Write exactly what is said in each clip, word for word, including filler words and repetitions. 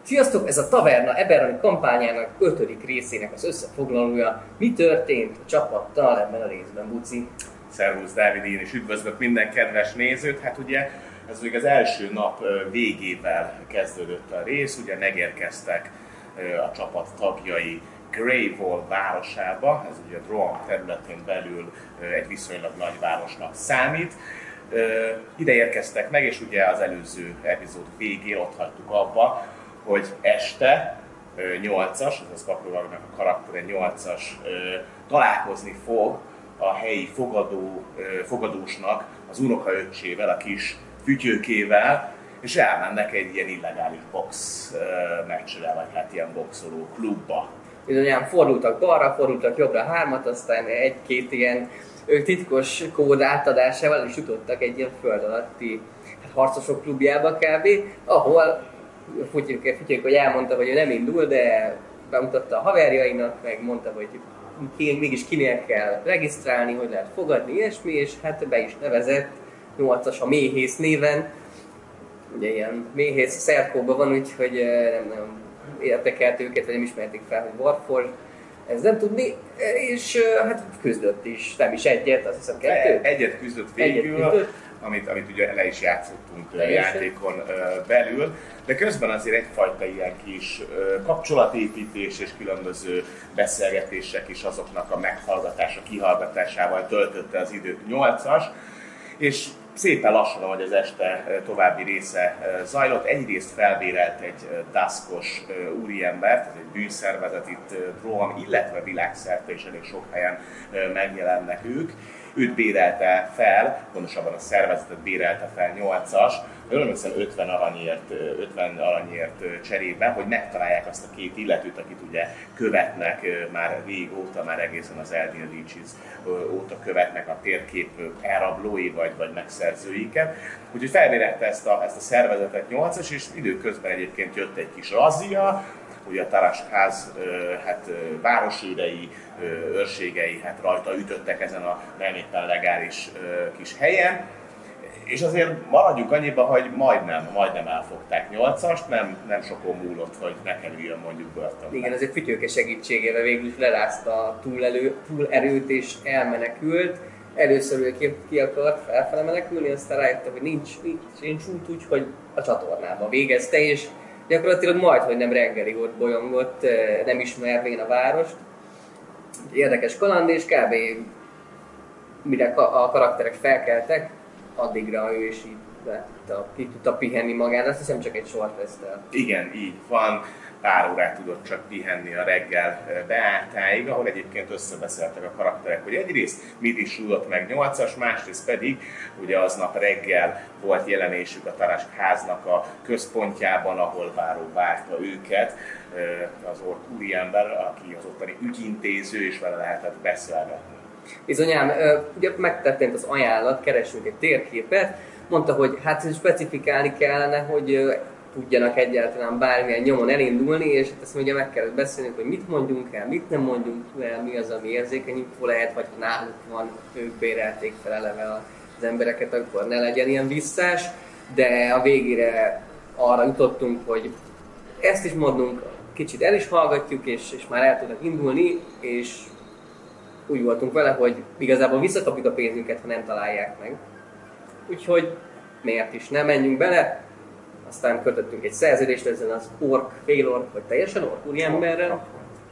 Sziasztok! Ez a Taverna Eberron kampányának ötödik részének az összefoglalója. Mi történt a csapattal ebben a részben, Buci? Szervusz Dávid, én is üdvözlök minden kedves nézőt. Hát ugye ez még az első nap végével kezdődött a rész, ugye megérkeztek a csapat tagjai Greywall városába, ez ugye a Droaun területén belül egy viszonylag nagy városnak számít. Ide érkeztek meg, és ugye az előző epizód végén ott hagytuk abba, hogy este nyolcas, azaz Kaprolagnak a karaktere nyolcas találkozni fog a helyi fogadó, fogadósnak az unokaöccsével, a kis fütyőkével, és elmennek egy ilyen illegális box meccsre, vagy hát ilyen boxoló klubba. Bizonyán fordultak balra, fordultak jobbra hármat, aztán egy-két ilyen titkos kód átadásával is jutottak egy ilyen föld alatti hát, harcosok klubjába kb. Ahol Fütyők, Fütyők, hogy elmondta, hogy ő nem indul, de bemutatta a haverjainak, meg mondta, hogy ki, mégis kinél kell regisztrálni, hogy lehet fogadni, ilyesmi, és hát be is nevezett nyolcas a Méhész néven. Ugye ilyen Méhész szerkóban van, úgyhogy nem, nem érdekelt őket, vagy nem ismerték fel, hogy Warforged. Ez nem tudni, és hát küzdött is, nem is egyet, azt hiszem kettő. Egyet küzdött végül. Egyet küzdött. Amit, amit ugye le is játszottunk a játékon belül, de közben azért egyfajta ilyen kis kapcsolatépítés és különböző beszélgetések is azoknak a meghallgatása, kihallgatásával töltötte az időt nyolcas, és szépen lassan, ahogy az este további része zajlott, egyrészt felbérelt egy daszkos úriembert, ez egy bűnszervezet itt Droaun, illetve világszerte is elég sok helyen megjelennek ők. Őt bérelte fel, pontosabban a szervezetet bérelte fel nyolcas, jól emlékszem ötven aranyért, ötven aranyért cserébe, hogy megtalálják azt a két illetőt, akit ugye követnek már régóta, már egészen az Elden Reaches óta követnek a térkép elrablói vagy, vagy megszerzőiket. Úgyhogy felbérelte ezt a, ezt a szervezetet nyolcas, és időközben egyébként jött egy kis razzia, ugye a Tarasház hát, városőrei, őrségei hát rajta ütöttek ezen a nem éppen legális kis helyen. És azért maradjunk annyiba, hogy majdnem, majdnem elfogták nyolcast, nem, nem sokon múlott, hogy ne kerüljön mondjuk börtönbe. Igen, azért Fütyőke segítségével végül is lerázta a túlelő, túlerőt és elmenekült. Először ő ki, ki akart felfele menekülni, aztán rájöttem, hogy nincs, nincs, nincs út, úgy, hogy a csatornába végezte, és gyakorlatilag majd, hogy nem reggelig ott bolyongott, nem ismervén a várost. Érdekes kaland, és kb. Mire a karakterek felkeltek, addigra ő is így tudta, ki tudta pihenni magát, azt hiszem csak egy short rest-tel. Igen, így van. Pár órát tudott csak pihenni a reggel beálltáig, ahol egyébként összebeszéltek a karakterek, hogy egyrészt mit is tudott meg nyolcas, másrészt pedig ugye aznap reggel volt jelenésük a Tarasháznak a központjában, ahol váró várta őket, az ork úriember, aki az ottani ügyintéző, és vele lehetett beszélgetni. Bizonyám, ugye megtörtént az ajánlat, keresünk egy térképet, mondta, hogy hát specifikálni kellene, hogy tudjanak egyáltalán bármilyen nyomon elindulni, és ezt mondja, meg kellett beszélni, hogy mit mondjunk el, mit nem mondjunk el, mi az, ami érzékeny info lehet, vagy ha náluk van, ők bérelték fel eleve az embereket, akkor ne legyen ilyen visszás, de a végére arra jutottunk, hogy ezt is mondunk, kicsit el is hallgatjuk, és, és már el tudnak indulni, és úgy voltunk vele, hogy igazából visszakapjuk a pénzünket, ha nem találják meg. Úgyhogy miért is nem menjünk bele. Aztán kötöttünk egy szerződést ezen az ork, félork, vagy teljesen ork úriemberrel.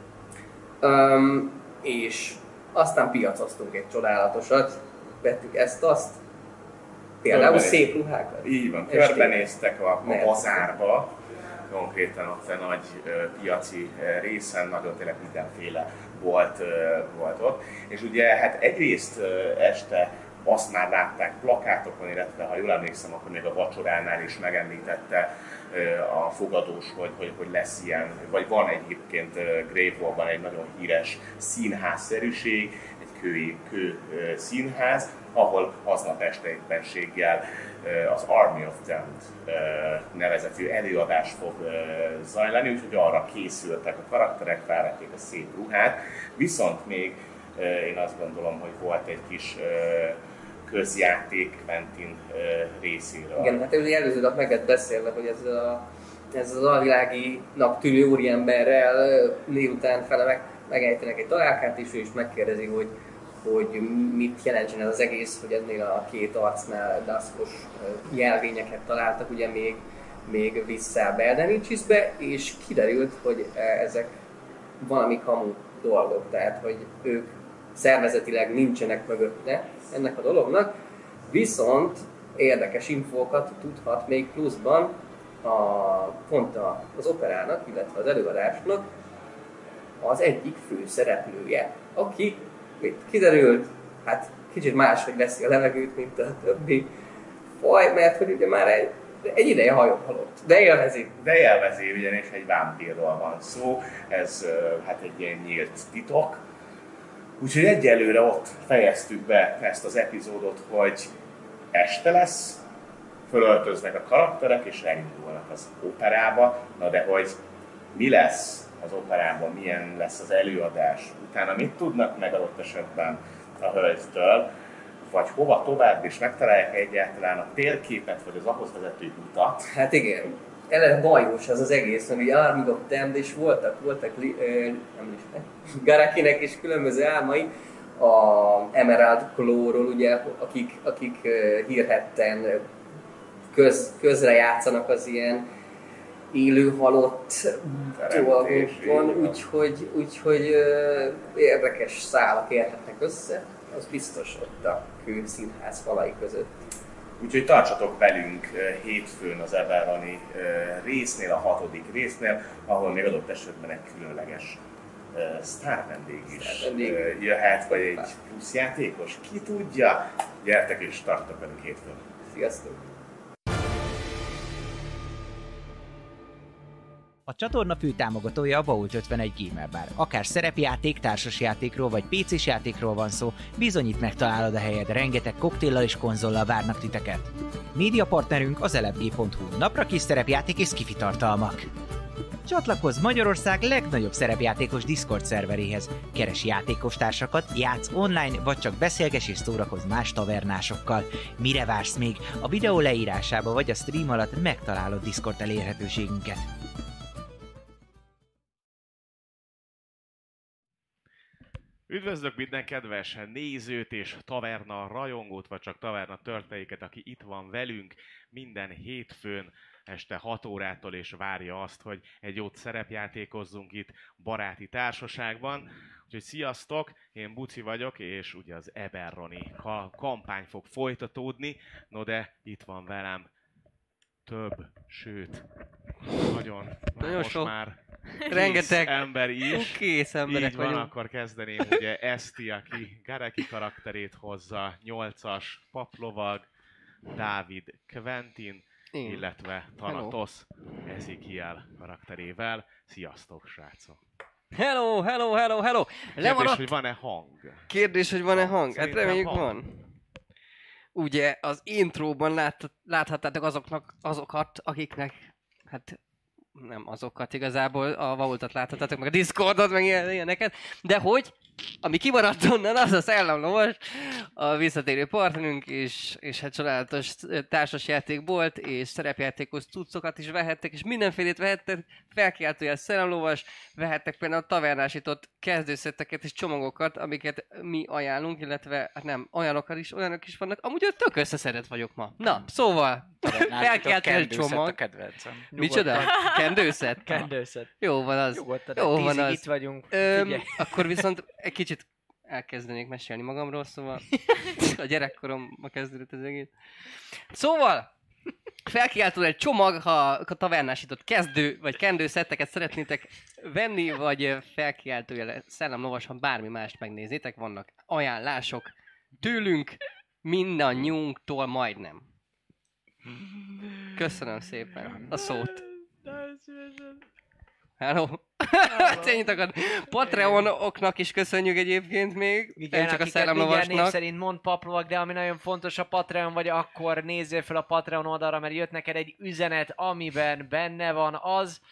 Um, és aztán piacoztunk egy csodálatosat, vettük ezt-azt, például szép ruhákat. Így van, körbenéztek a, a bazárba, konkrétan ott a nagy uh, piaci uh, részen, nagyon tényleg mindenféle volt, uh, volt ott. És ugye hát egyrészt uh, este azt már látták plakátokon, illetve ha jól emlékszem, akkor még a vacsoránál is megemlítette a fogadós, hogy, hogy, hogy lesz ilyen, vagy van egyébként Greywallban egy nagyon híres színházszerűség, egy kő, kő színház, ahol aznap este éppenséggel az Army of Damned nevezetű előadás fog zajlani, úgyhogy arra készültek a karakterek, felvették a szép ruhát, viszont még én azt gondolom, hogy volt egy kis közjáték Quentin részéről. Igen, hát ugye előző nap meg lett beszélve, hogy ez a ez az alviláginak tűnő úriemberrel miután fele meg, megejtenek egy találkát, és ő is megkérdezi, hogy, hogy mit jelentsen ez az egész, hogy ennél a két arcnál daszkos jelvényeket találtak, ugye még, még vissza Beldenicsiszbe, és kiderült, hogy ezek valami kamu dolgok, tehát hogy ők szervezetileg nincsenek mögötte ennek a dolognak, viszont érdekes infókat tudhat még pluszban a, pont az operának, illetve az előadásnak az egyik fő szereplője, aki, mit kiderült, hát kicsit máshogy veszi a levegőt, mint a többi faj, mert hogy ugye már egy, egy ideje halott, de élvezi. De élvezi, ugyanis egy vámpírról van szó, ez hát egy ilyen nyílt titok. Úgyhogy egyelőre ott fejeztük be ezt az epizódot, hogy este lesz, fölöltöznek a karakterek és elindulnak az operába. Na de hogy mi lesz az operában, milyen lesz az előadás, utána mit tudnak meg adott esetben a hölgytől, vagy hova tovább, és megtalálják egyáltalán a térképet, vagy az ahhoz vezető utat. Hát igen, eleve bajos az az egész, mert ugye Arming of Damned, és voltak, voltak nem is, Garakinek is különböző álmai, a Emerald Claw-ról, ugye, akik, akik hírhedten köz, közre játszanak az ilyen élő halott dolgokon, úgyhogy, úgyhogy érdekes szálak érhetnek össze, az biztos ott a kőszínház falai között. Úgyhogy tartsatok velünk hétfőn az Eberroni résznél, a hatodik résznél, ahol még adott esetben egy különleges sztár vendég is vendég. jöhet, vagy egy plusz játékos, ki tudja. Gyertek és tartsatok velünk hétfőn. Sziasztok! A csatorna fő támogatója a Vault ötvenegy Gamer Bar. Akár szerepjáték, társasjátékról vagy pé cés játékról van szó, bizonyít megtalálod a helyed, rengeteg koktéllal és konzollal várnak titeket. Média partnerünk az elefg pont hu, napra kis szerepjáték és skifi tartalmak. Csatlakozz Magyarország legnagyobb szerepjátékos Discord szerveréhez. Keres játékostársakat, játsz online, vagy csak beszélges és szórakozz más tavernásokkal. Mire vársz még? A videó leírásába vagy a stream alatt megtalálod Discord elérhetőségünket. Üdvözlök minden kedves nézőt és taverna rajongót, vagy csak taverna törteiket, aki itt van velünk minden hétfőn este hat órától, és várja azt, hogy egy jót szerepjátékozzunk itt baráti társaságban. Úgyhogy sziasztok, én Buci vagyok, és ugye az Eberroni kampány fog folytatódni, no de itt van velem több, sőt, nagyon, nagyon most sok. már rengeteg ember is. Kész emberek Így van, vagyunk. akkor kezdeném ugye Eszti, aki Gareki karakterét hozza, nyolcas paplovag, Dávid Quentin, Én. illetve Thanatos Ezekiel karakterével. Sziasztok, srácok! Hello, hello, hello, hello! Kérdés, Lemaradt? hogy van-e hang? Kérdés, hogy van-e hang? Hát Szerintem reméljük hang. van. Ugye az intróban lát, láthattátok azoknak, azokat, akiknek, hát nem azokat igazából, a Vaultot láthattátok, meg a Discordot, meg ilyen, ilyeneket, de hogy, ami kimaradt onnan, az a Szellemlovas, a visszatérő partnerünk, és, és hát csodálatos társasjátékbolt, és szerepjátékos cuccokat is vehettek, és mindenfélét vehettek, felkiáltójel Szellemlovas, vehettek például tavernásított kezdőszetteket és csomagokat, amiket mi ajánlunk, illetve hát nem, olyanokat is, olyanok is vannak, amúgy ott tök összeszedett vagyok ma. Na, szóval, felkiáltójel csomag. A kedvencem. Micsoda? Kendőszet? Kendőszet. Jó van az. Nyugodtan, Jó van tízig az. itt vagyunk. Öm, akkor viszont egy kicsit elkezdenék mesélni magamról, szóval a gyerekkoromba kezdődött az egész. Szóval, felkiáltó egy csomag, ha a tavernásított kezdő vagy kendő szetteket szeretnétek venni, vagy felkiáltójel Szellemlovas, ha bármi mást megnéznétek, vannak ajánlások tőlünk, mindannyiunktól majdnem. Köszönöm szépen a szót. Hello. Ennyit akad. Patreonoknak is köszönjük egyébként még. Igen, nem csak a akiket mindjárt név Szellemlovasnak. szerint mond paplovak, de ami nagyon fontos a Patreon vagy, akkor nézzél fel a Patreon oldalra, mert jött neked egy üzenet, amiben benne van az,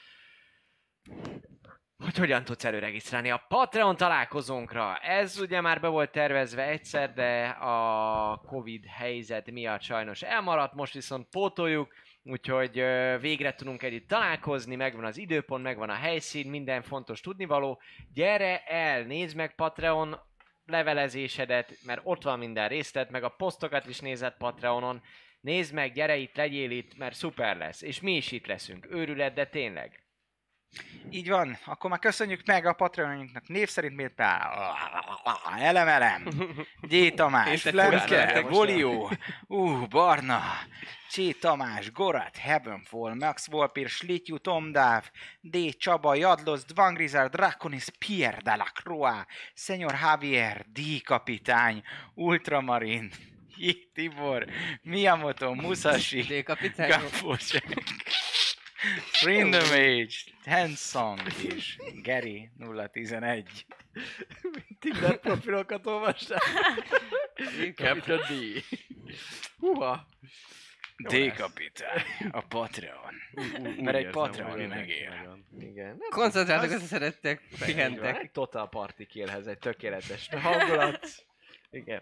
hogy hogyan tudsz előregisztrálni a Patreon találkozónkra. Ez ugye már be volt tervezve egyszer, de a Covid helyzet miatt sajnos elmaradt, most viszont pótoljuk. Úgyhogy ö, végre tudunk együtt találkozni, megvan az időpont, megvan a helyszín, minden fontos tudnivaló. Gyere el, nézd meg Patreon levelezésedet, mert ott van minden részlet, meg a posztokat is nézed Patreonon. Nézd meg, gyere itt, legyél itt, mert szuper lesz. És mi is itt leszünk. Őrület, de tényleg. Így van, akkor már köszönjük meg a Patreonunknak név szerint miért pár... Elemelem, G. Tamás, Flemke, Volió, uh, Barna, Csé. Tamás, Gorat, Heavenfall, Max Volpir, Slityu, Tomdáv, D. Csaba, Jadlos, Dvangrizar, Draconis, Pierre de la Croix, Senior Javier, D. Kapitány, Ultramarin, J. Tibor, Miyamoto, Musashi, D. Kapitány. Gapocek, Random Age, Hansong és Gary nulla tizenegy. Tinder profilokat olvastál? Captain D. Húha. D. Kapitány, a Patreon. Mert egy Patreon megél. Igen. Koncentráltak, össze szerettek, pihentek. Egy total party killhez, egy tökéletes hangulat. Igen.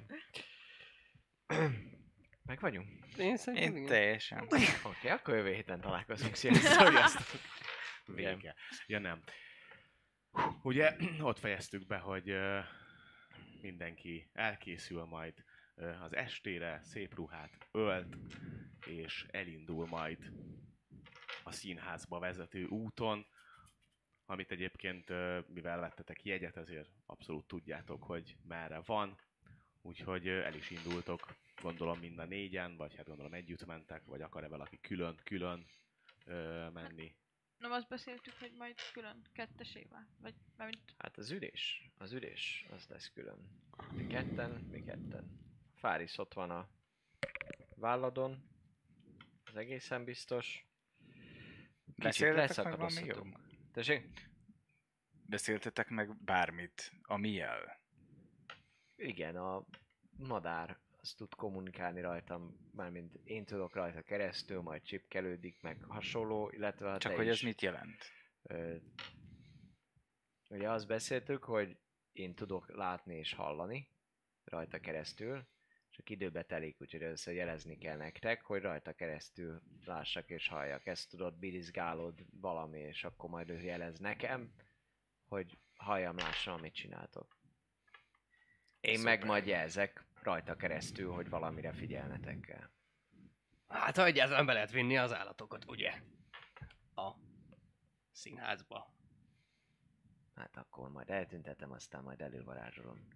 Meg vagyunk? Én szerintem Én igen. teljesen. Oké, okay, akkor jövő héten találkozunk. Sziasztok! Vége. Ja nem. Ugye ott fejeztük be, hogy uh, mindenki elkészül majd uh, az estére, szép ruhát ölt, és elindul majd a színházba vezető úton, amit egyébként, uh, mivel vettetek jegyet, ezért abszolút tudjátok, hogy merre van, úgyhogy uh, el is indultok, gondolom mind a négyen, vagy hát gondolom együtt mentek, vagy akar-e valaki külön-külön uh, menni. Nem azt beszéltük, hogy majd külön kettesével? Vagy mármint... Hát az ülés, az ülés, az lesz külön. Mi ketten, mi ketten. Fáris ott van a válladon, az egészen biztos. Kicsit Beszéltetek meg valami jó? leszakadozhatunk. Tessék? Beszéltetek meg bármit, ami jel? Igen, a madár az tud kommunikálni rajtam, mármint én tudok rajta keresztül, majd csipkelődik, meg hasonló, illetve ha Csak te hogy is, ez mit jelent? Ö, ugye azt beszéltük, hogy én tudok látni és hallani rajta keresztül, csak időbe telik, úgyhogy először jelezni kell nektek, hogy rajta keresztül lássak és halljak. Ezt tudod, birizgálod valami, és akkor majd ő jelez nekem, hogy halljam, lássam, amit csináltok. Én Szuper. meg majd jelzek rajta keresztül, hogy valamire figyelnetek kell. Hát, ha egyáltalán be lehet vinni az állatokat, ugye? A színházba. Hát akkor majd eltüntetem, aztán majd elővarázsolom.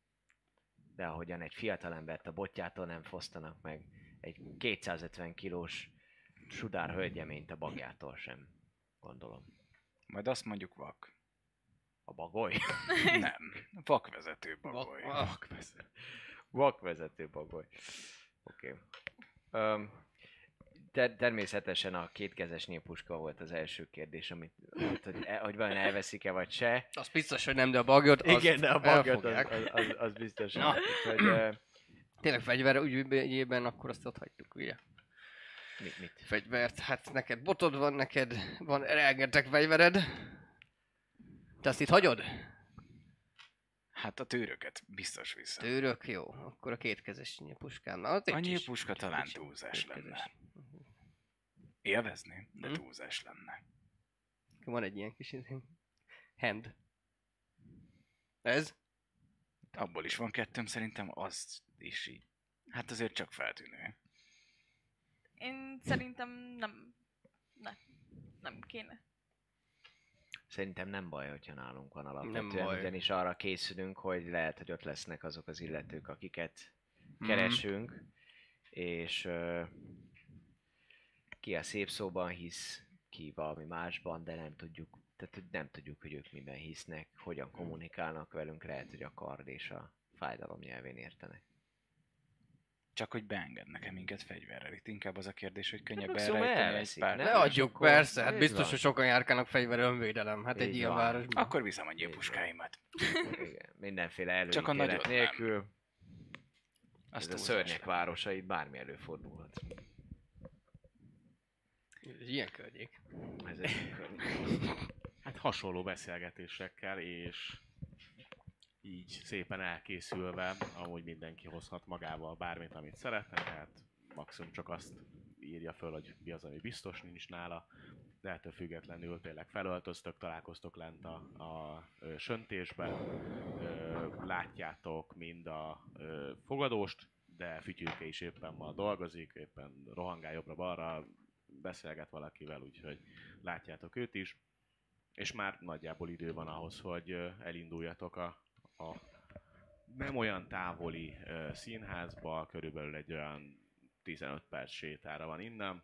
De ahogyan egy fiatalembert a botjától nem fosztanak meg, egy kétszázötven kilós sudár hölgyeményt a bagjától sem, gondolom. Majd azt mondjuk vak. A bagoly? Nem. Vakvezető bagoly. Vak- Vakvezető. Vakvezető bagoly. Oké. Okay. Um, ter- természetesen a kétkezes nyílpuska volt az első kérdés, amit, hát, hogy, e- hogy vajon elveszik-e vagy se. Az biztos, hogy nem, de a bagyot azt Igen, de a bagyot az, elfogják. az, az, az biztos. Na. Úgyhogy, uh, Tényleg fegyver ügyében akkor azt ott hagytuk, ugye? mit, mit? Fegyvert, hát neked botod van, neked van rengeteg fegyvered. Te azt itt hagyod? Hát a tőröket biztos vissza. Tőrök, jó. Akkor a kétkezes nyílpuskán. Na, az A nincs is. nyílpuska talán Kicsi- túlzás kétkezes. lenne. Élvezni, de Hm? túlzás lenne. Van egy ilyen kis izé- hand. Ez? Abból is van kettőm, szerintem az is így. Hát azért csak feltűnő. Én szerintem nem... Ne, nem kéne. Szerintem nem baj, hogyha nálunk van Nem alapvetően, baj. ugyanis arra készülünk, hogy lehet, hogy ott lesznek azok az illetők, akiket Mhm. keresünk, és uh, ki a szép szóban hisz, ki valami másban, de nem tudjuk, tehát hogy nem tudjuk, hogy ők miben hisznek, hogyan kommunikálnak velünk, lehet, hogy a kard és a fájdalom nyelvén értenek. Csak hogy beengednek-e minket fegyverrel. Itt inkább az a kérdés, hogy könnyebb Maximum elrejteni egy elveszik, pár. nem? Ne és adjuk, akkor- persze. Hát így biztos, van. hogy sokan járkálnak fegyver önvédelem. Hát egy Így ilyen van. városban. Akkor viszem a nyílpuskáimat. Igen, mindenféle Csak a előítélet nagyot nem. nélkül. Azt Ez a túlzás szörnyek lenne. városait bármi előfordulhat. Ez ilyen környék. Ez egy Hát hasonló beszélgetésekkel, és így szépen elkészülve, amúgy mindenki hozhat magával bármit, amit szeretne, tehát maximum csak azt írja föl, hogy mi az, ami biztos nincs nála, de ettől függetlenül tényleg felöltöztök, találkoztok lent a, a ö, söntésben, ö, látjátok mind a ö, fogadóst, de Fütyülke is éppen ma dolgozik, éppen rohangál jobbra-balra, beszélget valakivel, úgyhogy látjátok őt is, és már nagyjából idő van ahhoz, hogy ö, elinduljatok a, a nem olyan távoli ö, színházba, körülbelül egy olyan tizenöt perc sétára van innen.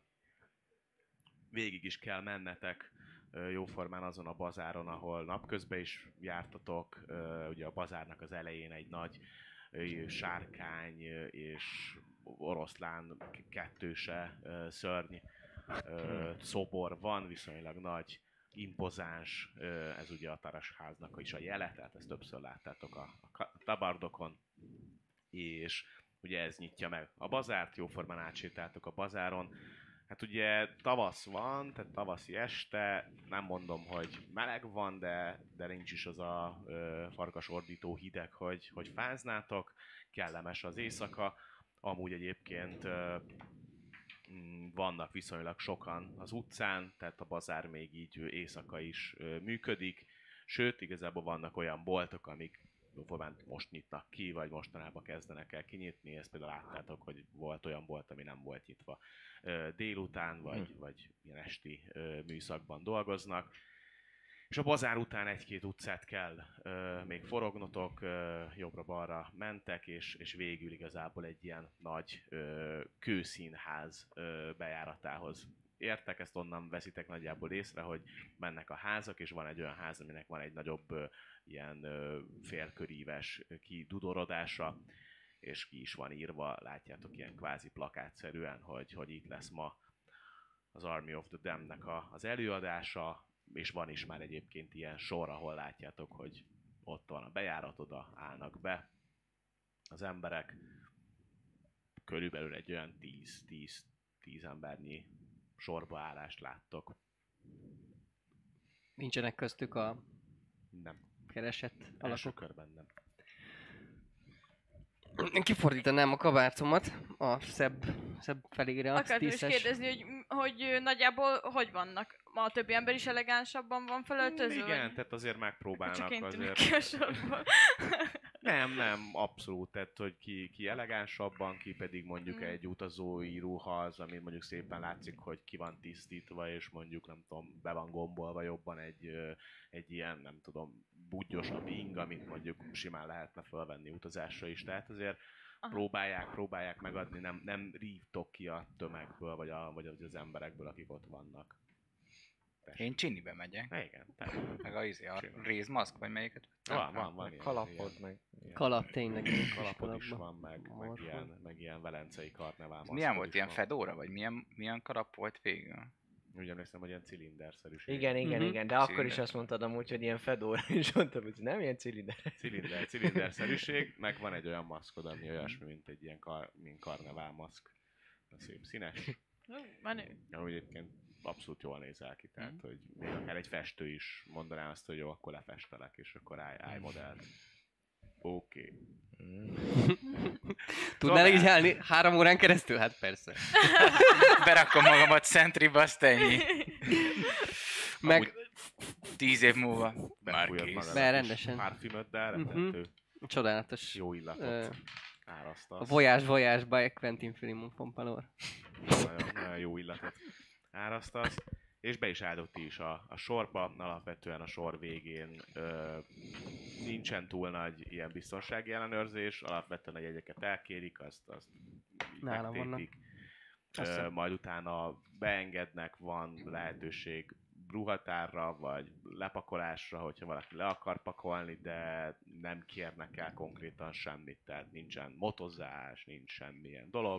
Végig is kell mennetek ö, jóformán azon a bazáron, ahol napközben is jártatok. Ö, ugye a bazárnak az elején egy nagy ö, sárkány ö, és oroszlán kettőse ö, szörny ö, szobor van, viszonylag nagy, impozáns, ö, ez ugye a Tarasháznak is a jele, tehát ezt többször láttátok a, a tabardokon, és ugye ez nyitja meg a bazárt, jóformán átsétáltok a bazáron. Hát ugye tavasz van, tehát tavaszi este, nem mondom, hogy meleg van, de, de nincs is az a ö, farkasordító hideg, hogy, hogy fáznátok, kellemes az éjszaka. Amúgy egyébként ö, vannak viszonylag sokan az utcán, tehát a bazár még így éjszaka is ö, működik, sőt, igazából vannak olyan boltok, amik most nyitnak ki, vagy mostanában kezdenek el kinyitni, ezt például láttátok, hogy volt olyan bolt, ami nem volt nyitva délután, vagy, hmm. vagy ilyen esti műszakban dolgoznak. És a bazár után egy-két utcát kell még forognotok, jobbra-balra mentek, és, és végül igazából egy ilyen nagy kőszínház bejáratához értek, ezt onnan veszitek nagyjából észre, hogy mennek a házak, és van egy olyan ház, aminek van egy nagyobb ö, ilyen ö, félköríves kidudorodása, és ki is van írva, látjátok ilyen kvázi plakátszerűen, hogy, hogy itt lesz ma az Army of the Damned-nek a, az előadása, és van is már egyébként ilyen sor, ahol látjátok, hogy ott van a bejárat, oda állnak be az emberek, körülbelül egy olyan tíz embernyi sorba állást láttok. Nincsenek köztük a nem. keresett Első alakok? körben nem. Én kifordítanám a kabárcomat a szebb, szebb felére. Akartam is kérdezni, hogy, hogy nagyjából hogy vannak? Ma a többi ember is elegánsabban van felöltözve? Igen, vagy? tehát azért megpróbálnak Csak én azért. ki a sorból. Nem, nem, abszolút, tehát hogy ki, ki elegánsabban, ki pedig mondjuk mm. egy utazói ruha az, ami mondjuk szépen látszik, hogy ki van tisztítva, és mondjuk nem tudom, be van gombolva jobban egy, egy ilyen, nem tudom, buggyosabb ing, amit mondjuk simán lehetne felvenni utazásra is, tehát azért Aha. próbálják, próbálják megadni, nem, nem rívtok ki a tömegből, vagy, a, vagy az emberekből, akik ott vannak. Tessék. Én csinibe megyek. Igen, tehát. Meg a, izé, a rézmaszk, vagy melyiket? Van, van, van. Meg kalapot, meg... Kalap tényleg. Kalapot is van, meg, meg, ilyen, meg ilyen velencei karnevál. Milyen volt, ilyen fedóra, vagy milyen, milyen kalap volt végül? Úgy emlékszem, hogy ilyen cilinderszerűség. Igen, igen, Mhm. igen, de akkor is azt mondtad amúgy, hogy ilyen fedóra, és mondtam, hogy nem ilyen cilinder. Cilinder, cilinderszerűség, meg van egy olyan maszkod, ami olyasmi, mint egy ilyen kar, mint karnevál maszk. Szép színes. Ó, menő. Úgy egyébként abszolút jól nézel ki, tehát, hogy még akár egy festő is mondaná azt, hogy jó, akkor lefestelek, és akkor állj, állj modellt. Oké. Okay. Tudnál így állni három órán keresztül? Hát persze. Berakom magamat Sentrybe, azt ennyi. Meg... Amúgy Tíz év múlva már befújod kész. magadat Be, is rendesen. Párfümöddel, Mhm. rettentő Csodálatos. jó illatot Ö, árasztasz. A Voyage Voyage by Quentin Filimon Pompalor. Nagyon, nagyon jó illatot árasztasz. És be is álltok ti is a, a sorba, alapvetően a sor végén ö, nincsen túl nagy ilyen biztonsági ellenőrzés, alapvetően a jegyeket elkérik, azt, azt Nálam megtépik. Ö, majd utána beengednek, van lehetőség ruhatárra, vagy lepakolásra, hogyha valaki le akar pakolni, de nem kérnek el konkrétan semmit, tehát nincsen motozás, nincs semmilyen dolog.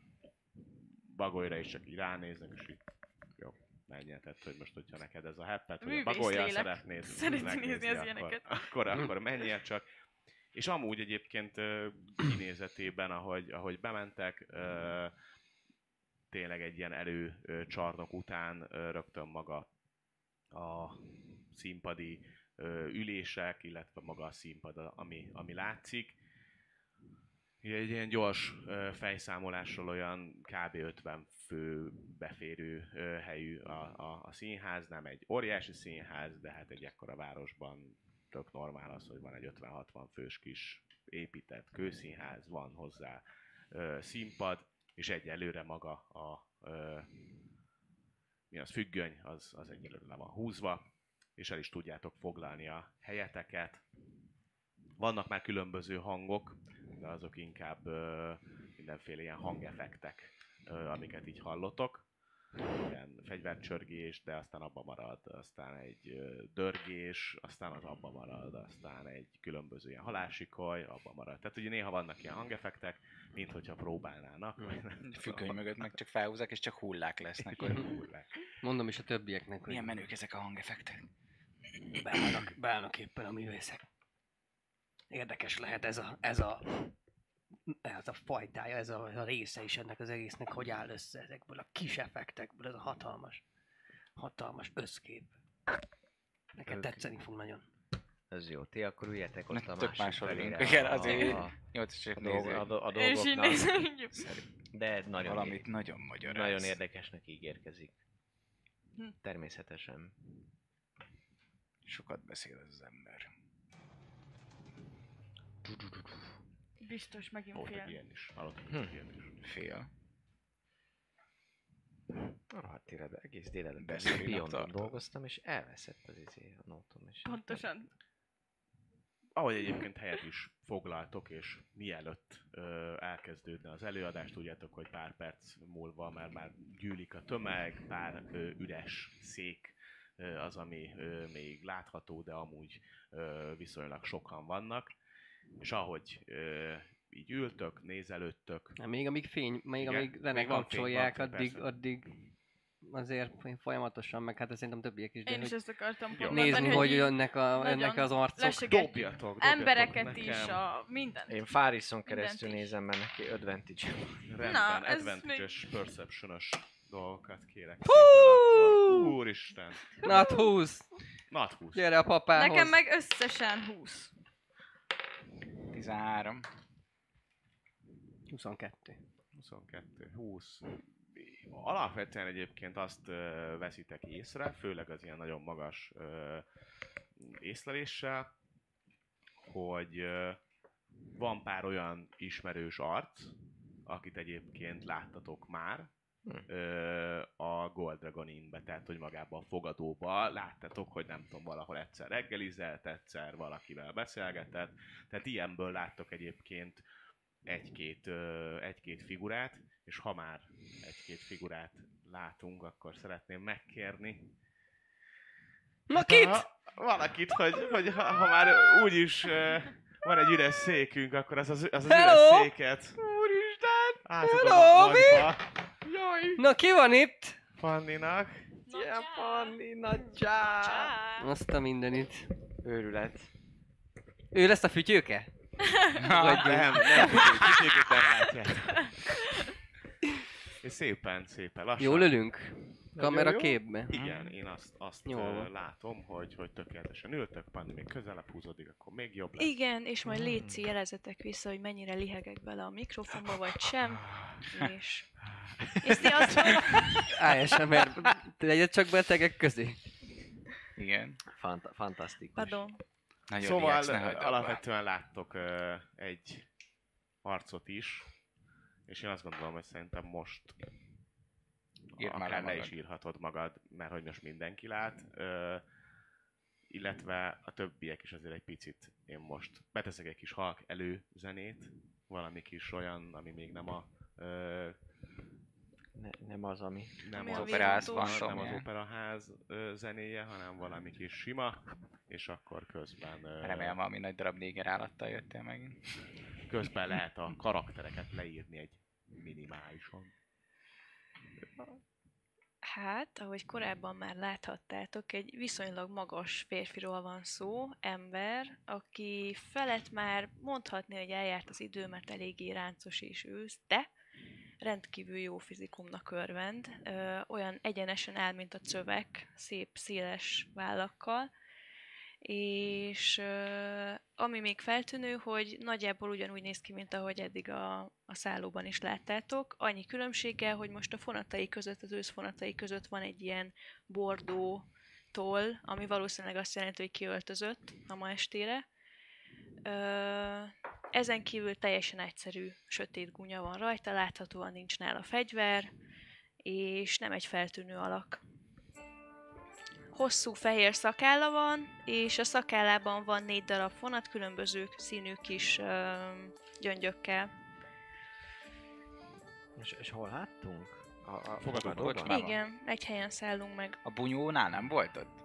Bagolyra is csak így ránéznek, és így jó, menjen, tehát hogy most, hogyha neked ez a heppet, hogy a bagollyal szeretnéd Szeretnéd nézni az akkor, ilyeneket. akkor, akkor menjél csak. És amúgy egyébként ö, kinézetében, ahogy, ahogy bementek, ö, tényleg egy ilyen előcsarnok után ö, rögtön maga a színpadi ö, ülések, illetve maga a színpad, ami, ami látszik. Egy ilyen gyors ö, fejszámolásról olyan kb. ötven fő beférő ö, helyű a, a, a színház, nem egy óriási színház, de hát egy ekkora városban tök normál az, hogy van egy ötven-hatvan fős kis épített kőszínház, van hozzá ö, színpad, és egyelőre maga a ö, mi az függöny, az, az egyelőre le van húzva, és el is tudjátok foglalni a helyeteket. Vannak már különböző hangok, de azok inkább ö, mindenféle ilyen hangeffektek, ö, amiket így hallotok. Ilyen fegyvercsörgés, de aztán abba marad, aztán egy ö, dörgés, aztán az abba marad, aztán egy különböző ilyen halásikoly, abba marad. Tehát ugye néha vannak ilyen hangeffektek, mint hogyha próbálnának. Függöny mögött meg csak felhúzzák, és csak hullák lesznek. Hullák. Mondom is a többieknek, hogy Milyen menők ezek a hangeffektek. beállnak, beállnak éppen a művészek. Érdekes lehet ez a, ez a, ez a fajtája, ez a, a része is ennek az egésznek, hogy áll össze ezekből a kis effektekből, ez a hatalmas, hatalmas összkép. Neked Ők- tetszeni fog nagyon. Ez jó, ti akkor üljetek ott a Tök másik máshol felére. ülünk. Igen, a- azért a, nyolc a, dolg, a, do- a És így dolgoknak, nézem, így... de nagyon, Valamit nagyon magyaráz. nagyon érdekesnek ígérkezik. Hm. Természetesen. Sokat beszél ez az ember. Biztos megint Volt egy fél. ilyen is. Hallottam Hm. egy ilyen is. Fél. A rohadt életben, egész délelőtt Beszélőnek Beyondon tartod. dolgoztam, és elveszett az izé, a nótom. És Pontosan. Ahogy egyébként helyet is foglaltok, és mielőtt ö, elkezdődne az előadás, tudjátok, hogy pár perc múlva már, már gyűlik a tömeg, pár ö, üres szék ö, az, ami ö, még látható, de amúgy ö, viszonylag sokan vannak. És ahogy ö, így ültök, nézelődtök, Hát még amíg fény, még Igen, amíg le ne még van kapcsolják, fény, van fény, addig, persze. addig azért folyamatosan, meg hát szerintem többiek is, de Én is hogy ezt akartam Jó. pont mondani, nézni, hogy így jönnek, a, nagyon jönnek az arcok. lesöget- dobjatok, dobjatok embereket nekem. is, a mindent. Én Fárison keresztül Mindent is. nézem, mert neki advantage. Rendben, Na, ez advantage-ös, perception-ös dolgokat kérek. Hú! Szépen akkor. Úristen. Nat húsz! Nat húsz. Gyere a papához! Nekem meg összesen húsz. tizenhárom. huszonkettő. huszonkettő, húsz. Alapvetően egyébként azt ö, veszitek észre, főleg az ilyen nagyon magas ö, észleléssel, hogy ö, van pár olyan ismerős arc, akit egyébként láttatok már ö, a Gold Dragon Inn-be, tehát hogy magában a fogadóba láttatok, hogy nem tudom, valahol egyszer reggelizett, egyszer valakivel beszélgetett, tehát ilyenből láttok egyébként egy-két, ö, egy-két figurát, és ha már egy-két figurát látunk, akkor szeretném megkérni. Na kit? Ha, valakit, hogy, hogy ha, ha már úgyis uh, van egy üres székünk, akkor az az, az, az Hello! üres széket Úristen! átadom Hello, a nagyba Jaj! Na ki van itt? Fanninak. Ilyen Fanni, nagyjá! Azt a mindenit. Őrület. Ő lesz a fütyőke? Vagy nem, nem, kicsit nem látják. És szépen, szépen lassan. Jól ülünk? Kamera jó. képbe. Igen, én azt, azt Jól ö, van. látom, hogy, hogy tökéletesen ültök, Panni még közelebb húzódik, akkor még jobb lesz. Igen, és majd létszi, jelezetek vissza, hogy mennyire lihegek bele a mikrofonba, vagy sem. És, és ti azt Állj sem, mert legyen csak betegek közé. Igen. Fant- fantasztikus. Pardon. Nagyon Szóval riadsz, ne ö, hagyd abba. alapvetően láttok ö, egy arcot is, és én azt gondolom, hogy szerintem most Írd már akár le le is magad. írhatod magad, mert hogy most mindenki lát, ö, illetve a többiek is azért egy picit, én most beteszek egy kis halk előzenét, valami kis olyan, ami még nem a ö, Ne, nem az, ami... nem Ami az, a operáz villantós. van, nem az igen. operaház ö, zenéje, hanem valami kis sima, és akkor közben ö, Remélem, valami nagy darab néger állattal jöttél megint. közben lehet a karaktereket leírni egy minimálisan. Hát, ahogy korábban már láthattátok, egy viszonylag magas férfiról van szó, ember, aki felett már mondhatni, hogy eljárt az idő, mert eléggé ráncos és ősz, de rendkívül jó fizikumnak örvend. Ö, olyan egyenesen áll, mint a csövek, szép, széles vállakkal, és uh, ami még feltűnő, hogy nagyjából ugyanúgy néz ki, mint ahogy eddig a, a szállóban is láttátok. Annyi különbséggel, hogy most a fonatai között, az ősz fonatai között van egy ilyen bordó toll, ami valószínűleg azt jelenti, hogy kiöltözött a ma estére. Uh, ezen kívül teljesen egyszerű sötét gúnya van rajta, láthatóan nincs nála fegyver, és nem egy feltűnő alak. Hosszú fehér szakálla van, és a szakállában van négy darab fonat, különböző színű kis uh, gyöngyökkel. És, és hol láttunk? A, a fogadóban? Igen, egy helyen szállunk meg. A bunyónál nem volt ott?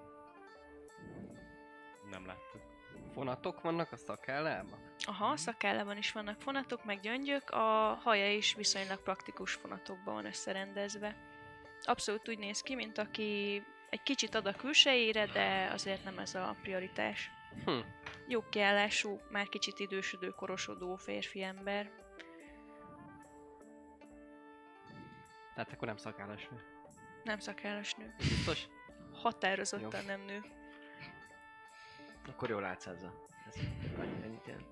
Nem láttuk. Fonatok vannak a szakállában? Aha, a szakállában is vannak fonatok, meg gyöngyök, a haja is viszonylag praktikus fonatokban van összerendezve. Abszolút úgy néz ki, mint aki egy kicsit ad a külsejére, de azért nem ez a prioritás. Hm. Jó kiállású, már kicsit idősödő, korosodó férfi ember. Tehát akkor nem szakállas nő. Nem szakállas nő. Biztos? Határozottan Jó. nem nő. Akkor jól látszázza. Ez ennyit jelent.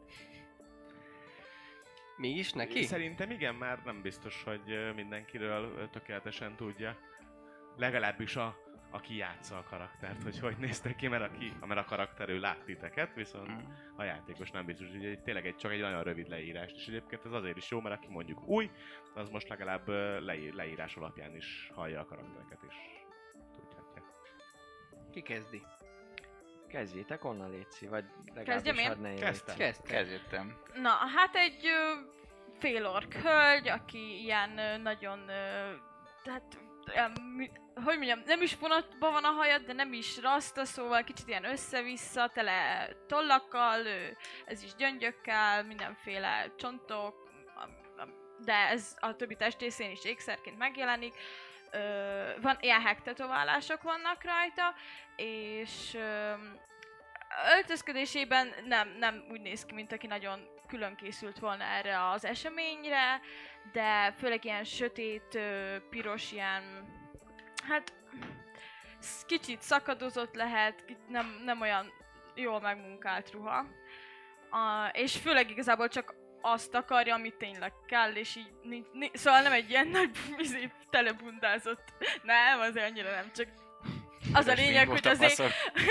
Mégis neki? Szerintem igen, már nem biztos, hogy mindenkiről tökéletesen tudja. Legalábbis a, aki játsza a karaktert, hogy hogy néztek ki, mert, aki, mert a karakter ő lát titeket, viszont mm. a játékos nem biztos, hogy egy, tényleg egy, csak egy nagyon rövid leírást, és egyébként ez azért is jó, mert aki mondjuk új, az most legalább leír, leírás alapján is hallja a karaktereket, és tudhatja. Ki kezdi? Kezdjétek onnan, Léci, vagy Kezdjem legalábbis én? hadd ne Kezdtem. Kezd. Kezdődtem. Na, hát egy ö, félork hölgy, aki ilyen ö, nagyon, ö, tehát, ö, mi, hogy mondjam, nem is vonatban van a hajad, de nem is rasta, szóval kicsit ilyen össze-vissza, tele tollakkal, ö, ez is gyöngyökkel, mindenféle csontok, a, a, de ez a többi testrészén is ékszerként megjelenik. Ö, van ilyen hack tetoválások vannak rajta, és ö, öltözködésében nem, nem úgy néz ki, mint aki nagyon külön készült volna erre az eseményre, de főleg ilyen sötét, ö, piros, ilyen, hát kicsit szakadozott lehet, nem, nem olyan jól megmunkált ruha. A, és főleg igazából csak azt akarja, amit tényleg kell, és így nincs, nincs, szóval nem egy ilyen nagy izé, telebundázott. Nem, azért annyira nem, csak az a lényeg, hogy azért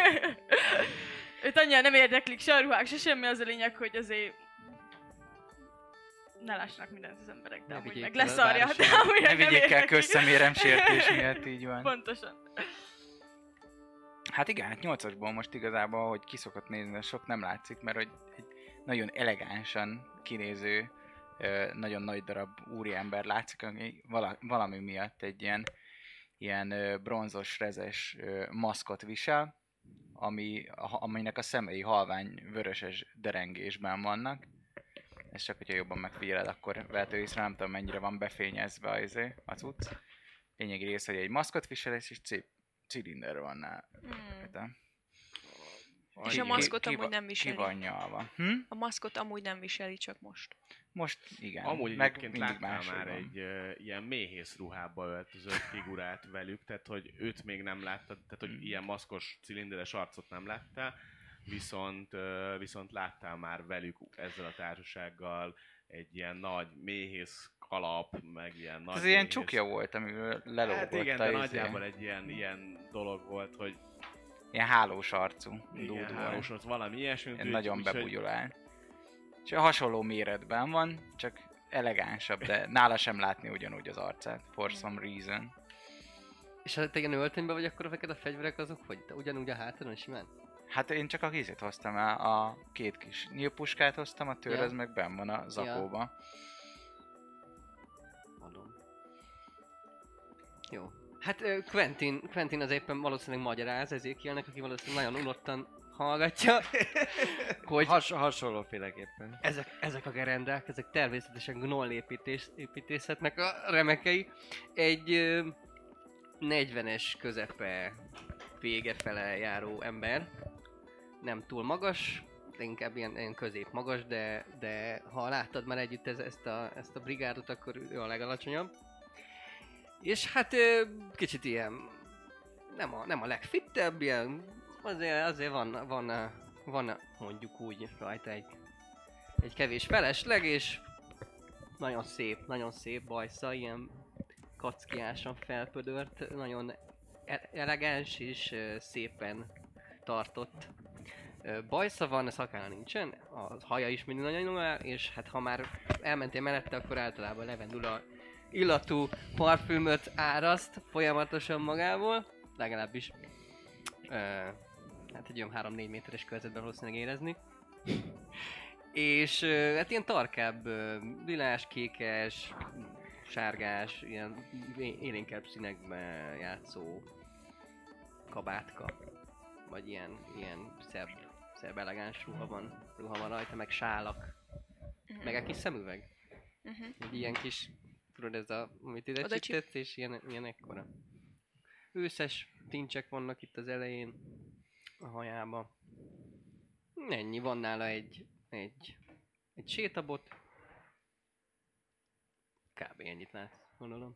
őt annyira nem érdeklik se a ruhák, se semmi, az a lényeg, hogy azért ne lássanak mindent az emberek, de amúgy meg leszarja, de amúgy Ne nem vigyék el érdekli. közszemérem sértés miatt, így van. Pontosan. Hát igen, hát nyolcasból most igazából, hogy ki szokott nézni, sok nem látszik, mert hogy egy nagyon elegánsan kinéző, nagyon nagy darab úriember látszik, aki valami miatt egy ilyen, ilyen bronzos, rezes maszkot visel, ami, aminek a szemei halvány vöröses derengésben vannak. Ez csak, hogyha jobban megfigyeled, akkor vehető észre, nem tudom mennyire van befényezve az, az cucc. Lényegi rész, hogy egy maszkot visel, és szép cilinder van nála. Hmm. Ki, És a maszkot ki, amúgy ki nem viseli. Ki van nyalva. Hm? A maszkot amúgy nem viseli, csak most. Most igen. Amúgy meg egyébként mindig láttál máshol már van. egy uh, ilyen méhész ruhába öltözött figurát velük, tehát hogy őt még nem láttad, tehát hogy ilyen maszkos, cilinderes arcot nem láttál, viszont, uh, viszont láttál már velük ezzel a társasággal egy ilyen nagy méhész kalap, meg ilyen nagy Ez ilyen méhész... csukja volt, amivel lelógott Hát igen, a de izé. nagyjából egy ilyen, ilyen dolog volt, hogy Ilyen hálós arcú igen, dúd hálós volt. volt valami ilyesmi. Ilyen nagyon bebugyolált. És hasonló méretben van, csak elegánsabb, de nála sem látni ugyanúgy az arcát, for some reason. És ha te ilyen öltönyben vagy, akkor ezeket a fegyverek azok hogy? Te ugyanúgy a hátadon simán? Hát én csak a kézét hoztam el, a két kis nyílpuskát hoztam, a tőr Ja. az meg benn van a zakóba. Ja. Adom. Jó. Hát ö, Quentin, Quentin az éppen valószínűleg magyaráz Ezekielnek, aki valószínűleg nagyon unottan hallgatja, hogy Has, hasonlóféleképpen. ezek, ezek a gerendák, ezek természetesen gnoll építés, építészetnek a remekei. Egy ö, negyvenes közepe vége fele járó ember, nem túl magas, de inkább ilyen, ilyen középmagas, de, de ha láttad már együtt ez, ezt, a, ezt a brigádot, akkor ő a legalacsonyabb. És hát ö, kicsit ilyen, nem a, nem a legfittebb, ilyen azért, azért van, van, van mondjuk úgy rajta egy, egy kevés felesleg, és nagyon szép, nagyon szép bajsza, ilyen kackiásan felpödört, nagyon elegáns és szépen tartott bajsza van, szakálla nincsen, a haja is mindig nagyon jól áll, és hát ha már elmentél mellette, akkor általában levendula illatú parfümöt áraszt folyamatosan magából, legalábbis ö, hát egy olyan három-négy méteres körzetben valószínűleg érezni. És ö, hát ilyen tarkább, ö, lilás, kékes, sárgás, ilyen élénkebb színekben játszó kabátka, vagy ilyen, ilyen szebb, szebb elegáns ruha van, ruha van rajta, meg sálak, uh-huh. meg egy kis szemüveg. Uh-huh. Egy ilyen kis, tudod ez a, amit ide csíptetsz, és ilyen, ilyen ekkora. Őszes tincsek vannak itt az elején, a hajába. Ennyi, van nála egy, egy, egy sétabot. Kb. Ennyit látsz, gondolom.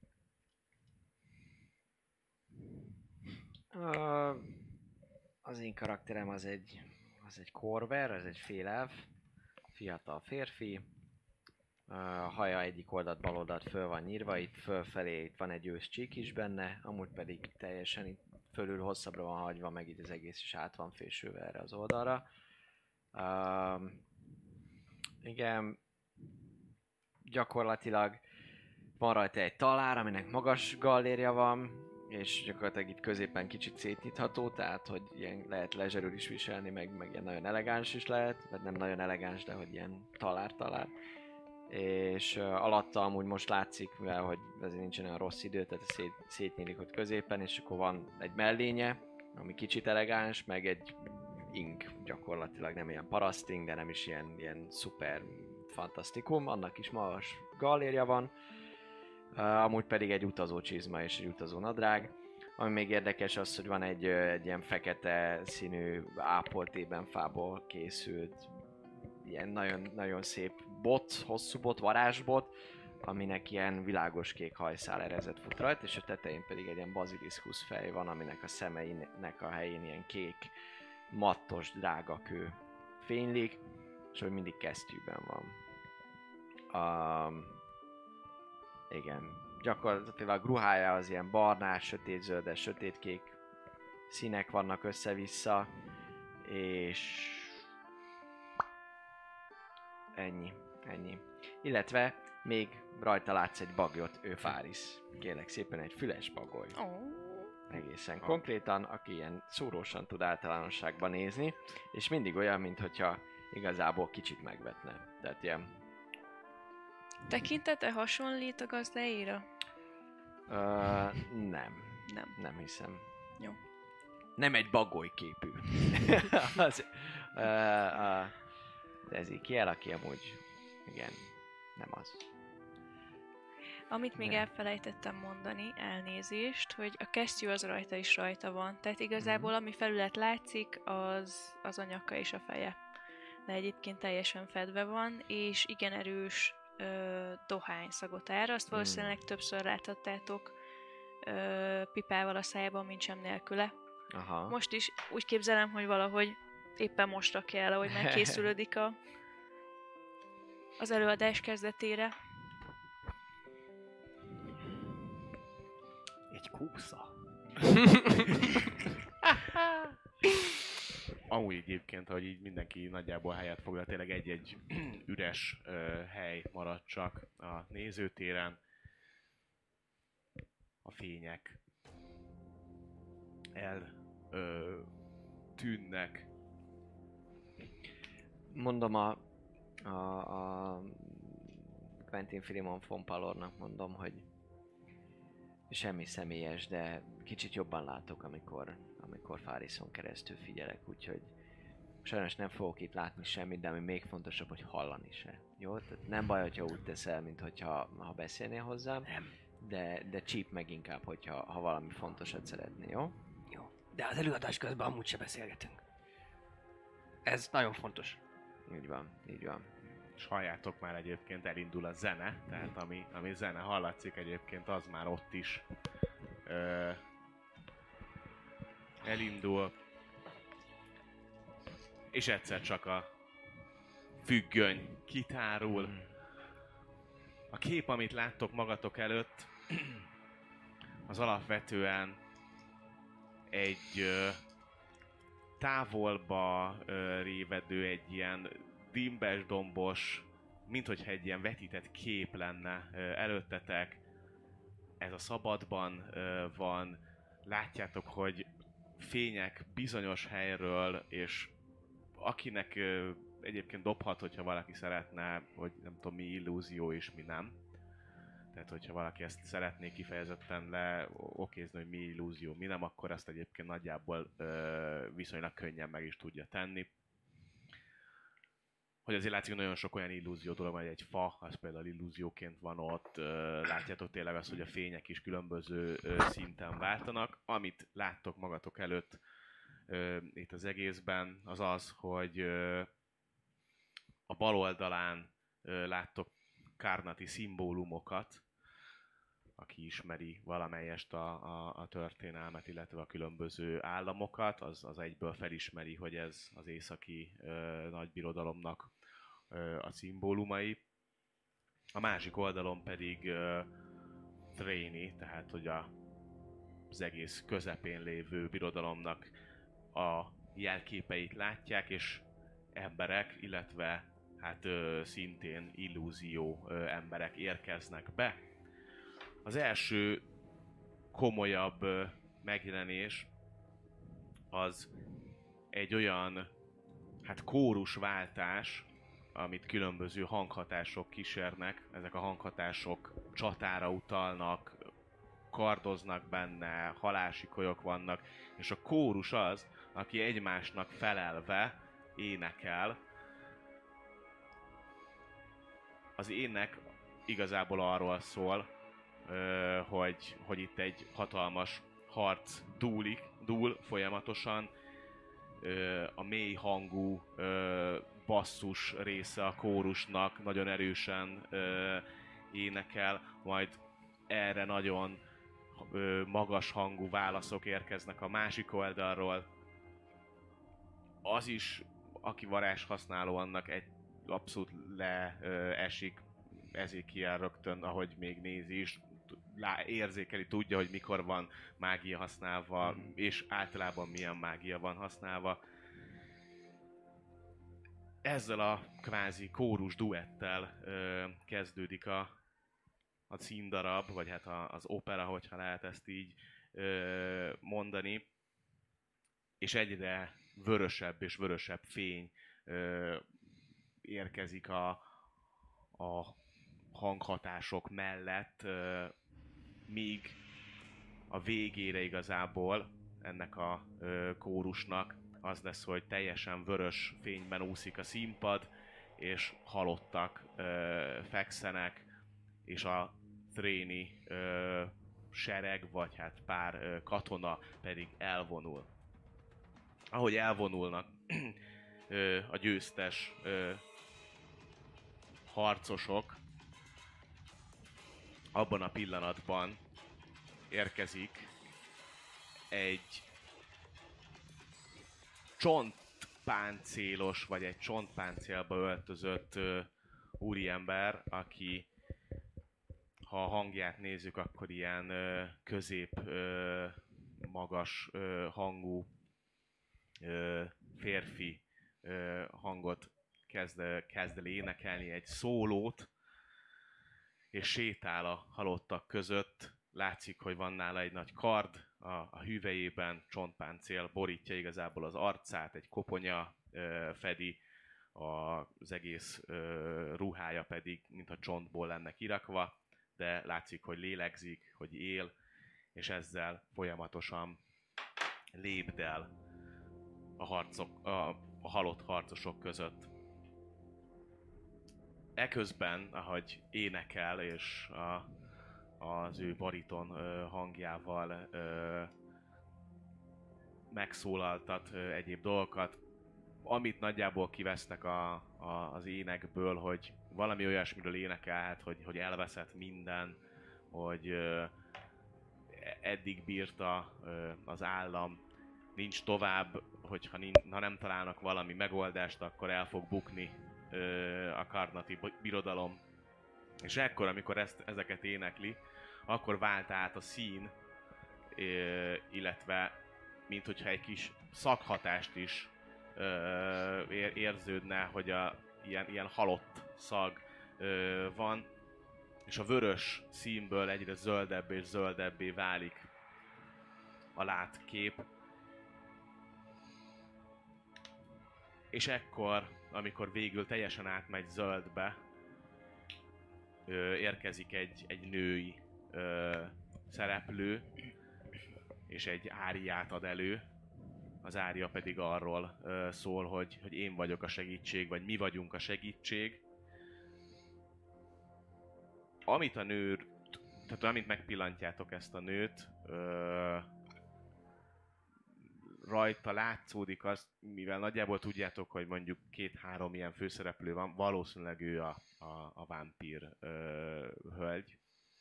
Uh, az én karakterem az egy, az egy korver, az egy félelf, fiatal férfi. A haja egyik oldalt, bal oldalt föl van nyírva, itt fölfelé itt van egy őszcsík is benne, amúgy pedig teljesen itt fölül hosszabbra van hagyva, meg így az egész is át van fésülve erre az oldalra. Uh, igen, gyakorlatilag van rajta egy talár, aminek magas gallérja van, és gyakorlatilag itt középen kicsit szétnyitható, tehát hogy ilyen lehet lezserül is viselni, meg, meg ilyen nagyon elegáns is lehet, vagy nem nagyon elegáns, de hogy ilyen talár-talár. És uh, alatta amúgy most látszik, mivel hogy ezért nincsen olyan rossz idő, tehát szét, szétnyílik ott középen, és akkor van egy mellénye, ami kicsit elegáns, meg egy ing, gyakorlatilag nem ilyen paraszting, de nem is ilyen, ilyen szuper fantasztikum, annak is magas gallérja van, uh, amúgy pedig egy utazó csizma és egy utazó nadrág. Ami még érdekes az, hogy van egy, egy ilyen fekete színű ápolt ébenfából készült ilyen nagyon, nagyon szép bot, hosszú bot, varázsbot, aminek ilyen világos kék hajszál erezet fut rajta, és a tetején pedig egy ilyen baziliszkusz fej van, aminek a szemeinek a helyén ilyen kék, mattos, drága kő fénylik, és hogy mindig kesztyűben van. Um, igen, gyakorlatilag ruhája az ilyen barnás, sötétzöldes, sötétkék színek vannak össze-vissza, és ennyi, ennyi. Illetve még rajta látsz egy bagyot, ő Fáris. Kérlek szépen egy füles bagoly. Oh. Egészen oh. konkrétan, aki ilyen szúrósan tud általánosságban nézni, és mindig olyan, mintha igazából kicsit megvetne. Tehát ilyen... Tekintete hasonlít a gazdáira? Uh, nem. Nem. Nem hiszem. Jó. Nem egy bagoly képű. az, uh, uh, de ez így kiel, aki amúgy, igen, nem az. Amit még nem. elfelejtettem mondani, elnézést, hogy a kesztyű az rajta is rajta van. Tehát igazából mm-hmm. ami felület látszik, az, az a nyaka és a feje. De egyébként teljesen fedve van, és igen erős ö, dohányszagot áraszt. Valószínűleg mm. többször láthattátok ö, pipával a szájában, mint sem nélküle. Aha. Most is úgy képzelem, hogy valahogy éppen most rakja el, ahogy megkészülődik a, az előadás kezdetére. Egy kúsza. Amúgy egyébként, hogy így mindenki nagyjából helyet foglal, tényleg egy-egy üres ö, hely maradt csak a nézőtéren. A fények el ö, tűnnek. Mondom a, a, a Quentin Filimon von Palornak mondom, hogy semmi személyes, de kicsit jobban látok, amikor, amikor Fárison keresztül figyelek, úgyhogy sajnos nem fogok itt látni semmit, de ami még fontosabb, hogy hallani se. Jó? Tehát nem baj, hogyha úgy teszel, mint hogyha ha beszélnél hozzám, nem. De, de csíp meg inkább, hogyha ha valami fontosat szeretné, jó? Jó, de az előadás közben amúgy se beszélgetünk. Ez nagyon fontos. Így van, így van. És halljátok már egyébként elindul a zene, tehát ami, ami zene hallatszik egyébként, az már ott is ö, elindul. És egyszer csak a függöny kitárul. A kép, amit láttok magatok előtt, az alapvetően egy ö, távolba ö, révedő, egy ilyen dimbes, dombos, minthogyha egy ilyen vetített kép lenne ö, előttetek. Ez a szabadban ö, van. Látjátok, hogy fények bizonyos helyről, és akinek ö, egyébként dobhat, hogyha valaki szeretne, hogy nem tudom mi illúzió és mi nem. Tehát, hogyha valaki ezt szeretné kifejezetten leokézni, hogy mi illúzió, mi nem, akkor ezt egyébként nagyjából ö, viszonylag könnyen meg is tudja tenni. Hogy azért látszik, hogy nagyon sok olyan illúzió dolog, hogy egy fa, az például illúzióként van ott. Ö, látjátok tényleg azt, hogy a fények is különböző ö, szinten váltanak. Amit láttok magatok előtt ö, itt az egészben, az az, hogy ö, a bal oldalán ö, láttok kárnati szimbólumokat, aki ismeri valamelyest a, a, a történelmet, illetve a különböző államokat, az, az egyből felismeri, hogy ez az északi ö, nagybirodalomnak ö, a szimbólumai. A másik oldalon pedig ö, Thráni, tehát hogy a, az egész közepén lévő birodalomnak a jelképeit látják, és emberek, illetve hát ö, szintén illúzió ö, emberek érkeznek be. Az első komolyabb ö, megjelenés az egy olyan hát kórusváltás, amit különböző hanghatások kísérnek. Ezek a hanghatások csatára utalnak, kardoznak benne, halásikolyok vannak, és a kórus az, aki egymásnak felelve énekel. Az ének igazából arról szól, hogy, hogy itt egy hatalmas harc dúlik, dúl folyamatosan. A mély hangú basszus része a kórusnak nagyon erősen énekel, majd erre nagyon magas hangú válaszok érkeznek a másik oldalról. Az is, aki varázs használó, annak egy abszolút leesik, Ezekiel rögtön, ahogy még nézi is, lá, érzékeli, tudja, hogy mikor van mágia használva, mm. és általában milyen mágia van használva. Ezzel a kvázi kórus duettel ö, kezdődik a, a címdarab, vagy hát a, az opera, hogyha lehet ezt így ö, mondani, és egyre vörösebb és vörösebb fény ö, érkezik a, a hanghatások mellett, ö, míg a végére igazából ennek a ö, kórusnak az lesz, hogy teljesen vörös fényben úszik a színpad, és halottak ö, fekszenek, és a Thráni ö, sereg, vagy hát pár ö, katona pedig elvonul. Ahogy elvonulnak, ö, a győztes ö, harcosok, abban a pillanatban érkezik egy csontpáncélos, vagy egy csontpáncélba öltözött ö, úriember, aki, ha a hangját nézzük, akkor ilyen ö, közép ö, magas ö, hangú ö, férfi ö, hangot kezd, kezd el énekelni, egy szólót, és sétál a halottak között. Látszik, hogy van nála egy nagy kard a, a hüvelyében, csontpáncél borítja igazából az arcát, egy koponya ö, fedi, az egész ö, ruhája pedig, mintha csontból lenne kirakva, de látszik, hogy lélegzik, hogy él, és ezzel folyamatosan lépdel a, harcok, a, a halott harcosok között. Eközben, ahogy énekel, és a, az ő bariton ö, hangjával ö, megszólaltat ö, egyéb dolgokat, amit nagyjából kivesznek a, a, az énekből, hogy valami olyasmiről énekelhet, hogy, hogy elveszett minden, hogy ö, eddig bírta ö, az állam, nincs tovább, hogyha nincs, ha nem találnak valami megoldást, akkor el fog bukni ö, a karnati birodalom. És ekkor, amikor ezt, ezeket énekli, akkor vált át a szín, ö, illetve mint hogyha egy kis szaghatást is ö, ér, érződne, hogy a, ilyen, ilyen halott szag ö, van, és a vörös színből egyre zöldebb és zöldebbé válik a látkép. És ekkor, amikor végül teljesen átmegy zöldbe, ö, érkezik egy, egy női ö, szereplő, és egy áriát ad elő. Az ária pedig arról ö, szól, hogy, hogy én vagyok a segítség, vagy mi vagyunk a segítség. Amit a nő, tehát amint megpillantjátok ezt a nőt, ö, rajta látszódik az, mivel nagyjából tudjátok, hogy mondjuk két-három ilyen főszereplő van, valószínűleg ő a, a, a vámpír ö, hölgy.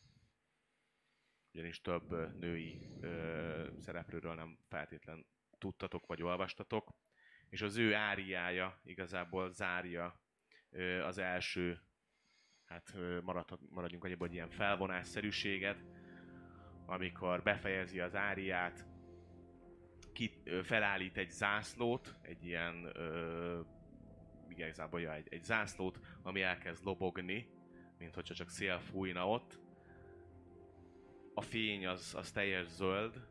Ugyanis több ö, női ö, szereplőről nem feltétlen tudtatok vagy olvastatok. És az ő áriája igazából zárja ö, az első, hát ö, maradhat, maradjunk annyiból, hogy ilyen felvonásszerűséget, amikor befejezi az áriát, ki, ö, felállít egy zászlót, egy ilyen, ö, igazából ja, egy, egy zászlót, ami elkezd lobogni, mint hogyha csak szél fújna ott. A fény az, az teljes zöld,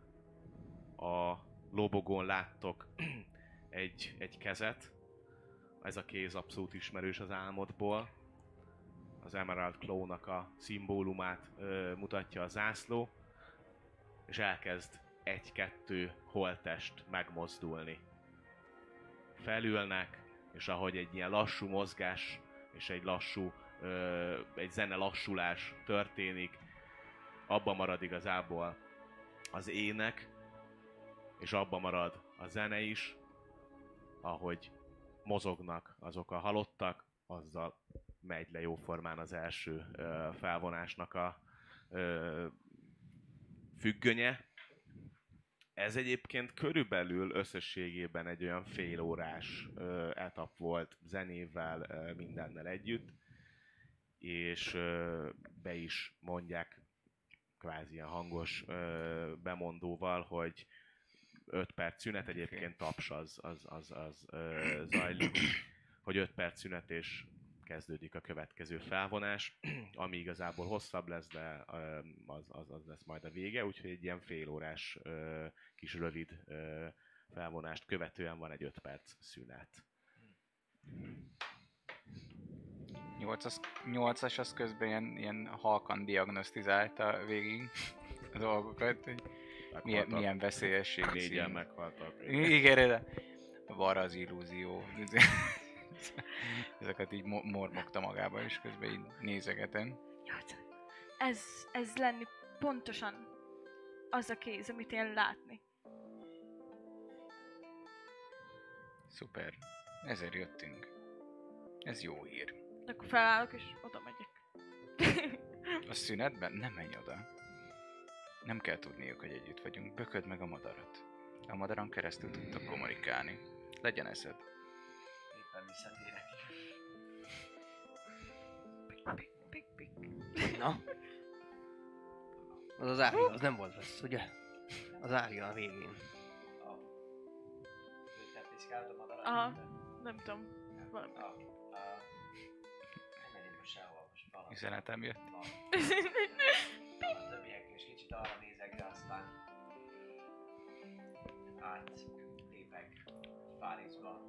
a lobogón láttok egy, egy kezet, ez a kéz abszolút ismerős az álmodból. Az Emerald Claw-nak a szimbólumát ö, mutatja a zászló, és elkezd egy-kettő holttest megmozdulni. Felülnek, és ahogy egy ilyen lassú mozgás és egy lassú, ö, egy zene lassulás történik, abban marad igazából az ének, és abban marad a zene is, ahogy mozognak azok a halottak, azzal megy le jóformán az első ö, felvonásnak a ö, függönye. Ez egyébként körülbelül összességében egy olyan fél órás ö, etap volt zenével, ö, mindennel együtt, és ö, be is mondják kvázi ilyen hangos ö, bemondóval, hogy öt perc szünet, egyébként taps az, az, az, az ö, zajlik, hogy öt perc szünet és kezdődik a következő felvonás, ami igazából hosszabb lesz, de ö, az, az, az lesz majd a vége, úgyhogy egy ilyen fél órás ö, kis rövid ö, felvonást követően van egy öt perc szünet. nyolcas, nyolcas az közben ilyen, ilyen halkan diagnosztizálta végig a dolgokat, hogy milyen, milyen veszélyesség. Négyen meghaltak. Igen, de var az illúzió. Ezeket így mormogta magába, és közben így nézegetem. Ez, ez lenni pontosan az a kéz, amit én látni. Szuper. Ezért jöttünk. Ez jó hír. Akkor felállok és oda megyek. A szünetben? Nem menj oda. Nem kell tudniuk, hogy együtt vagyunk. Bököd meg a madarat. A madaron keresztül tudtak kommunikálni. Legyen eszed. Éppen visszatérek. Pik, pik, pik. Na? Az az ária, az nem volt rossz, ugye? Az ária a végén. Te piszkált a madarat? Aha, nem tudom. Valami. A, a, nem megyünk most sehol, most valami. Üzenetem jött. A többiek is kicsit arra nézek, de aztán átlépek Fárizba.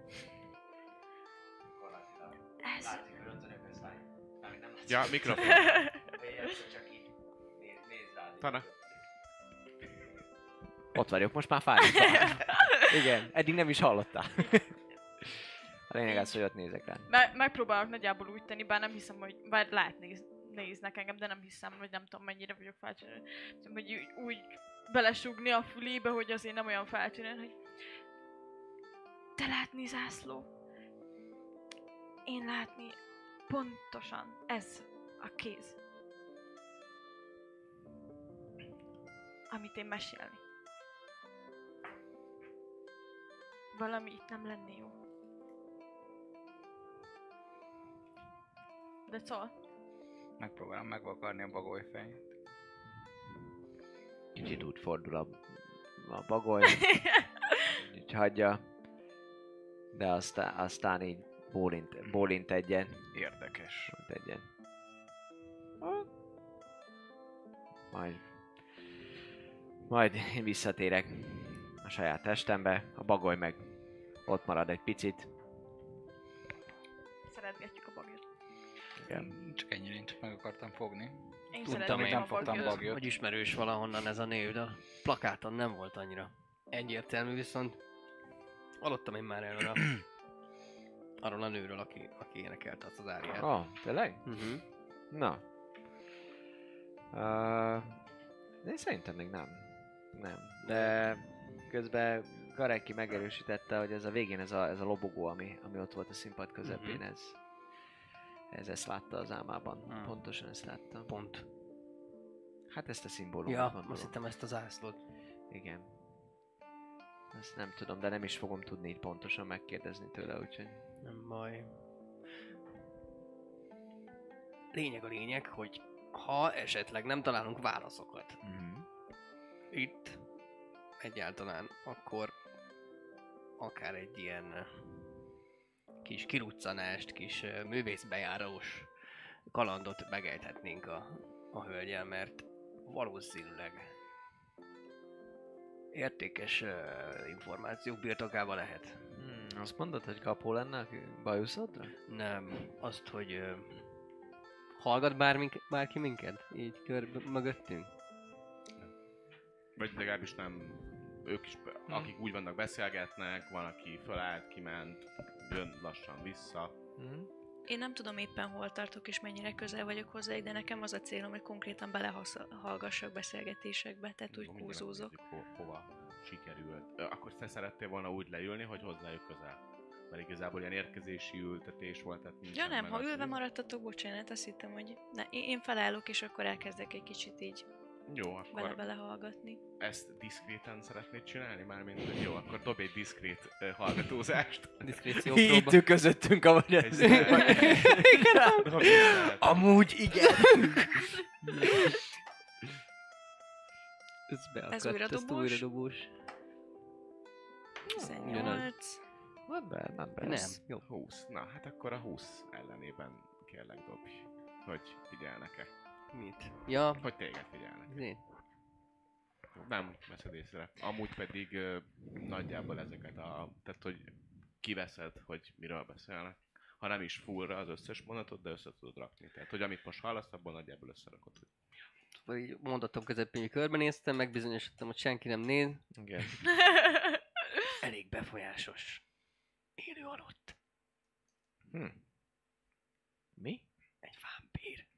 Gyakorlatilag Ez... látszik, hogy ott a közlány. Nem, nem látszik. Ja, mikrofon. Vagy egyszer csak így néz, néz rád. Tana. Ott vagyok, most már Fárizba. Igen, eddig nem is hallottál. A lényeg az, hogy ott nézek rá. Me- megpróbálok nagyjából úgy tenni, bár nem hiszem, hogy... Bár lát néz, néznek engem, de nem hiszem, hogy nem tudom mennyire vagyok feltűnő. Hiszem, hogy úgy, úgy belesugni a fülébe, hogy azért nem olyan feltűnő, hogy... Te látni zászló? Én látni pontosan ez a kéz. Amit én mesélni. valami itt nem lenni jó. De szól. Megpróbálom megvakarni a bagoly fejét. Kicsit úgy fordul a, a bagoly, így hagyja, de aztán, aztán így bólint, bólint egyen. Érdekes. Bólint egyen. Majd, majd én visszatérek a saját testembe, a bagoly meg ott marad egy picit. Szeretgetjük a bagyot. Igen. Csak ennyire, én csak meg akartam fogni. Én Tudtam, szeretem én nem a fogtam bagyot. bagyot. Hogy ismerős valahonnan ez a név, de a plakáton nem volt annyira egyértelmű, viszont hallottam én már erről a, arról a nőről, aki, aki énekelte azt az áriát. Ah, tényleg? Uh-huh. Na. Uh, de én szerintem még nem. Nem. De közben Gareki megerősítette, hogy ez a végén ez a, ez a lobogó, ami, ami ott volt a színpad közepén, Mhm. ez, ez ezt látta az álmában. Hmm. Pontosan ezt látta. Pont. Hát ezt a szimbólumot Ja, gondolom. azt hittem ezt a zászlót. Igen. Ezt nem tudom, de nem is fogom tudni így pontosan megkérdezni tőle, úgyhogy... Nem baj. Lényeg a lényeg, hogy ha esetleg nem találunk válaszokat Mm-hmm. itt egyáltalán, akkor akár egy ilyen kis kiruccanást, kis ö, művészbejárós kalandot megejthetnénk a, a hölgyel, mert valószínűleg értékes uh, információk birtokában lehet. Hmm, azt mondod, hogy kapó lenne a bajuszodra? Nem, azt, hogy uh, hallgat bármink, bárki minket? Így körbe mögöttünk? Vagy legalábbis nem, ők is, akik úgy vannak, beszélgetnek, van, aki fölállt, kiment, jön lassan vissza. Mm. Én nem tudom éppen hol tartok és mennyire közel vagyok hozzájuk, de nekem az a célom, hogy konkrétan belehallgassak beszélgetésekbe, tehát úgy Mindig húzózok. megnézzük, ho- hova sikerült. Ö, Akkor te szerettél volna úgy leülni, hogy hozzájuk közel? Mert igazából ilyen érkezési ültetés volt, tehát Ja nincsen nem, meg ha az, ülve hogy- maradtatok, bocsánat, azt hittem, hogy ne, én én felállok, és akkor elkezdek egy kicsit így Jó, akkor bele-bele hallgatni. ezt diszkréten szeretnéd csinálni? Mármint, hogy jó, akkor dobj egy diszkrét uh, hallgatózást. Diszkréció Itt próba. ül közöttünk, ahogy ez... Dobj egy- Amúgy igen! Ez beakadt, Ez újra ezt dobós? újra dobós. tizennyolc. Not bad, not bad. Nem, jó. húsz. Na, hát akkor a húsz ellenében kérlek dobj, hogy figyelnek-e. Mit? Ja, Hogy téged figyelnek. én. Nem veszed észre. Amúgy pedig ö, nagyjából ezeket a... Tehát, hogy kiveszed, hogy miről beszélnek. Ha nem is fullra az összes mondatot, de össze tudod rakni. Tehát, hogy amit most hallasz, abból nagyjából összerakod. Hogy... Vagy így mondatom közepén, hogy körbenéztem, megbizonyosodtam, hogy senki nem néz. Igen. Elég befolyásos. Élő halott. Hm. Mi? Egy vámpír.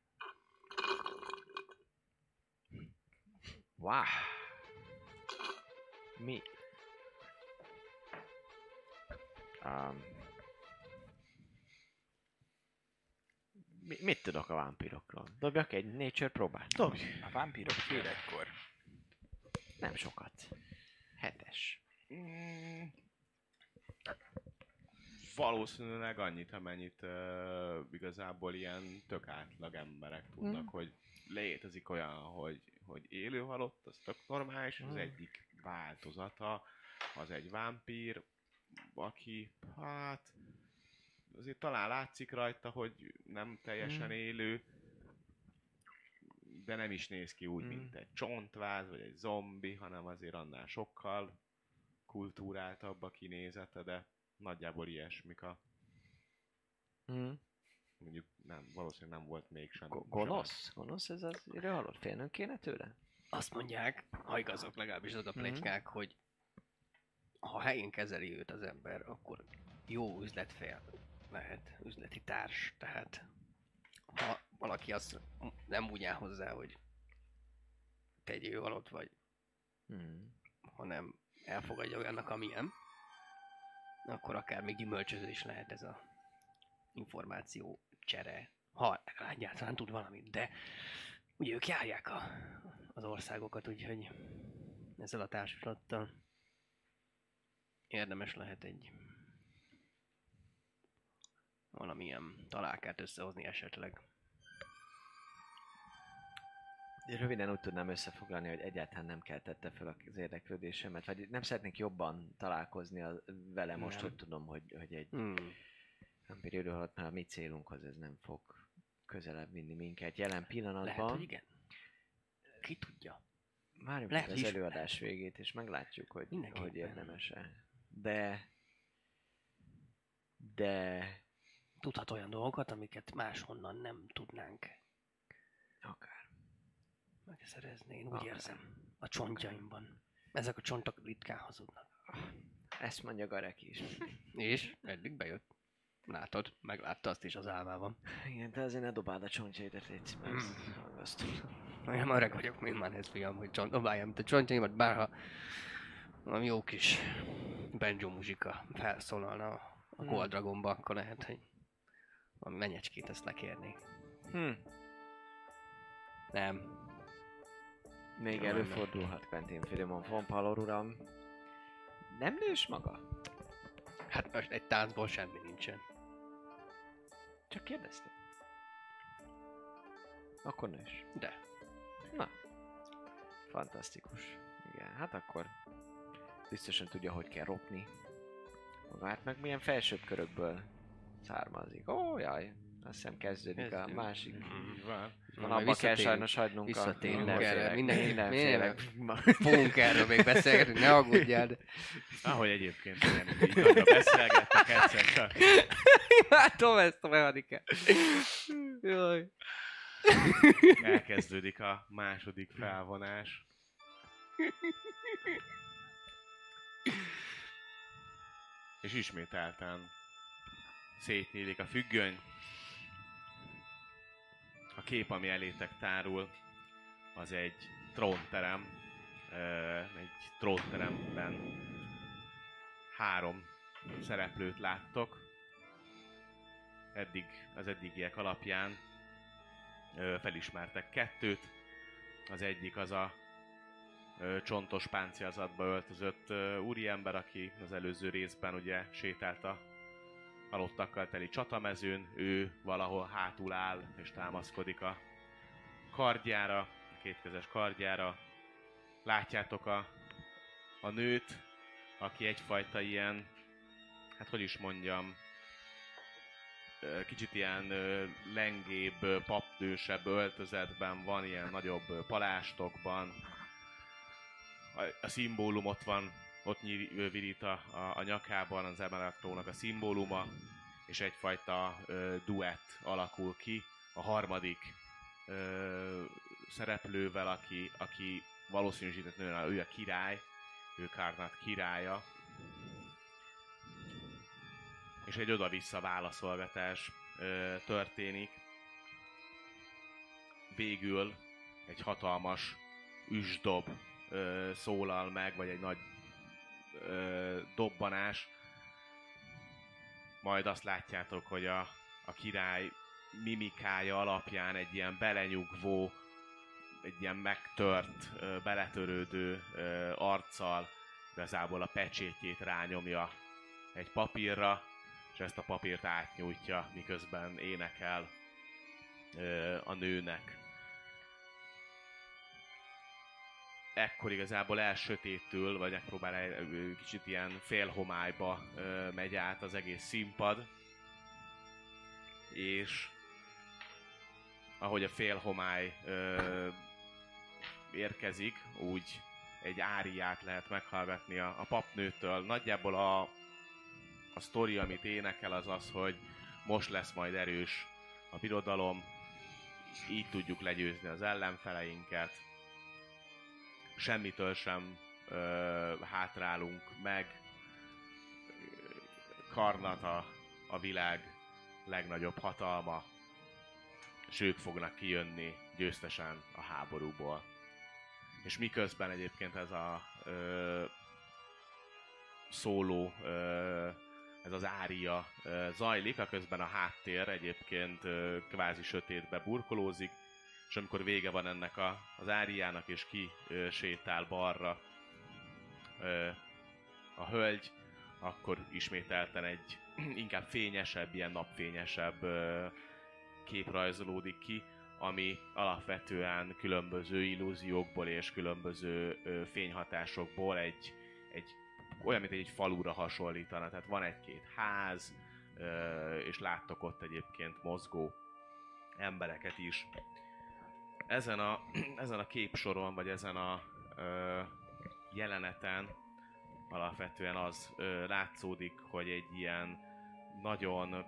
Wow. Mi? Um, mi? Mit tudok a vámpírokról? Dobjak egy nature próbát? Dobj! A vámpírok félekkor. Nem sokat. Hetes. Mm, valószínűleg annyit, amennyit uh, igazából ilyen tök átlag emberek tudnak, Mm. hogy létezik olyan, hogy, hogy élő halott, az tök normális, az Mm. egyik változata, az egy vámpír, aki, hát, azért talán látszik rajta, hogy nem teljesen Mm. élő, de nem is néz ki úgy, Mm. mint egy csontváz, vagy egy zombi, hanem azért annál sokkal kultúráltabb a kinézete, de nagyjából ilyesmik a... Mm. Mondjuk nem, valószínűleg nem volt még sem. Go- gonosz? Gonosz ez az ide halott? Félnünk kéne tőle? Azt mondják, ha igazok legalábbis azok a pletykák, hogy ha helyén kezeli őt az ember, akkor jó üzletfél lehet, üzleti társ. Tehát ha valaki azt nem úgy áll hozzá, hogy tegyél alatt vagy, Mm. hanem elfogadja olyannak, amilyen, akkor akár még gyümölcsöző is lehet ez a információ csere. Ha egyáltalán tud valamit, de ugye ők járják a, az országokat, úgyhogy ezzel a társulattal érdemes lehet egy valamilyen találkát összehozni esetleg. Röviden úgy tudnám összefoglalni, hogy egyáltalán nem keltette fel az érdeklődésemet, vagy nem szeretnék jobban találkozni a, vele most, nem. Hogy tudom, hogy, hogy egy hmm. periódus alatt már a mi célunkhoz ez nem fog közelebb vinni minket. Jelen pillanatban... Lehet, hogy igen. Ki tudja. Várjuk meg az előadás végét, és meglátjuk, hogy, hogy érdemes-e. De... De... Tudhat olyan dolgokat, amiket máshonnan nem tudnánk. Akár. Megszerezni, én úgy Akár. érzem. A csontjaimban. Ezek a csontok ritkán hazudnak. Ezt mondja Garek is. És? Eddig bejött. Látod, meglátta azt is az álmában. Igen, de azért ne dobáld a csontjaidat, légy szíves. Mm. Olyan öreg vagyok, mint már ez fiam, hogy csont, dobáljam a csontjaimat, bárha valami jó kis banjo muzsika felszólalna a Gold Dragonba, akkor lehet, hogy valami menyecskét ezt lekérnék. Hm. Nem. Még Jó, előfordulhat Quentin Filimon von Palor uram. Nem nős maga? Hát most egy táncból semmi nincsen. Csak kérdeztem. Akkor nős. De. Na. Fantasztikus. Igen, hát akkor biztosan tudja, hogy kell ropni magát, meg milyen felsőbb körökből származik. Ó, jaj. Azt hiszem kezdődik a másik. Van. Van, abba kell sajnos hagynunk visszatérünk a erre. mindenféle. Fogunk erről még beszélgetni, ne aggódjál. De... Ahogy egyébként nem így nagyra beszélgettek egyszer csak. Imádom ezt a mechanikát. Jaj. Elkezdődik a második felvonás. És ismételten szétnyílik a függöny. A kép, ami elétek tárul, az egy trónterem. Egy trónteremben három szereplőt láttok. Eddig, az eddigiek alapján felismertek kettőt. Az egyik az a csontos páncélzatba öltözött úriember, aki az előző részben ugye sétált a halottakkal teli csatamezőn, ő valahol hátul áll és támaszkodik a kardjára, a kétkezes kardjára. Látjátok a, a nőt, aki egyfajta ilyen, hát hogy is mondjam, kicsit ilyen lengébb, papnősebb öltözetben van, ilyen nagyobb palástokban. A, a szimbólum ott van, ott virít a, a, a nyakában az Emerald a szimbóluma, és egyfajta ö, duett alakul ki a harmadik ö, szereplővel, aki, aki valószínűsített nőn, ő a király, ő Karnat királya. És egy oda-vissza válaszolgatás ö, történik. Végül egy hatalmas üsdob ö, szólal meg, vagy egy nagy ö, dobbanás. Majd azt látjátok, hogy a, a király mimikája alapján egy ilyen belenyugvó, egy ilyen megtört, ö, beletörődő ö, arccal igazából a pecsétjét rányomja egy papírra, és ezt a papírt átnyújtja, miközben énekel ö, a nőnek. Ekkor igazából elsötétül, vagy megpróbál egy kicsit ilyen félhomályba ö, megy át az egész színpad. És ahogy a félhomály ö, érkezik, úgy egy áriát lehet meghallgatni a, a papnőtől. Nagyjából a, a sztori, amit énekel, az az, hogy most lesz majd erős a birodalom, így tudjuk legyőzni az ellenfeleinket, semmitől sem ö, hátrálunk meg, Karnat a, a világ legnagyobb hatalma, és ők fognak kijönni győztesen a háborúból. És miközben egyébként ez a ö, szóló, ö, ez az ária ö, zajlik, aközben a háttér egyébként ö, kvázi sötétbe burkolózik, és amikor vége van ennek a, az áriának, és ki ö, sétál balra ö, a hölgy, akkor ismételten egy inkább fényesebb, ilyen napfényesebb ö, kép rajzolódik ki, ami alapvetően különböző illúziókból és különböző ö, fényhatásokból egy, egy olyan, mint egy falura hasonlítana. Tehát van egy-két ház, ö, és láttok ott egyébként mozgó embereket is. Ezen a, ezen a képsoron, vagy ezen a ö, jeleneten alapvetően az ö, látszódik, hogy egy ilyen nagyon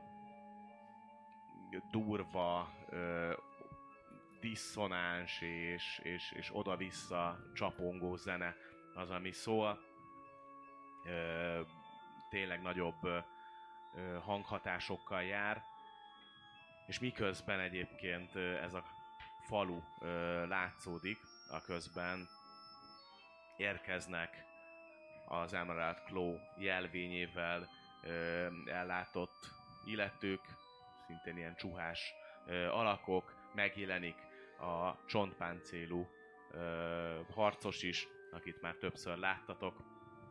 durva, ö, diszonáns és, és, és oda-vissza csapongó zene az, ami szól. Ö, tényleg nagyobb ö, hanghatásokkal jár, és miközben egyébként ez a falu ö, látszódik, a közben érkeznek az Emerald Claw jelvényével ö, ellátott illetők, szintén ilyen csuhás ö, alakok, megjelenik a csontpáncélú ö, harcos is, akit már többször láttatok.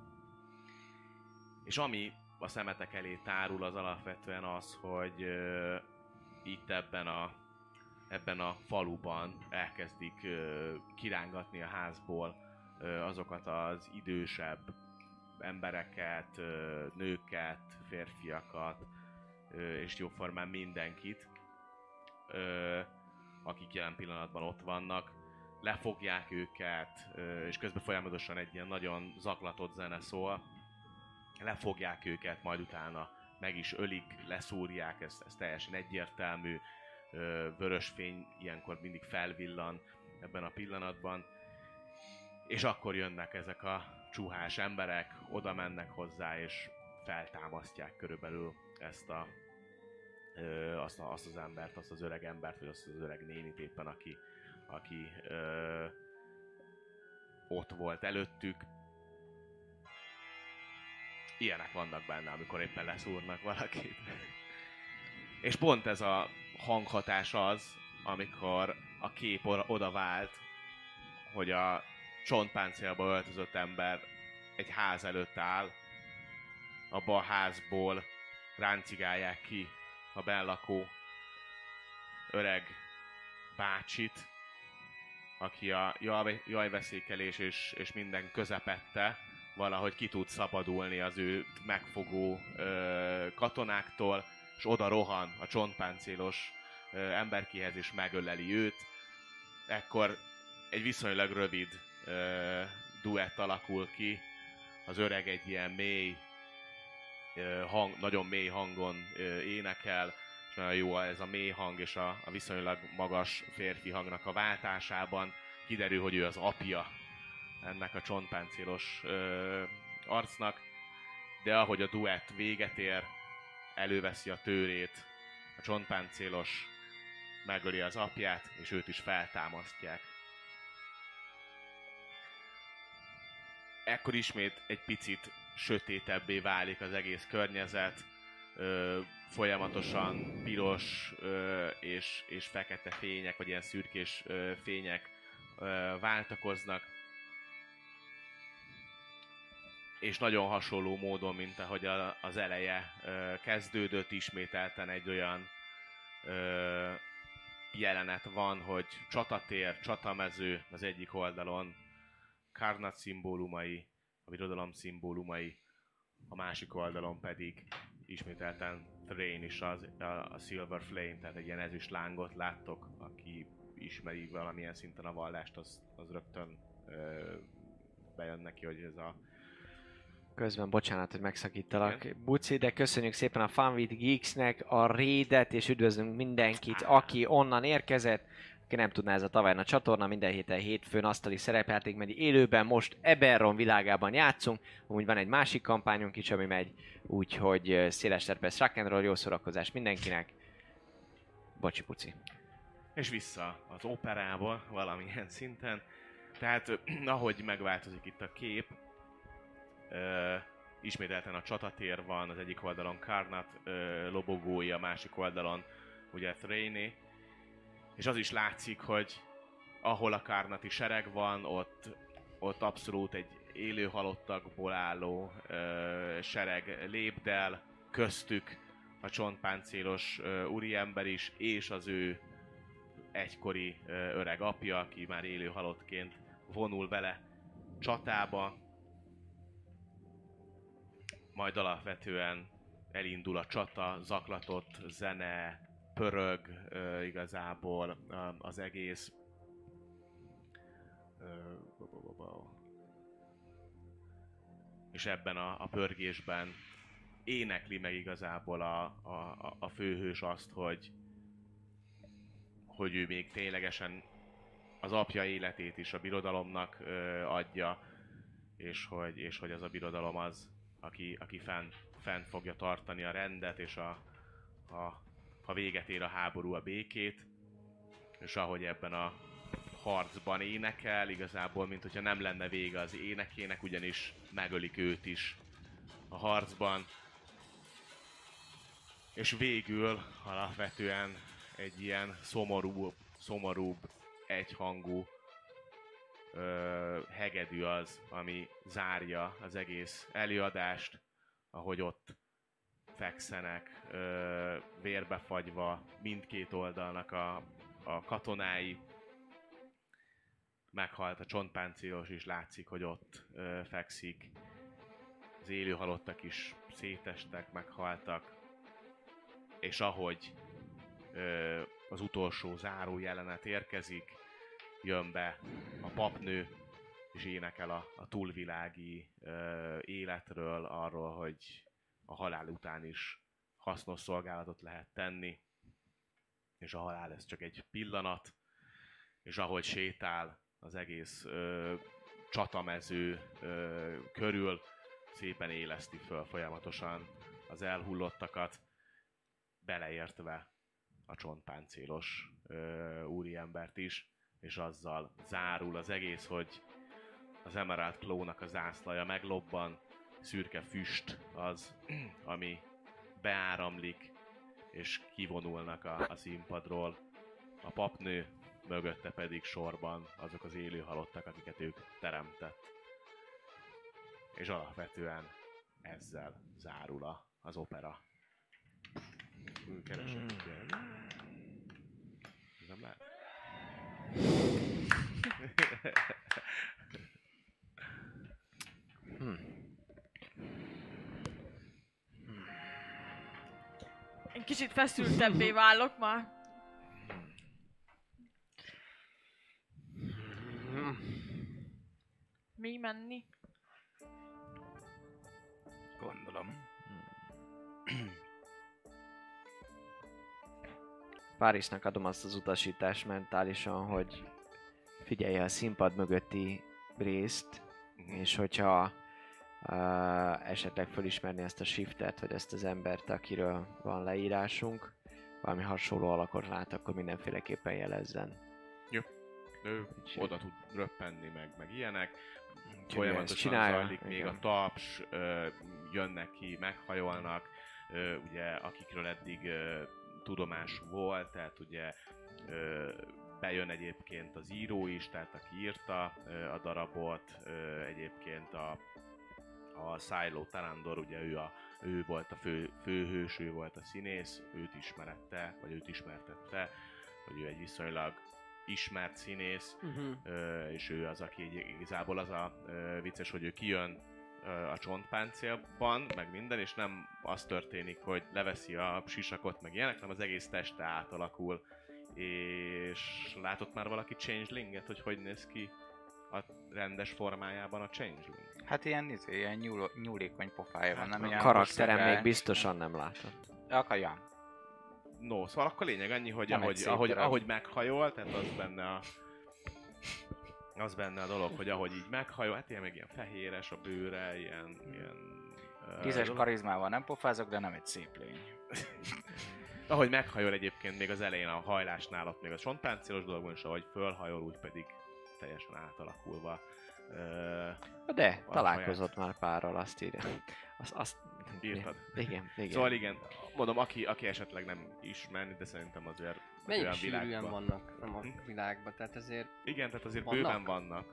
És ami a szemetek elé tárul, az alapvetően az, hogy ö, itt ebben a, ebben a faluban elkezdik ö, kirángatni a házból ö, azokat az idősebb embereket, ö, nőket, férfiakat, ö, és jóformán mindenkit, ö, akik jelen pillanatban ott vannak. Lefogják őket, ö, és közben folyamatosan egy ilyen nagyon zaklatott zene szól. Lefogják őket, majd utána meg is ölik, leszúrják, ez, ez teljesen egyértelmű. Ö, vörös fény ilyenkor mindig felvillan ebben a pillanatban. És akkor jönnek ezek a csuhás emberek, oda mennek hozzá, és feltámasztják körülbelül ezt a, ö, azt, a, azt az embert, azt az öreg embert, vagy azt az öreg nénit éppen, aki, aki ö, ott volt előttük. Ilyenek vannak benne, amikor éppen leszúrnak valakit. És pont ez a hanghatás az, amikor a kép oda vált, hogy a csontpáncélba öltözött ember egy ház előtt áll. Abba a házból ráncigálják ki a bennlakó öreg bácsit, aki a jaj, jajveszékelés és, és minden közepette valahogy ki tud szabadulni az őt megfogó ö, katonáktól, és oda rohan a csontpáncélos ö, emberkihez, és megöleli őt. Ekkor egy viszonylag rövid ö, duett alakul ki, az öreg egy ilyen mély, ö, hang, nagyon mély hangon ö, énekel, és nagyon jó ez a mély hang és a, a viszonylag magas férfi hangnak a váltásában. Kiderül, hogy ő az apja ennek a csontpáncélos ö, arcnak, de ahogy a duett véget ér, előveszi a tőrét, a csontpáncélos megöli az apját, és őt is feltámasztják. Ekkor ismét egy picit sötétebbé válik az egész környezet, ö, folyamatosan piros ö, és, és fekete fények, vagy ilyen szürkés ö, fények ö, váltakoznak. És nagyon hasonló módon, mint ahogy a, az eleje ö, kezdődött, ismételten egy olyan ö, jelenet van, hogy csatatér, csatamező az egyik oldalon, Karnat szimbólumai, a birodalom szimbólumai, a másik oldalon pedig ismételten Thrain is az, a, a Silver Flame, tehát egy ilyen ezüst lángot láttok, aki ismeri valamilyen szinten a vallást, az, az rögtön ö, bejön neki, hogy ez a Közben bocsánat, hogy megszakítalak, igen. Buci, de köszönjük szépen a Fun with Geeksnek a raidet, és üdvözlünk mindenkit, aki onnan érkezett. Aki nem tudná, ez a Taverna csatorna, minden héten hétfőn asztali szerepjáték megy élőben, most Eberron világában játszunk, úgy van egy másik kampányunk is, ami megy, úgyhogy széles terpes rock and roll, jó szórakozás mindenkinek. Bocsi Puci. És vissza az operába valamilyen szinten, tehát ahogy megváltozik itt a kép, Uh, ismételten a csatatér van, az egyik oldalon Karnat uh, lobogói, a másik oldalon ugye Thrainé, és az is látszik, hogy ahol a Karnati sereg van, ott, ott abszolút egy élő halottakból álló ö, sereg lépdel, köztük a csontpáncélos ö, úriember is, és az ő egykori ö, öreg apja, aki már élő halottként vonul vele csatába. Majd alapvetően elindul a csata, zaklatott zene, pörög ö, igazából ö, az egész. Ö, és ebben a, a pörgésben énekli meg igazából a, a, a főhős azt, hogy, hogy ő még ténylegesen az apja életét is a birodalomnak ö, adja, és hogy, és hogy az a birodalom az, aki, aki fenn, fenn fogja tartani a rendet, és a, a, ha véget ér a háború, a békét, és ahogy ebben a harcban énekel, igazából, mint hogyha nem lenne vége az énekének, ugyanis megölik őt is a harcban. És végül alapvetően egy ilyen szomorú, szomorúbb, egyhangú ö, hegedű az, ami zárja az egész előadást, ahogy ott fekszenek, ö, vérbefagyva mindkét oldalnak a, a katonái. Meghalt a csontpáncélos is, látszik, hogy ott ö, fekszik. Az élő halottak is szétestek, meghaltak. És ahogy ö, az utolsó záró jelenet érkezik, jön be a papnő, és énekel a, a túlvilági ö, életről, arról, hogy a halál után is hasznos szolgálatot lehet tenni, és a halál ez csak egy pillanat, és ahogy sétál az egész ö, csatamező ö, körül, szépen éleszti föl folyamatosan az elhullottakat, beleértve a csontpáncélos ö, úriembert is, és azzal zárul az egész, hogy az Emerald Claw-nak a zászlaja meglobban, szürke füst az, ami beáramlik, és kivonulnak a, a színpadról. A papnő, mögötte pedig sorban azok az élő halottak, akiket ők teremtett. És alapvetően ezzel zárul a, az opera. Keresek. Ez nem lehet? Hmm. Egy kicsit feszültebbé válok már. Mi menni? Gondolom. Párizsnak adom azt az utasítást mentálisan, hogy figyelje a színpad mögötti részt, és hogyha uh, esetleg felismerni ezt a shiftet, vagy ezt az embert, akiről van leírásunk, valami hasonló alakot lát, akkor mindenféleképpen jelezzen. Jó. Ő oda tud röppenni, meg, meg ilyenek. Úgyhogy Folyamatosan csinálja, zajlik még igen. a taps, ö, jönnek ki, meghajolnak, ö, ugye akikről eddig ö, tudomás volt, tehát ugye ö, bejön egyébként az író is, tehát aki írta ö, a darabot, ö, egyébként a, a Silo Tarandor, ugye ő, a, ő volt a fő, főhős, ő volt a színész, őt ismerette, vagy őt ismertette, hogy ő egy viszonylag ismert színész, uh-huh. ö, és ő az, aki igazából az a ö, vicces, hogy ő kijön ö, a csontpáncélban, meg minden, és nem az történik, hogy leveszi a sisakot, meg ilyenek, hanem az egész teste átalakul. És látott már valaki Changelinget, hogy hogy néz ki a rendes formájában a Changeling? Hát ilyen, izé, ilyen nyúl, nyúlékony pofája van, nem A ilyen karakterem hosszú, még biztosan nem látott. Akaján. No, szóval akkor lényeg annyi, hogy Nem egy ahogy, szép ahogy, darab. ahogy meghajol, tehát az benne a az benne a dolog, hogy ahogy így meghajol, hát ilyen meg ilyen fehéres a bőre, ilyen... ilyen Tízes uh, karizmával nem pofázok, de nem egy szép lény. ahogy meghajol egyébként még az elején a hajlásnál, ott még a csontpáncélos dologban, és ahogy fölhajol, úgy pedig teljesen átalakulva. Uh, De, találkozott már párral, azt írja. Azt, azt... Írtad? Igen, igen. Szóval igen, mondom, aki, aki esetleg nem ismerni, de szerintem azért Melyik olyan sűrűen világban. vannak, nem a Hm? világban, tehát ezért... Igen, tehát azért Vannak? bőven vannak.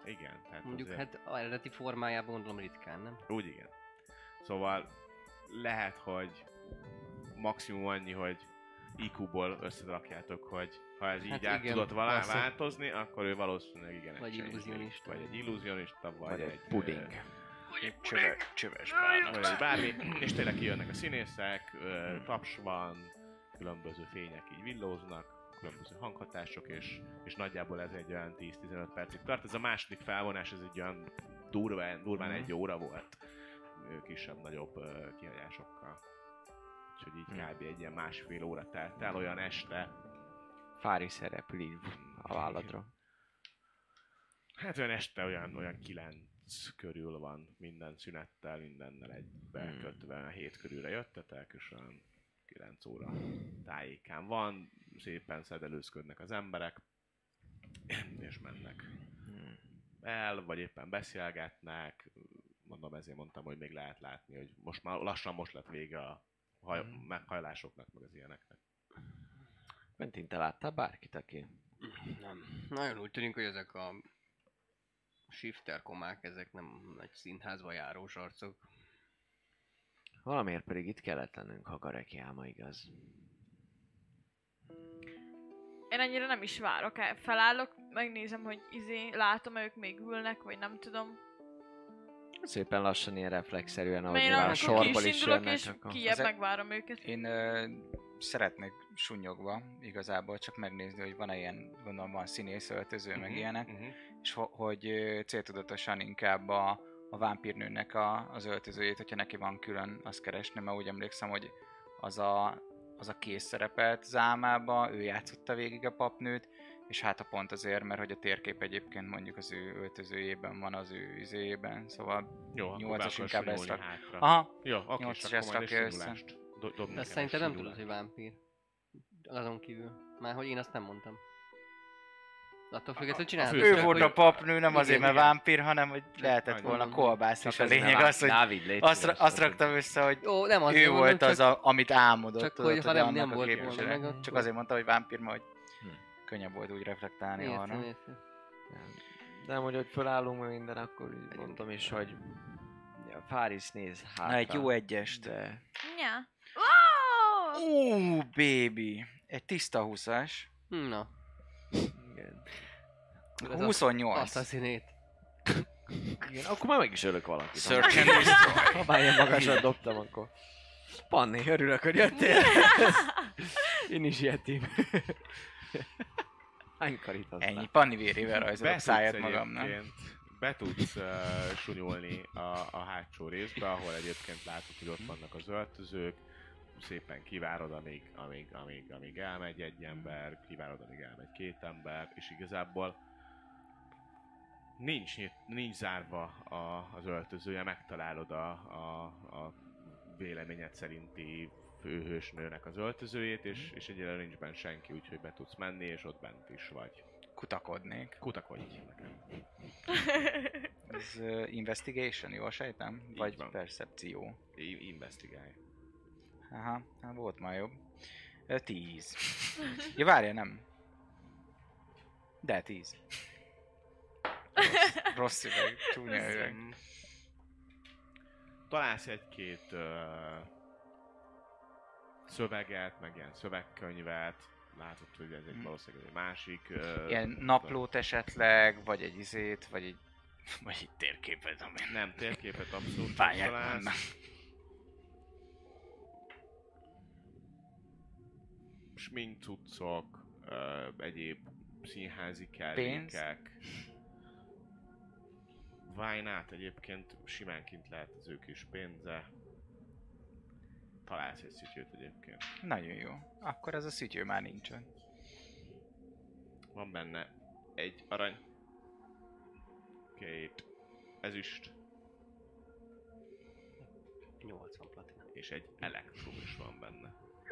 Igen. Tehát Mondjuk azért... hát a eredeti formájában gondolom ritkán, nem? Úgy igen. Szóval lehet, hogy maximum annyi, hogy í kú-ból összerakjátok, hogy ha ez így Hát át igen, tudott valá persze. változni, akkor ő valószínűleg igen egy Vagy changeling, illúzionista. Vagy egy illúzionista, vagy, Vagy egy egy puding. Egy csöves, csöves bálna. Vagy egy bármi, és tényleg kijönnek a színészek, ö, taps van, különböző fények így villóznak, különböző hanghatások, és, és nagyjából ez egy olyan tíz-tizenöt percig tart. Ez a második felvonás, ez egy olyan durván, durván egy óra volt, kisebb-nagyobb ö, kihagyásokkal. Úgyhogy így kb. Egy ilyen másfél óra telt el, olyan este. Fári szerepül így a válladra. Hát olyan este olyan, olyan kilenc körül van, minden szünettel, mindennel egybekötve, hmm. hét körülre jöttetek, és olyan kilenc óra tájékán van, szépen szedelőzködnek az emberek, és mennek hmm. el, vagy éppen beszélgetnek. Mondom, ezért mondtam, hogy még lehet látni, hogy most már lassan most lett vége a haj- hmm. meghajlásoknak, meg az ilyeneknek. Quentin, te láttál bárkit, aki? Nem. Nagyon úgy tűnik, hogy ezek a shifter komák, ezek nem nagy színházba járós arcok. Valamiért pedig itt kellett lennünk, ha Gareki álma igaz. Én ennyire nem is várok el. Felállok, megnézem, hogy izé, látom-e ők még ülnek, vagy nem tudom. Szépen lassan, ilyen reflexzerűen, ahogy Mert én nyilván amikor ki sorból is is indulok, jönnek. és Akkor... kijebb Ezek- megvárom őket. Én ö, szeretnék sunnyogva igazából csak megnézni, hogy van-e ilyen, gondolom van színész öltöző, uh-huh, meg ilyenek, uh-huh. és ho- hogy ö, céltudatosan inkább a, a vámpírnőnek a, az öltözőjét, hogyha neki van külön, azt keresni, mert úgy emlékszem, hogy az a, az a kész szerepelt Zámába, ő játszotta végig a papnőt, és hát a pont azért, mert hogy a térkép egyébként mondjuk az ő öltözőjében van, az ő izéjében, szóval Jó, nyolcas inkább ezt rak. hátra. Aha, Jó, oké, nyolcas és akkor ezt majd egy rakja össze. sunyolást. Do- dob De nekem azt egy szerintem nem sunyolást. tudod, hogy vámpír. Azon kívül. Már hogy én azt nem mondtam. Attól függetlenül csinálod. fő- Ő Csak, volt hogy- a papnő, nem Igen, azért, mert igen. vámpír, hanem hogy lehetett Majd volna mondom. kolbász, és a ez ne lényeg vá- az, hogy Dávid, légy azt, szíves, azt hogy- raktam össze, hogy Jó, nem az ő mondom, volt csak, az, a, amit álmodott. csak tudod, hogy ha nem- annak nem a volt volna képvisele. meg, akkor- Csak azért mondta, hogy vámpír, mert hogy Hm. könnyebb volt úgy reflektálni értem, arra. értem. De amúgy, hogy fölállunk meg minden, akkor így mondom is, hogy ja, Fáris néz hátra. Na, egy jó egyest. De Ja. Wow! Ú, baby! Egy tiszta húszas. Na, igen. huszonnyolc. azt a színét. igen. Akkor már meg is ölök valakit. Search and destroy. Ha már ilyen magasat dobtam, akkor... Panni, örülök, hogy jöttél. Én is ilyetím. Hány karit használ? Ennyi, Panni vérével rajzolok Be tudsz száját magamnak. egyébként, be tudsz uh, sunyolni a, a hátsó részbe, ahol egyébként látod, hogy ott vannak az öltözők, szépen kivárod, amíg, amíg, amíg, amíg elmegy egy ember, kivárod, amíg elmegy két ember, és igazából nincs, nyit- nincs zárva a, az öltözője, megtalálod a, a, a véleményed szerinti főhősnőnek az öltözőjét, és, és egyelőre nincs benne senki, úgyhogy be tudsz menni, és ott bent is vagy. Kutakodnék. Kutakodj nekem. Ez uh, investigation, jól sejtem? Így Vagy van. percepció? I- investigálj. Aha, hát volt már jobb. Ö, tíz. Ja, várja, nem. De tíz. Rossz, rossz üveg, csúnya üveg. Találsz egy-két uh, szöveget, meg ilyen szövegkönyvet. Látod, hogy ez egy valószínűleg egy másik... Uh, Ilyen naplót esetleg, vagy egy izét, vagy egy, vagy egy térképet, ami Nem, térképet abszolút nem pályák találsz. vannak. Sminkcuccok, uh, egyéb színházi kellékek. Vájnát egyébként simán kint lehet az ő kis pénze. Találsz egy szütyőt egyébként. Nagyon jó. Akkor ez a szütyő már nincsen. Van benne egy arany, két ezüst nyolcvan platina. és egy elektrum is van benne.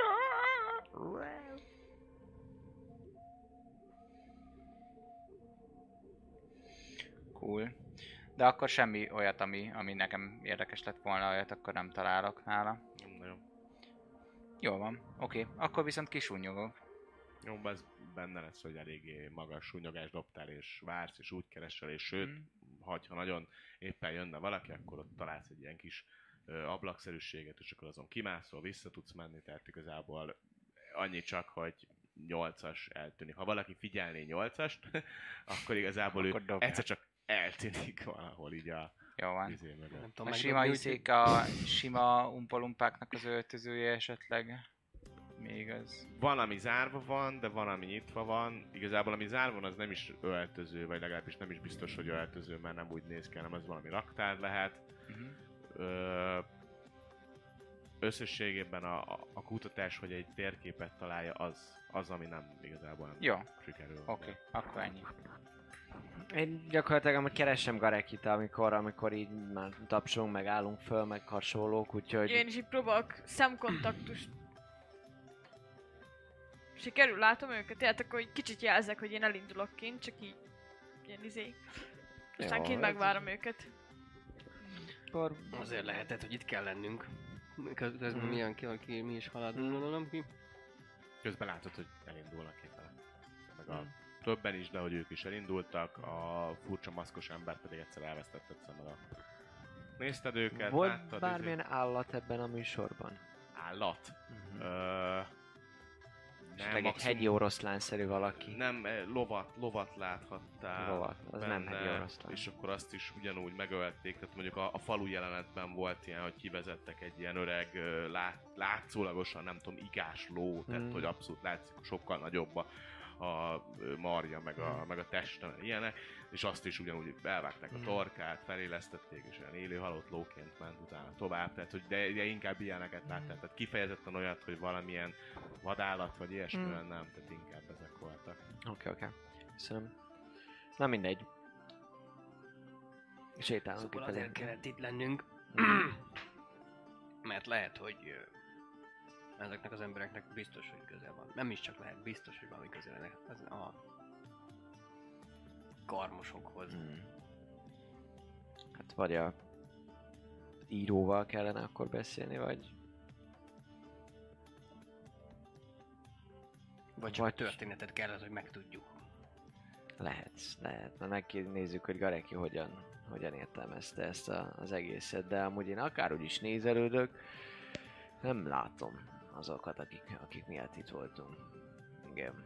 Cool. De akkor semmi olyat, ami, ami nekem érdekes lett volna, olyat akkor nem találok nála. Nem nagyon. Jó van, oké. Akkor viszont kisúnyogok. Jó, ez benne lesz, hogy eléggé magas súnyogást dobtál, és vársz, és úgy keresel, és sőt, mm. ha nagyon éppen jönne valaki, akkor ott találsz egy ilyen kis ö, ablakszerűséget, és akkor azon kimászol, vissza tudsz menni, tehát igazából annyi csak, hogy nyolcas eltűnik. Ha valaki figyelné nyolcast, akkor igazából akkor ő dobja. Egyszer csak eltűnik valahol így a jó van. Izé nem tudom, a sima izék, a sima umpalumpáknak az öltözője esetleg még az... Van, ami zárva van, de van, ami nyitva van. Igazából, ami zárva van, az nem is öltöző, vagy legalábbis nem is biztos, hogy öltöző, mert nem úgy néz ki, hanem ez valami raktár lehet. Uh-huh. Ö, összességében a, a, a kutatás, hogy egy térképet találja, az, az ami nem igazából nem jó. sikerül. Oké, okay. Akkor ennyi. Én gyakorlatilag amúgy keresem Garekit, amikor, amikor így már tapsolunk, meg állunk föl, meg hasonlók, úgyhogy... Én is így próbálok szemkontaktust. Sikerül, látom őket, tehát akkor így kicsit jelzek, hogy én elindulok kint, csak így ilyen izé. Aztán kint megvárom őket. Akkor azért lehetett, hogy itt kell lennünk. Közben mm. milyen ki, aki mi is halad, gondolom ki. Közben látod, hogy elindulnak kifele. Meg a többen is, de hogy ők is elindultak, a furcsa maszkos ember pedig egyszer elvesztetted szemed. Nézted őket, volt láttad? Bármilyen izé... állat ebben a műsorban? Állat? Uh-huh. Ö... Nem, egy hegyi oroszlánszerű valaki. Nem, lovat, lovat láthattál. Lovat, az benne, nem hegyi oroszlán. És akkor azt is ugyanúgy megölték, tehát mondjuk a, a falu jelenetben volt ilyen, hogy kivezettek egy ilyen öreg, lát, látszólagosan, nem tudom, igás ló, tehát hmm. hogy abszolút látszik, sokkal nagyobb a, a marja, meg a, hmm. meg a teste, ilyenek, és azt is ugyanúgy elvágták a torkát, felélesztették, és olyan élő halott lóként ment utána tovább, tehát hogy de, de inkább ilyeneket láttál, tehát kifejezetten olyat, hogy valamilyen vadállat vagy ilyesmi, hmm. nem, tehát inkább ezek voltak. Oké, okay, oké. Okay. Köszönöm. Na mindegy. Sétálunk szóval itt azért kellett itt lennünk, mert lehet, hogy ezeknek az embereknek biztos, hogy közel van. Nem is csak lehet, biztos, hogy valami közel az a karmosokhoz. Hmm. Hát vagy a íróval kellene akkor beszélni, vagy... Vagy csak vagy... a történetet kellett, hogy megtudjuk. Lehet, lehet. Na megnézzük, hogy Gareki hogyan, hogyan értelmezte ezt a, az egészet, de amúgy én akárhogy is nézelődök, nem látom azokat, akik, akik miatt itt voltunk. Igen.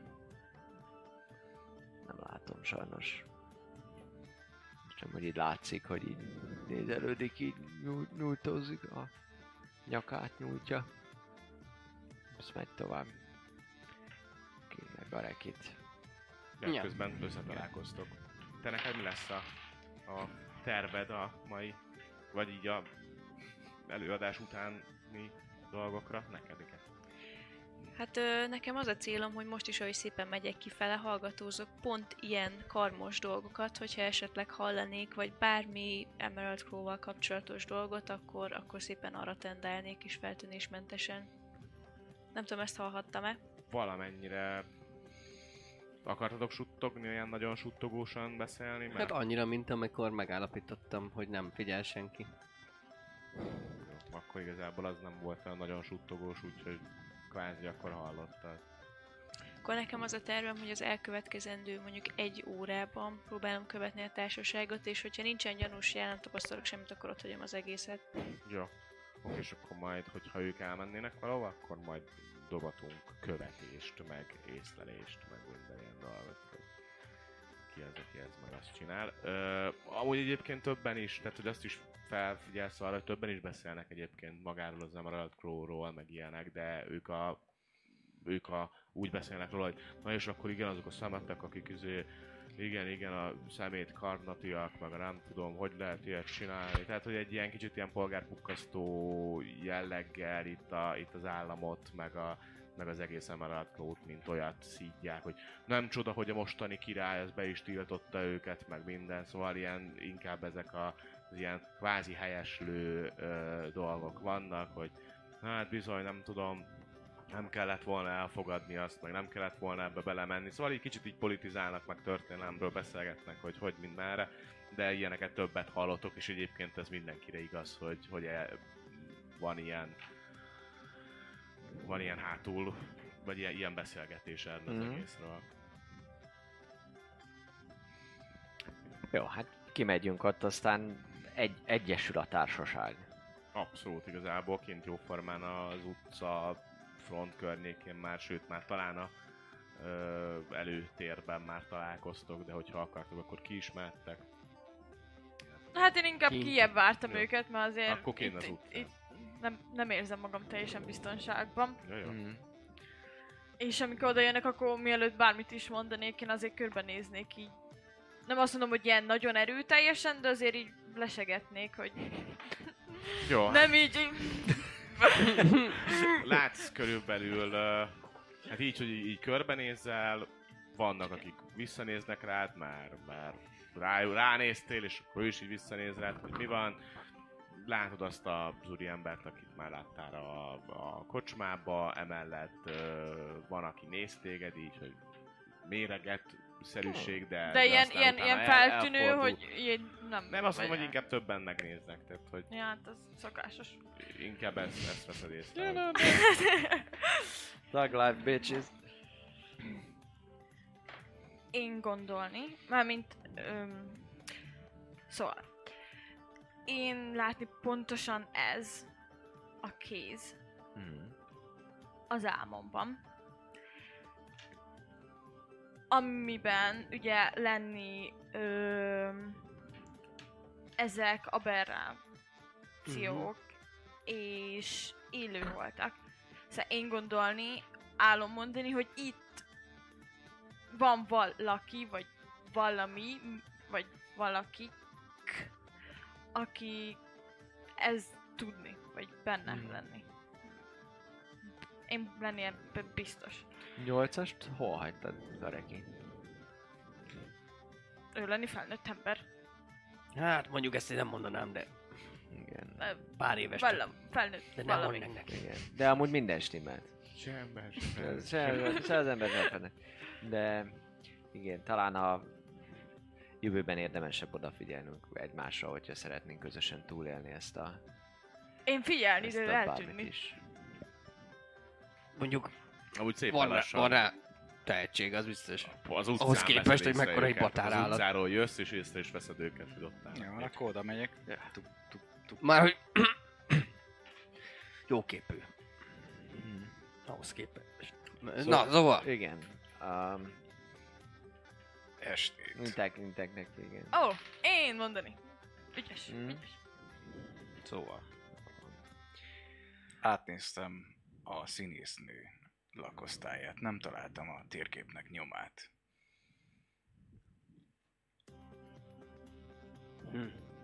Nem látom sajnos. Csak hogy így látszik, hogy így nézelődik, így nyújt, nyújtózik a nyakát nyújtja. Ezt megy tovább. Kérlek Garekit. Ja, ja. Közben összetalálkoztok. Te neked mi lesz a, a terved a mai, vagy így a előadás utáni dolgokra? Neked iket? Hát ö, nekem az a célom, hogy most is, ahogy szépen megyek kifele, hallgatózok pont ilyen karmos dolgokat, hogyha esetleg hallanék, vagy bármi Emerald Crow-val kapcsolatos dolgot, akkor, akkor szépen arra tendálnék is feltűnésmentesen. Nem tudom, ezt hallhattam-e? Valamennyire akartatok suttogni, olyan nagyon suttogósan beszélni? Mert... Hát annyira, mint amikor megállapítottam, hogy nem figyel senki. Akkor igazából az nem volt olyan nagyon suttogós, úgyhogy kvázi akkor hallottad. Akkor nekem az a tervem, hogy az elkövetkezendő mondjuk egy órában próbálom követni a társaságot, és hogyha nincsen gyanús jel, nem tapasztalok semmit, akkor ott hagyom az egészet. Jó. És akkor majd, hogyha ők elmennének valahova, akkor majd dobatunk követést, meg észlelést, meg minden ilyen dolgot, hogy ki az, aki ez meg azt csinál. Ö, amúgy egyébként többen is, tehát hogy azt is felfigyelsz arra, hogy többen is beszélnek egyébként magáról az Emerald Crow-ról, meg ilyenek, de ők a, ők a úgy beszélnek róla, hogy na és akkor igen, azok a szemetek, akik izé, igen, igen, a szemét karnatiak, meg a nem tudom, hogy lehet ilyet csinálni. Tehát, hogy egy ilyen kicsit ilyen polgárpukkasztó jelleggel itt, a, itt az államot, meg, a, meg az egész Emerald Crow-t, mint olyat szídják, hogy nem csoda, hogy a mostani király ez be is tiltotta őket, meg minden, szóval ilyen, inkább ezek a, az ilyen kvázi helyeslő ö, dolgok vannak, hogy hát bizony, nem tudom, nem kellett volna elfogadni azt, meg nem kellett volna ebbe belemenni. Szóval így kicsit így politizálnak, meg történelemről beszélgetnek, hogy hogy mind merre, de ilyeneket többet hallottok, és egyébként ez mindenkire igaz, hogy, hogy van ilyen van ilyen hátul vagy ilyen, ilyen beszélgetés erről mm. az egészről. Jó, hát kimegyünk ott, aztán egy, egyesül a társaság. Abszolút, igazából kint jóformán az utca front környékén már, sőt már talán a ö, előtérben már találkoztok, de hogyha akartok, akkor ki is mehettek. Hát én inkább Kint. kijebb vártam Jó. őket, mert azért Akkor kint az itt, utcán. itt nem, nem érzem magam teljesen biztonságban. Jó, jó. Mm. És amikor oda jönnek, akkor mielőtt bármit is mondanék, én azért körbenéznék így. Nem azt mondom, hogy ilyen nagyon erőteljesen, de azért így lesegetnék, hogy Jó. nem így... Látsz körülbelül, uh, hát így, hogy így körbenézzel, vannak akik visszanéznek rád, már, már rá, ránéztél, és akkor ő is így visszanéz rád, hogy mi van. Látod azt az úriembert, akit már láttál a, a kocsmába, emellett uh, van, aki néz téged így, hogy méreget szerűség, de... De ilyen, aztán ilyen, utána ilyen el- feltűnő, elfordul. hogy így nem... Nem, azt mondom, vagy- hogy inkább többen megnéznek, tehát hogy Ja, hát az szokásos. inkább ezt, ezt veszed észre. hogy- Thug life, bitches. Én gondolni, mármint... Öm, szóval... Én látni pontosan ez a kéz Mm. az álmomban. Amiben ugye lenni öm, ezek aberrációk és élő voltak. Szóval én gondolni, álom mondani, hogy itt van valaki, vagy valami, vagy valakik, aki ez tudni, vagy benne Mhm. lenni. Én lenni ebben biztos. Nyolcast hol hagytad, Gareki? Ő lenni felnőtt ember. Hát mondjuk ezt én nem mondanám, de Igen. Ö, pár éves. Valami, felnőtt De nem valami. mondanak neki. Igen. De amúgy minden stimmelt. Se ember, Se, se, se az ember sem fene. De igen, talán a jövőben érdemesebb odafigyelnünk egymásra, hogyha szeretnénk közösen túlélni ezt a, Én figyelni, ezt de a bármit eltűnni. is. Mondjuk Amúgy szépen van rá, lassan. van rá tehetség, az biztos. Az utcán Ahhoz képest, veszed hogy észre mekkora egy őket. batárállat. Az utcáról jössz, és észre is veszed őket, hogy ott állnak. Ja, akkor oda megyek. Tuk, tuk, tuk. Már hogy... Jó képű. Ahhoz képest. Na, szóval. Igen. Um, Estét. intek, intek neki, igen. Ó, oh, én mondani. Ügyes, Mm. ügyes. Szóval. Átnéztem a színésznő lakosztályát. Nem találtam a térképnek nyomát. Hm.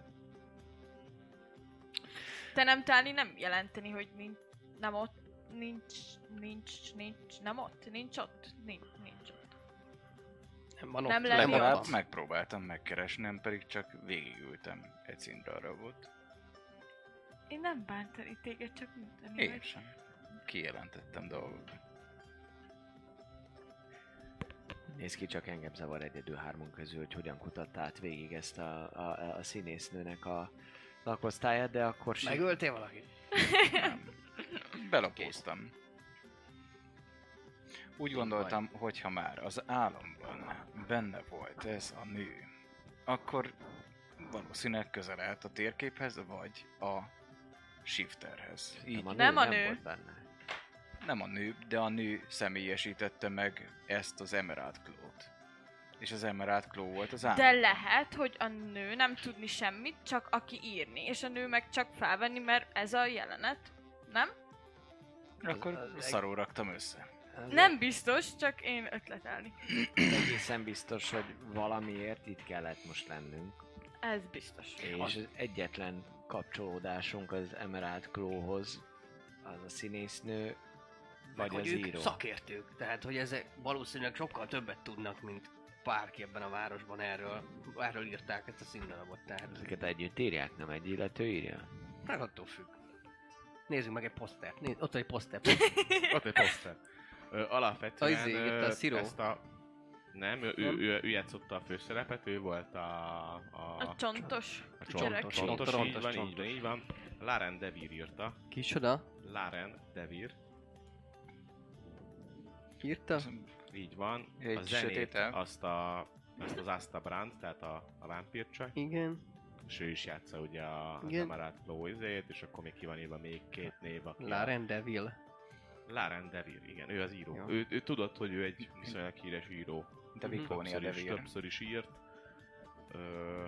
Te nem tálni nem jelenteni, hogy nincs, nem ott, nincs, nincs, nincs, nem ott, nincs ott, nincs, nincs ott. Nem van Nem ott. lenni van ott. ott. Megpróbáltam megkeresni, nem pedig csak végigültem egy színdarabot. Én nem bántani téged, csak mondani. Én hogy- sem. Kijelentettem dolgokat. Nézd ki, csak engem zavar egyedül hármunk közül, hogy hogyan kutatta át végig ezt a, a, a színésznőnek a lakosztályát, de akkor sem. Megöltél valakit? Nem. Belapóztam. Úgy gondoltam, hogy ha már az álomban benne volt ez a nő, akkor valószínűleg közel állt a térképhez, vagy a shifterhez. Így Nem a nő, Nem a nem nő. volt benne. nem a nő, de a nő személyesítette meg ezt az Emerald Claw-t. És az Emerald Claw volt az álom. De lehet, hogy a nő nem tudni semmit, csak aki írni, és a nő meg csak felvenni, mert ez a jelenet. Nem? Akkor Az- az- szarul raktam össze. Ez Nem biztos, csak én ötletelni. egészen biztos, hogy valamiért itt kellett most lennünk. Ez biztos. És az egyetlen kapcsolódásunk az Emerald Clawhoz az a színésznő, Meg vagy hogy az ők író. szakértők, tehát hogy ezek valószínűleg sokkal többet tudnak, mint bárki ebben a városban erről. Erről írták ezt a színdarabot, tehát Ezeket együtt írják, nem egy illető írja? meg attól függ. Nézzük meg egy posztert. Nézd, ott egy poszter. Ott egy poszter. Ö, alapvetően A izé, itt a ö, Sziró. ezt a... Nem, ő, ő, ő, ő játszotta a főszerepet, ő volt a... A, A csontos. a gyerek. csontos, csontos, Csontos, így van, csontos. így van, így van. Laren Devir írta. Kicsoda? Laren Devir. Írta? Így van. Egy A zenét, sötétel. azt, a, azt az Asta Brand, tehát a, a vámpírcsaj. Igen. És ő is játsza ugye a, az Igen. Emerald Claw izét, és akkor még ki van írva még két név, aki Laren Devil. Laren Devil, igen, ő az író. Ja. Ő, ő tudott, hogy ő egy viszonylag híres író. De Vicónia Többször is, Devil. többször is írt. Ö,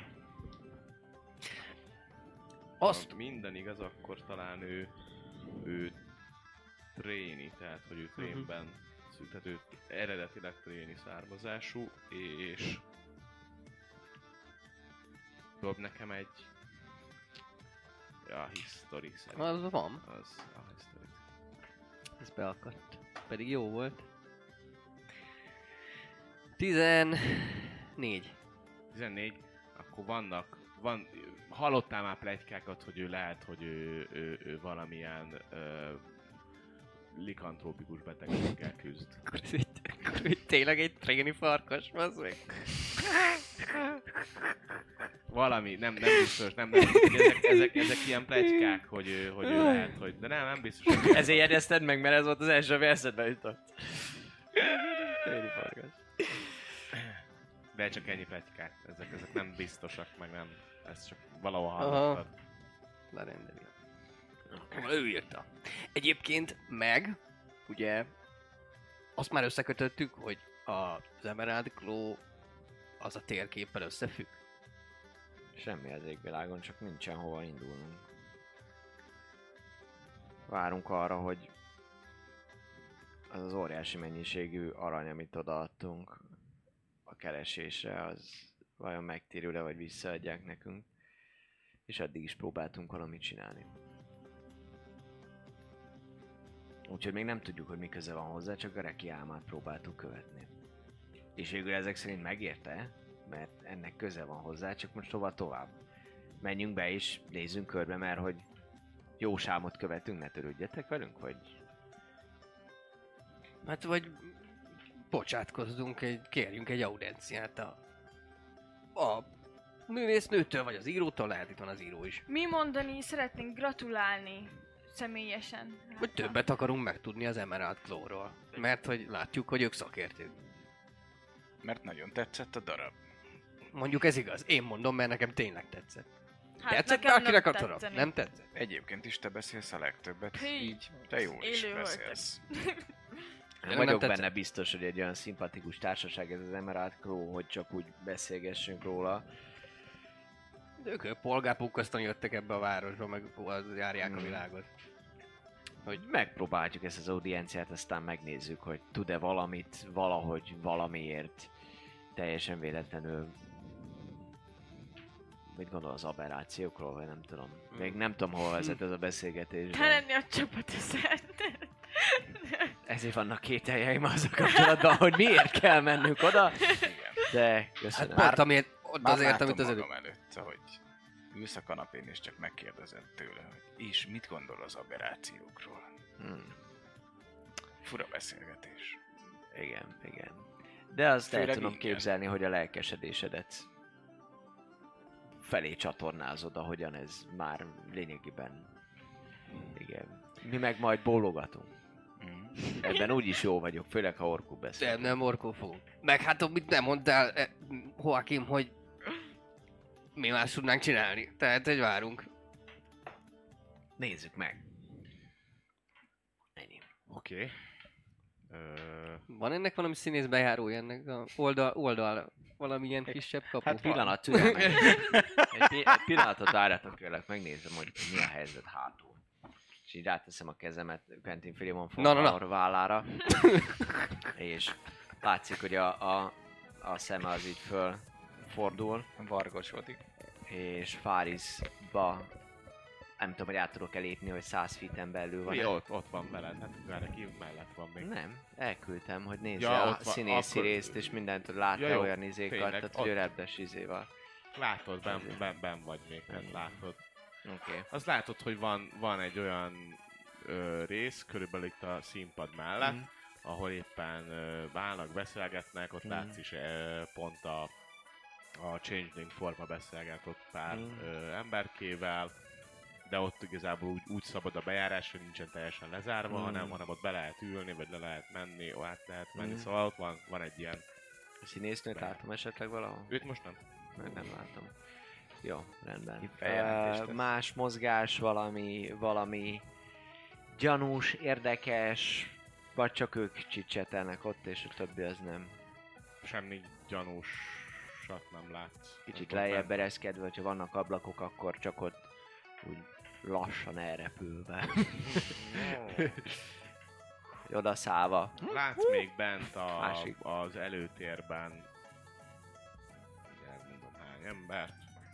Azt... ha minden igaz, akkor talán ő, ő tréni, tehát hogy ő trénben, uh-huh. tehát ő eredetileg tréni származású, és dob nekem egy ja, history szerint. Az van. Az a history. Ez beakadt. Pedig jó volt. Tizennégy. tizennégy, akkor vannak, van, hallottál már pletykákat, hogy ő lehet, hogy ő, ő, ő valamilyen ö, likantrópikus betegséggel küzd. Akkor ez egy, akkor egy tényleg egy tréni farkas, az meg. Valami, nem, nem biztos, nem, nem ezek, ezek, ezek ilyen pletykák, hogy ő, hogy ő lehet, hogy, de nem, nem biztos. Hogy Ezért jegyezted meg, mert ez volt az első, ami eszedbe jutott. Tréni farkas. De csak ennyi pletykák, ezek, ezek nem biztosak, meg nem, ezt csak valahol Aha. hallottad. Lerendeli. Ő írta. Egyébként meg, ugye, azt már összekötöttük, hogy az Emerald Claw az a térképpel összefügg. Semmi az égvilágon, csak nincsen hova indulnunk. Várunk arra, hogy az az óriási mennyiségű arany, amit odaadtunk a keresésre, az vajon megtérül-e, vagy visszaadják nekünk. És addig is próbáltunk valamit csinálni. Úgyhogy még nem tudjuk, hogy mi köze van hozzá, csak a Reki álmát próbáltuk követni. És végül ezek szerint megérte, mert ennek köze van hozzá, csak most hova tovább. Menjünk be és nézzünk körbe, mert hogy jó sámot követünk, ne törődjetek velünk, vagy... Hát vagy bocsátkozzunk, egy, kérjünk egy audienciát a, a művésznőtől, vagy az írótól, lehet itt van az író is. Mi mondani, szeretnénk gratulálni személyesen. Hogy többet akarunk megtudni az Emerald Claw-ról, mert hogy látjuk, hogy ők szakértők. Mert nagyon tetszett a darab. Mondjuk ez igaz, én mondom, mert nekem tényleg tetszett. Hát Tetszett nekem akinek nem a darab? tetszeni. Nem tetszett? Egyébként is te beszélsz a legtöbbet, Hí, így te jól is élő beszélsz. Nem nem vagyok tetszett. benne biztos, hogy egy olyan szimpatikus társaság ez az Emerald Claw, hogy csak úgy beszélgessünk róla. De ők polgárpukkasztani jöttek ebbe a városba, meg járják a Hmm. világot. Hogy megpróbáljuk ezt az audienciát, aztán megnézzük, hogy tud-e valamit, valahogy, valamiért teljesen véletlenül... Mit gondol az aberrációkról, vagy nem tudom. Még nem tudom, hol vezet ez a beszélgetés. Kell de lenni a csapat összeállt. Ezért vannak kételjeim azzal kapcsolatban, hogy miért kell mennünk oda. De Hát köszönöm. pont amiért, ott Már azért, látom amit az magam előbb. előtt, hogy ülsz a kanapén és csak megkérdezed tőle, hogy és mit gondol az aberrációkról. Hmm. Fura beszélgetés. Igen, igen. De azt el Főleg tudom ingyen. képzelni, hogy a lelkesedésedet felé csatornázod, ahogyan ez már lényegében... Igen. Mi meg majd bólogatunk. Mm. Ebben úgyis jó vagyok, főleg ha orkú beszél. Nem, nem, orkó fogunk. Meg hát amit nem mondtál, eh, Joachim, hogy mi más tudnánk csinálni. Tehát, hogy várunk. Nézzük meg. Ennyi. Oké. Okay. Ö, Van ennek valami színész bejárója ennek a oldal, oldal valamilyen kisebb kapu? Hát pillanat, türelmet. Egy, pi- egy pillanatot várjatok, kérlek, megnézem, hogy mi a helyzet hátul. És így ráteszem a kezemet Quentin Filimon Na, na, na. vállára. És látszik, hogy a, a, a szeme az így föl fordul, Vargosodik. és Fárizba nem tudom, hogy át tudok elépni, hogy száz feet-en belül van. mi ott, ott van veled, hát már neki mellett van még. Nem, elküldtem, hogy nézze Ja, a ott van, színészi akkor- részt, és mindent, hogy látta Ja, jó, olyan izékat, tényleg, tehát hogy ott- ő repdes izéval. Látod, ben, ben, ben vagy még, tehát látod. Oké. Okay. Azt látod, hogy van, van egy olyan ö, rész, körülbelül itt a színpad mellett, Mhm. ahol éppen ö, válnak, beszélgetnek, ott Mhm. látsz is ö, pont a, a Changeling forma beszélget ott pár Mhm. ö, emberkével, de ott igazából úgy, úgy szabad a bejárás, hogy nincsen teljesen lezárva, Mm. hanem, hanem ott be lehet ülni, vagy le lehet menni, ó, át lehet menni, Mm. szóval ott van, van egy ilyen... A színésznőt látom esetleg valahol? Őt most nem. Meg nem látom. Jó, rendben. feljelentést Uh, tesz. más mozgás, valami, valami gyanús, érdekes, vagy csak ők csicsetelnek ott, és a többi az nem. Semmi gyanúsat nem látsz. Kicsit Ott lejjebb bent- ereszkedve, hogyha vannak ablakok, akkor csak ott úgy lassan elrepülve. Oda szállva. Látsz még bent a, Másik. az előtérben, ugye mondom hány embert.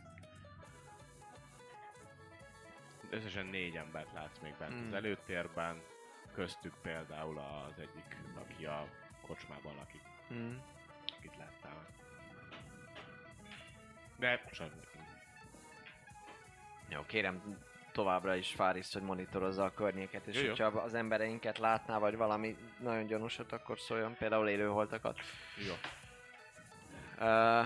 Összesen négy embert látsz még bent Hmm. az előtérben, köztük például az egyik, aki a kocsmában lakik. Mm. Itt láttál meg. De semmi. Jó, kérem továbbra is Fáriszt, hogy monitorozza a környéket, és Jó, jó. hogyha az embereinket látná, vagy valami nagyon gyanúsat, akkor szóljon, például élőholtakat. Jó. Uh,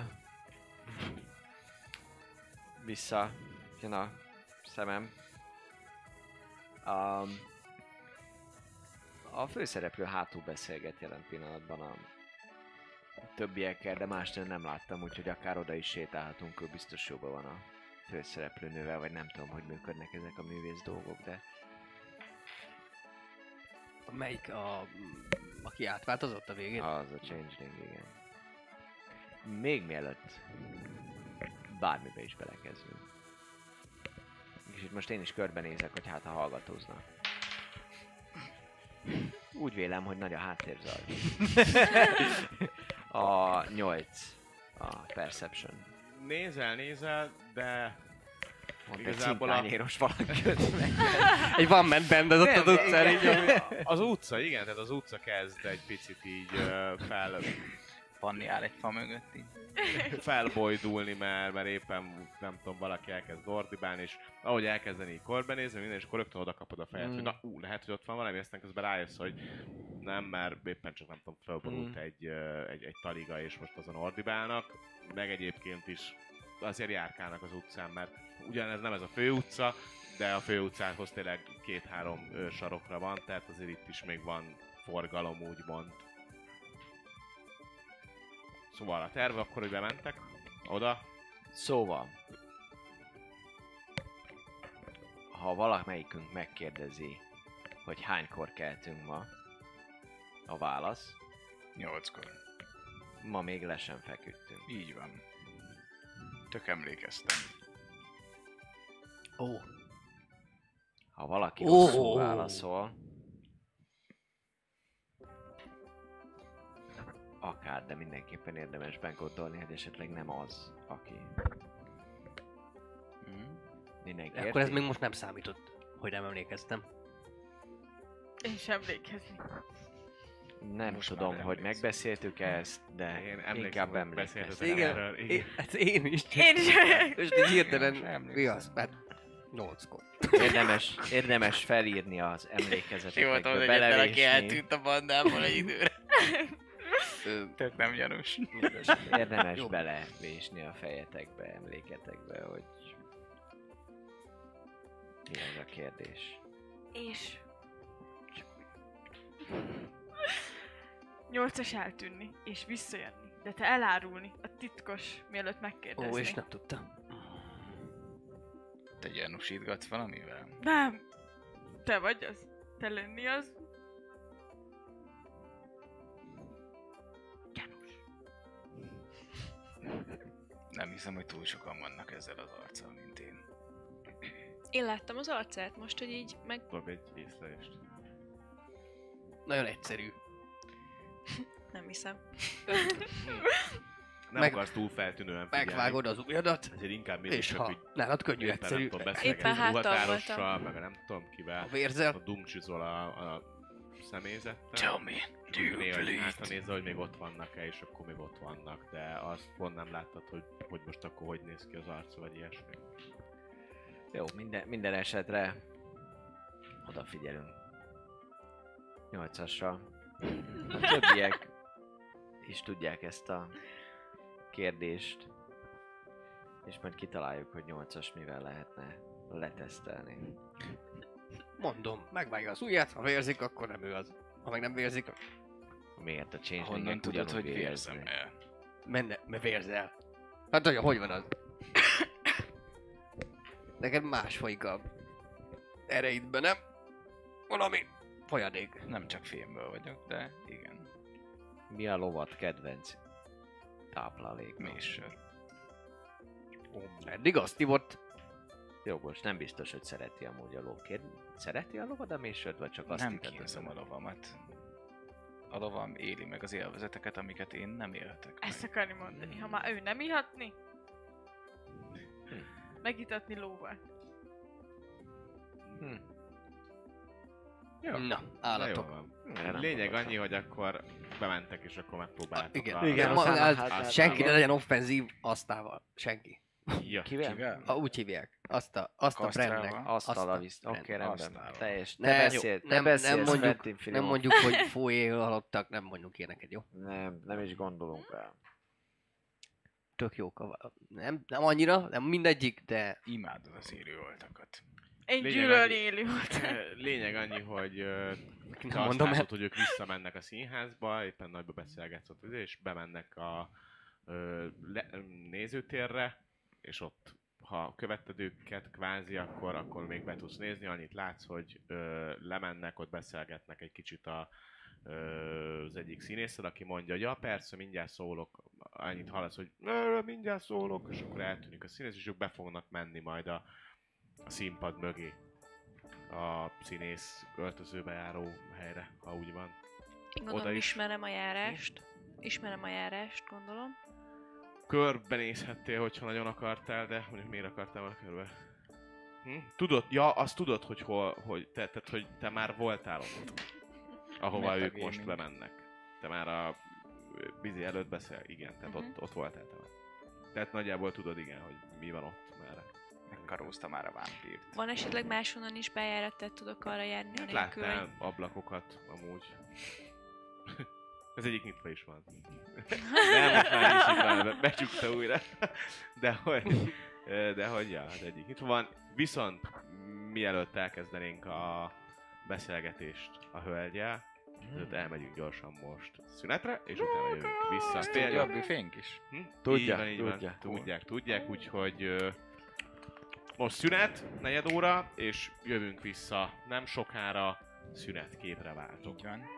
vissza jön a szemem. Um, a főszereplő hátul beszélget jelen pillanatban a többiekkel, de más nem láttam, úgyhogy akár oda is sétálhatunk, ő biztos jobban van a főszereplőnővel, vagy nem tudom, hogy működnek ezek a művész dolgok, de... Melyik a... aki átváltozott a végén? Az a Changeling, igen. Még mielőtt bármibe is belekezdünk. És itt most én is körbenézek, hogy hát ha hallgatóznak. Úgy vélem, hogy nagy a háttérzaj. A nyolc. A Perception. Nézel, nézel, de Mondta egy igazából a, szimpányéros valaki jött meg. Egy van ment band az ott az utcán, így az utca, igen, tehát az utca kezd egy picit így ö, fel, Fanni áll egy fa mögött így. felbojdulni, mert, mert éppen nem tudom, valaki elkezd ordibálni, és ahogy elkezdeni így körbenézni, minden, és akkor rögtön oda kapod a fejed, Mm. hogy na, ú, lehet, hogy ott van valami, aztán közben rájössz, hogy nem, mert éppen csak nem tudom, felborult Mm. egy, ö, egy, egy taliga, és most azon ordibálnak, meg egyébként is azért járkálnak az utcán, mert ugyanez nem ez a főutca, de a főutcához tényleg két-három ö, sarokra van, tehát azért itt is még van forgalom, úgymond. Szóval a terve akkor, hogy bementek oda. Szóval, ha valamelyikünk megkérdezi, hogy hánykor keltünk ma, a válasz, Nyolckor. ma még le sem feküdtünk. Így van. Tök emlékeztem. Ó, Ha valaki Ó. rosszul válaszol, akár, de mindenképpen érdemes begondolni, hogy esetleg nem az, aki Mm. mindenki akkor ez érti? még most nem számított, hogy nem emlékeztem. Én sem emlékezni. Nem Most tudom, már hogy emlékszem. megbeszéltük ezt, de Én emlékszem, inkább hogy emlékeztem. beszéltetek Igen, erről, én, igen. hát én is. Én is. Most így Én hirtelen, sem emlékszem. mi az? Hát nyolckor. Érdemes, érdemes felírni az Ki voltam emlékezetekbe, az egyetlen, aki belevésni. eltűnt a bandából egy időre. Ö, Tök nem gyanús. Érdemes Jó. belevésni a fejetekbe, emléketekbe, hogy mi az a kérdés. És... Nyolcas eltűnni, és visszajönni. De te elárulni, a titkos, mielőtt megkérdezni. Ó, és nem tudtam. Te gyanúsítgatsz valamivel? Nem! Te vagy az? Te lenni az? Gyanús. Nem hiszem, hogy túl sokan vannak ezzel az arccal, mint én. Én láttam az arcát most, hogy így meg... Dob egy észlelést. Nagyon egyszerű. Nem hiszem. Nem Meg- akarsz túl feltűnően figyelni. Megvágod az ujjadat, Ezért inkább mindig és csak ha úgy nálad könnyű éppen egyszerű, nem tudom meg beszélgetni Éppen háttal ruhatárossal, meg a nem tudom kivel. a vérzel. A dumcsizol a, a személyzettel. Tell me, do you Néha így believe? hátranézve, hogy még ott vannak-e, és akkor még ott vannak, de azt pont nem láttad, hogy, hogy most akkor hogy néz ki az arca, vagy ilyesmi. Jó, minden, minden esetre odafigyelünk. Nyolcasra. A többiek is tudják ezt a kérdést, és majd kitaláljuk, hogy nyolcas mivel lehetne letesztelni. Mondom, megvágja az ujját, ha vérzik, akkor nem ő az. Ha meg nem vérzik, Miért a Honnan changelingek tudod, ugyanúgy hogy vérezni? vérzem el? menne, mert vérzel. Hát tudja, hogy van az? Neked más folyik a ereidben, nem? Valami folyadék. Nem csak filmből vagyok, de igen. Mi a lovat kedvenc táplálék? Méssör. Eddig azt ivott. Jogos, nem biztos, hogy szereti amúgy a lókért. Szereti a lovad a méssört, vagy csak azt Nem hittette kínzom a tőle? lovamat. A lovam éli meg az élvezeteket, amiket én nem élhetek meg. Ezt akarni mondani. Ha már ő nem ihatni, megitatni lóval. Hm. Jó. Na, Na, állatok. jó van. Erre nem Lényeg gondoltam. annyi, hogy akkor bementek és akkor megpróbáltok. Igen, a- igen, a ma, szám- hát, hát- hát- senki hát- ne legyen offenzív asztával. Senki. Ja. Kivel? Kivel? A, úgy hívják. Azt a, azt a Kasztrával? brandnek. Asztal a Azt a visz. Oké, brand. rendben. Asztal. Teljes. Ne, Ne jó, beszél, ne nem- beszélsz, nem mondjuk- Fentin Nem Filimon. mondjuk, hogy fújé halottak, nem mondjuk ilyeneket, jó? Nem, nem is gondolunk rá. Tök jók a... Nem, nem annyira, nem mindegyik, de... Imádod az élő voltakat. Én Lényeg gyűlöl annyi- élő volt. Lényeg annyi, hogy ö, te Nem azt mondom látod, el. hogy ők visszamennek a színházba, éppen nagyba beszélgetsz ott, és bemennek a ö, le, nézőtérre, és ott, ha követted őket kvázi, akkor, akkor még be tudsz nézni, annyit látsz, hogy ö, lemennek, ott beszélgetnek egy kicsit a, ö, az egyik színésszel, aki mondja, hogy ja persze, mindjárt szólok, annyit hallasz, hogy "Ö, mindjárt szólok, és akkor eltűnik a színész, és ők be fognak menni majd a, a színpad mögé. A színész öltözőbe járó helyre, ha úgy van. Én gondolom, Oda is. ismerem a járást. Ismerem a járást, gondolom. Körbenézhettél, hogyha nagyon akartál, de mondjuk miért akartál volna körbe? Hm? Tudod, ja, azt tudod, hogy hol, hogy te, tehát, hogy te már voltál ott, ahova ők Metagaming. most bemennek. Te már a bizi előtt beszél, igen, tehát Mhm. ott, ott voltál te már. Tehát nagyjából tudod, igen, hogy mi van ott már. Megkarózta már a vámpírt. Van esetleg máshonnan is bejárat, tehát tudok arra járni, Hát anélkül, hogy... láttál ablakokat, amúgy. Ez egyik nyitva is van. Nem, most már is itt van, be- becsukta újra. De hogy, de hogy, ja, az egyik nyitva van. Viszont mielőtt elkezdenénk a beszélgetést a hölgyel, ezért elmegyünk gyorsan most szünetre, és utána jövünk vissza. Azt Fél tudja a nyolc- büfénk is. Hm? Tudja, Így van, így van. tudja. Tudják, tudják, úgyhogy ö, most szünet, negyed óra, és jövünk vissza. Nem sokára szünetképre váltok. Így van.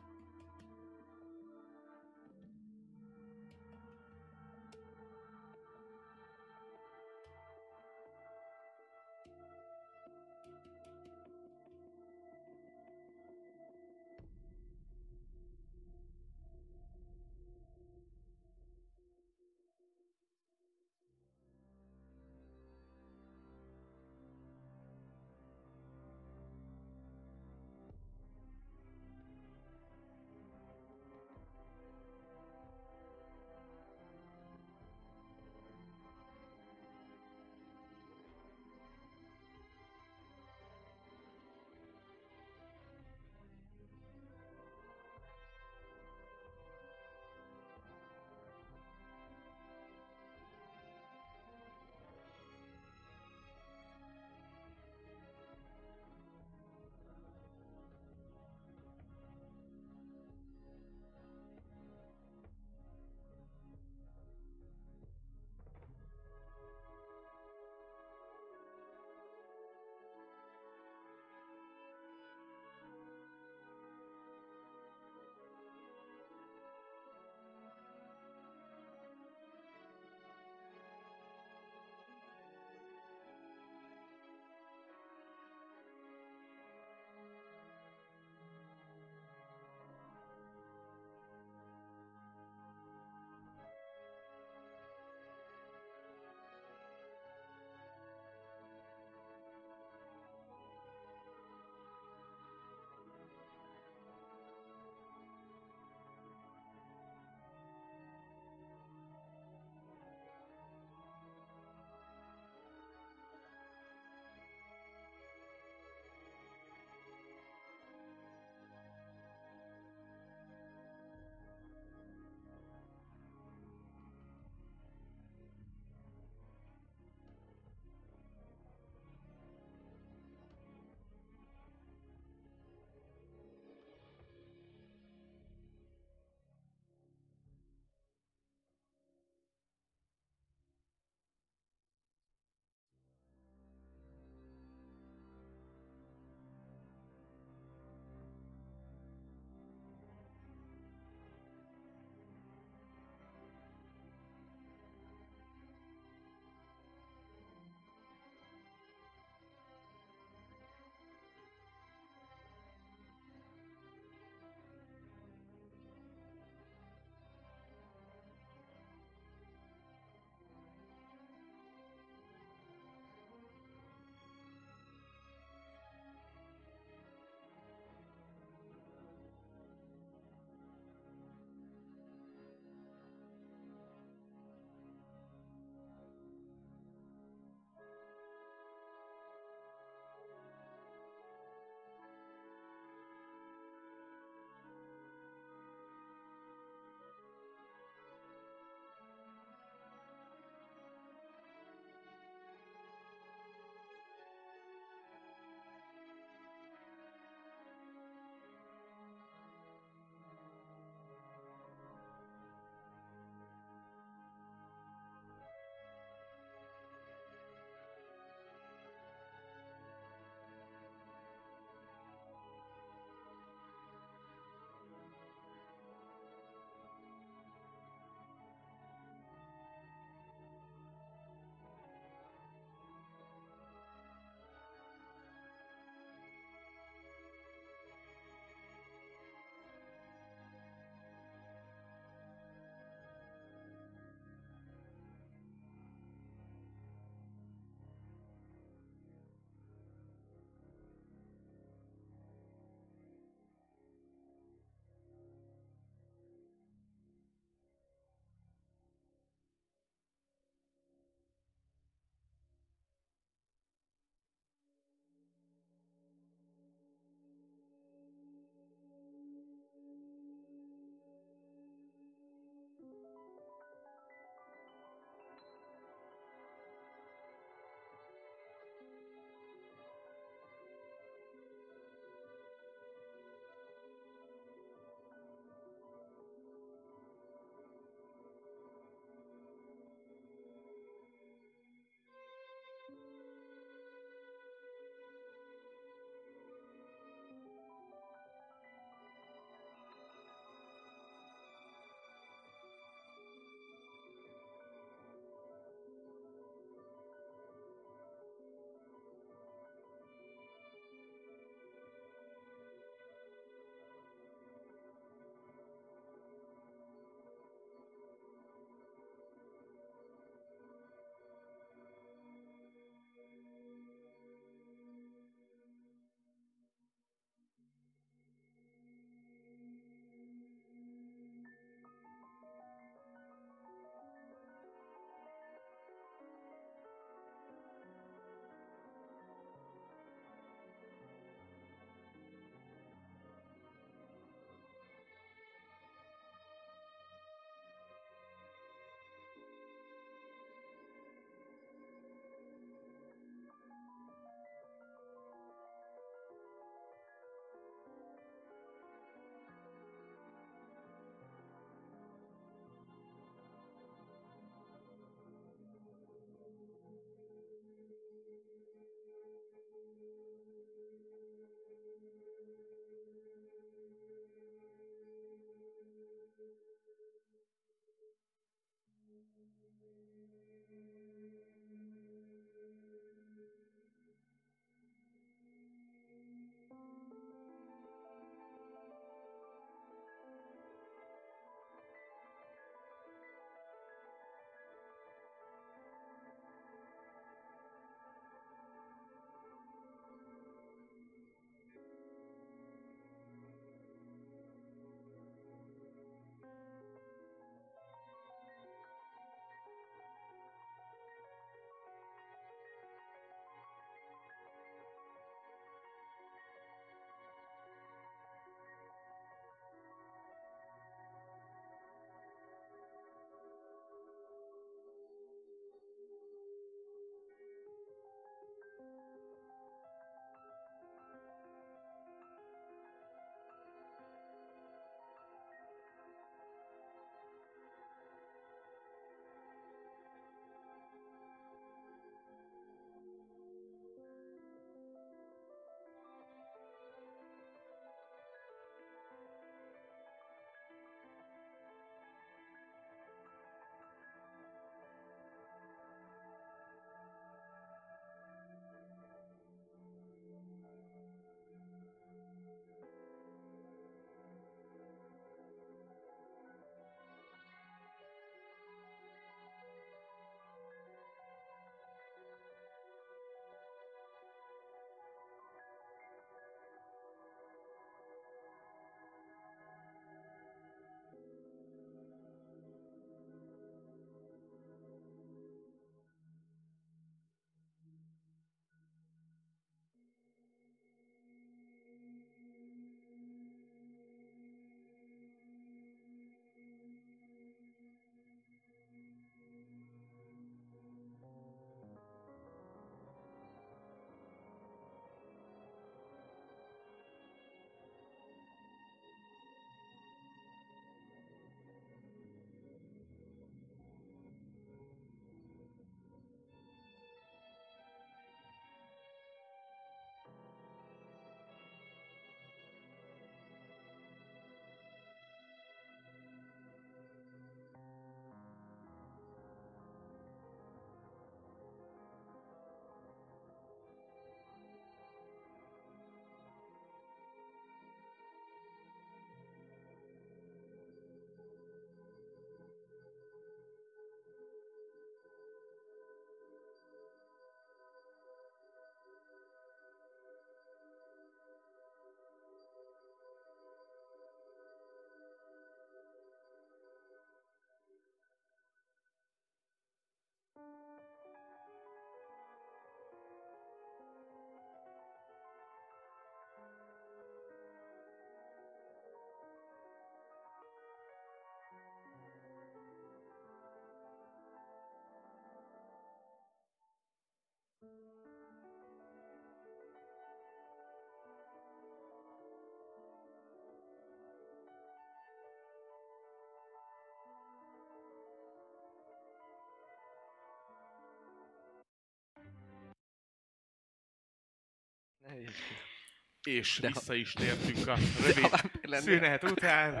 És De vissza is tértünk a rövid szünet után.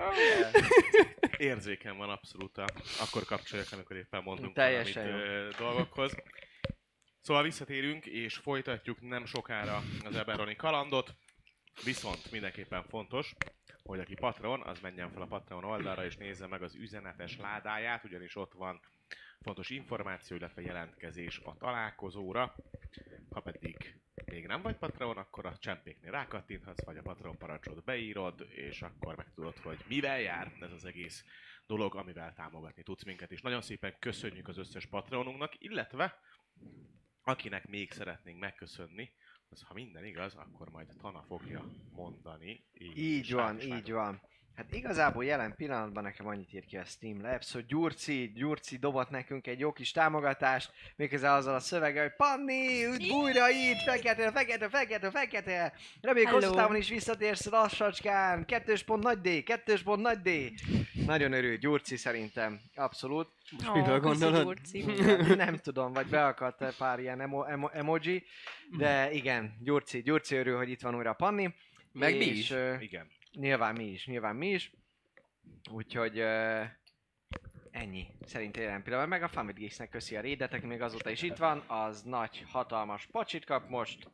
Érzéken van abszolút a... Akkor kapcsoljak, amikor éppen mondunk valamit ö, dolgokhoz. Szóval visszatérünk, és folytatjuk nem sokára az Eberroni kalandot. Viszont mindenképpen fontos, hogy aki Patreon, az menjen fel a Patreon oldalra, és nézze meg az üzenetes ládáját, ugyanis ott van fontos információ, illetve jelentkezés a találkozóra. Ha pedig még nem vagy Patreon, akkor a csempéknél rákattinthatsz, vagy a Patreon parancsot beírod, és akkor megtudod, hogy mivel jár ez az egész dolog, amivel támogatni tudsz minket. És nagyon szépen köszönjük az összes Patreonunknak, illetve akinek még szeretnénk megköszönni, az ha minden igaz, akkor majd Tana fogja mondani. Így, így van, így van. Hát igazából jelen pillanatban nekem annyit ír ki a Steam Labs, hogy Gyurci, Gyurci dobott nekünk egy jó kis támogatást, méghozzá azzal a szöveggel, hogy Panni, üdv újra itt, fekete, fekete, fekete, fekete, reméljük hosszú távon is visszatérsz lassacskán, kettős pont nagy D, kettős pont nagy D. Nagyon örül Gyurci szerintem, abszolút. Most miről gondolod? Nem tudom, vagy beakadt pár ilyen emo, emo, emoji, de igen, Gyurci, Gyurci örül, hogy itt van újra a Panni. Meg mi is. Uh, igen. Nyilván mi is, nyilván mi is. Úgyhogy uh, ennyi. Szerintem jelen pillanatban. Meg a Family Geeks-nek köszi a rédetek, még azóta is itt van. Az nagy, hatalmas pacsit kap most.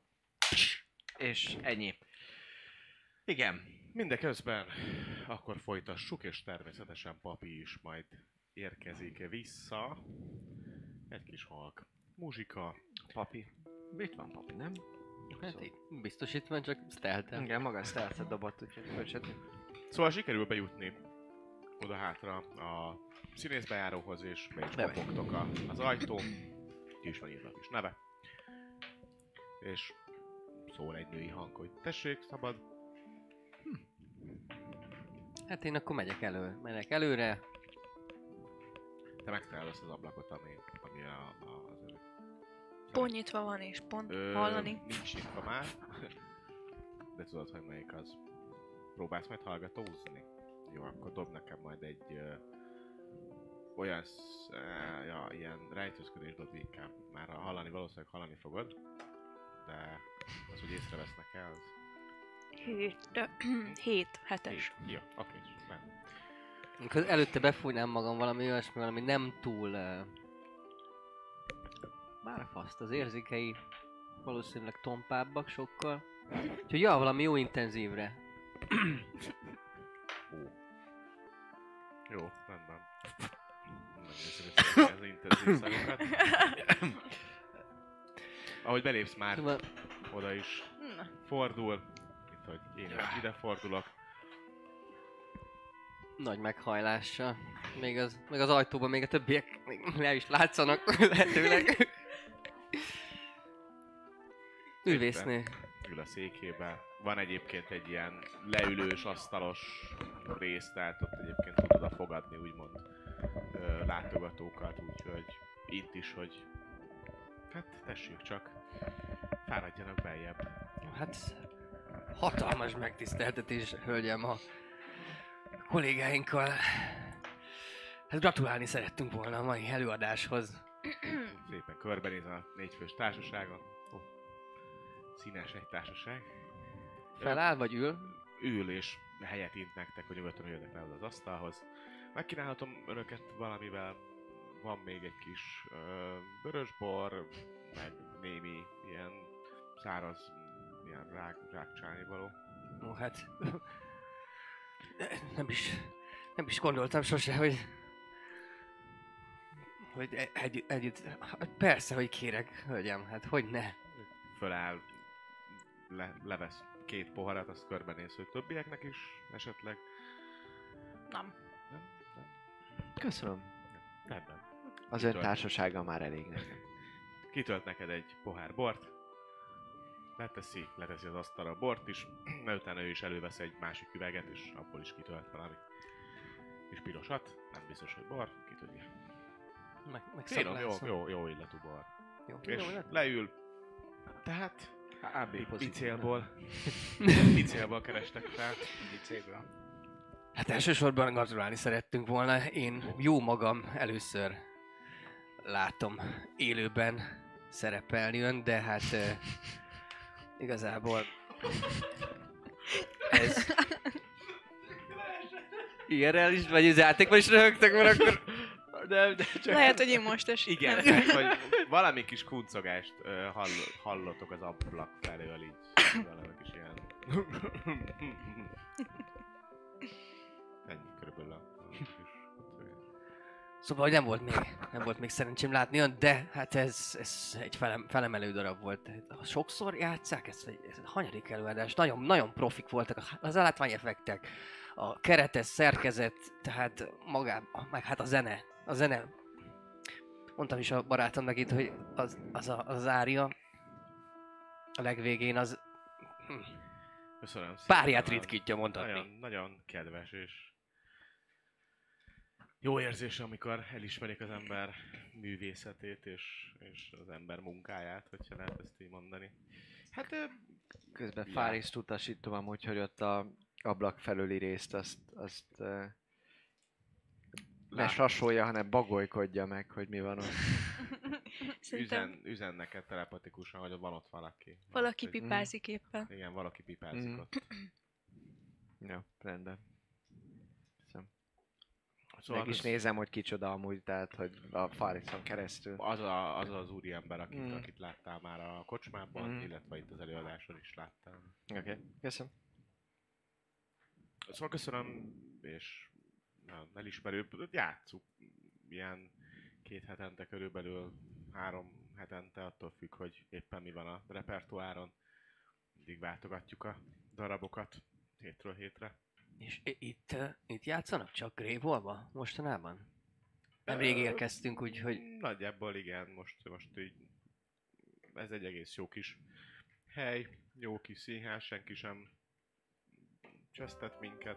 És ennyi. Igen. Mindeközben akkor folytassuk, és természetesen Papi is majd érkezik vissza. Egy kis halk muzsika. Papi. Itt van Papi, nem? Hát itt biztos itt van, csak stealth-el. Igen, maga stealth-et dobott, úgyhogy fölcsett. Szóval sikerül bejutni oda hátra a színészbejáróhoz, és be is kopogtok a, az ajtón. Ki is van írva a kis neve. És szól egy női hang, hogy tessék, szabad. Hm. Hát én akkor megyek elő, megyek előre. Te megtalálsz az ablakot, ami, ami a, a, az ő. Pont nyitva van, és pont Ö, hallani. Nincs nyitva már. De tudod, hogy melyik az. Próbálsz majd hallgatózni? Jó, akkor dob nekem majd egy ö, olyan sz, ö, ja, ilyen rejtőzködés dob inkább. Már hallani, valószínűleg hallani fogod. De az, hogy észrevesznek-e, az... Hét, hét, hetes. Jó, oké, nem. Amikor előtte befújnám magam valami olyasmi, valami nem túl... Uh, már a faszt, az érzékei valószínűleg tompábbak sokkal. Úgyhogy ja, valami jó intenzívre. Ó. Jó, rendben. Megnézzük, hogy ez az intenzív szagokat. Ahogy belépsz már, Szóval... oda is fordul, mint hogy én is ide fordulok. Nagy meghajlással. Még az, még az ajtóban még a többiek még le is látszanak lehetőleg. Ülvésznél. Ül a székébe. Van egyébként egy ilyen leülős, asztalos rész, tehát ott egyébként tudod a fogadni, úgymond ö, látogatókat, úgyhogy itt is, hogy hát tessék csak, fáradjanak beljebb. Hát hatalmas megtiszteltetés, hölgyem, a kollégáinkkal. Hát gratulálni szerettünk volna a mai előadáshoz. Szépen körbenéz a négyfős társaságon. Oh, színes egy társaság. Feláll vagy ül? Ül és helyet int nektek, hogy nyugodtan jöjjenek le az asztalhoz. Megkínálhatom önöket valamivel. Van még egy kis uh, vörösbor, meg némi ilyen száraz, ilyen rák, rákcsálni való. Ó, hát... Nem is... Nem is gondoltam sose, hogy... Hogy egy, együtt... Persze, hogy kérek, hölgyem, hát hogy ne? Föláll, le, levesz két poharat, azt körbenéz, hogy többieknek is esetleg. Nem. Nem? Nem? Köszönöm. Nem, nem. Az ön társasága már elég nekem. Kitölt neked egy pohár bort, leteszi, leteszi az asztalra a bort is, mert utána ő is elővesz egy másik üveget, és abból is kitölt valami kis pirosat, nem biztos, hogy bor, ki tudja. Meg, meg Finom, jó, jó, jó illatú bor. Jó, És jó, leül, tehát á bé picélból, picélból kerestek fel. Picéből. Hát elsősorban gratulálni szerettünk volna. Én jó magam először látom élőben szerepelni ön, de hát uh, igazából ez... Ilyen realist, vagy az játékban is röhögtek, mert akkor... De, de csak... Lehet, hogy én most es... Igen, tehát, hogy valami kis kuncogást uh, hall, hallotok az ablak felől, így valami kis ilyen... Ennyi körülbelül a, a kis kuncogást. Szóval, hogy nem volt még, nem volt még szerencsém látni olyan, de hát ez, ez egy felem, felemelő darab volt. Sokszor játsszák ezt, ez a hanyadik előadás, nagyon, nagyon profik voltak az látványeffektek, a keretes szerkezet, tehát magában, meg hát a zene, a zene. Mondtam is a barátomnak itt, hogy az, az, a, az ária a legvégén az hm, Köszönöm szépen. párját ritkítja, mondhatni. Nagyon, nagyon kedves és jó érzés, amikor elismerik az ember művészetét és, és az ember munkáját, hogyha lehet ezt így mondani. Hát... Közben ja. Fáriszt utasítom amúgy, hogy ott a ablak felüli részt azt, azt uh, ne sasolja, hanem bagolykodja meg, hogy mi van ott. Üzen, üzen neked telepatikusan, hogy van ott valaki. Valaki valaki pipázik éppen. Igen, valaki pipázik Mm. ott. Ja, rendben. Szóval Szóval meg is az, nézem, hogy kicsoda amúgy, tehát, hogy a Fárison keresztül. az, a, az az úriember, akit, Mm. akit láttál már a kocsmában, Mm. illetve itt az előadáson is láttál. Oké, okay. Köszönöm. Szóval köszönöm, és nem, elismerő, játsszuk ilyen két hetente körülbelül, három hetente, attól függ, hogy éppen mi van a repertoáron. Mindig váltogatjuk a darabokat hétről hétre. És i- itt, uh, itt játszanak csak Grévolba mostanában? Nemrég érkeztünk, úgyhogy... Nagyjából igen, most, most így ez egy egész jó kis hely, jó kis színház, senki sem csesztett minket.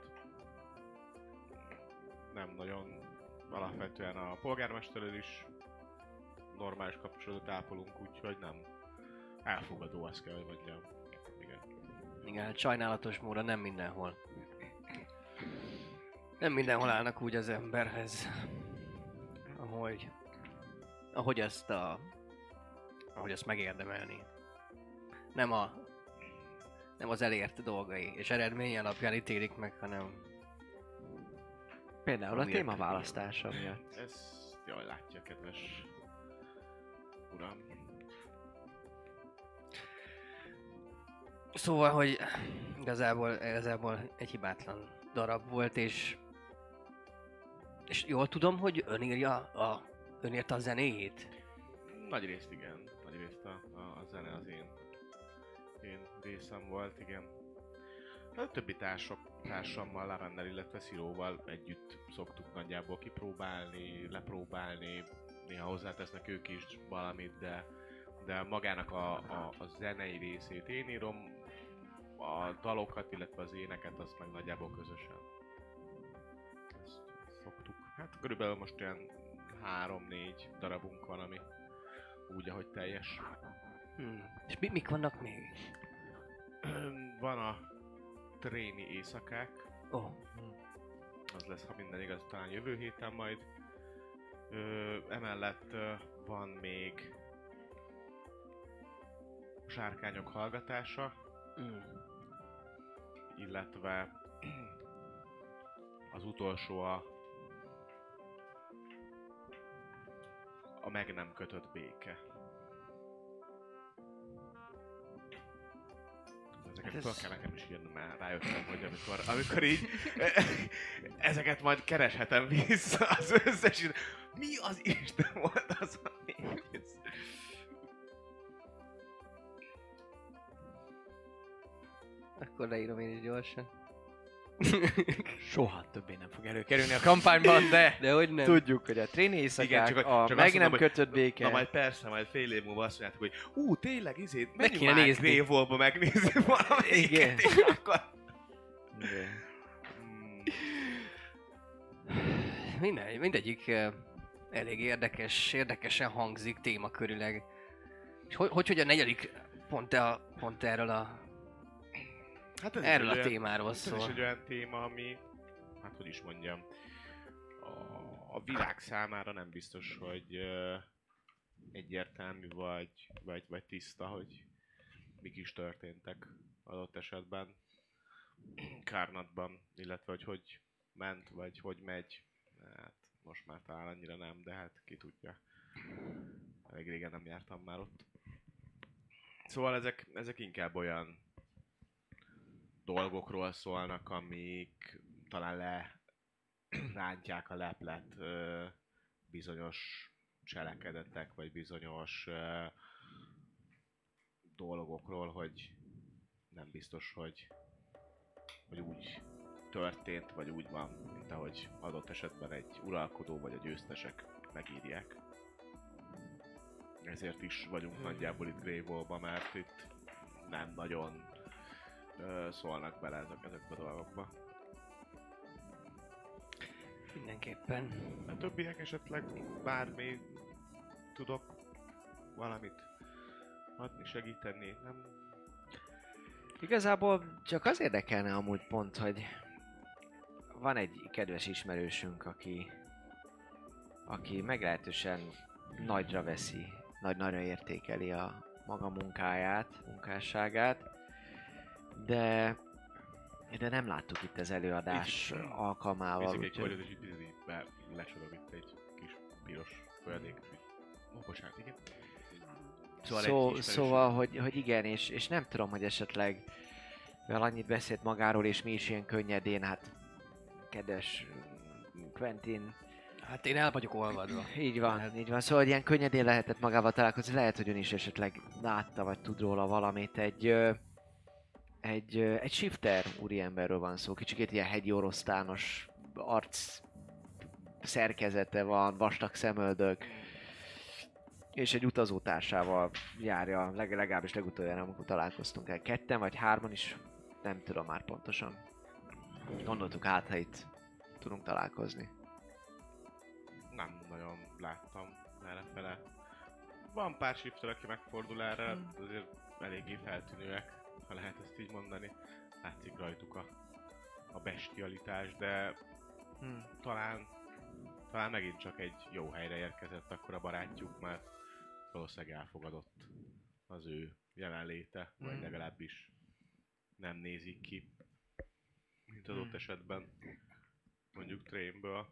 Nem nagyon, alapvetően a polgármesterrel is normális kapcsolatot ápolunk, úgyhogy nem elfogadó, azt kell, hogy mondjam. Igen. Igen, hát sajnálatos módon nem mindenhol. Nem mindenhol állnak úgy az emberhez, ahogy, ahogy ezt a, ahogy ezt megérdemelni. Nem a, nem az elért dolgai és eredmény alapján ítélik meg, hanem... Például a Amiért témaválasztása miatt. Ezt jól látja, kedves uram. Szóval, hogy igazából, igazából egy hibátlan darab volt, és... És jól tudom, hogy ön írja a... Ön írta a zenéjét? Nagy részt igen, nagy részt a, a, a zene az én, én részem volt, igen. A többi társok, társammal, Lavendel, illetve Sziróval együtt szoktuk nagyjából kipróbálni, lepróbálni, néha hozzátesznek ők is valamit, de, de magának a, a, a zenei részét én írom, a dalokat, illetve az éneket, azt meg nagyjából közösen. Ezt, ezt szoktuk. Hát körülbelül most olyan három-négy darabunk van, ami úgy, ahogy teljes. Hmm. És mi, mik vannak még? Van a tréni éjszakák. Oh. Az lesz, ha minden igaz, talán jövő héten majd. Ö, emellett ö, van még sárkányok hallgatása, Mm. illetve az utolsó a a meg nem kötött béke. Ezeket Ez- fel kell nekem is írni, mert rájöttem, hogy amikor, amikor így ezeket majd kereshetem vissza az összes... Mi az Isten volt az, ami... Akkor leírom én is gyorsan. Soha többé nem fog előkerülni a kampányban, de, De hogy nem? tudjuk, hogy a tréni éjszakák, a meg nem kötött béke. Na majd persze, majd fél év múlva azt mondjátok, hogy ú, tényleg izét, Meg menjünk kéne már nézni. Grévolba megnézni valamelyiket, Igen. és akkor... Igen. Hmm. Minden, mindegyik uh, elég érdekes, érdekesen hangzik témakörüleg. És hogy, hogy, hogy a negyedik pont, a, pont erről a, Hát ez erről is a egy olyan- témáról Ez is szól. egy olyan téma, ami, hát hogy is mondjam, a, a világ számára nem biztos, hogy uh, egyértelmű vagy, vagy, vagy tiszta, hogy mik is történtek adott esetben Karnatban, illetve hogy hogy ment, vagy hogy megy. Hát most már talán annyira nem, de hát ki tudja. Elég régen nem jártam már ott. Szóval ezek, ezek inkább olyan dolgokról szólnak, amik talán le rántják a leplet ö, bizonyos cselekedetek, vagy bizonyos ö, dolgokról, hogy nem biztos, hogy, hogy úgy történt, vagy úgy van, mint ahogy adott esetben egy uralkodó, vagy a győztesek megírják. Ezért is vagyunk hmm. nagyjából itt Grey Wall-ba, mert itt nem nagyon ö, szólnak bele ezek, ezekbe a dolgokba. Mindenképpen. A többiek esetleg bármi tudok valamit adni, segíteni, nem? Igazából csak az érdekelne amúgy pont, hogy van egy kedves ismerősünk, aki, aki meglehetősen nagyra veszi, nagy-nagyra értékeli a maga munkáját, munkásságát, de, de nem láttuk itt az előadás Itt, alkalmával. Nézzük egy korját, és itt, itt, itt be lecsorog itt egy kis piros folyadék. Ó, bocsánat, igen. Szóval, Szó, szóval hogy, hogy igen, és, és nem tudom, hogy esetleg mivel annyit beszélt magáról, és mi is ilyen könnyedén, hát kedves Quentin. Hát én el vagyok olvadva. Így van, hát. így van. Szóval ilyen könnyedén lehetett magával találkozni, lehet, hogy ön is esetleg látta, vagy tud róla valamit. Egy, egy, egy shifter úriemberről van szó, kicsikét ilyen hegyi orosztános arc szerkezete van, vastag szemöldök. És egy utazótársával járja, leg, legalábbis legutoljára, amikor találkoztunk el. Ketten vagy hárman is, nem tudom már pontosan. Gondoltuk át, ha itt tudunk találkozni. Nem nagyon láttam errefele. Van pár shifter, aki megfordul erre, hmm. azért eléggé feltűnőek, ha lehet ezt így mondani. Látszik rajtuk a, a bestialitás, de hmm. talán, talán megint csak egy jó helyre érkezett akkor a barátjuk, mert valószínűleg elfogadott az ő jelenléte, hmm. vagy legalábbis nem nézik ki, mint adott hmm. esetben, mondjuk Trainből.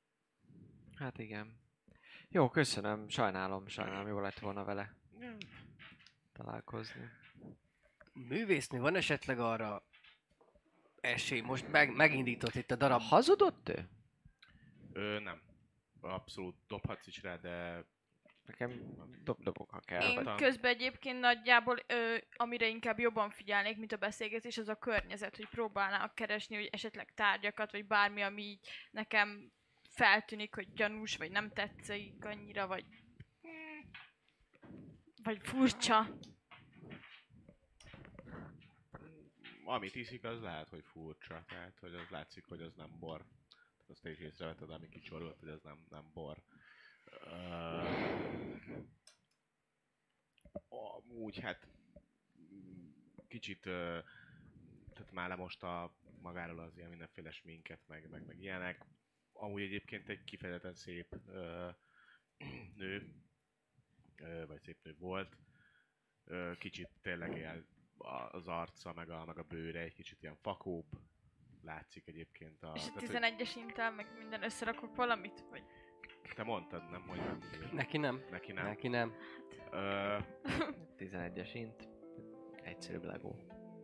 Hát igen. Jó, köszönöm, sajnálom, sajnálom, jó lett volna vele yeah. találkozni. Művésznő, van esetleg arra esély? Most meg, megindított itt a darab. Hazudott ő? Ö, nem. Abszolút dobhatsz is rá, de nekem dob-dobok, ha kell. Én vagy. Közben egyébként nagyjából, ö, amire inkább jobban figyelnék, mint a beszélgetés, az a környezet, hogy próbálnának keresni, hogy esetleg tárgyakat, vagy bármi, ami így nekem feltűnik, hogy gyanús, vagy nem tetszik annyira, vagy vagy furcsa. Amit iszik, az lehet, hogy furcsa, tehát hogy az látszik, hogy az nem bor. Tehát azt te is észrevetted, ami kicsorult, hogy az nem, nem bor. Uh, úgy hát kicsit uh, tehát már lemosta magáról az ilyen mindenféle sminket, meg, meg, meg ilyenek. Amúgy egyébként egy kifejezetten szép uh, nő, uh, vagy szép nő volt. Uh, kicsit tényleg ilyen az arca, meg a, meg a bőre egy kicsit ilyen fakóbb. Látszik egyébként a... És a tizenegyes intel, meg minden összerakok valamit? Vagy... Te mondtad, nem, hogy nem. Neki nem. Neki nem. Neki nem. Ö... tizenegyes int. Egyszerűbb Lego.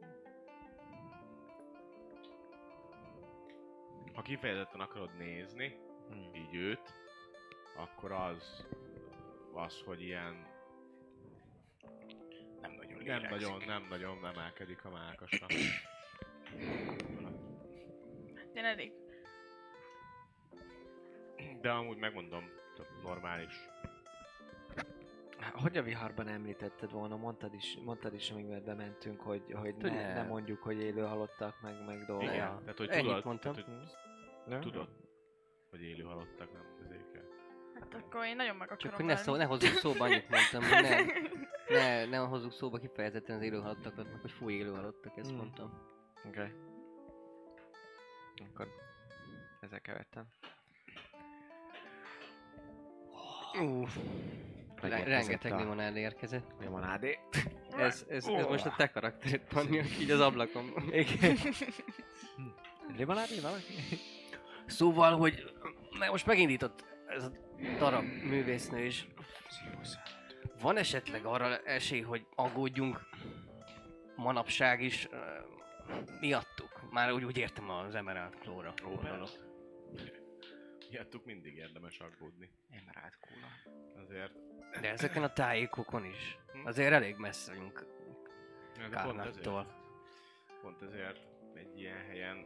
Ha kifejezetten akarod nézni, hmm. így őt, akkor az, az, hogy ilyen nem nagyon nem nagyon, nem nagyon emelkedik a mákasa. Én elég. De amúgy megmondom, normális. Hogy a viharban említetted volna, mondtad is, mondtad is, amíg bementünk, hogy, hogy ne, ne mondjuk, hogy élő halottak, meg, meg dolgok. Igen, tehát hogy tudod, mondtam. Tehát, hogy tudod, hogy élő halottak, nem közékel. Hát akkor én nagyon meg akarom. Csak hogy ne, szó, ne hozzuk szóba, annyit mondtam, hogy ne, ne, ne hozzuk szóba kifejezetten az élő halottakat, meg hogy fúj élő halottak, ezt hmm. mondtam. Oké. Okay. Akkor ezzel követtem. Uh, rengeteg limonádé érkezett. Limonádé. Ez, ez, ez most a te karaktered, Panni, így az ablakon. Igen. Limonádé valaki? Szóval, hogy most megindított ez a darab művésznő is. Van esetleg arra esély, hogy aggódjunk manapság is uh, miattuk? Már úgy, úgy értem az Emerald Claw-ra. Miattuk mindig érdemes aggódni. Emerald Claw. Azért... De ezeken a tájékokon is. Azért elég messze vagyunk Karnaktól. Pont ezért egy ilyen helyen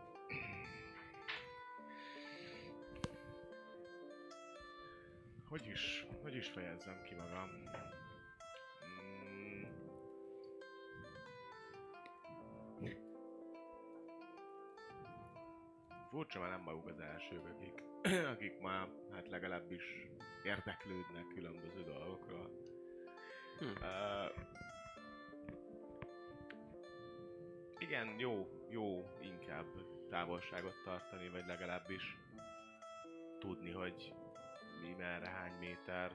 Hogy is, hogy is fejezzem ki magam? Mm. Furcsa, már nem maguk az elsők, akik, akik már hát legalábbis érdeklődnek különböző dolgokról. Hm. Uh, igen, jó, jó inkább távolságot tartani, vagy legalábbis tudni, hogy mi, merre, hány méter.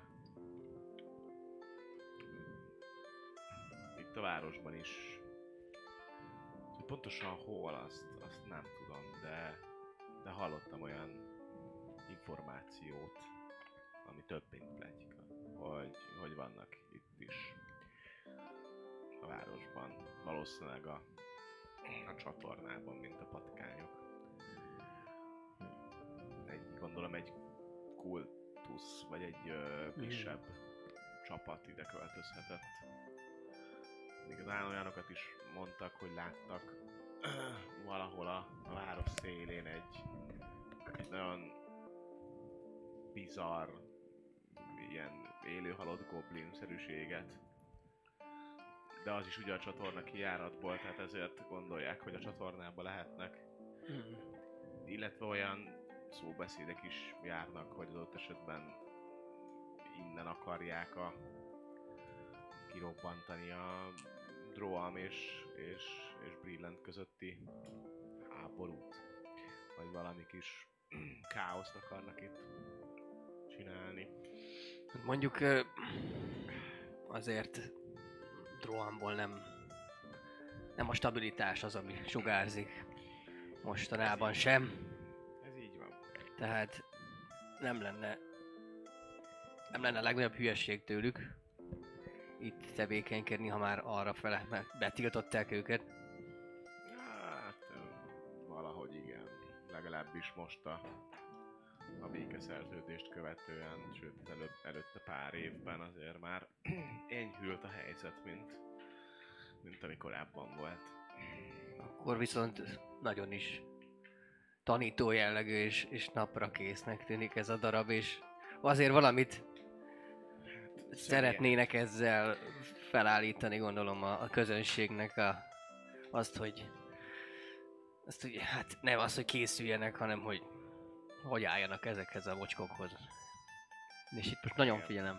Itt a városban is. Pontosan hol, azt, azt nem tudom, de, de hallottam olyan információt, ami több mint pletyka, hogy, hogy vannak itt is a városban. Valószínűleg a, a csatornában, mint a patkányok. Egy, gondolom egy kultusz, vagy egy ö, kisebb mm. csapat ide költözhetett. Igazán olyanokat is mondtak, hogy láttak valahol a, a város szélén egy, egy nagyon bizarr, ilyen élőhalott goblin-szerűséget. De az is ugye a csatorna kijáratból, tehát ezért gondolják, hogy a csatornában lehetnek. Mm. Illetve olyan szóbeszédek is járnak, hogy az ott esetben innen akarják a kirobbantani a Droam és, és, és Brillant közötti háborút. Vagy valami kis káoszt akarnak itt csinálni. Mondjuk azért Droamból nem, nem a stabilitás az, ami sugárzik mostanában ez sem. Ez így van. Tehát nem lenne nem lenne a legnagyobb hülyesség tőlük itt tevékenykedni, ha már arra fele, mert betiltották őket. Hát valahogy igen. Legalábbis most a, a békeszerződést követően, sőt előbb, előtte pár évben azért már enyhült a helyzet, mint, mint ami korábban volt. Akkor viszont nagyon is tanító jellegű és, és napra késznek tűnik ez a darab, és azért valamit hát, szeretnének ezzel felállítani, gondolom a, a közönségnek a, azt, hogy azt, hogy hát nem az, hogy készüljenek, hanem hogy hogy álljanak ezekhez a mocskokhoz. És itt most nagyon figyelem.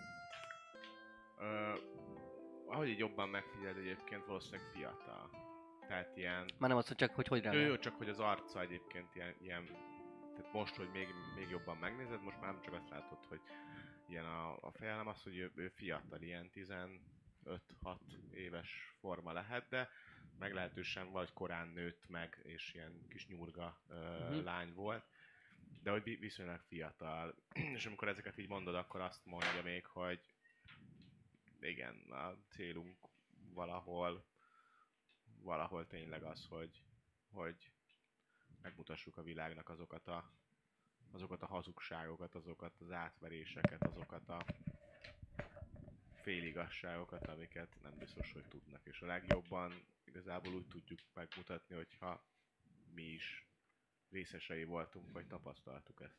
Ö, ahogy így jobban megfigyeld, egyébként valószínűleg fiatal. Tehát ilyen... Már nem az, hogy csak hogy hogy Jó, jó, csak hogy az arca egyébként ilyen, ilyen... Tehát most, hogy még, még jobban megnézed, most már nem csak azt látod, hogy ilyen a, a feje, nem az, hogy ő, ő fiatal, ilyen tizenöt-hat éves forma lehet, de meglehetősen vagy korán nőtt meg, és ilyen kis nyurga ö, uh-huh. lány volt. De hogy viszonylag fiatal. És amikor ezeket így mondod, akkor azt mondja még, hogy igen, a célunk valahol valahol tényleg az, hogy, hogy megmutassuk a világnak azokat a, azokat a hazugságokat, azokat az átveréseket, azokat a féligasságokat, amiket nem biztos, hogy tudnak. És a legjobban igazából úgy tudjuk megmutatni, hogyha mi is részesei voltunk, vagy tapasztaltuk ezt.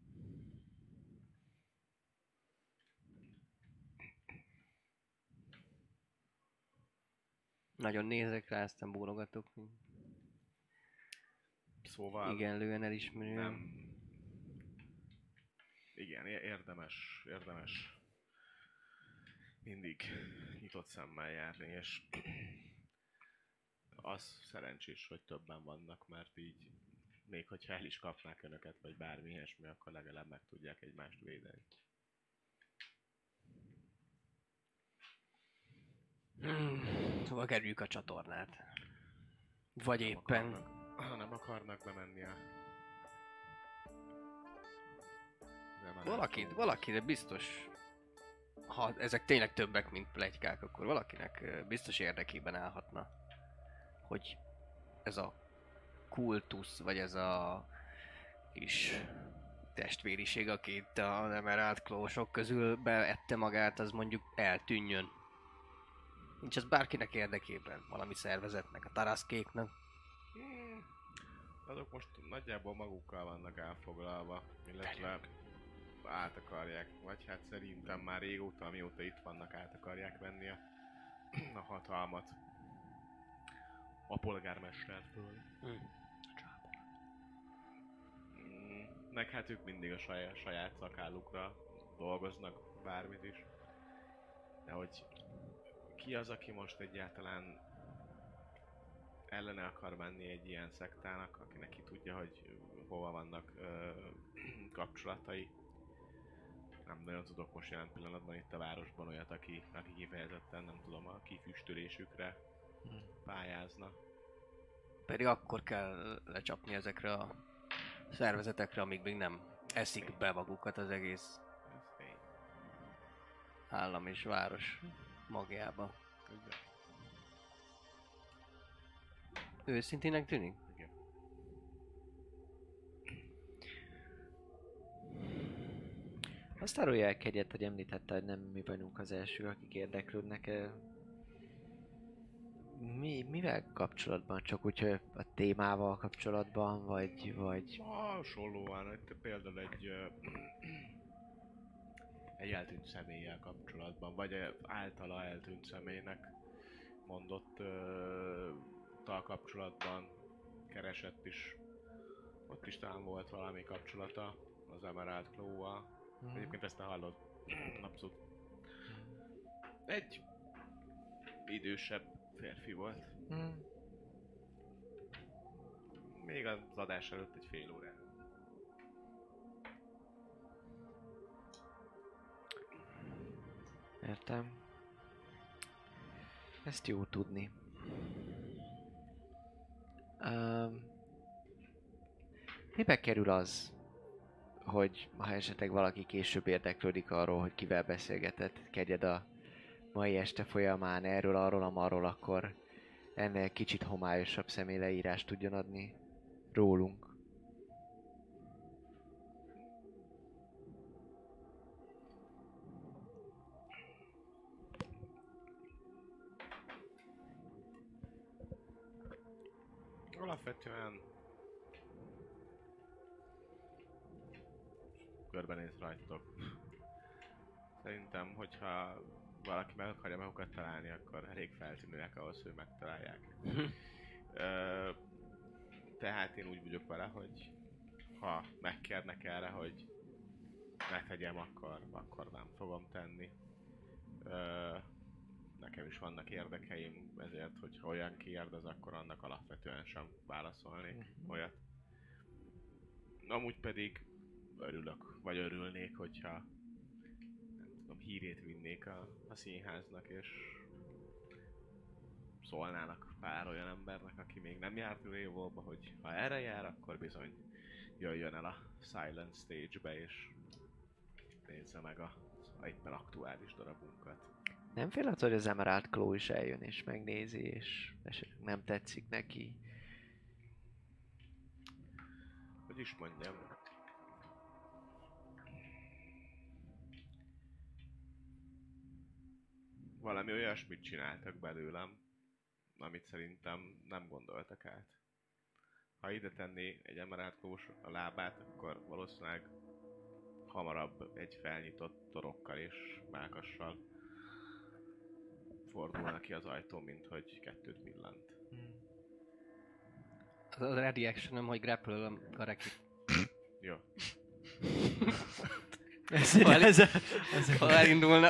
Nagyon nézek rá, aztán bólogatok. Szóval... Igenlően elismerő. Nem. Igen, érdemes, érdemes mindig nyitott szemmel járni, és az szerencsés, hogy többen vannak, mert így még hogyha el is kapnák önöket, vagy bármi ilyesmi, akkor legalább meg tudják egymást védeni. hova kerüljük a csatornát. Vagy Nem éppen... Akarnak, ha nem akarnak bemenni a... Valaki, valakire biztos, ha ezek tényleg többek, mint pletykák, akkor valakinek ö, biztos érdekében állhatna, hogy ez a kultusz, vagy ez a kis testvériség, aki itt a Emerald Claw-sok közül beette magát, az mondjuk eltűnjön. Nincs az bárkinek érdekében, valami szervezetnek, a Taraszkéknak. Hmm. Azok most nagyjából magukkal vannak elfoglalva, illetve át akarják, vagy hát szerintem már régóta, amióta itt vannak, át akarják venni a, a hatalmat a polgármestertől. Hmm. Mm, meg hát ők mindig a saját, saját szakállukra dolgoznak, bármit is. De hogy ki az, aki most egyáltalán ellene akar menni egy ilyen szektának, akinek ki tudja, hogy hova vannak ö, kapcsolatai. Nem nagyon tudok most jelen pillanatban itt a városban olyat, aki, aki kifejezetten, nem tudom, a kifüstölésükre pályázna. Pedig akkor kell lecsapni ezekre a szervezetekre, amíg még nem eszik be magukat az egész Ez tény. állam és város magjába. Ugye? Őszintének tűnik? Igen. Azt árulj el Kegyet, hogy említette, hogy nem mi vagyunk az első, akik érdeklődnek. Mi, mivel kapcsolatban? Csak úgy, hogy a témával kapcsolatban, vagy... vagy... Hasonlóan, itt például egy, ö, egy eltűnt személlyel kapcsolatban, vagy egy általa eltűnt személynek mondott ö, tal kapcsolatban keresett is. Ott is talán volt valami kapcsolata az Emerald Claw-val. Mhm. Egyébként ezt te hallod. Abszolút. Egy idősebb férfi volt. Mhm. Még az adás előtt egy fél órán. Értem. Ezt jó tudni. Um, mibe kerül az, hogy ha esetleg valaki később érdeklődik arról, hogy kivel beszélgetett Kegyed a mai este folyamán erről, arról, amarról, akkor ennél kicsit homályosabb személyleírást tudjon adni rólunk? Alapvetően körbenéz rajtatok. Szerintem, hogyha valaki meg akarja magukat találni, akkor elég feltűnőek ahhoz, hogy megtalálják. Ö, tehát én úgy vagyok vele, hogy ha megkérnek erre, hogy megtegyem, akkor, akkor nem fogom tenni. Ö, nekem is vannak érdekeim, ezért, hogyha olyan kérdez, akkor annak alapvetően sem válaszolnék uh-huh. olyat. Amúgy pedig örülök, vagy örülnék, hogyha nem tudom, hírét vinnék a, a színháznak, és szólnának pár olyan embernek, aki még nem járt Ravenholmba, hogy ha erre jár, akkor bizony jöjjön el a Silent Stage-be, és nézze meg a, a éppen aktuális darabunkat. Nem félhet, hogy az Emerald Claw is eljön és megnézi, és esetleg nem tetszik neki? Hogy is mondjam. Valami olyasmit csináltak belőlem, amit szerintem nem gondoltak át. Ha ide tenné egy Emerald Claw-s a lábát, akkor valószínűleg hamarabb egy felnyitott torokkal és mákassal fordulna ki az ajtó, mint hogy kettőt villant. Az a ready action-öm, hogy grapple-ölöm a rekit. Jó. ez, ez, ez, ha elindulna.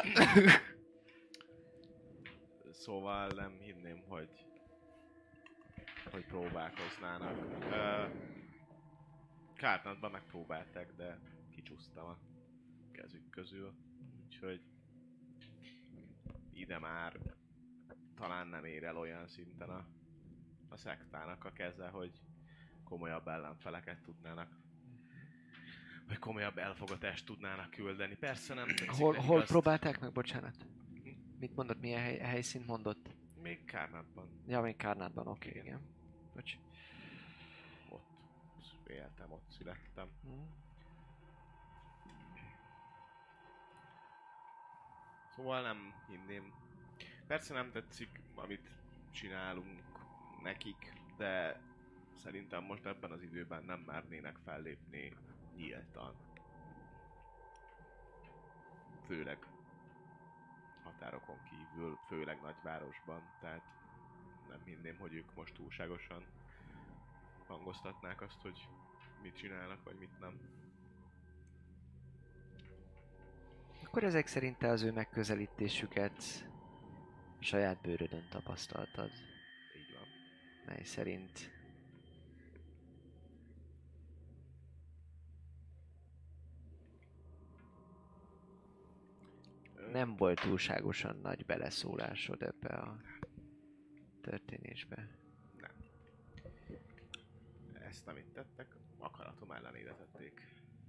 Szóval nem hinném, hogy hogy próbálkoznának. Uh, Kártnatban megpróbálták, de kicsúsztam a kezük közül. Úgyhogy ide már talán nem ér el olyan szinten a, a szektának a keze, hogy komolyabb ellenfeleket tudnának, vagy komolyabb elfogatást tudnának küldeni. Persze nem tetszik Hol, nekik hol azt... próbálták meg, bocsánat? Mit mondott, milyen hely, helyszínt mondott? Még Kárnátban. Ja, még Kárnátban, oké, okay, igen. Bocs. Ott éltem, ott születtem. Hmm. Szóval nem hinném. Persze nem tetszik, amit csinálunk nekik, de szerintem most ebben az időben nem mernének fellépni nyíltan. Főleg határokon kívül, főleg nagyvárosban, tehát nem hinném, hogy ők most túlságosan hangoztatnák azt, hogy mit csinálnak, vagy mit nem. Akkor ezek szerint te az ő megközelítésüket a saját bőrödön tapasztaltad. Így van. Mely szerint nem volt túlságosan nagy beleszólásod ebbe a történésbe. Nem. Ezt, amit tettek, akaratom ellenére tették.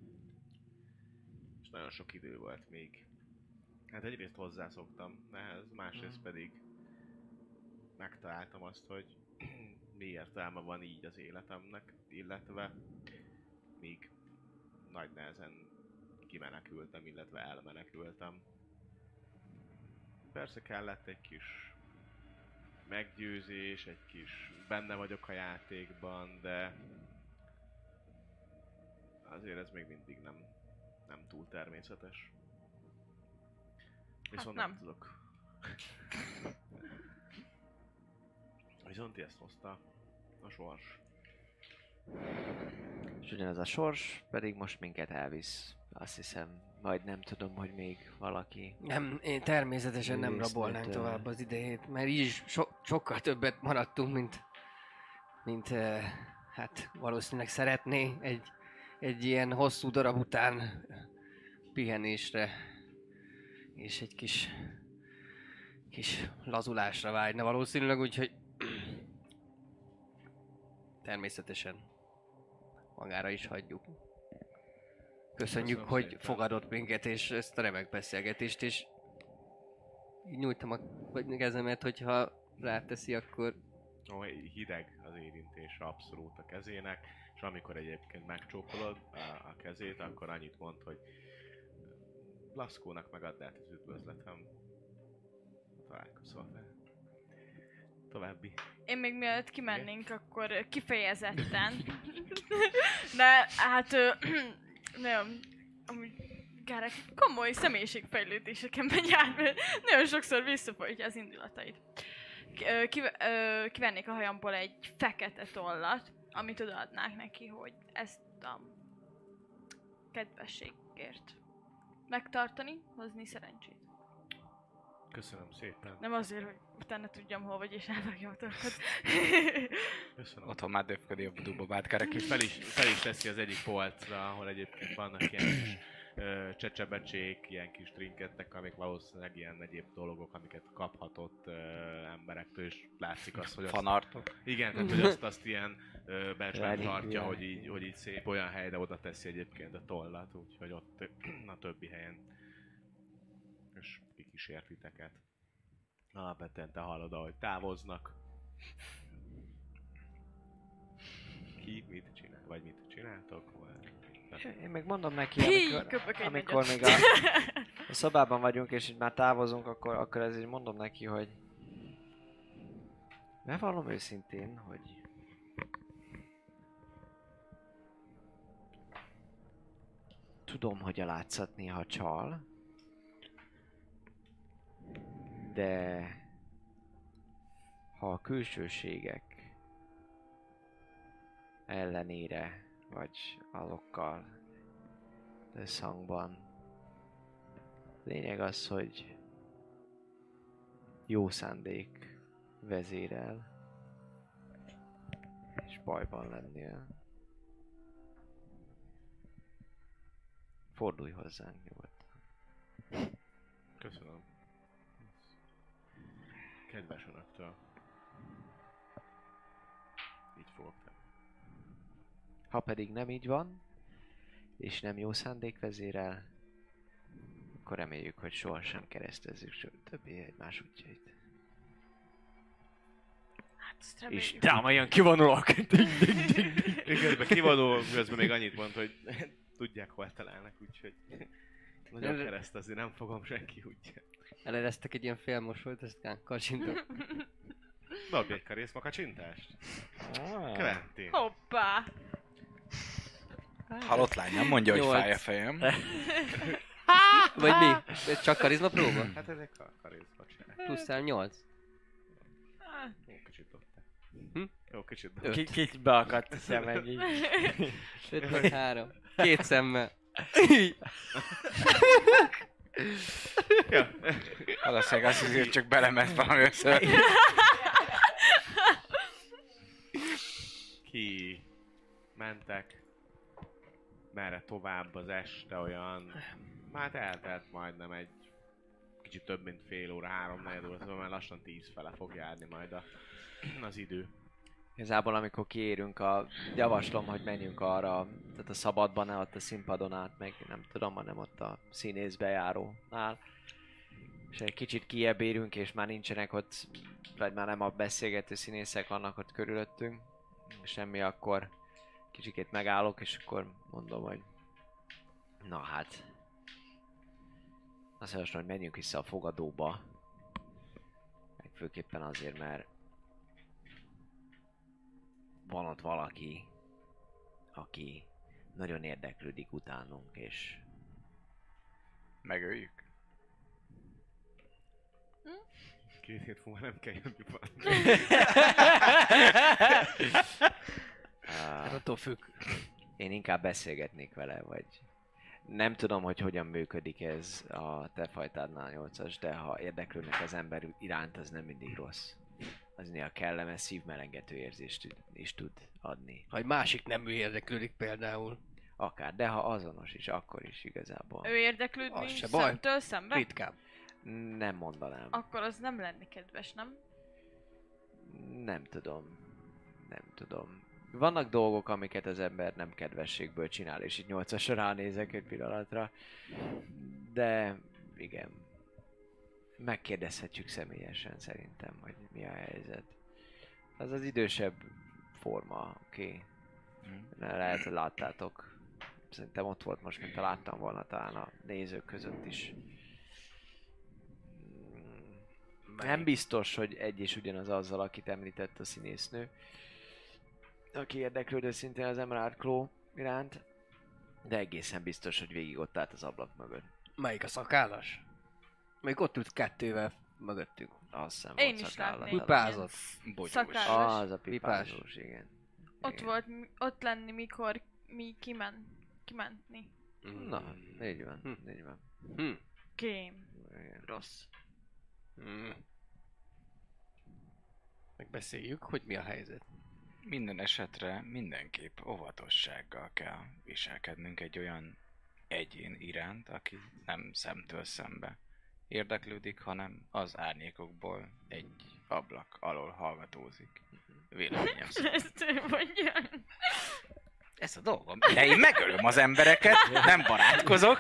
És nagyon sok idő volt még. Hát egyrészt hozzászoktam ehhez, másrészt pedig megtaláltam azt, hogy mi értelme van így az életemnek, illetve még nagy nehezen kimenekültem, illetve elmenekültem. Persze kellett egy kis meggyőzés, egy kis benne vagyok a játékban, de azért ez még mindig nem, nem túl természetes. Viszont hát nem. nem tudok. Viszont ezt hozta a sors. És ugyanez a sors pedig most minket elvisz. Azt hiszem, majd nem tudom, hogy még valaki... Nem, én természetesen nem Művésznek, rabolnánk ö, tovább az idejét, mert így is so- sokkal többet maradtunk, mint, mint uh, hát valószínűleg szeretné egy, egy ilyen hosszú darab után pihenésre és egy kis, kis lazulásra vágyna valószínűleg, úgyhogy természetesen magára is hagyjuk. Köszönjük, Köszönöm hogy szépen. fogadott minket, és ezt a remek beszélgetést, és így nyújtam a vagy kezemet, hogyha ráteszi, akkor... Ó, hideg az érintése abszolút a kezének, és amikor egyébként megcsókolod a, a kezét, akkor annyit mond, hogy Blaszkónak megadd át az üdvözletem. Találkozol fel. További. Én még mielőtt kimennénk, akkor kifejezetten. De hát ö, nagyon, amúgy Gárek komoly személyiségfejlődéseken megy át, mert nagyon sokszor visszafolytja az indulatait. Ki, ö, kivennék a hajamból egy fekete tollat, amit odaadnák neki, hogy ezt a kedvességért megtartani, hozni szerencsét. Köszönöm szépen. Nem azért, hogy utána tudjam, hol vagy, és elvágjam a torkot. Köszönöm. Otthon már döfködi a budóbabát kerek És is. fel is, fel is teszi az egyik polcra, ahol egyébként vannak ilyen kis ö, csecsebecsék, ilyen kis trinkettek, amik valószínűleg ilyen egyéb dolgok, amiket kaphatott ö, emberektől, és látszik az, hogy azt, Fanartok. igen, tehát hogy azt, azt ilyen ö, becsben Relikvia. tartja, hogy így, hogy így szép olyan helyre oda teszi egyébként a tollat, úgyhogy ott a többi helyen és kikísért titeket. Alapvetően te hallod, ahogy távoznak. Ki mit csinál, vagy mit csináltok? Vagy... Én meg mondom neki, Hí, amikor, köpök egy amikor nagyot. még a, a szobában vagyunk, és így már távozunk, akkor, akkor ezért mondom neki, hogy bevallom őszintén, hogy tudom, hogy a látszat néha csal, de ha a külsőségek ellenére, vagy azokkal összhangban, lényeg az, hogy jó szándék vezérel, és bajban lennél. Fordulj hozzánk nyugodtan. Köszönöm. kedves önöktől. Így fogok tenni. Ha pedig nem így van, és nem jó szándék vezérel, akkor reméljük, hogy sohasem keresztezzük többé egymás útjait. Hát ezt És reméljük. drámaian kivonulok! Közben kivonul, közben még annyit mond, hogy tudják, hol találnak, úgyhogy nagyon keresztezni nem fogom senki útját. Eleresztek egy ilyen félmosolyt, aztán kacsintok. Dobj egy karizma kacsintást. Quentin. Hoppá! Halott lány nem mondja, hogy Nyolc. fáj a fejem. Vagy mi? Ez csak karizma próba? Hát ezek a karizma csinál. Pluszál nyolc. Jó, kicsit dobtál. Hm? Jó, kicsit dobtál. Ki, kicsit beakadt a szemed így. öt meg három. Két szemmel. Ja. Valószínűleg azt hiszi, hogy csak belement valami össze. Ki mentek. Merre tovább az este olyan... Hát eltelt majdnem egy kicsit több mint fél óra, három negyed óra, szóval már lassan tíz fele fog járni majd a, az idő. Igazából amikor kiérünk, a, javaslom, hogy menjünk arra, tehát a szabadban, ne ott a színpadon át, meg nem tudom, hanem ott a színész bejárónál. És egy kicsit kiebb érünk, és már nincsenek ott, vagy már nem a beszélgető színészek vannak ott körülöttünk. Semmi, akkor kicsikét megállok, és akkor mondom, hogy na hát, azt javaslom, hogy menjünk vissza a fogadóba. Meg főképpen azért, mert van ott valaki, aki nagyon érdeklődik utánunk, és Megöljük? Két hét múlva nem kell jönni van. uh, Attól függ. én inkább beszélgetnék vele, vagy nem tudom, hogy hogyan működik ez a te fajtádnál nyolcas, de ha érdeklődnek az ember iránt, az nem mindig rossz. Az néha kellemes, szívmelengető érzést is tud adni. Ha egy másik nemű érdeklődik például. Akár, de ha azonos is, akkor is igazából. Ő érdeklődni Az se baj. szemtől szembe? Ritkább. Nem mondanám. Akkor az nem lenni kedves, nem? Nem tudom. Nem tudom. Vannak dolgok, amiket az ember nem kedvességből csinál, és itt nyolcasra ránézek egy pillanatra. De igen. Megkérdezhetjük személyesen szerintem, hogy mi a helyzet. Az az idősebb forma, oké. Okay. Lehet, hogy láttátok. Szerintem ott volt most, mint láttam volna talán a nézők között is. Nem biztos, hogy egy és ugyanaz azzal, akit említett a színésznő, aki érdeklődő szintén az Emerald Claw iránt, de egészen biztos, hogy végig ott állt az ablak mögött. Melyik a szakállas? Még ott ült kettővel mögöttünk. Azt hiszem, Én ott is szakállas. látnék. Pipázott. Bogyós. Szakállas. Ah, az a pipázós, igen. Ott Igen. volt, mi- ott lenni, mikor mi kimen, kimentni. Na, így van, Hm. így van. Hm. Game. Igen. Rossz. Hm. Megbeszéljük, hogy mi a helyzet. Minden esetre mindenképp óvatossággal kell viselkednünk egy olyan egyén iránt, aki nem szemtől szembe érdeklődik, hanem az árnyékokból egy ablak alól hallgatózik. Véleményem szerint. Ezt ő mondja. Ez a dolgom. De én megölöm az embereket, nem barátkozok.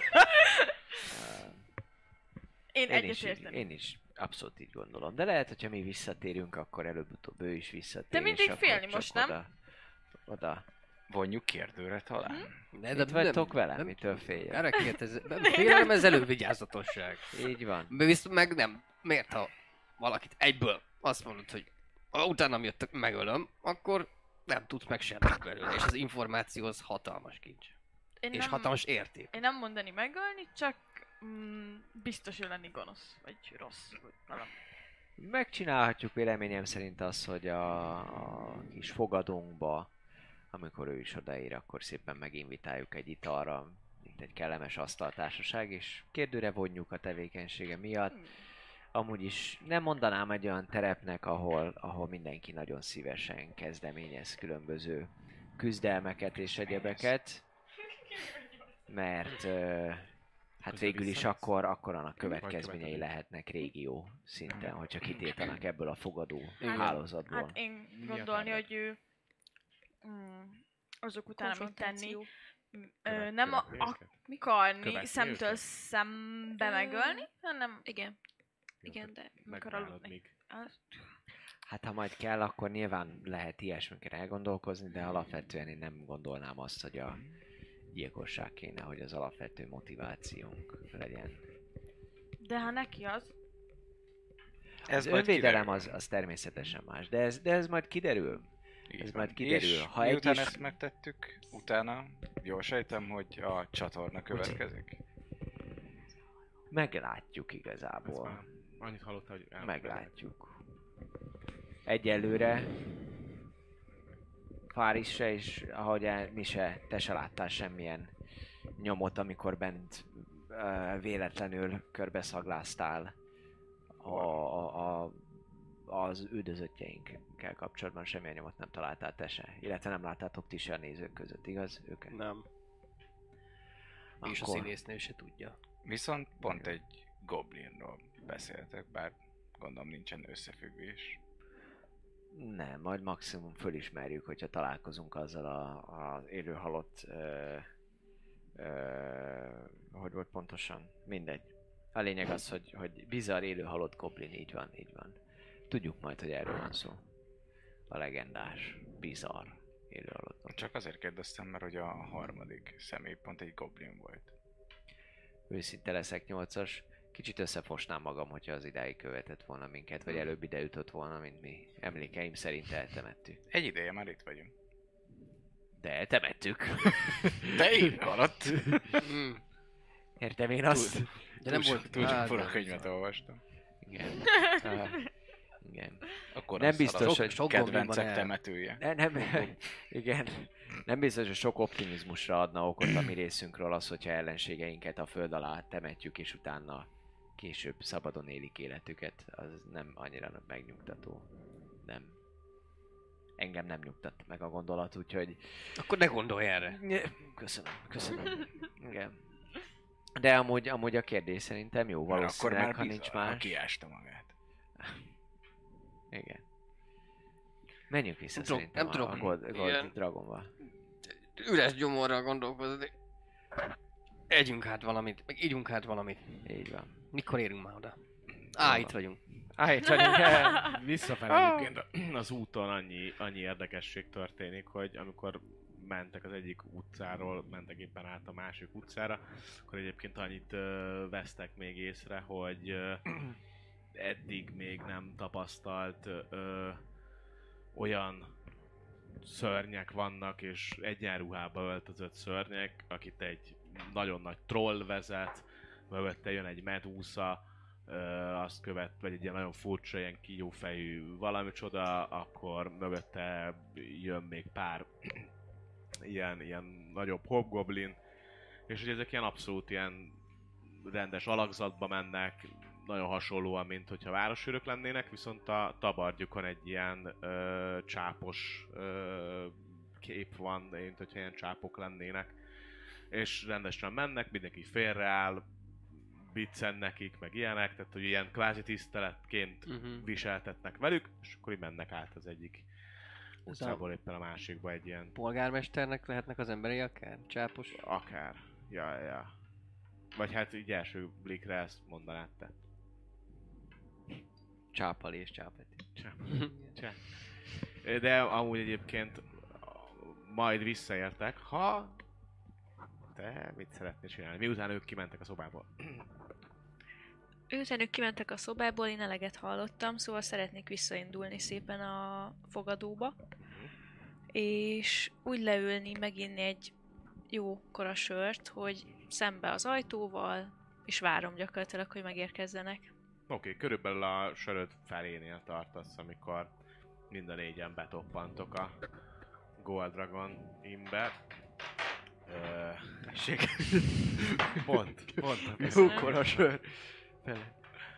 Én Én is, egyetérteni. én is abszolút így gondolom. De lehet, hogyha mi visszatérünk, akkor előbb-utóbb ő is visszatér. De mindig és akkor félni csak most, nem? Oda, oda. Vonjuk kérdőre talán. Ne, Mit vagytok velem? Mitől féljek? Erre kérdez, félelem, ez elővigyázatosság. Így van. De viszont meg nem. Miért, ha valakit egyből azt mondod, hogy ha utána jöttök, megölöm, akkor nem tudsz meg semmit belőle, és az információ az hatalmas kincs. Én És nem, hatalmas érték. én nem mondani megölni, csak mm, biztos, hogy lenni gonosz, vagy rossz, vagy valami. Megcsinálhatjuk véleményem szerint azt, hogy a, a kis fogadónkba, amikor ő is odaér, akkor szépen meginvitáljuk egy italra, mint egy kellemes asztaltársaság, és kérdőre vonjuk a tevékenysége miatt. Amúgy is nem mondanám egy olyan terepnek, ahol, ahol mindenki nagyon szívesen kezdeményez különböző küzdelmeket és egyebeket, mert uh, Hát Közben végül is visszamész? akkor, akkor annak következményei következik. lehetnek régió szinten, hogyha kitétanak ebből a fogadó Hát- hálózatból. Hát én Mi a gondolni, terved? hogy ő mm, azok után, amit tenni, Konfrontáció. mm, ö, Követ- nem a, követni őket? akarni Követni szemtől őket? szembe Ö, megölni, hanem Igen. Jó, Igen, tehát de mikor megvárod, aludni. míg- az- Hát ha majd kell, akkor nyilván lehet ilyesmikre elgondolkozni, de alapvetően én nem gondolnám azt, hogy a gyilkosság kéne, hogy az alapvető motivációnk legyen. De ha neki az, Ez majd önvédelem kiderül. az, az természetesen más, de ez, de ez majd kiderül. Így Ez van. majd kiderül. És Ha egy miután is- ezt megtettük, utána jól sejtem, hogy a csatorna következik. Meglátjuk Ezt igazából. már annyit hallottál, hogy elmondtad. Meglátjuk. Egyelőre Fáris se, és ahogy el, mi se, te se láttál semmilyen nyomot, amikor bent uh, véletlenül körbeszagláztál a, a, a, az üldözöttjeinkkel kapcsolatban, semmilyen nyomot nem találtál te se. Illetve nem láttátok ti se a nézők között, igaz? Őket? Nem. És a Akkor- színésznő se tudja. Viszont pont egy goblinról beszéltek, bár gondolom nincsen összefüggés. Nem, majd maximum fölismerjük, hogyha találkozunk azzal a, a élő halott... Ö, ö, hogy volt pontosan? Mindegy. A lényeg az, hogy, hogy bizarr élő halott goblin, így van, így van. Tudjuk majd, hogy erről van szó. A legendás, bizarr élő halott goblin. Csak azért kérdeztem, mert hogy a harmadik személy pont egy goblin volt. Őszinte leszek, nyolcas. Kicsit összefosnám magam, hogyha az idáig követett volna minket, vagy előbb ide jutott volna, mint mi. Emlékeim szerint eltemettük. Egy ideje már itt vagyunk. De eltemettük. De így alatt! Mm. Értem én azt? De nem volt... Túl Á, sok fura nem. könyvet olvastam. Igen. Ah, igen. Akkor Nem az biztos, a hogy sok goblin van kedvencek el. temetője. Ne, nem, igen. Nem biztos, hogy sok optimizmusra adna okot a mi részünkről az, hogyha ellenségeinket a föld alá temetjük, és utána később szabadon élik életüket. Az nem annyira megnyugtató. Nem. Engem nem nyugtat meg a gondolat, úgyhogy... Akkor ne gondolj erre. Köszönöm, köszönöm. Igen. De amúgy, amúgy a kérdés szerintem jó, Mert akkor valószínűleg, már ha nincs bizarr, ha más. kiásta magát. Igen. Menjünk vissza Nem tudom, szerintem nem a, tudom. a Gold, Gold Igen. Dragonba. Üres gyomorral gondolkozni. Együnk hát valamit, meg ígyunk hát valamit. Így van. Mikor érünk már oda? Á, itt vagyunk. Á, itt vagyunk. Visszafelé egyébként az úton annyi, annyi érdekesség történik, hogy amikor mentek az egyik utcáról, mentek éppen át a másik utcára, akkor egyébként annyit ö, vesztek még észre, hogy ö, eddig még nem tapasztalt ö, olyan szörnyek vannak, és egyenruhába öltözött szörnyek, akit egy nagyon nagy troll vezet, mögötte jön egy medúza, ö, azt követ, vagy egy ilyen nagyon furcsa, ilyen kígyófejű valami csoda, akkor mögötte jön még pár ilyen, ilyen nagyobb hobgoblin, és hogy ezek ilyen abszolút ilyen rendes alakzatba mennek, nagyon hasonlóan, mint hogyha városőrök lennének, viszont a tabardjukon egy ilyen ö, csápos ö, kép van, mint hogyha ilyen csápok lennének. És rendesen mennek, mindenki félreáll, viccen nekik, meg ilyenek, tehát hogy ilyen kvázi tiszteletként Uh-huh. viseltetnek velük, és akkor így mennek át az egyik utcából éppen a másikba egy ilyen Polgármesternek lehetnek az emberi akár? Csápos? akár. Ja, ja. Vagy hát így első blikre ezt mondanád te. Csápali és csápeti. Csá. De amúgy egyébként majd visszaértek, ha te mit szeretnél csinálni, miután ők kimentek a szobából. Őten ők kimentek a szobából, én eleget hallottam, szóval szeretnék visszaindulni szépen a fogadóba. És úgy leülni, meginni egy jó kora sört, hogy szembe az ajtóval, és várom gyakorlatilag, hogy megérkezzenek. Oké, okay, körülbelül a söröd felénél tartasz, amikor mind a négyen betoppantok a Gold Dragon Imbe. Ö, tessék. Pont, pont. Jókora sör. Fele.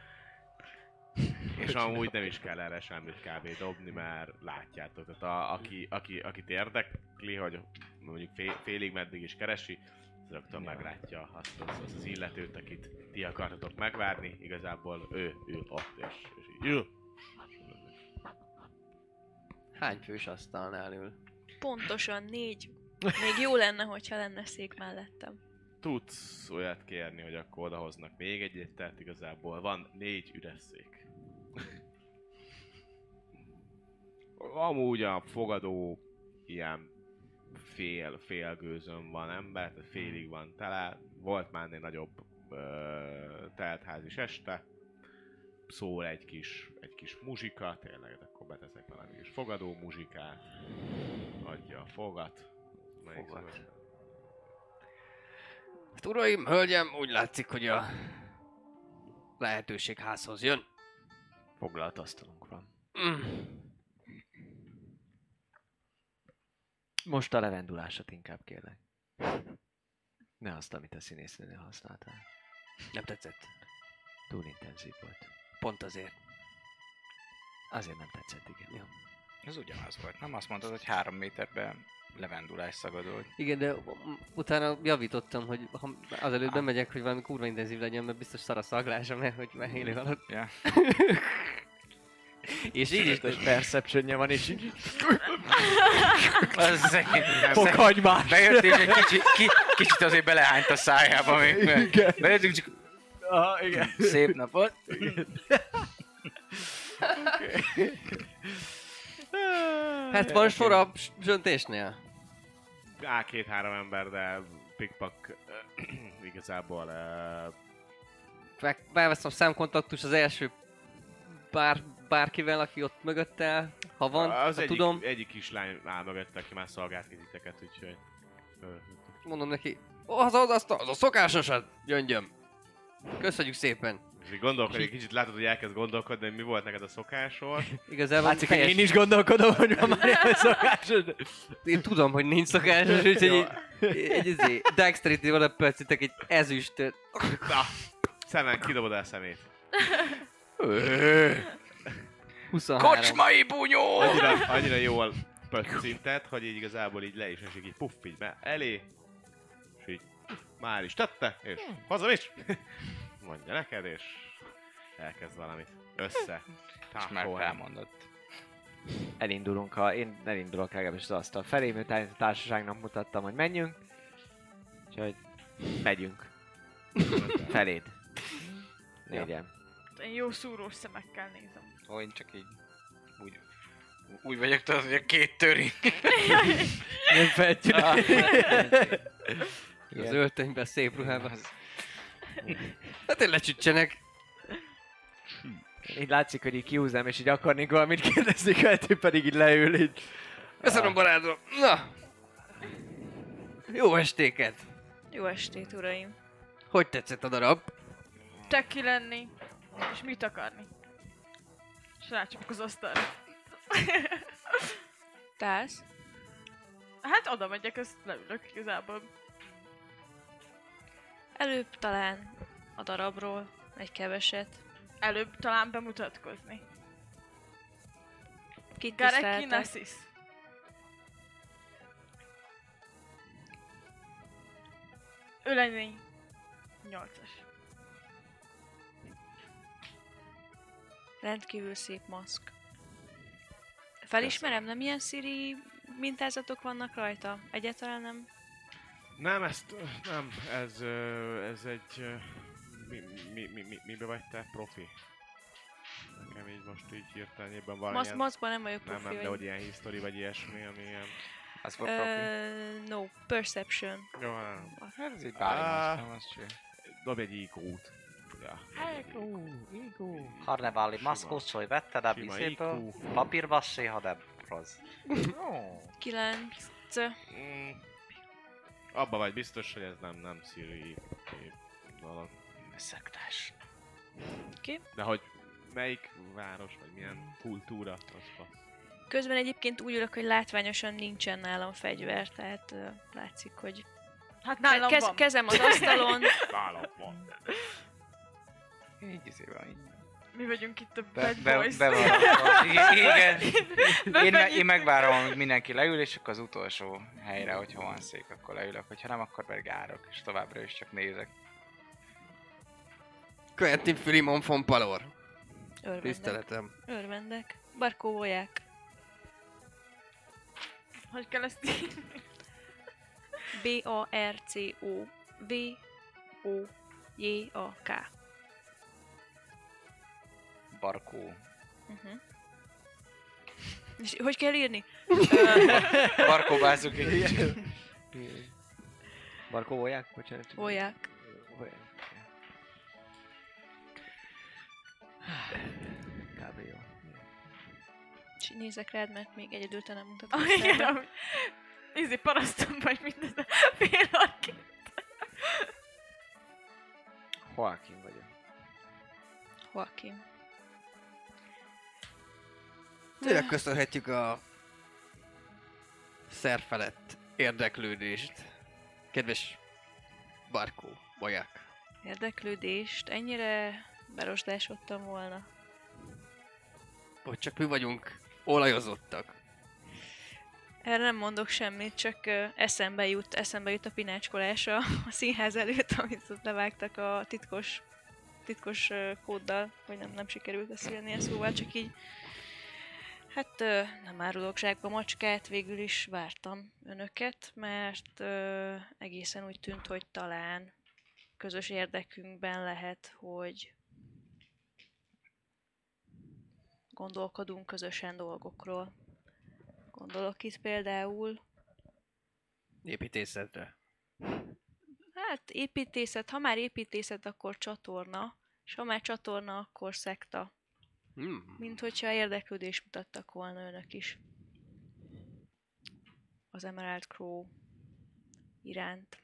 És amúgy nem is kell erre semmit kb. Dobni, mert látjátok. Tehát a, aki, aki, akit érdekli, hogy mondjuk fél, félig meddig is keresi, rögtön meglátja azt az, az, az illetőt, akit ti akartatok megvárni. Igazából ő ül ott, és, és így ül. Hány fős asztalnál ül? Pontosan négy. Még jó lenne, hogyha lenne szék mellettem. Tudsz olyat kérni, hogy akkor odahoznak még egyet, tehát igazából van négy üres szék. Amúgy a fogadó ilyen fél, fél gőzön van ember, tehát félig van tele. Volt már egy nagyobb ö, teltház is este. Szól egy kis, egy kis muzsika, tényleg, akkor beteszek valami kis fogadó muzsikát. Adja a fogat. Fogat. Hát uraim, hölgyem, úgy látszik, hogy a lehetőség házhoz jön. Foglalt asztalunk van. Mm. Most a levendulásat inkább kérlek. Ne azt, amit a színésznőnél használtál. Nem tetszett. Túl intenzív volt. Pont azért. Azért nem tetszett, igen. Ja. Ez ugyanaz volt, nem? Azt mondtad, hogy három méterben levendulás szagadolt. Igen, de utána javítottam, hogy ha azelőtt bemegyek, hogy valami kurva intenzív legyen, mert biztos szar a szaglása, mert hogy már élő alatt. Ja. És így is... Hogy perceptionje van, és így... Az szegény. Fokhagymás! Bejöttél, és egy kicsi, ki, kicsit azért belehányt a szájába még. Mert bejöttünk, csak... Aha, igen. Szép napot. Hát van sor a zsöntésnél. Á, két-három ember, de pikpak igazából... Uh... Meg beveszem szemkontaktus az első bár, bárkivel, aki ott mögötte, ha van, az ha egyik, tudom. egyik kislány áll mögötte, aki már szolgált ki titeket, úgyhogy... Mondom neki, az az, az, az a szokásosat, gyöngyöm. Köszönjük szépen. És így gondolkodik, kicsit látod, hogy elkezd gondolkodni, hogy mi volt neked a szokásod. Igazából látszik, hogy én is gondolkodom, hogy van már ilyen szokásos. Én tudom, hogy nincs szokásos, úgyhogy egy, egy, egy Dexterity-val a percitek egy ezüstöt. Na, szemen, kidobod el szemét. huszonhárom. Kocsmai bunyó! Annyira, annyira jól pöccintet, hogy így igazából így le is esik, így puff, így be elé. És így már is tette, és hozom is! Mondja neked, és elkezd valamit össze. És már felmondott. Elindulunk, ha én elindulok legalábbis az asztal felé, miután a társaságnak mutattam, hogy menjünk. Úgyhogy megyünk. Feléd. Négyen. Én jó szúrós szemekkel nézem. Ó, én csak így úgy, úgy vagyok, tudod, hogy a két töri. Nem feltűnő. Az öltönyben, szép ruhában. Hát én lecsütsenek. Így látszik, hogy így kihúznám, és így akarnék valamit kérdezni, hogy pedig így leül így. Köszönöm, barátom. Na! Jó estéket! Jó estét, uraim. Hogy tetszett a darab? Teki lenni, és mit akarni? És rácsapok az asztalra. Tász? Hát oda megyek, ezt leülök igazából. Előbb talán a darabról egy keveset. Előbb talán bemutatkozni. Kit Gareki tiszteltek? Nessis. Ő lenni nyolcas. Rendkívül szép maszk. Felismerem, nem ilyen szíri mintázatok vannak rajta? Egyáltalán nem? Nem, ezt, nem, ez, ö, ez egy, ö, mi, mi, mi, mi, mibe vagy te profi? Nekem így most így hirtelenében van Masz, ilyen... maszkban nem vagyok profi. Nem, nem, de vagy. hogy ilyen history vagy ilyesmi, ami ilyen... Az volt profi. Uh, no, perception. Jó, nem. Hát ez egy báli nem az csinál. Dobj egy íkót. Ja, Karneváli maszkot, hogy vetted a Sima bizéből, í kú. papírmassé, ha nem roz. Kilenc. Mm, abba vagy biztos, hogy ez nem, nem szíri dolog. Szektás. Ki? De hogy melyik város, vagy milyen kultúra, az fasz. Közben egyébként úgy ülök, hogy látványosan nincsen nálam fegyver, tehát uh, látszik, hogy Hát nálam Kez, van. kezem az asztalon. Nálam van. Így izé van, így. Mi vagyunk itt a Be, bad be, boys. bevallottam. I- Igen. Én, me, én megvárom, amíg mindenki leül, és akkor az utolsó helyre, hogyha van szék, akkor leülök. Hogyha nem, akkor pedig árok, és továbbra is csak nézek. Quentin Filimon von Palor. Örvendek. Tiszteletem. Örvendek. Barkóvolják. Hogy kell ezt írni? B A R C O V O J A K. Barkó. Uh-huh. És hogy kell írni? Barkóbázzuk egy. Barkó Volják? Bocsánat. Volják. Volják. Kb. jó. És így nézek rád, mert még egyedül te nem mutatod. Ah, igen, amúgy. Izé, parasztom vagy minden fél arként. Joaquin vagyok. Joaquin. Tényleg köszönhetjük a szer felett érdeklődést. Kedves Barkó, Volják. Érdeklődést. Ennyire berosdásodtam volna. Hogy csak mi vagyunk olajozottak. Erre nem mondok semmit, csak ö, eszembe jut, eszembe jut a pinácskolás a, a színház előtt, amit ott levágtak a titkos, titkos ö, kóddal, vagy nem, nem sikerült ezt írni, szóval csak így, hát ö, nem árulok zsákba macskát, végül is vártam önöket, mert ö, egészen úgy tűnt, hogy talán közös érdekünkben lehet, hogy gondolkodunk közösen dolgokról. Gondolok itt például... Építészetre. Hát építészet, ha már építészet, akkor csatorna, és ha már csatorna, akkor szekta. Hmm. Mint hogyha érdeklődést mutattak volna önök is. Az Emerald Crow iránt.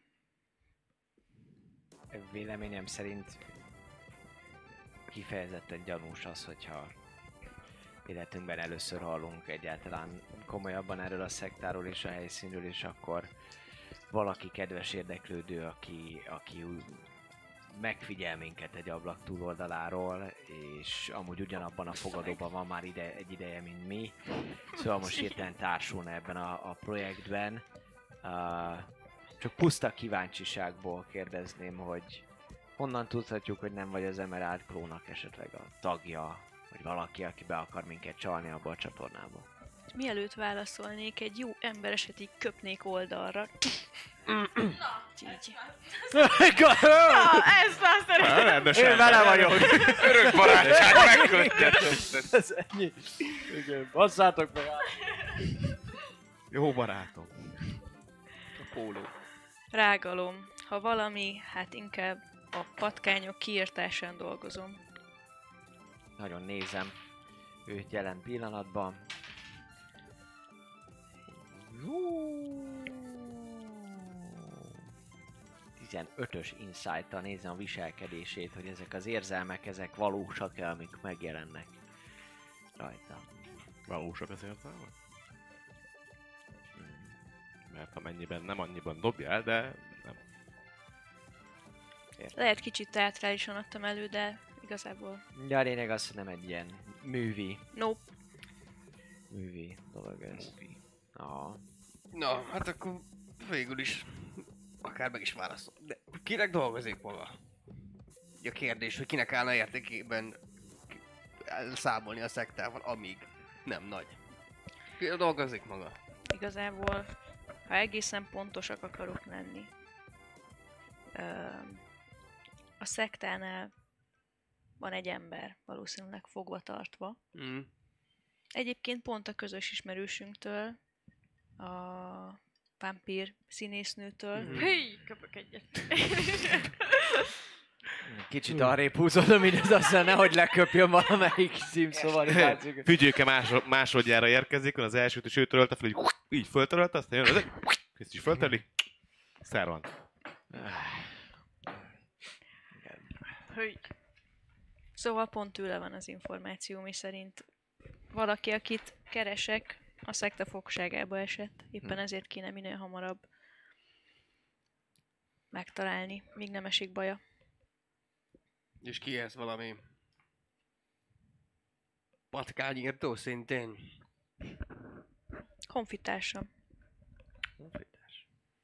Véleményem szerint kifejezetten gyanús az, hogyha életünkben először hallunk egyáltalán komolyabban erről a szektáról és a helyszínről, és akkor valaki kedves érdeklődő, aki, aki megfigyel minket egy ablak túloldaláról, és amúgy ugyanabban a fogadóban van már ide, egy ideje, mint mi. Szóval most hirtelen társulna ebben a, a projektben. Uh, csak puszta kíváncsiságból kérdezném, hogy honnan tudhatjuk, hogy nem vagy az Emerald Crow-nak esetleg a tagja, vagy valaki, aki be akar minket csalni abba a csatornába. Mielőtt válaszolnék, egy jó ember esetig köpnék oldalra. Na, Így. Na, ezt már szeretem. Rendesen. Én vele vagyok! Örök barátság megköttetett. Ez ennyi. Igen, basszátok meg át. Jó barátom. A póló. Rágalom. Ha valami, hát inkább a patkányok kiirtásán dolgozom. Nagyon nézem őt jelen pillanatban. tizenötös insight-tal nézem a viselkedését, hogy ezek az érzelmek, ezek valósak-e, amik megjelennek rajta. Valósak az értelme? Mert amennyiben nem annyiban dobjál, de nem. Értem. Lehet kicsit teátrálisan adtam elő, de igazából De a lényeg az, hogy nem egy ilyen művi, nope. művi dolog ez. Aha. Na, hát akkor végül is akár meg is válaszol. De kinek dolgozik maga? A kérdés, hogy kinek állna értékében számolni a szektával, amíg nem nagy. Ki dolgozik maga? Igazából, ha egészen pontosak akarok lenni, öm, a szektánál van egy ember, valószínűleg fogva tartva. Mm. Egyébként pont a közös ismerősünktől, a vámpír színésznőtől. Mhm. Hí, köpök egyet. Kicsit arrébb húzódom, így ez aztán nehogy leköpjön valamelyik címszóval. Fügyőke másod, másodjára érkezik, az elsőt is ő törölte fel, így, így föltörölte, aztán jön az egy, ezt is föltörli, szer van. Hí. Szóval pont tőle van az információ, mi szerint valaki, akit keresek, a szekta fogságába esett. Éppen Hm. ezért kéne minél hamarabb megtalálni, míg nem esik baja. És ki ez valami Patkányírtó szintén. Honfitársam. Honfitárs.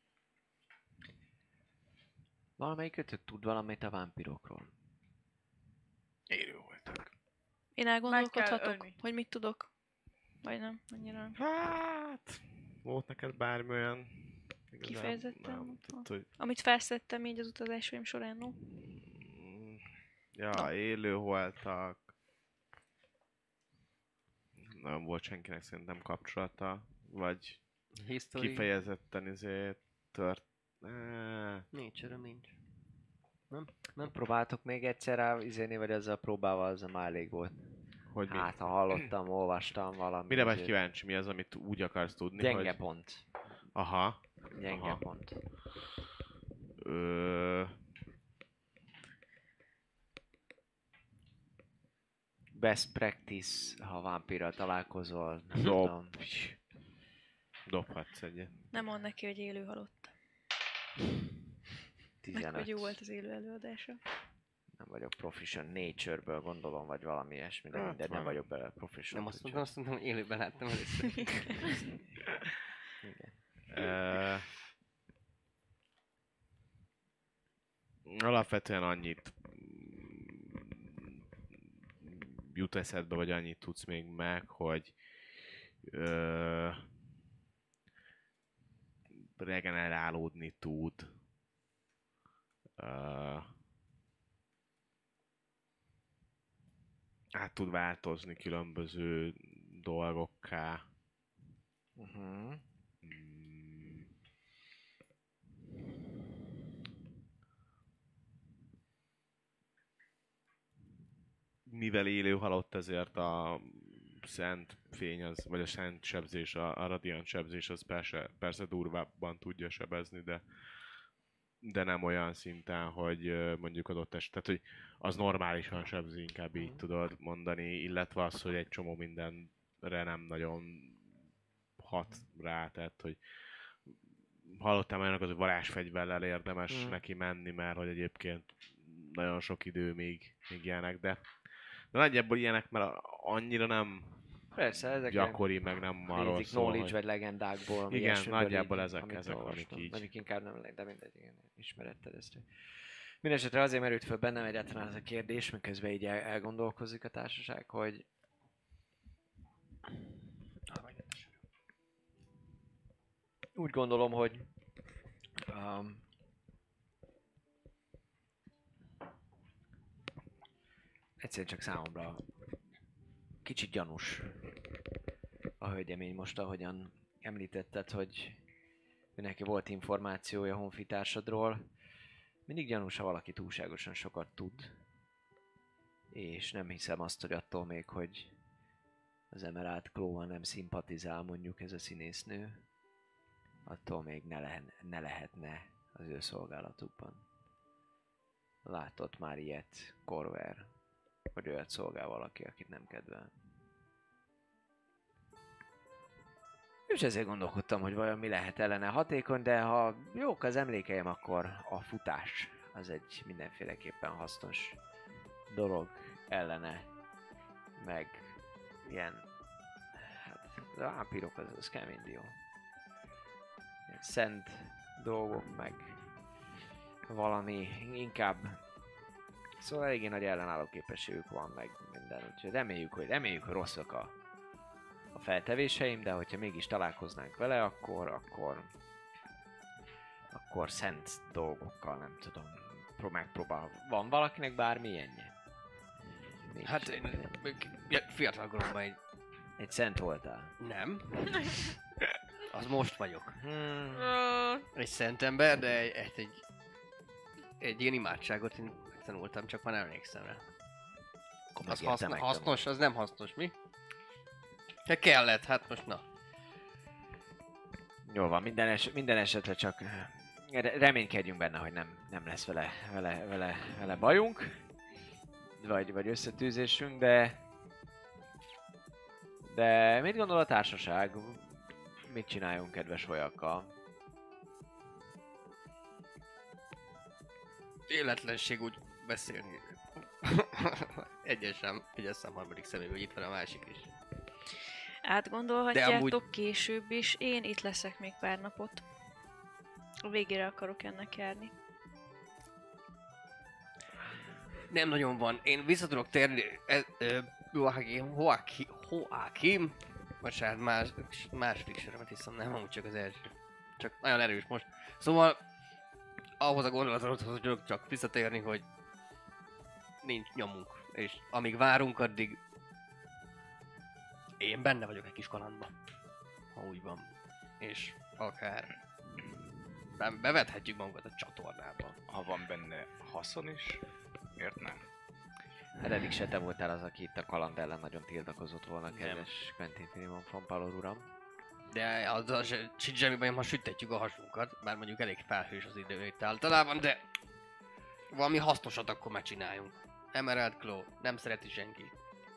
Valamelyikötök tud valamit a vámpirokról? Élő voltak. Én Meg kell elgondolkodhatok, ölni. hogy mit tudok. Vagy nem, annyira Hát... Volt neked bármi olyan... igazán kifejezetten. Nem, tehát, hogy... Amit felszettem így az utazásaim során, no? Ja, Na. élő voltak. Nem volt senkinek szerintem kapcsolata, vagy History. kifejezetten izé tört... Eh, Nincs, öröm nincs. Nem próbáltok még egyszer rá izéni, vagy ezzel próbálva az már elég volt? hogy mi? Hát, ha hallottam, olvastam valami. Mire vagy izét. kíváncsi? Mi az, amit úgy akarsz tudni, Gyenge hogy... pont. Aha. Gyenge Aha. pont. Ö... Best practice, ha vámpírral találkozol. Nem Dob. tudom. Dobhatsz egyet. Nem mond neki, hogy élő halott. Meg tizenöt. hogy jó volt az élő előadása. Nem vagyok proficient nature-ből gondolom, vagy valami ilyesmi, de Hát mindegy, nem van. vagyok bele proficient. Nem azt úgyhogy- mondtam, azt mondtam, hogy élőben láttam először. Igen. Ö... Alapvetően annyit jut eszedbe, vagy annyit tudsz még meg, hogy ö... regenerálódni tud. Ö... át tud változni különböző dolgokká. Uh-huh. Mm. Mivel élő halott, ezért a szent fény, az, vagy a szent sebzés, a, a radiant sebzés, az persze, persze durvábban tudja sebezni, de, de nem olyan szinten, hogy ö, mondjuk adott eset, tehát hogy az normálisan sebzi, inkább így tudod mondani, illetve az, hogy egy csomó mindenre nem nagyon hat rá, tehát hogy hallottam olyanok, hogy varázsfegyverrel érdemes Mm. neki menni, mert hogy egyébként nagyon sok idő még, még ilyenek, de, de nagyjából ilyenek, mert annyira nem Persze, ezek gyakori, meg nem arról basic szól, knowledge hogy... vagy legendákból. Igen, ilyesmiből nagyjából így, ezek- amit ezek, amik olvastam. így. Mondjuk inkább nem, de mindegy, igen, ismeretted ezt. Mindenesetre azért merült föl bennem egyáltalán ez a kérdés, miközben így el- elgondolkozik a társaság, hogy úgy gondolom, hogy um, egyszerűen csak számomra kicsit gyanús a hölgyemény most, ahogyan említetted, hogy ő neki volt információja honfitársadról. Mindig gyanús, ha valaki túlságosan sokat tud. És nem hiszem azt, hogy attól még, hogy az Emerald Claw-val nem szimpatizál mondjuk ez a színésznő, attól még ne, lehen, ne lehetne az ő szolgálatukban. Látott már ilyet Corver, hogy olyat szolgál valaki, akit nem kedvel. És ezért gondolkodtam, hogy vajon mi lehet ellene hatékony, de ha jók az emlékeim, akkor a futás az egy mindenféleképpen hasznos dolog ellene, meg ilyen, hát a vámpírok az, az kemény dió. Ilyen szent dolgok, meg valami inkább, szóval eléggé nagy ellenálló képességük van, meg minden, úgyhogy reméljük, hogy, reméljük, hogy rosszak a a feltevéseim, de hogyha mégis találkoznánk vele, akkor, akkor, akkor szent dolgokkal, nem tudom, pró- megpróbál. Van valakinek bármi ilyenje? Nincs. Hát én még fiatal koromban egy... Egy szent voltál? Nem. Az most vagyok. Hmm. Ö, Egy szent ember, de egy, egy, egy, egy ilyen imádságot én tanultam, csak már nem emlékszem rá. Akkor Az megérte hasznos, megtanulni. hasznos, az nem hasznos, mi? Te kellett, hát most na. Jó van, minden, es- minden esetre csak re- reménykedjünk benne, hogy nem, nem lesz vele, vele, vele, vele bajunk, vagy, vagy összetűzésünk, de de mit gondol a társaság? Mit csináljunk kedves folyakkal? Életlenség úgy beszélni Egyesem, egyeszem harmadik személy, hogy itt van a másik is. Átgondolhatjátok amúgy... később is, én itt leszek még pár napot. A végére akarok ennek járni. Nem nagyon van. Én vissza tudok térni... Joachim, Joachim, Joachim. Bocsánat, más, második sörömet hiszem, nem, amúgy csak az első. Csak nagyon erős most. Szóval... Ahhoz a gondolathoz tudok csak visszatérni, hogy... Nincs nyomunk. És amíg várunk, addig... Én benne vagyok egy kis kalandban. Ha úgy van. És akár... Be- bevethetjük magunkat a csatornába. Ha van benne haszon is, miért nem? Hát eddig se te voltál az, aki itt a kaland ellen nagyon tiltakozott volna, kedves Quentin Filimon von Palor uram. De azzal se, sincs semmi bajom, ha süttetjük a hasunkat, bár mondjuk elég felhős az idő itt általában, de... Valami hasznosat akkor megcsináljunk. Emerald Claw, nem szereti senki.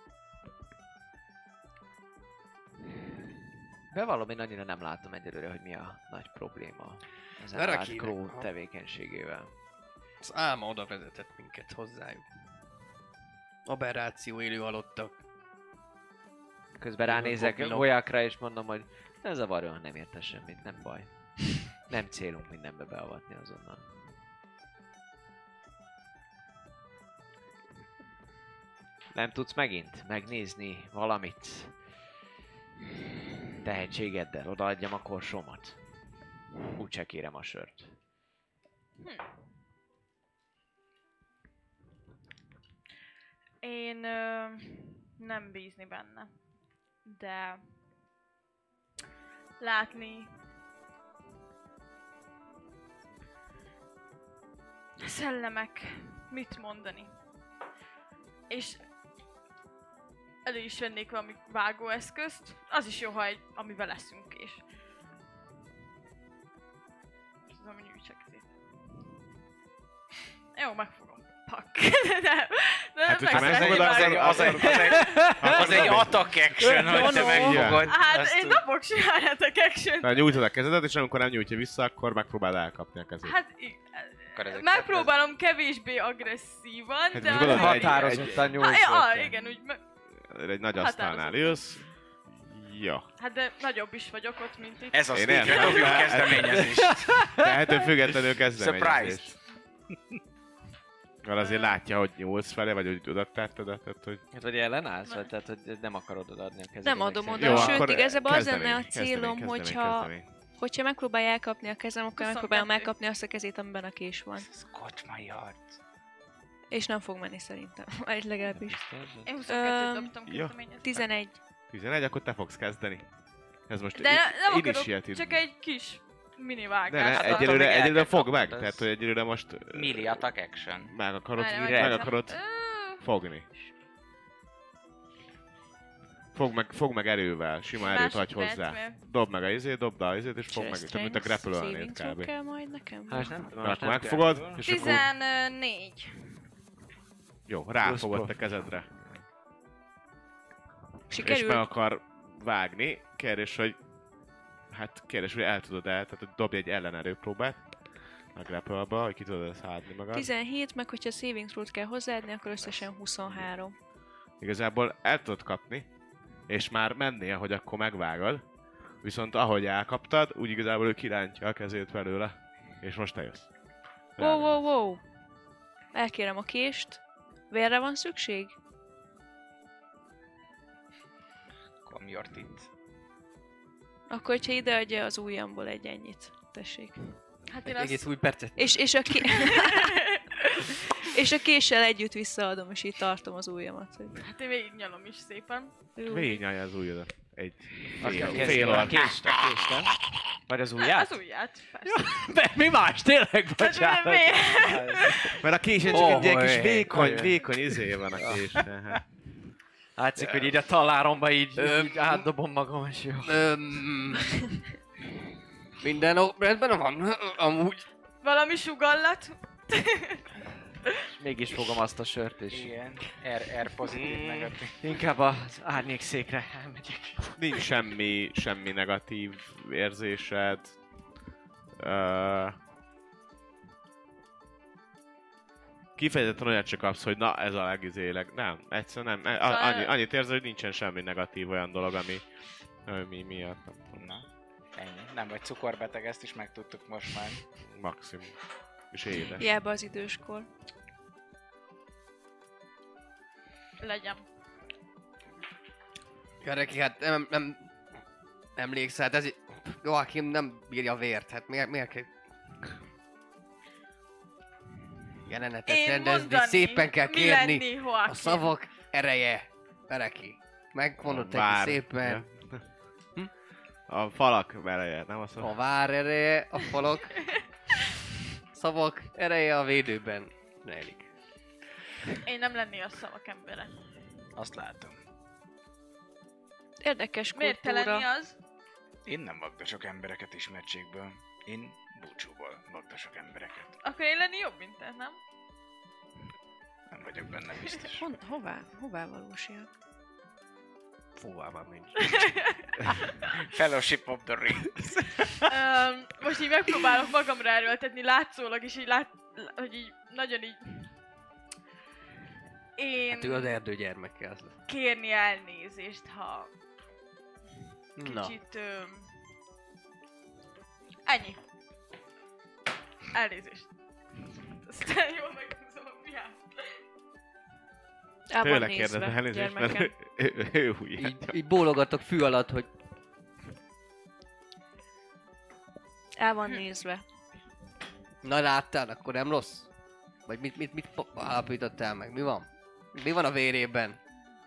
Bevallom, én annyira nem látom egyelőre, hogy mi a nagy probléma az Erre Emerald kéne, Claw ha. tevékenységével. Az álma oda vezetett minket hozzájuk. Aberráció, élő halottak. Közben ránézek Goblin-ok. Golyákra és mondom, hogy ne zavarjon, nem érte semmit, nem baj. Nem célunk mindenbe beavatni azonnal. Nem tudsz megint megnézni valamit tehetségeddel, odaadjam a korsómat. Úgyse kérem a sört. Hm. Én ö, nem bízni benne, de látni szellemek, mit mondani. És elő is vennék valami vágóeszközt, az is jó, ha egy, amivel leszünk is. Tudom, hogy nyújtsak szét. Jó, megfogom. Pak. nem, nem, Hát, hogyha meg megfogod, Az egy, az egy, az egy, az egy attack action, hogy te megfogod. Hát Azt én tud- nem fogok csinálni action. Tehát nyújtod a kezedet, és amikor nem nyújtja vissza, akkor megpróbáld elkapni a kezét. Hát i- Akkor ezek- megpróbálom kevésbé agresszívan, Hát de... most gondolod, azért- egy- Határozottan Ah, nyújtsz. ja, hozzá. igen, úgy... me- Egy nagy asztalnál ülsz. Ja. Hát de nagyobb is vagyok ott, mint itt. Ez a Én sneaker, értem. dobjuk kezdeményezést. Tehát ő függetlenül kezdeményezés. Surprised. Mert azért látja, hogy nyúlsz fele, vagy hogy oda tetted, tehát hogy... Hát vagy ellenállsz, vagy tehát hogy nem akarod odaadni a kezed. Nem adom oda, Jó, sőt akkor igazából az kezdemény, lenne a kezdemény, célom, kezdemény, hogyha, kezdemény. hogyha megpróbálja elkapni a kezem, akkor megpróbálom huszonkettő. elkapni azt a kezét, amiben a kés van. Ez kocsmai harc. És nem fog menni szerintem. Egy legalábbis. Én huszonkettőt Öm, dobtam jó. kezdeményezni. tizenegy. tizenegy, akkor te fogsz kezdeni. Ez most De nem akarok, initiatív. csak egy kis mini Ne, vágás. ne, Hát attól egyelőre, még el egyelőre kell fog meg, kapnod, tehát ez- hogy egyelőre most Melee attack action. meg akarod, Várj, meg megnézem. akarod Ö, fogni. Fog meg, fog meg erővel, sima erőt hagy másodperc, hozzá. mert- Dobd meg a izét, dobd a izét, és fog meg, Strength tehát mint a grapple-ölnéd saving throw kb. kell majd nekem? Hát most nem tudom, Akkor most nem megfogod, kell. és akkor tizennégy. jó, ráfogod Plusz te kezedre. És Sikerült? meg akar vágni, kérdés, hogy hát kérdés, hogy el tudod el, tehát hogy dobj egy ellenerő próbát a grapple-ba, hogy ki tudod ezt hátni magad. tizenhét, meg hogyha saving throw-t kell hozzáadni, akkor összesen huszonhárom. Igazából el tudod kapni, és már mennél, hogy akkor megvágod, viszont ahogy elkaptad, úgy igazából ő kirántja a kezét belőle, és most te jössz. Wow, wow, wow. Elkérem a kést. Vérre van szükség? Come your teeth. Akkor, hogyha ideadja az ujjamból egy ennyit. Tessék. Hát Egy én egész azt... új percet. És, és, a ké... és a késsel együtt visszaadom, és így tartom az ujjamat. Hogy... Hát én végig nyalom is szépen. Jó. Végignyalja az ujjadat. Egy Fél, fél, fél, fél a arc. kést, a kést, nem? Vagy az Hát, ujját? az ujját, persze. De mi más? Tényleg, Hát, bocsánat. miért? Mert a késen csak Ó, egy ilyen kis hogy- vékony, hogy- vékony izé van a késre. hát. Látszik, hogy így a taláromba így, Ö, így átdobom magam, és jó. Öm, Minden ó- rendben van, amúgy. Valami sugallat. Mégis fogom azt a sört, és Igen. R, R pozitív, negatív. inkább az árnyékszékre elmegyek. Nincs semmi, semmi negatív érzésed. Uh, kifejezetten olyat csak kapsz, hogy na ez a legizéleg. Nem, egyszerűen nem. A, annyi, annyit érzed, hogy nincsen semmi negatív olyan dolog, ami, ami miatt. Na, ennyi. Nem vagy cukorbeteg, ezt is megtudtuk most már. Maximum. És édes. Hiába az időskor. Legyen. Kereki, hát nem, nem emlékszel, hát ez Joachim nem bírja a vért, hát miért, miért kell jelenetet Én rendezni, mondani, szépen kell mi kérni lenni, Joachim? a szavak ereje, Kereki. Megmondod Vár. neki szépen. Hm? A falak ereje, nem a szavak? A vár ereje, a falak, szavak ereje a védőben rejlik. Én nem lenni a szavak embere. Azt látom. Érdekes Miért te kultúra. lenni az? Én nem vagdosok embereket ismertségből. Én búcsúból vagdosok embereket. Akkor én lenni jobb, mint te, nem? Nem vagyok benne biztos. Hon, hová? Hová valósiak? Fogalmam nincs. Fellowship of the Rings. um, most így megpróbálok magamra erőltetni látszólag, és így lát... hogy így nagyon így... Én Hát ő az erdő gyermeke az. kérni elnézést, ha Na. kicsit... Öm... Ennyi. Elnézést. Aztán jól meghúzom a piát. El van Tőle kérdezem nézve, elnézést, mert gyermekem. ő, ő, ő hülye. Így, így bólogatok fű alatt, hogy El van nézve. na láttál, akkor nem rossz? Vagy mit, mit, mit állapítottál meg? Mi van? Mi van a vérében?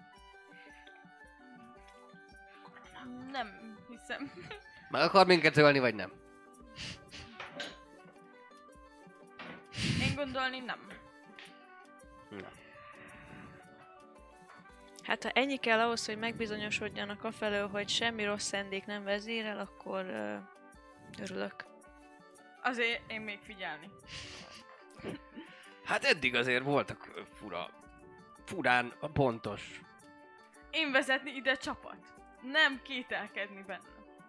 Nem hiszem. Meg akar minket ölni, vagy nem? Én gondolni nem. Hát ha ennyi kell ahhoz, hogy megbizonyosodjanak afelől, hogy semmi rossz szándék nem vezérel, akkor uh, örülök. Azért én még figyelni. Hát eddig azért voltak ö, fura, furán pontos. Én vezetni ide csapat. Nem kételkedni benne.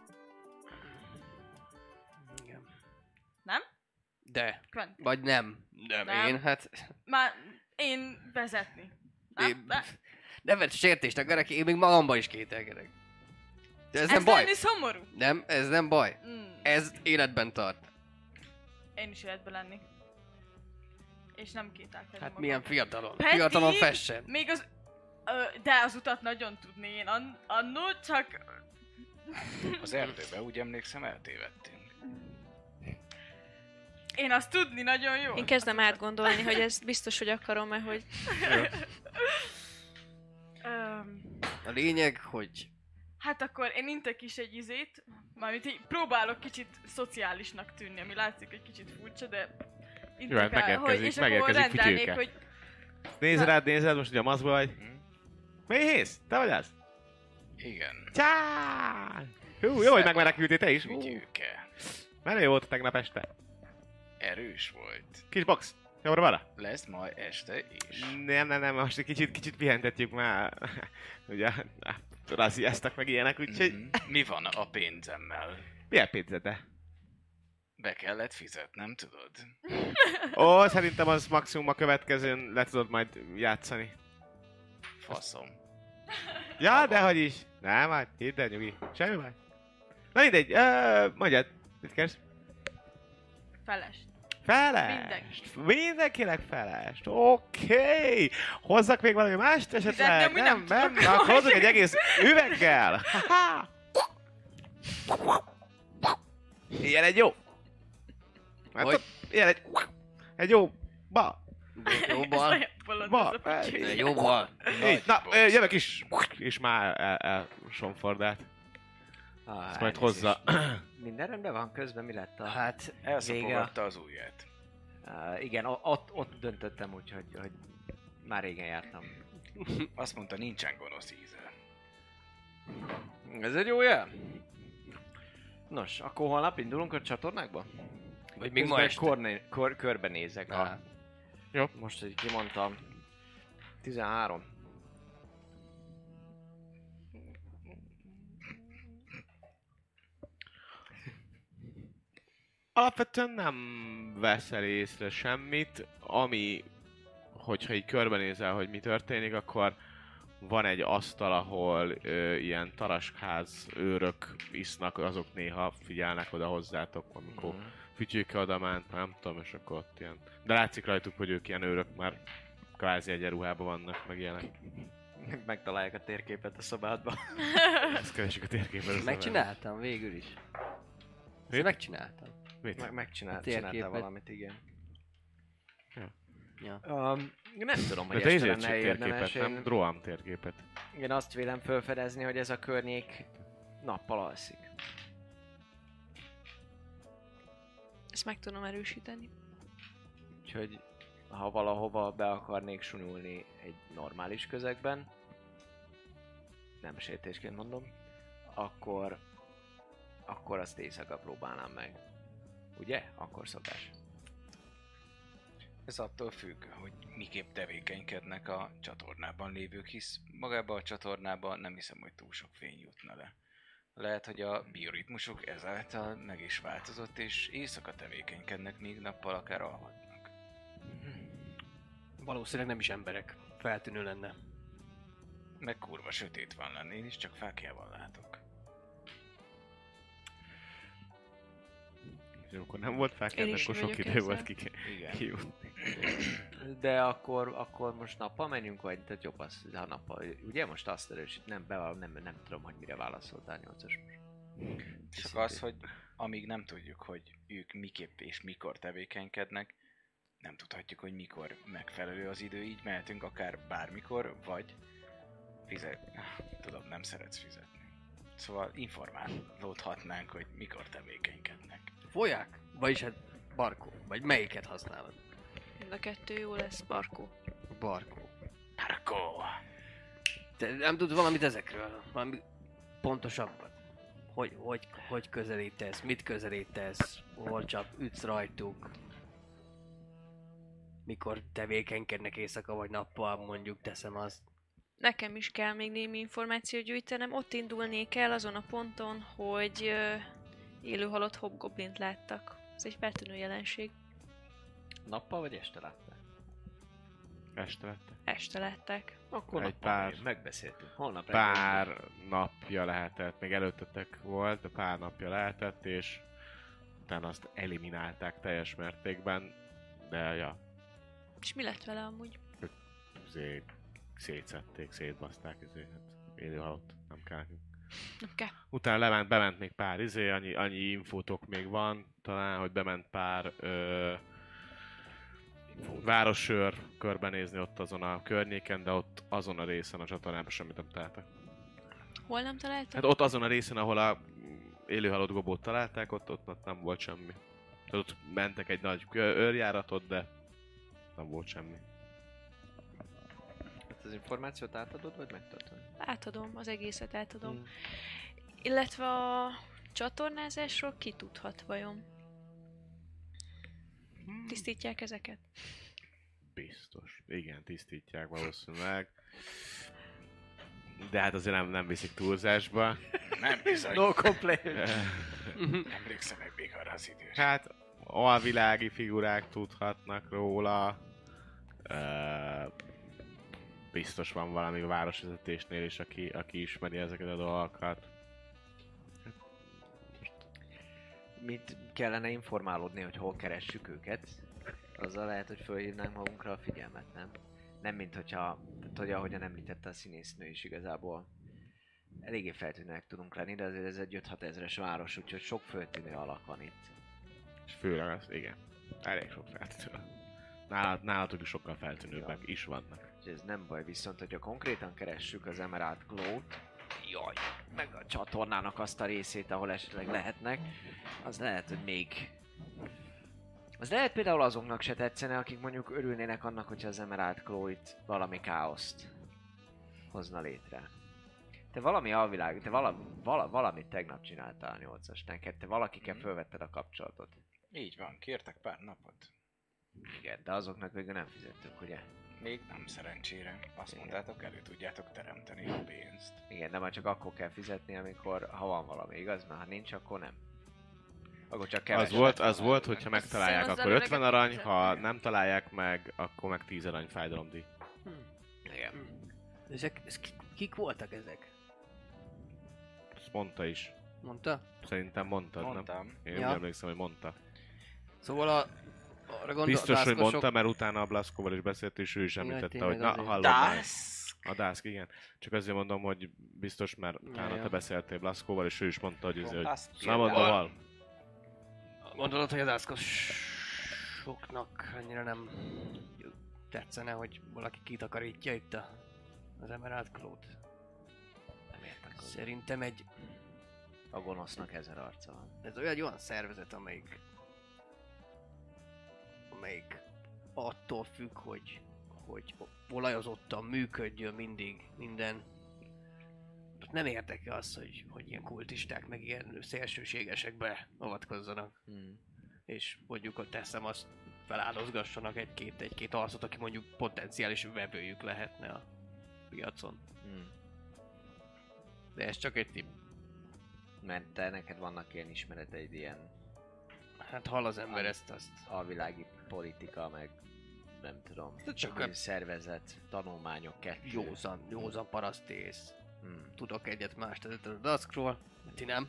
Igen. Nem? De. Quentin. Vagy nem. Nem, Nem. én, hát... Már én vezetni. Nem? Én, De- nem vett sértést akarok, én még magamba is kételkedek. De ez, Ez nem baj. lenni szomorú. Nem, ez nem baj. Mm. Ez életben tart. Én is életben lenni. És nem kételkedni Hát magam. milyen fiatalon. Pedig Fiatalon fessen. Még az... Ö, de az utat nagyon tudni én. An- annó csak... Az erdőbe úgy emlékszem eltévedtünk. Én azt tudni nagyon jó. Én kezdem átgondolni, hogy ezt biztos, hogy akarom-e, hogy... Öm, A lényeg, hogy... hát akkor én intek is egy izét, mármint így próbálok kicsit szociálisnak tűnni, ami látszik, hogy kicsit furcsa, de Jó, hát intek el, hogy, megérkezik, és akkor megérkezik rendelnék, fütyülke. hogy Nézd rád, nézed, most ugye a maszkba vagy. Hm? Mi hisz? Te vagy az? Igen. Csá! Hú, jó, hogy megmenekültél te is. Hú, Fütyülke. menő volt tegnap este. Erős volt. Kis box. Jobbra balra? Lesz ma este is. Nem, nem, nem, most egy kicsit, kicsit pihentetjük már. Ugye, raziáztak meg ilyenek, úgyhogy... Mhm. Mi van a pénzemmel? Milyen pénzede? Be kellett fizetnem, tudod? Ó, szerintem az maximum a következőn le tudod majd játszani. Faszom. Ja, de hogy is. Nem, hát hidd el, nyugi. Semmi baj. Na mindegy, uh, mondjad. Mit kérsz? feles. Felest! Mindenki. Mindenkinek felest. Oké! Okay. Hozzak még valami mást esetleg? Fizetni, amúgy Nem, nem nem, tudok. akkor hozzuk egy egész üveggel. Ha-ha. Ilyen egy jó. Hát Hogy? ott, ilyen egy... Egy jó... Ba. Jó Ez bal. olyan bolond, Ba. ez a fütyű. Egy jó bal. Így, na, ö, jövök is. És már el, el sonfordált. Ah, Ezt majd elnézést. hozza. Minden rendben van? Közben mi lett a... Hát, Elszopogatta az ujját. Uh, igen, o- ott, ott döntöttem úgy, hogy, hogy már régen jártam. Azt mondta, nincsen gonosz íze. ez egy jó jel. Nos, akkor holnap indulunk a csatornákba? Vagy még ma Közben este. korné- kor, körbenézek. A, Ah. Jó. most, hogy kimondtam, tizenhárom. Alapvetően nem veszel észre semmit, ami hogyha így körbenézel, hogy mi történik, akkor van egy asztal, ahol ö, ilyen taraskáz őrök isznak, azok néha figyelnek oda hozzátok, amikor mm. fütyülke oda ment, nem tudom, és akkor ott ilyen. De látszik rajtuk, hogy ők ilyen őrök, már kvázi egyenruhában vannak, meg ilyenek. Megtalálják a térképet a szobádba. Ezt keresik a térképet a szobádba. Megcsináltam végül is. Ezt megcsináltam. Mit? Meg, megcsinált, csináltál valamit, igen. Ja. Ja. Um, nem tudom, hogy de este ezért lenne érdemes. térképet, nem? Droam térképet. Én azt vélem felfedezni, hogy ez a környék nappal alszik. Ezt meg tudom erősíteni. Úgyhogy ha valahova be akarnék sunyulni egy normális közegben, nem sértésként mondom, akkor akkor azt éjszaka próbálnám meg. Ugye? Akkor szokás. Ez attól függ, hogy miképp tevékenykednek a csatornában lévők, hisz magában a csatornában nem hiszem, hogy túl sok fény jutna le. Lehet, hogy a bioritmusok ezáltal meg is változott, és éjszaka tevékenykednek, míg nappal akár alhatnak. Valószínűleg nem is emberek. Feltűnő lenne. Meg kurva sötét van lenni, én is csak fákjával látok. És akkor nem volt fákját, akkor sok idő ezzel. volt ki Igen. kijutni. De akkor, akkor most nappal menjünk, vagy tehát jobb az, ha nappal. Ugye most azt erősít, nem, be, nem, nem tudom, hogy mire válaszoltál nyolcas most. Csak az, hogy amíg nem tudjuk, hogy ők miképp és mikor tevékenykednek, nem tudhatjuk, hogy mikor megfelelő az idő, így mehetünk akár bármikor, vagy fizet... Tudom, nem szeretsz fizetni. Szóval informálódhatnánk, hogy mikor tevékenykednek. Folyák? Vagyis hát barkó. Vagy melyiket használod? Mind a kettő jó lesz, Barkó. Barkó. Barkó! Te nem tudod valamit ezekről? Valami pontosabbat? Hogy, hogy, hogy közelítesz? Mit közelítesz? Hol csap? Ütsz rajtuk? Mikor tevékenykednek éjszaka vagy nappal, mondjuk teszem azt. Nekem is kell még némi információt gyűjtenem. Ott indulnék el azon a ponton, hogy ö, élő halott hobgoblint láttak. Ez egy feltűnő jelenség. Nappal vagy este láttál? Este lettek. Este látták. Akkor Egy nappal pár- megyünk, megbeszéltük. Holnap Pár reggel. napja lehetett, még előttetek volt, de pár napja lehetett, és utána azt eliminálták teljes mértékben, de ja, És mi lett vele amúgy? azért szétszették, szétbaszták, ezért hát élő halott, nem kell nekünk. Okay. Utána lement, bement még pár izé, annyi, annyi infótok még van, talán, hogy bement pár ö, városőr körbenézni ott azon a környéken, de ott azon a részen a csatornában semmit nem találtak. Hol nem találtak? Hát ott azon a részen, ahol a élőhalott gobót találták, ott, ott, ott nem volt semmi. Tehát ott mentek egy nagy kö- őrjáratot, de nem volt semmi. Ezt az információt átadod, vagy megtartod? Átadom, az egészet átadom. Hmm. Illetve a csatornázásról ki tudhat vajon? Tisztítják ezeket? Biztos. Igen, tisztítják valószínűleg. De hát azért nem, nem viszik túlzásba. Nem bizony. No complaint! Emlékszem meg még arra az időre. Hát alvilági figurák tudhatnak róla. Uh, biztos van valami városvezetésnél is, aki, aki ismeri ezeket a dolgokat. Mit kellene informálódni, hogy hol keressük őket? Azzal lehet, hogy fölhívnánk magunkra a figyelmet, nem? Nem mint hogyha, tehát, hogy ahogyan említette a színésznő is igazából. Eléggé feltűnőek tudunk lenni, de azért ez egy öt-hat ezres város, úgyhogy sok feltűnő alak van itt. És főleg az, igen. Elég sok feltűnő. Nálad, nálatok is sokkal feltűnőbbek ja. is vannak. És ez nem baj, viszont hogyha konkrétan keressük az Emerald Glow-t, jaj, meg a csatornának azt a részét, ahol esetleg lehetnek, az lehet, hogy még... Az lehet például azoknak se tetszene, akik mondjuk örülnének annak, hogyha az Emerald Glow itt valami káoszt hozna létre. Te valami alvilág, te vala, vala, valamit tegnap csináltál a nyolcas, neked, te valakikkel fölvetted a kapcsolatot. Így van, kértek pár napot. Igen, de azoknak végül nem fizettünk, ugye? Még nem szerencsére. Azt mondtátok, elő tudjátok teremteni a pénzt. Igen, de már csak akkor kell fizetni, amikor, ha van valami, igaz? Mert ha nincs, akkor nem. Akkor csak Az keveset. volt, az volt, hogyha megtalálják, Hiszem, akkor azzal ötven arany, öreget- ha nem találják meg, akkor meg tíz arany fájdalomdíj. Igen. Ezek, ez kik, kik voltak ezek? Ezt mondta is. Mondta? Szerintem mondtad, nem? Mondtam. Én Ja. ja. emlékszem, hogy mondta. Szóval a... Arra gondol, Biztos, hogy dászkosok- mondta, mert utána a Blaszkóval is beszélt, és ő is Jaj, említette, tényleg hogy na, azért. hallod már. Dász! A Dászk, igen. Csak azért mondom, hogy biztos, mert utána Ja, ja. te beszéltél Blaszkóval, és ő is mondta, hogy, azért, hogy Azt na mondom, val. Gondolod, hogy a dászkosoknak annyira nem tetszene, hogy valaki kitakarítja itt a, az Emerald Claw-t? Nem értek hozzá. Szerintem egy... A gonosznak ezer arca van. Ez olyan, egy olyan szervezet, amelyik... amelyik attól függ, hogy, hogy olajozottan működjön mindig minden. Nem érdekel az, hogy, hogy ilyen kultisták meg ilyen szélsőségesek beavatkozzanak. Hmm. És mondjuk ott teszem azt feláldozgassanak egy-két, egy-két arcot, aki mondjuk potenciális vevőjük lehetne a piacon. Hmm. De ez csak egy tipp. Mert te neked vannak ilyen ismereteid, ilyen Hát hall az ember ezt, azt. alvilági politika, meg nem tudom, De csak ilyen a- szervezet, tanulmányok, kettő. Józan, józan parasztész. Hmm. Tudok egyet mást a Duskról, ti nem?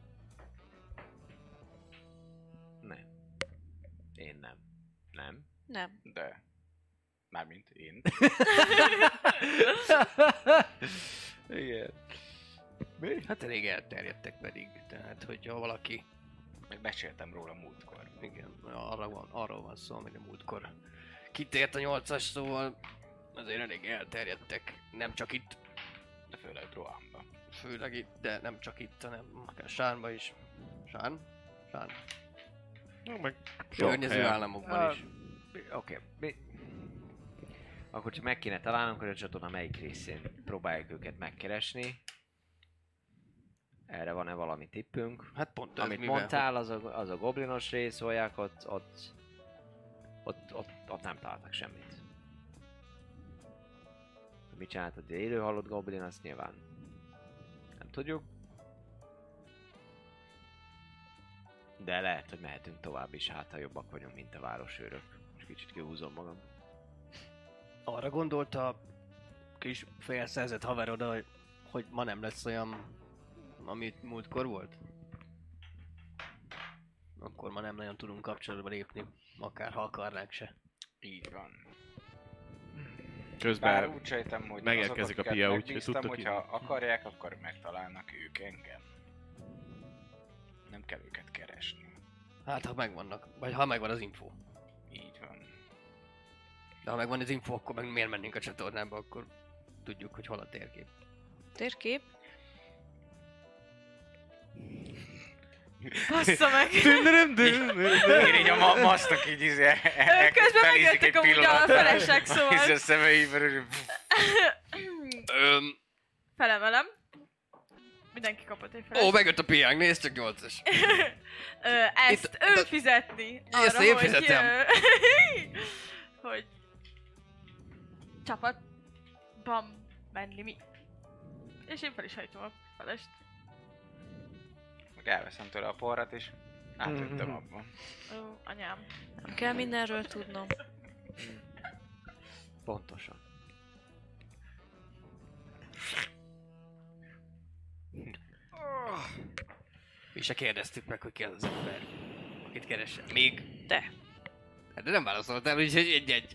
Nem. Én nem. Nem? Nem. De. Mármint én. Igen. Mi? Hát elég elterjedtek pedig, tehát hogyha valaki... Meg meséltem róla múltkor. Igen, arra van, arról van szó, hogy a múltkor kitért a nyolcas, szóval azért elég elterjedtek. Nem csak itt, De főleg Rohanba. főleg itt, de nem csak itt, hanem akár Sárnba is. Sárn? Sárn. No, meg sok Környező helyen. államokban Ah, is. Oké. Okay. Akkor csak meg kéne találnunk, hogy a csatorna melyik részén próbáljuk őket megkeresni. Erre van-e valami tippünk? Hát pont ez, Amit mivel, mondtál, az a, az a goblinos rész, volják, ott, ott, ott, ott, ott nem találtak semmit. Mit csinált az élő halott goblin, azt nyilván nem tudjuk. De lehet, hogy mehetünk tovább is, hát ha jobbak vagyunk, mint a városőrök. És kicsit kihúzom magam. Arra gondolta a kis félszerzett haveroda, hogy, hogy ma nem lesz olyan, amit múltkor volt? Akkor ma nem nagyon tudunk kapcsolatba lépni, akár ha akarnánk se. Így van. Bár Közben úgy sejtem, hogy megérkezik azok, a pia, akiket úgyhogy megbíztam, tudtok hogyha akarják, akkor megtalálnak ők engem. Nem kell őket keresni. Hát ha megvannak, vagy ha megvan az info. Így van. De ha megvan az info, akkor meg miért mennénk a csatornába, akkor tudjuk, hogy hol a térkép. Térkép? Bassza meg! Én így a ma- masztok így izé elkezd Közben felízik megjöttek egy amúgy a pillanatra. felesek, szóval... Hisz a szemeiből, és Öm, Felemelem. Mindenki kapott egy feles. ó, megjött a piánk, nézd csak nyolcas. Ö, ezt Itt- ő itt- fizetni. Ezt arra, én hogy, fizetem. ö, hogy csapatban menni mi. És én fel is hajtom a felest. meg elveszem tőle a porrat, és átjöttem abba. Ó, anyám. Nem kell mindenről tudnom. Pontosan. Mi se kérdeztük meg, hogy ki az az ember, akit keressen. Még? De. Hát de nem válaszoltál, úgyhogy egy-egy.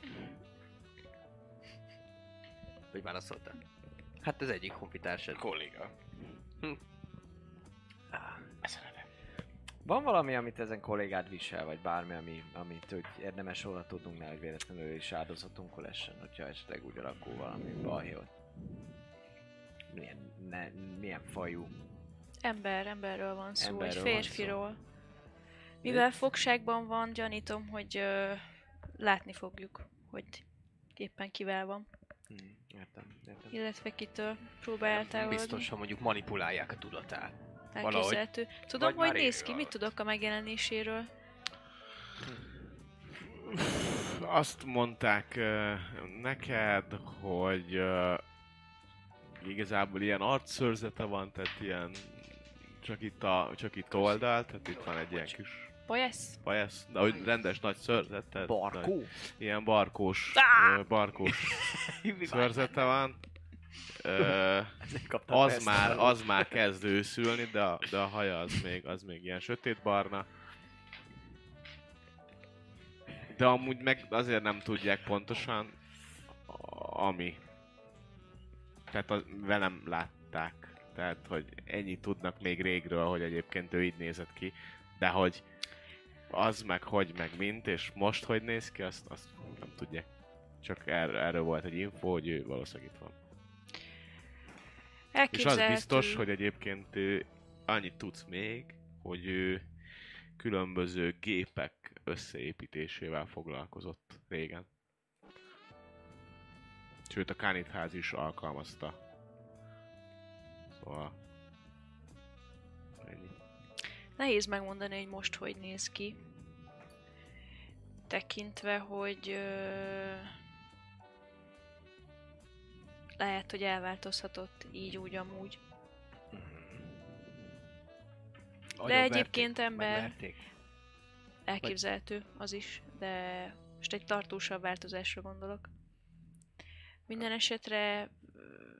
Hogy válaszoltál? Hát az egyik honfitársad. Kolléga. Hm. Ez a neve. Van valami, amit ezen kollégád visel, vagy bármi, ami, amit úgy érdemes róla tudnunk, ne, hogy véletlenül is áldozatunk lessen, hogyha esetleg úgy alakul valami balhé. Milyen, ne, milyen fajú? Ember, emberről van szó, Emberről egy van férfiról. Mivel fogságban van, gyanítom, hogy ö, látni fogjuk, hogy éppen kivel van. Hmm, értem, értem. Illetve kitől próbál eltávolodni. Biztos, ha mondjuk manipulálják a tudatát. Elképzelhető. Tudom, Vagy hogy néz ki, Marival. mit tudok a megjelenéséről. Azt mondták uh, neked, hogy uh, igazából ilyen arcszőrzete van, tehát ilyen Csak itt, a, csak itt oldalt, tehát itt van egy ilyen kis Pajasz? pajasz, de hogy rendes nagy szőrzete. Barkó? Ilyen barkós, Ah! ö, barkós szőrzete van. Ö, az, már, az már kezd őszülni, de a, de a haja az még, az még ilyen sötétbarna. De amúgy meg azért nem tudják pontosan, ami. Tehát az, velem látták. Tehát, hogy ennyit tudnak még régről, hogy egyébként ő így nézett ki. De hogy az meg hogy meg mint, és most hogy néz ki, azt, azt nem tudják. Csak er, erről volt egy info, hogy ő valószínűleg itt van. És az biztos, hogy egyébként ő, annyit tudsz még, hogy ő különböző gépek összeépítésével foglalkozott régen. Sőt, a Kánitház is alkalmazta. Szóval... ennyi. Nehéz megmondani, hogy most hogy néz ki. Tekintve, hogy... Ö... lehet, hogy elváltozhatott így, úgy, amúgy. De egyébként ember... Megverték? Elképzelhető az is, de most egy tartósabb változásra gondolok. Minden esetre ö,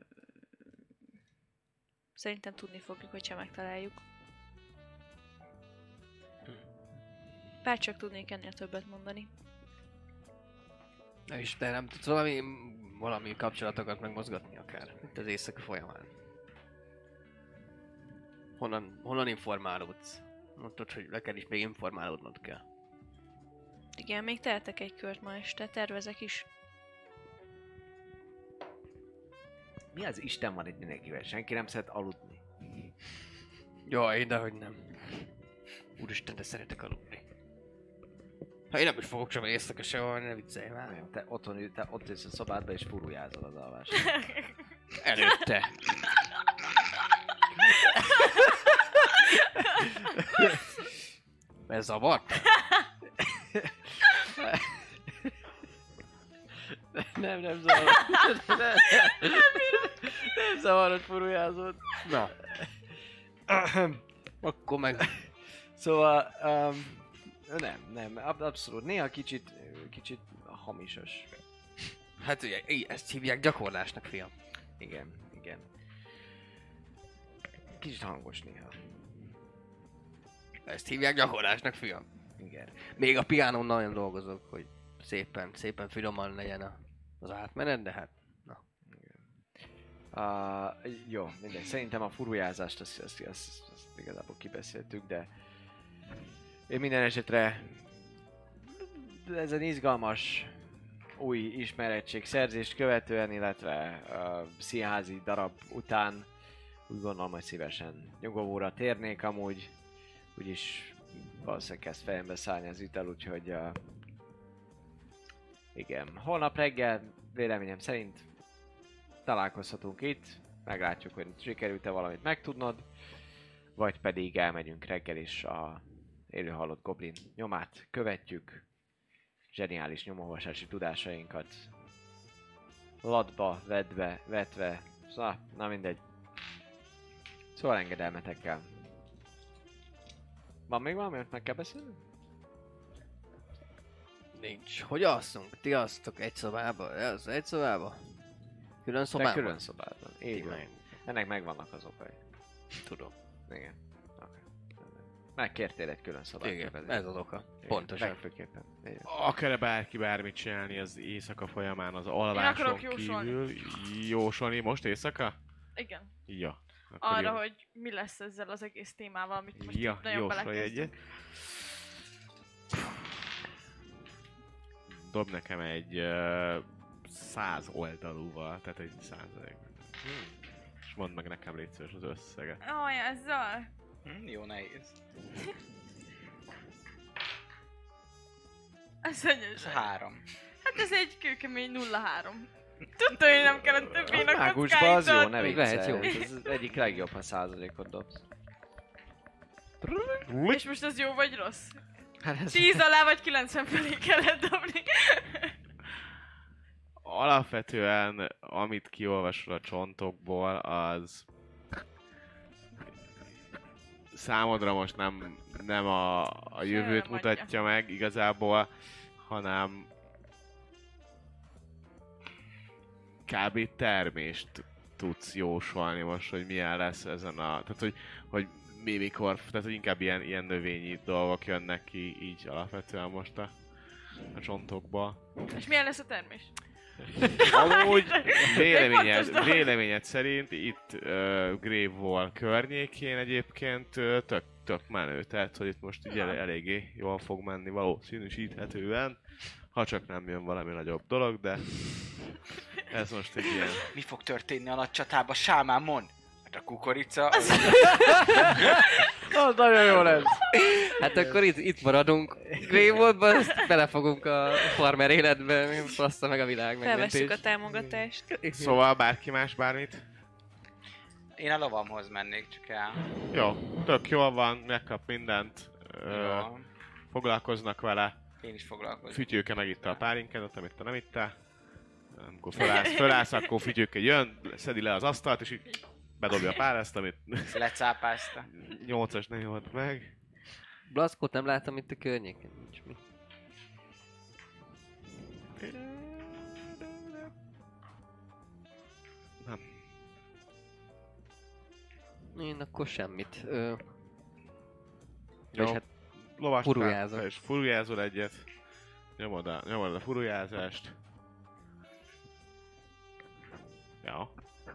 szerintem tudni fogjuk, hogyha megtaláljuk. Bár csak tudnék ennél többet mondani. Na és te nem tudsz valami, valami kapcsolatokat megmozgatni akár, mint az éjszaka folyamán? Honnan, honnan informálódsz? Mondtad, hogy neked is még informálódnod kell. Igen, még tehetek egy kört ma este, tervezek is. Mi az Isten van itt mindenkivel? Senki nem szeret aludni. Jaj, de hogy nem. Úristen, de szeretek aludni. Ha én nem is fogok sem éjszaka sehol, ne viccelj már. Nem, te otthon ül, te ott ülsz a szobádba és furujázol az alvás. Előtte. Ez zavart? Nem, nem zavarod. Nem, nem zavarod, furujázod. Na. Akkor meg... Szóval, um, nem, nem, ab- abszolút. Néha kicsit, kicsit hamisos. Hát ugye, ezt hívják gyakorlásnak, fiam. Igen, igen. Kicsit hangos néha. Ezt hívják gyakorlásnak, fiam. Igen. Még a piánón nagyon dolgozok, hogy szépen, szépen finoman legyen a, az átmenet, de hát, na. Uh, jó, mindegy. Szerintem a furujázást azt, azt, azt, azt igazából kibeszéltük, de én minden esetre ezen izgalmas új ismerettségszerzést követően, illetve uh, színházi darab után úgy gondolom, hogy szívesen nyugovóra térnék amúgy. Úgyis valószínűleg kezd fejembe szállni az ital, úgyhogy uh, igen. Holnap reggel véleményem szerint találkozhatunk itt, meglátjuk, hogy sikerült-e valamit megtudnod, vagy pedig elmegyünk reggel is a élőhalott goblin nyomát követjük, zseniális nyomolvasási tudásainkat latba, vedve, vetve, szóval, na mindegy. Szóval engedelmetekkel. Van még valami, amit meg kell beszélni? Nincs. Hogy alszunk? Ti alsztok egy szobába? Az egy szobába? Külön Te szobában? külön szobában. Így van. meg. Ennek megvannak az okai. Tudom. Igen. Okay. Megkértél egy külön szobát. Igen, képezést. ez az oka. Igen, Pontosan. legfőképpen. Igen. Akar-e bárki bármit csinálni az éjszaka folyamán az akarok alváson jósolni. kívül? Jósolni most éjszaka? Igen. Ja. Akkor Arra, jó. hogy mi lesz ezzel az egész témával, amit most Ja, nagyon jósolj belekezdtünk. egyet. Dob nekem egy uh, száz oldalúval, tehát egy százalék. Hmm. És mondd meg nekem légy szíves az összeget. Aj, ezzel? Hm, jó nehéz. Ez szanyos. Ez három. Hát ez egy kőkemény nulla három. Tudtam, hogy nem kellett többén a Mágusban az jó, kockáidat. ne Lehet jó. viccelj. Ez az egyik legjobb, ha százalékot dobsz. És most ez jó vagy rossz? Hát ez... tíz alá vagy kilencven felé kellett dobni. Alapvetően, amit kiolvasol a csontokból, az számodra most nem, nem a, a jövőt mutatja meg igazából, hanem kb. Termést tudsz jósolni most, hogy milyen lesz ezen a... Tehát, hogy, hogy mi mikor... Tehát, hogy inkább ilyen, ilyen növényi dolgok jönnek ki így alapvetően most a, a csontokba. És milyen lesz a termés? Amúgy véleményed, véleményed szerint itt uh, Grave Wall környékén egyébként uh, tök, tök menő, tehát hogy itt most így el, eléggé jól fog menni valószínűsíthetően, ha csak nem jön valami nagyobb dolog, de ez most egy ilyen... Mi fog történni a nagy csatába, Sámán mond? Hát a kukorica... Az nagyon jó lesz. Hát akkor itt, itt maradunk Greywoodban, ezt belefogunk a farmer életbe, bassza meg a világ megmentés. Felvesszük a támogatást. Szóval bárki más bármit? Én a lovamhoz mennék csak el. Jó, tök jól van, megkap mindent. Ö, Jó. foglalkoznak vele. Én is foglalkozom. Fütyőke megitta a pálinkádat, amit te nem ittál. Amikor fölállsz, fölállsz, akkor Fütyőke jön, szedi le az asztalt, és így bedobja a pálaszt, amit... Lecápázta. nyolcas nem volt meg. Blaszkot nem láttam itt a környéken, nincs mi. Nem. Én akkor semmit. Ö... Jó, És hát lovastál, furujázok. és furujázol egyet. Nyomod a, nyomod a furujázást. Ja.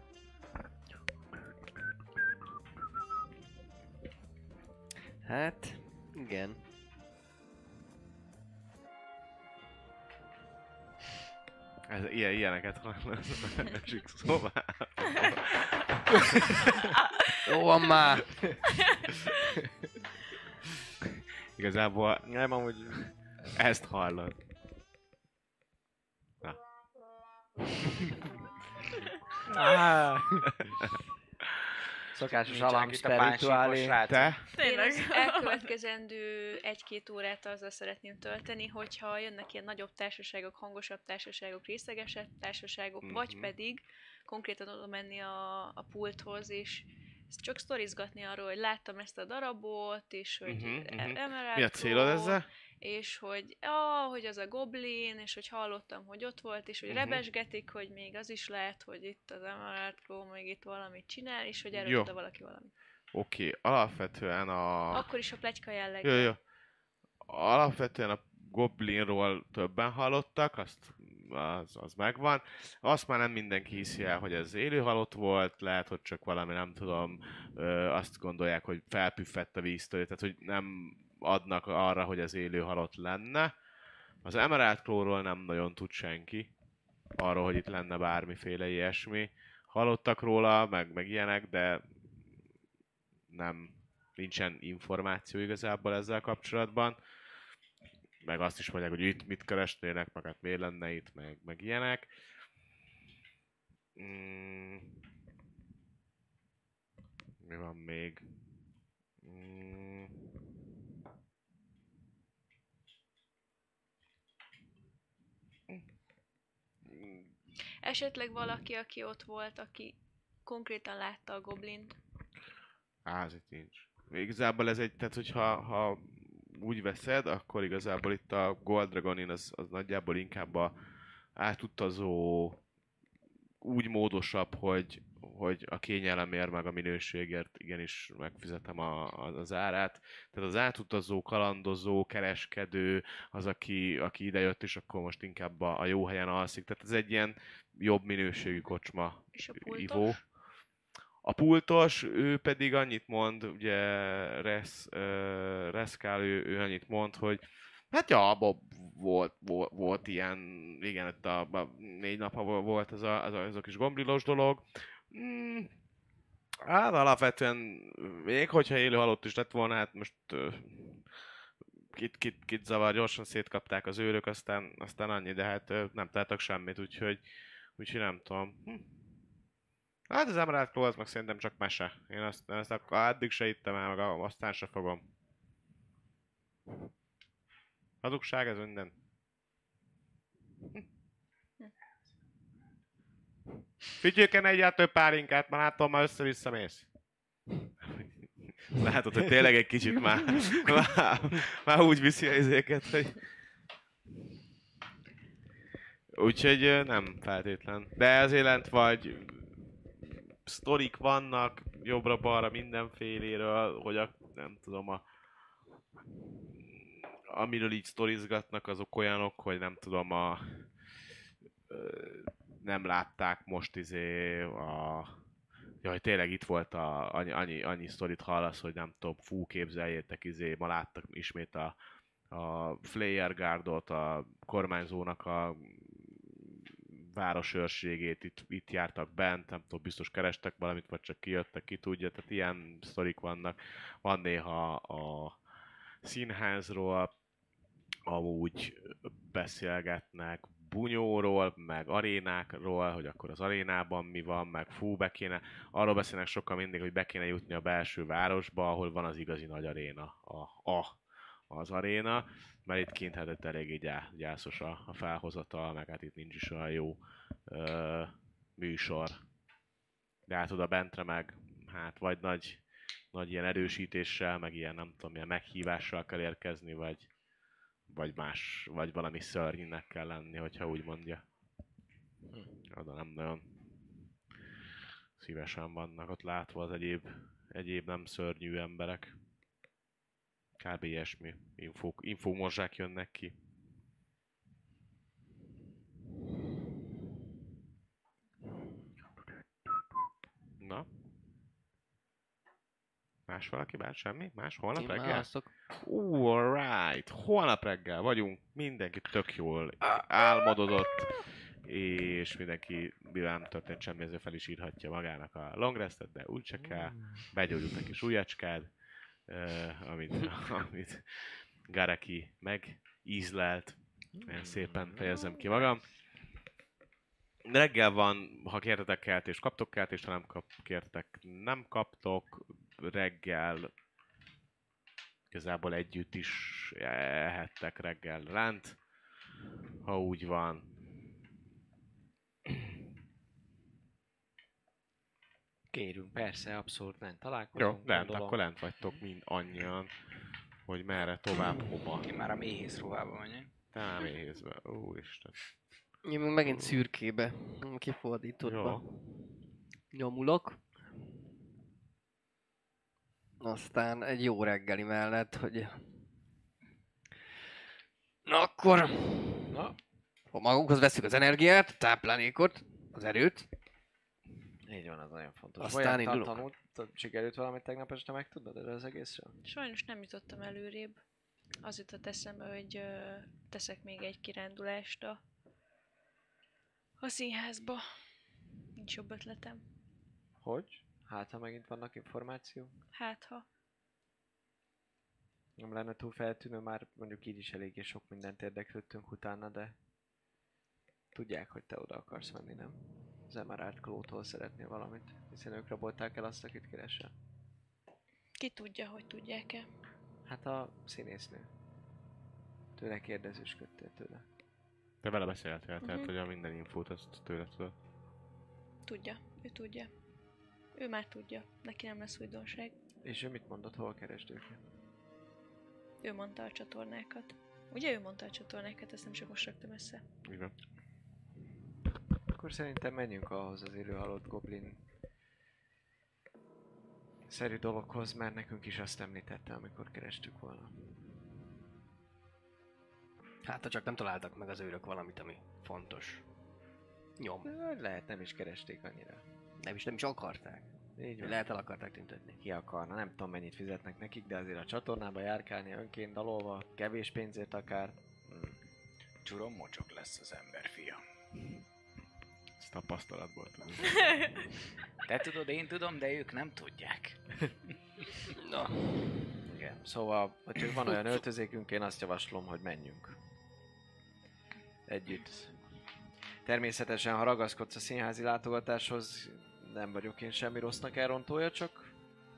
Hát, igen. Ez, ilyen, ilyeneket esik szóval. Jó van már! Igazából Nem, amúgy... ezt hallod. Na. Ah. Szokásos Nincsenek alarm itt a pánsíkos spirituálé. srácok. Te? Én az elkövetkezendő egy-két órát azzal szeretném tölteni, hogyha jönnek ilyen nagyobb társaságok, hangosabb társaságok, részlegesebb társaságok, Mhm. vagy pedig konkrétan oda menni a, a pulthoz, és csak sztorizgatni arról, hogy láttam ezt a darabot, és hogy Mhm, uh-huh, mhm. Emerald Mi a célod Claw, ezzel? és hogy, ah, hogy az a goblin, és hogy hallottam, hogy ott volt, és hogy Mhm. uh-huh. rebesgetik, hogy még az is lehet, hogy itt az Emerald Claw még itt valamit csinál, és hogy erről Jó. tudta valaki valamit. Oké, okay. Alapvetően a... Akkor is a pletyka jelleg. Jó, jó. Alapvetően a Goblinról többen hallottak, azt, az, az megvan. Azt már nem mindenki hiszi el, hogy ez élő halott volt, lehet, hogy csak valami, nem tudom, ö, azt gondolják, hogy felpüffett a víztől, tehát hogy nem adnak arra, hogy ez élő halott lenne. Az Emerald Claw-ról nem nagyon tud senki, arról, hogy itt lenne bármiféle ilyesmi. Hallottak róla, meg, meg ilyenek, de nem, nincsen információ igazából ezzel kapcsolatban. Meg azt is mondják, hogy itt mit keresnének, meg hát miért lenne itt, meg, meg ilyenek. Mm. Mi van még? Mm. Esetleg valaki, aki ott volt, aki konkrétan látta a goblint. Á, ez itt nincs. Igazából ez egy, tehát hogyha ha úgy veszed, akkor igazából itt a Gold Dragonin az, az nagyjából inkább a átutazó úgy módosabb, hogy, hogy a kényelemért meg a minőségért igenis megfizetem a, a, az árát. Tehát az átutazó, kalandozó, kereskedő, az, aki, aki idejött, és akkor most inkább a, a jó helyen alszik. Tehát ez egy ilyen jobb minőségű kocsma És a pultos? ivó. A pultos, ő pedig annyit mond, ugye Resz, uh, Reszkál, ő, ő annyit mond, hogy hát ja, abban volt, volt, volt ilyen, igen, itt a, a négy nap volt ez a, ez a, ez a kis gombrilos dolog. Mm, hát alapvetően, még hogyha élő halott is lett volna, hát most uh, kit, kit, kit zavar, gyorsan szétkapták az őrök, aztán, aztán annyi, de hát uh, nem tettek semmit, úgyhogy, úgyhogy nem tudom. Hm. Hát az Emerald Claw az meg szerintem csak mese. Én azt, ezt akkor addig se ittem el, meg aztán se fogom. Hazugság ez minden. Fütyőken egyáltalán több pálinkát, már látom, már össze-vissza mész. Látod, hogy tényleg egy kicsit már, már, már úgy viszi a izéket, hogy... Úgyhogy ö, nem feltétlen. De azért lent vagy... Sztorik vannak jobbra-balra mindenféléről, hogy a, nem tudom, a... amiről így sztorizgatnak, azok olyanok, hogy nem tudom, a... Ö, nem látták most izé a... Jaj, tényleg itt volt a, annyi, annyi, annyi sztorit hallasz, hogy nem tudom, fú, képzeljétek, izé, ma láttak ismét a, a Flayer Guardot, a kormányzónak a városőrségét, itt, itt jártak bent, nem tudom, biztos kerestek valamit, vagy csak kijöttek, ki tudja, tehát ilyen sztorik vannak. Van néha a színházról, amúgy beszélgetnek bunyóról, meg arénákról, hogy akkor az arénában mi van, meg fú, be kéne, arról beszélnek sokkal mindig, hogy be kéne jutni a belső városba, ahol van az igazi nagy aréna, a, a az aréna, mert itt kint hát itt eléggé gyá, gyászos a, a felhozatal, meg hát itt nincs is olyan jó ö, műsor. De hát oda bentre meg, hát vagy nagy, nagy ilyen erősítéssel, meg ilyen nem tudom, ilyen meghívással kell érkezni, vagy vagy más, vagy valami szörnynek kell lenni, hogyha úgy mondja. Oda nem nagyon szívesen vannak ott látva az egyéb, egyéb nem szörnyű emberek. Kb. Ilyesmi infók, infómorzsák jönnek ki. Na? Más valaki? Bár semmi? Más? Holnap Én reggel? választok. Uh, alright. Holnap reggel vagyunk. Mindenki tök jól álmododott. És mindenki, mivel nem történt semmi, ezért fel is írhatja magának a long restet, de úgy se kell. Begyógyult a kis ujjacskád, uh, amit, amit Gareki megízlelt. Én szépen fejezem ki magam. Reggel van, ha kértetek keltést, kaptok keltést, ha nem kap, kértek, nem kaptok. Reggel igazából együtt is ehettek reggel lent, ha úgy van. Kérünk, persze, abszolút lent találkozunk. Jó, lent, akkor lent vagytok mind annyian, hogy merre tovább, hova. Én már a méhész ruhában vagyok. Te már méhészbe, úristen. Én meg megint szürkébe, kifordítottba nyomulok. Aztán egy jó reggeli mellett, hogy... Na akkor... Na? Magunkhoz veszük az energiát, a táplálékot, az erőt. Így van, az nagyon fontos. Aztán Olyan indulok. tanult, sikerült valamit tegnap este megtudnod erről az egészről? Sajnos nem jutottam előrébb. Az jutott eszembe, hogy ö, teszek még egy kirándulást a, a színházba. Nincs jobb ötletem. Hogy? Hát, ha megint vannak információk? Hát ha. Nem lenne túl feltűnő, már mondjuk így is eléggé sok mindent érdeklődtünk utána, de tudják, hogy te oda akarsz menni, nem? Az Emerald Claw-tól szeretnél valamit, hiszen ők rabolták el azt, akit keresel. Ki tudja, hogy tudják-e. Hát a színésznő. Tőle kérdezősködtél tőle. Te vele beszéltél, tehát Mhm. hogy a minden infót azt tőle tudod. Tudja, ő tudja. Ő már tudja, neki nem lesz újdonság. És ő mit mondott, hol keresd őket? Ő mondta a csatornákat. Ugye ő mondta a csatornákat, ezt nem csak most raktam össze. Igen. Akkor szerintem menjünk ahhoz az élő halott goblin szerű dologhoz, mert nekünk is azt említette, amikor kerestük volna. Hát, ha csak nem találtak meg az őrök valamit, ami fontos. Nyom. De lehet nem is keresték annyira. Nem is, nem is akarták. Így van. Lehet el akarták tüntetni. Ki akarna, nem tudom mennyit fizetnek nekik, de azért a csatornába járkálni önként dalolva, kevés pénzért akár. Hmm. Csurom mocsok lesz az ember fia. Ezt tapasztalatból tudom. Te tudod, én tudom, de ők nem tudják. Na. Igen. Szóval, hogyha van olyan öltözékünk, én azt javaslom, hogy menjünk. Együtt. Természetesen, ha ragaszkodsz a színházi látogatáshoz, nem vagyok én semmi rossznak elrontója, csak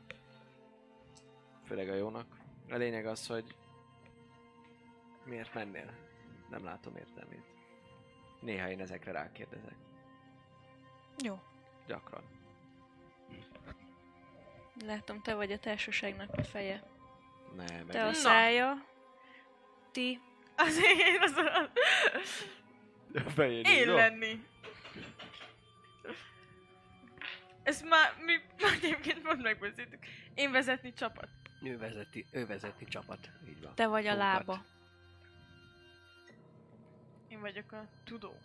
főleg a jónak. A lényeg az, hogy miért mennél? Nem látom értelmét. Néha én ezekre rákérdezek. Jó. Gyakran. Látom, te vagy a társaságnak a feje. Ne, Te a Na. szája. Ti. Azért én az a... Én lenni. Ezt már mi egyébként pont megbeszéltük. Én vezetni csapat. Ő vezeti, ő vezeti csapat. Így van. Te vagy a Fogat. lába. Én vagyok a tudó.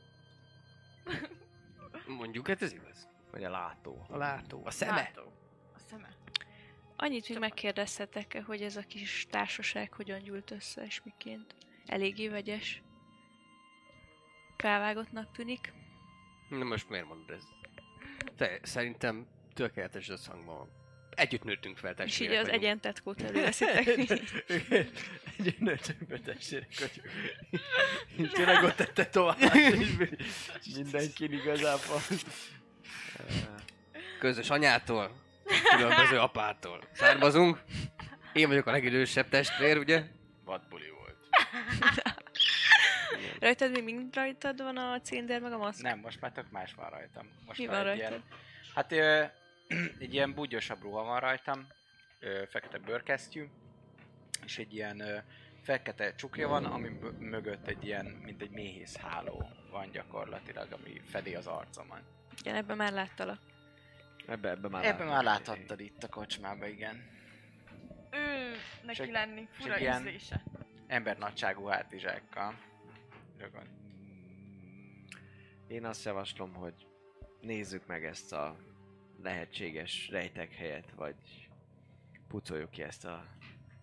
Mondjuk, hát ez igaz. Vagy a látó. A látó, a szeme. Látó. A szeme. Annyit még megkérdezhetek, hogy ez a kis társaság hogyan gyűlt össze és miként. Eléggé vegyes. Felvágottnak tűnik. Na most miért mondod ez? Te, szerintem tökéletes összhangban van. Együtt nőttünk fel, És testvérek így az vagyunk. egyentetkót előveszitek. Együtt nőttünk be testvérek vagyunk. És tényleg ott tette tovább. És mindenki igazából. Közös anyától, különböző apától származunk. Én vagyok a legidősebb testvér, ugye? Vadbuli volt. Rajtad még mind rajtad van a cinder meg a maszk? Nem, most már tök más van rajtam. Most Mi már van egy rajtad? ilyen, hát ö, egy ilyen buggyosabb ruha van rajtam, ö, fekete bőrkesztyű, és egy ilyen ö, fekete csukja van, ami b- mögött egy ilyen, mint egy méhész háló van gyakorlatilag, ami fedi az arcomat. Igen, ebben már láttalak. Ebbe, ebbe már Ebben láttam. már láthattad itt a kocsmába, igen. Ő neki egy- lenni. és Fura egy ilyen- ízlése. Ember nagyságú hátizsákkal. Rögön. Én azt javaslom, hogy nézzük meg ezt a lehetséges rejtek helyet, vagy pucoljuk ki ezt a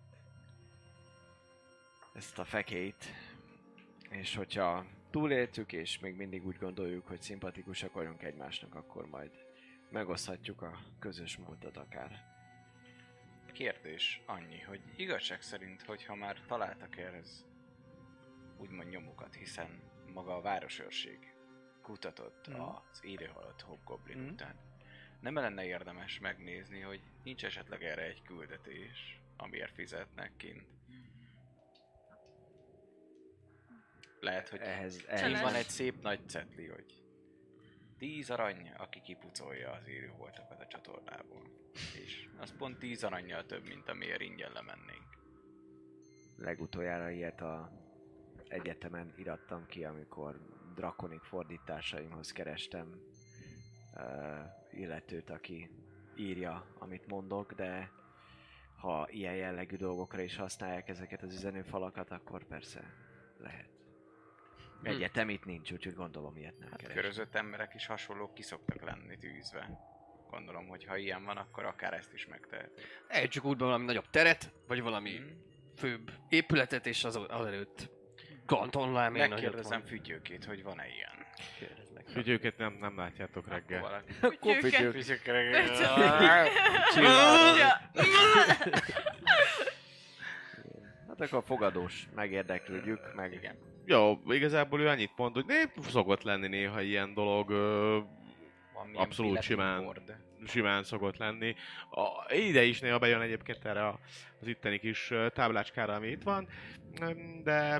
ezt a fekélyt. És hogyha túléltük, és még mindig úgy gondoljuk, hogy szimpatikusak vagyunk egymásnak, akkor majd megoszthatjuk a közös múltat akár. Kérdés annyi, hogy igazság szerint, hogyha már találtak ehhez úgymond nyomokat, hiszen maga a városőrség kutatott Mhm. az élőhalott hobgoblin Mhm. után, nem lenne érdemes megnézni, hogy nincs esetleg erre egy küldetés, amiért fizetnek kint? Lehet, hogy Ehhez, kint ehhez van egy szép nagy cetli, hogy tíz arany, aki kipucolja az élőholtakat a csatornából. És az pont tíz arannyal több, mint amiért ingyen lemennénk. legutoljára ilyet a egyetemen irattam ki, amikor drakonik fordításaimhoz kerestem uh, illetőt, aki írja, amit mondok, de ha ilyen jellegű dolgokra is használják ezeket az üzenőfalakat, akkor persze lehet. Egyetem itt nincs, úgyhogy gondolom ilyet nem Hát keresem. körözött emberek is hasonlók ki szoktak lenni tűzve. Gondolom, hogy ha ilyen van, akkor akár ezt is megtehet. Ejtsük útba valami nagyobb teret, vagy valami Mhm. főbb épületet, és az, az előtt kantonlám én nagyot Megkérdezem van. Fütyőkét, hogy van-e ilyen. Kérdezd meg. Fügyőket nem, nem látjátok reggel. Valaki. Fütyőket. Fütyők Ja. Hát akkor fogadós, megérdeklődjük, meg Igen. Jó, igazából ő annyit mond, hogy né, szokott lenni néha ilyen dolog, ö, Van milyen Abszolút billetty simán. board. simán szokott lenni. A, ide is néha bejön egyébként erre a, az itteni kis ö, táblácskára, ami itt van, Öm, de...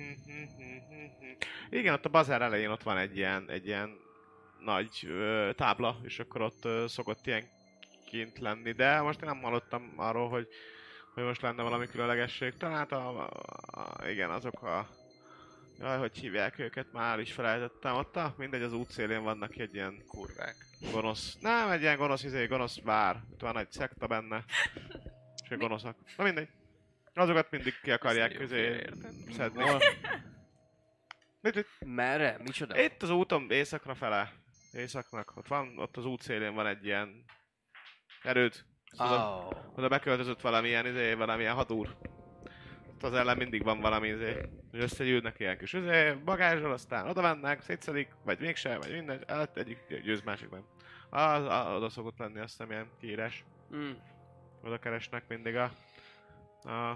Igen, ott a bazár elején ott van egy ilyen, egy ilyen nagy ö, tábla, és akkor ott ö, szokott ilyen kint lenni, de most én nem hallottam arról, hogy, hogy most lenne valami különlegesség. Talán a, a, a, igen, azok a... Jaj, hogy hívják őket, már is felejtettem. Ott a, mindegy, az útszélén vannak egy ilyen Kurvák. gonosz... Nem, egy ilyen gonosz izé, gonosz vár. Itt van egy szekta benne. És egy gonoszak. Na mindegy. Azokat mindig ki akarják Ezt közé nagyon félreértem. szedni. Itt, itt, Merre? Micsoda? itt az úton északra fele. Északnak. Ott van, ott az útszélén van egy ilyen erőd. Oda, Oh. oda beköltözött valamilyen izé, valamilyen hadúr. Ott az ellen mindig van valami izé, hogy összegyűlnek ilyen kis izé, bagázsról, aztán oda mennek, szétszedik, vagy mégse, vagy minden, hát egyik győz, másik nem. Az, az, oda szokott lenni azt hiszem ilyen kiírás. Mm. Oda keresnek mindig a... a...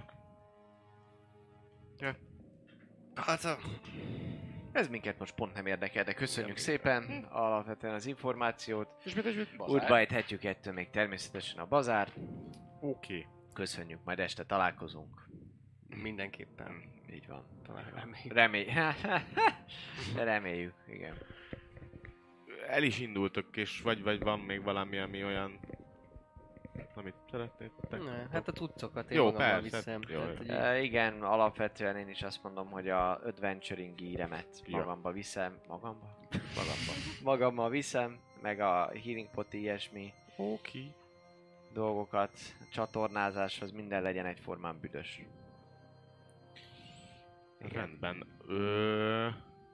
Ja. Hát a... ez minket most pont nem érdekel, de köszönjük szépen alapvetően az információt. És mit, és mit? Útba ejthetjük ettől még természetesen a bazár. Oké. Okay. Köszönjük, majd este találkozunk. Mindenképpen. Így van. Reméljük. Remély... Reméljük, igen. El is indultok, és vagy, vagy van még valami, ami olyan amit szeretnétek? Ne, hát a cuccokat én jó, magammal persze. viszem. Jó, Tehát, hogy E, igen, alapvetően én is azt mondom, hogy a adventuring gearemet Ja. magamba viszem. Magamba? Magamba. Magammal viszem, meg a healing pot, ilyesmi Oké. dolgokat, csatornázáshoz minden legyen egyformán büdös. Igen. Rendben. Ö...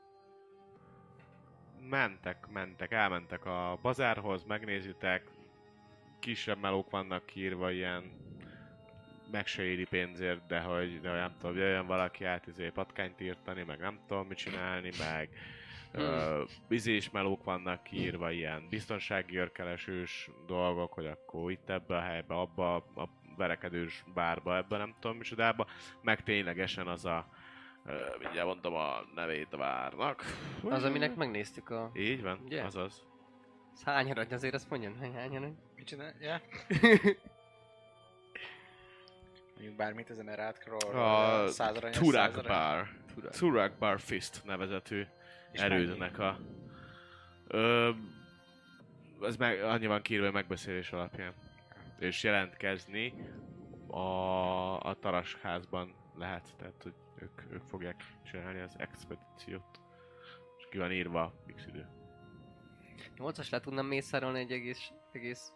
Mentek, mentek, elmentek a bazárhoz, megnézitek. Kisebb melók vannak kiírva, ilyen meg se éri pénzért, de hogy, de hogy nem tudom, jöjjön valaki át izé patkányt írtani, meg nem tudom mit csinálni, meg hmm. bizés melók vannak kiírva, ilyen biztonsági örkelesős dolgok, hogy akkor itt ebbe a helybe, abba a verekedős bárba, ebbe nem tudom micsodába, meg ténylegesen az a Uh, mindjárt mondom a nevét a várnak. az, aminek megnéztük a... Így van, Ugye? azaz. Ez hány arany, azért azt mondjam, hogy hány arany. Mit csinál? Ja? Mondjuk bármit ezen erátról, A száz aranyos, Turak száz arany. Bar. Turak Bar Fist nevezetű És erődnek a... Ö, ez meg, annyi van kiírva, hogy megbeszélés alapján. És jelentkezni a, a Tarask-házban lehet, tehát hogy ők, ők fogják csinálni az expedíciót. És ki van írva X idő. nyolcas le tudnám mészárolni egy egész... egész...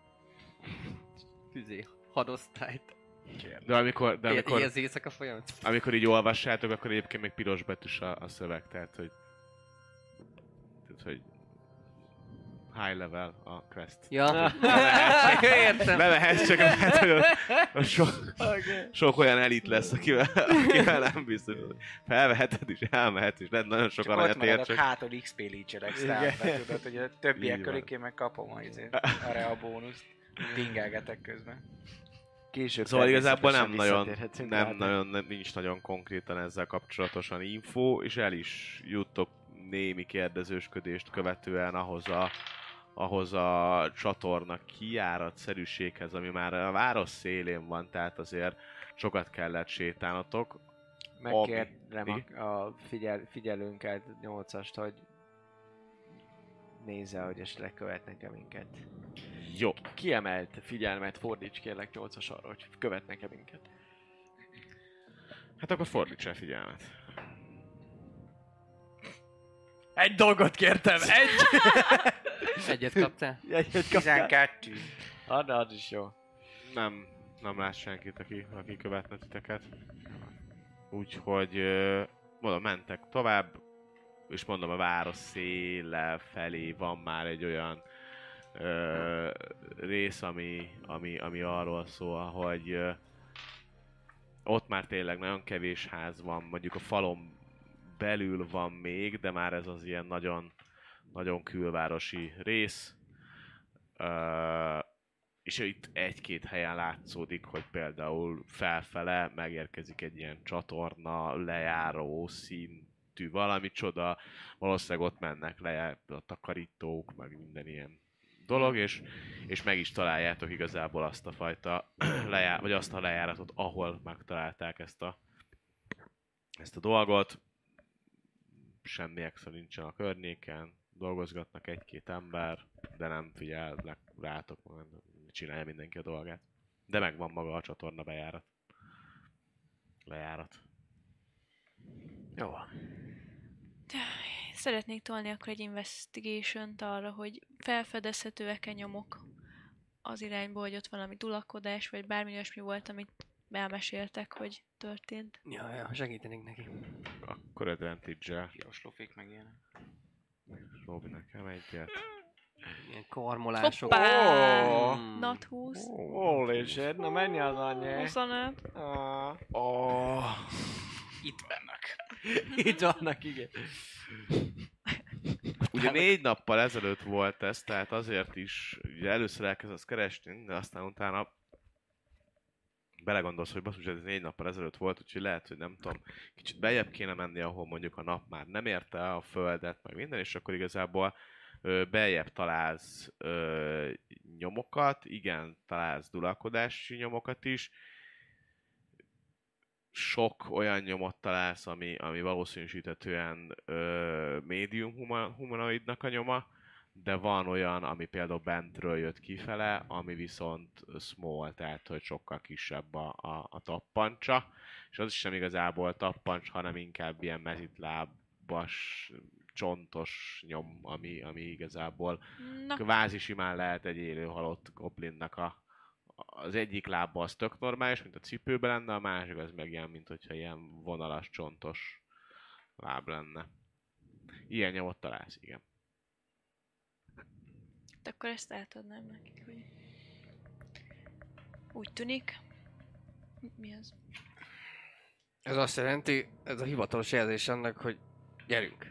tüzé, hadosztályt. De amikor, de amikor, Ilyen az éjszaka folyam. amikor így olvassátok, akkor egyébként még piros betűs a, a szöveg, tehát hogy... Tehát, hogy... High level a quest. Ja, értem. Levehetsz, csak lehet, hogy ott, ott sok, okay. sok olyan elit lesz, akivel, akivel nem biztos, hogy felveheted és elmehetsz, és lehet nagyon sok csak aranyat ott maradok ér, csak... hátod iksz pé leech-elek sztárba, tudod, hogy a többiek Így van. köré én meg kapom a, izét, a rea bónuszt. Dingelgetek közben. Később Szóval igazából nem nagyon, visszatérhetünk nem rá, de- nagyon, nem, nincs nagyon konkrétan ezzel kapcsolatosan info, és el is juttok némi kérdezősködést követően ahhoz a, ahhoz a csatorna kijáratszerűséghez, ami már a város szélén van, tehát azért sokat kellett sétálnotok. Megkérdem Ami- a, a figyel, figyelőnket, nyolcast, hogy nézze, hogy esetleg követnek-e minket. Jó. Kiemelt figyelmet fordíts kérlek nyolcas arra, hogy követnek-e minket. Hát akkor fordíts el figyelmet. Egy dolgot kértem, egy! egyet kaptál? Egyet kaptál? tizenkettő. Ad, az is jó. Nem, nem lát senkit, aki, aki követne titeket. Úgyhogy, ö, mondom, mentek tovább, és mondom, a város széle felé van már egy olyan ö, rész, ami, ami, ami arról szól, hogy ö, ott már tényleg nagyon kevés ház van, mondjuk a falon belül van még, de már ez az ilyen nagyon, nagyon külvárosi rész. Ö, és itt egy-két helyen látszódik, hogy például felfele megérkezik egy ilyen csatorna, lejáró szintű valami csoda, valószínűleg ott mennek le a takarítók, meg minden ilyen dolog, és, és meg is találjátok igazából azt a fajta lejár, vagy azt a lejáratot, ahol megtalálták ezt a, ezt a dolgot. Semmi extra nincsen a környéken, dolgozgatnak egy-két ember, de nem figyelnek rátok, csinálja mindenki a dolgát. De megvan maga a csatorna bejárat. Lejárat. Jó. Szeretnék tolni akkor egy investigation-t arra, hogy felfedezhetőek-e nyomok az irányból, hogy ott valami dulakodás, vagy bármi olyasmi volt, amit elmeséltek, hogy történt. Ja, ja, segítenék neki. Akkor advantage-el. Jóslófék meg ilyenek. Robi nekem egyet. Ilyen karmolások. Hoppá! Oh. Mm. Nat húsz. Holy shit, na menj az anyja. huszonöt. Ah, Oh. Itt vannak. itt vannak, igen. Ugye négy nappal ezelőtt volt ez, tehát azért is ugye először elkezdesz keresni, de aztán utána belegondolsz, hogy basszus, ez négy nappal ezelőtt volt, úgyhogy lehet, hogy nem tudom, kicsit beljebb kéne menni, ahol mondjuk a nap már nem érte a földet, meg minden, és akkor igazából ö, beljebb találsz ö, nyomokat, igen, találsz dulakodási nyomokat is, sok olyan nyomot találsz, ami, ami valószínűsítetően ö, médium huma, humanoidnak a nyoma, de van olyan, ami például bentről jött kifele, ami viszont small, tehát hogy sokkal kisebb a, a, a tappancsa, és az is sem igazából tappancs, hanem inkább ilyen mezitlábas, csontos nyom, ami, ami igazából Na. kvázi simán lehet egy élő halott goblinnak a, az egyik lába az tök normális, mint a cipőben lenne, a másik az meg ilyen, mint hogyha ilyen vonalas, csontos láb lenne. Ilyen nyomot találsz, igen. De akkor ezt átadnám nekik, hogy... Úgy tűnik. Mi az? Ez azt jelenti, ez a hivatalos jelzés annak, hogy gyerünk.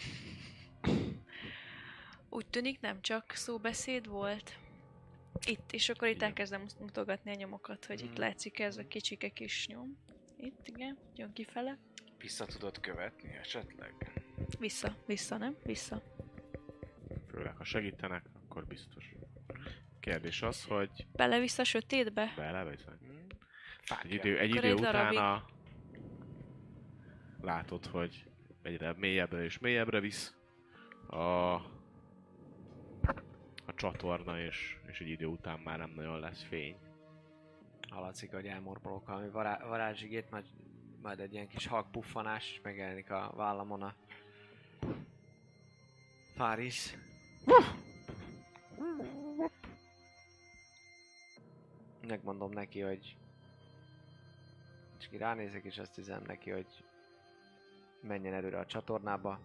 Úgy tűnik, nem csak szóbeszéd volt. Itt, és akkor itt elkezdem mutogatni a nyomokat, hogy itt látszik ez a kicsike kis nyom. Itt, igen, jön kifele. Vissza tudod követni esetleg? Vissza, vissza, nem? Vissza. Főleg, ha segítenek, akkor biztos. Kérdés az, hogy... Bele-vissza a sötétbe? Bele, vagy vagy? Fákja. Egy idő, egy Akkor idő egy darabig. utána látod, hogy egyre mélyebbre és mélyebbre visz a, a csatorna, és, és egy idő után már nem nagyon lesz fény. Hallatszik, hogy elmorbolok valami vará- varázsigét, majd, majd egy ilyen kis halkpuffanás megjelenik a vállamon a Fáris. Megmondom neki, hogy... És ki ránézek, és azt hiszem neki, hogy menjen előre a csatornába.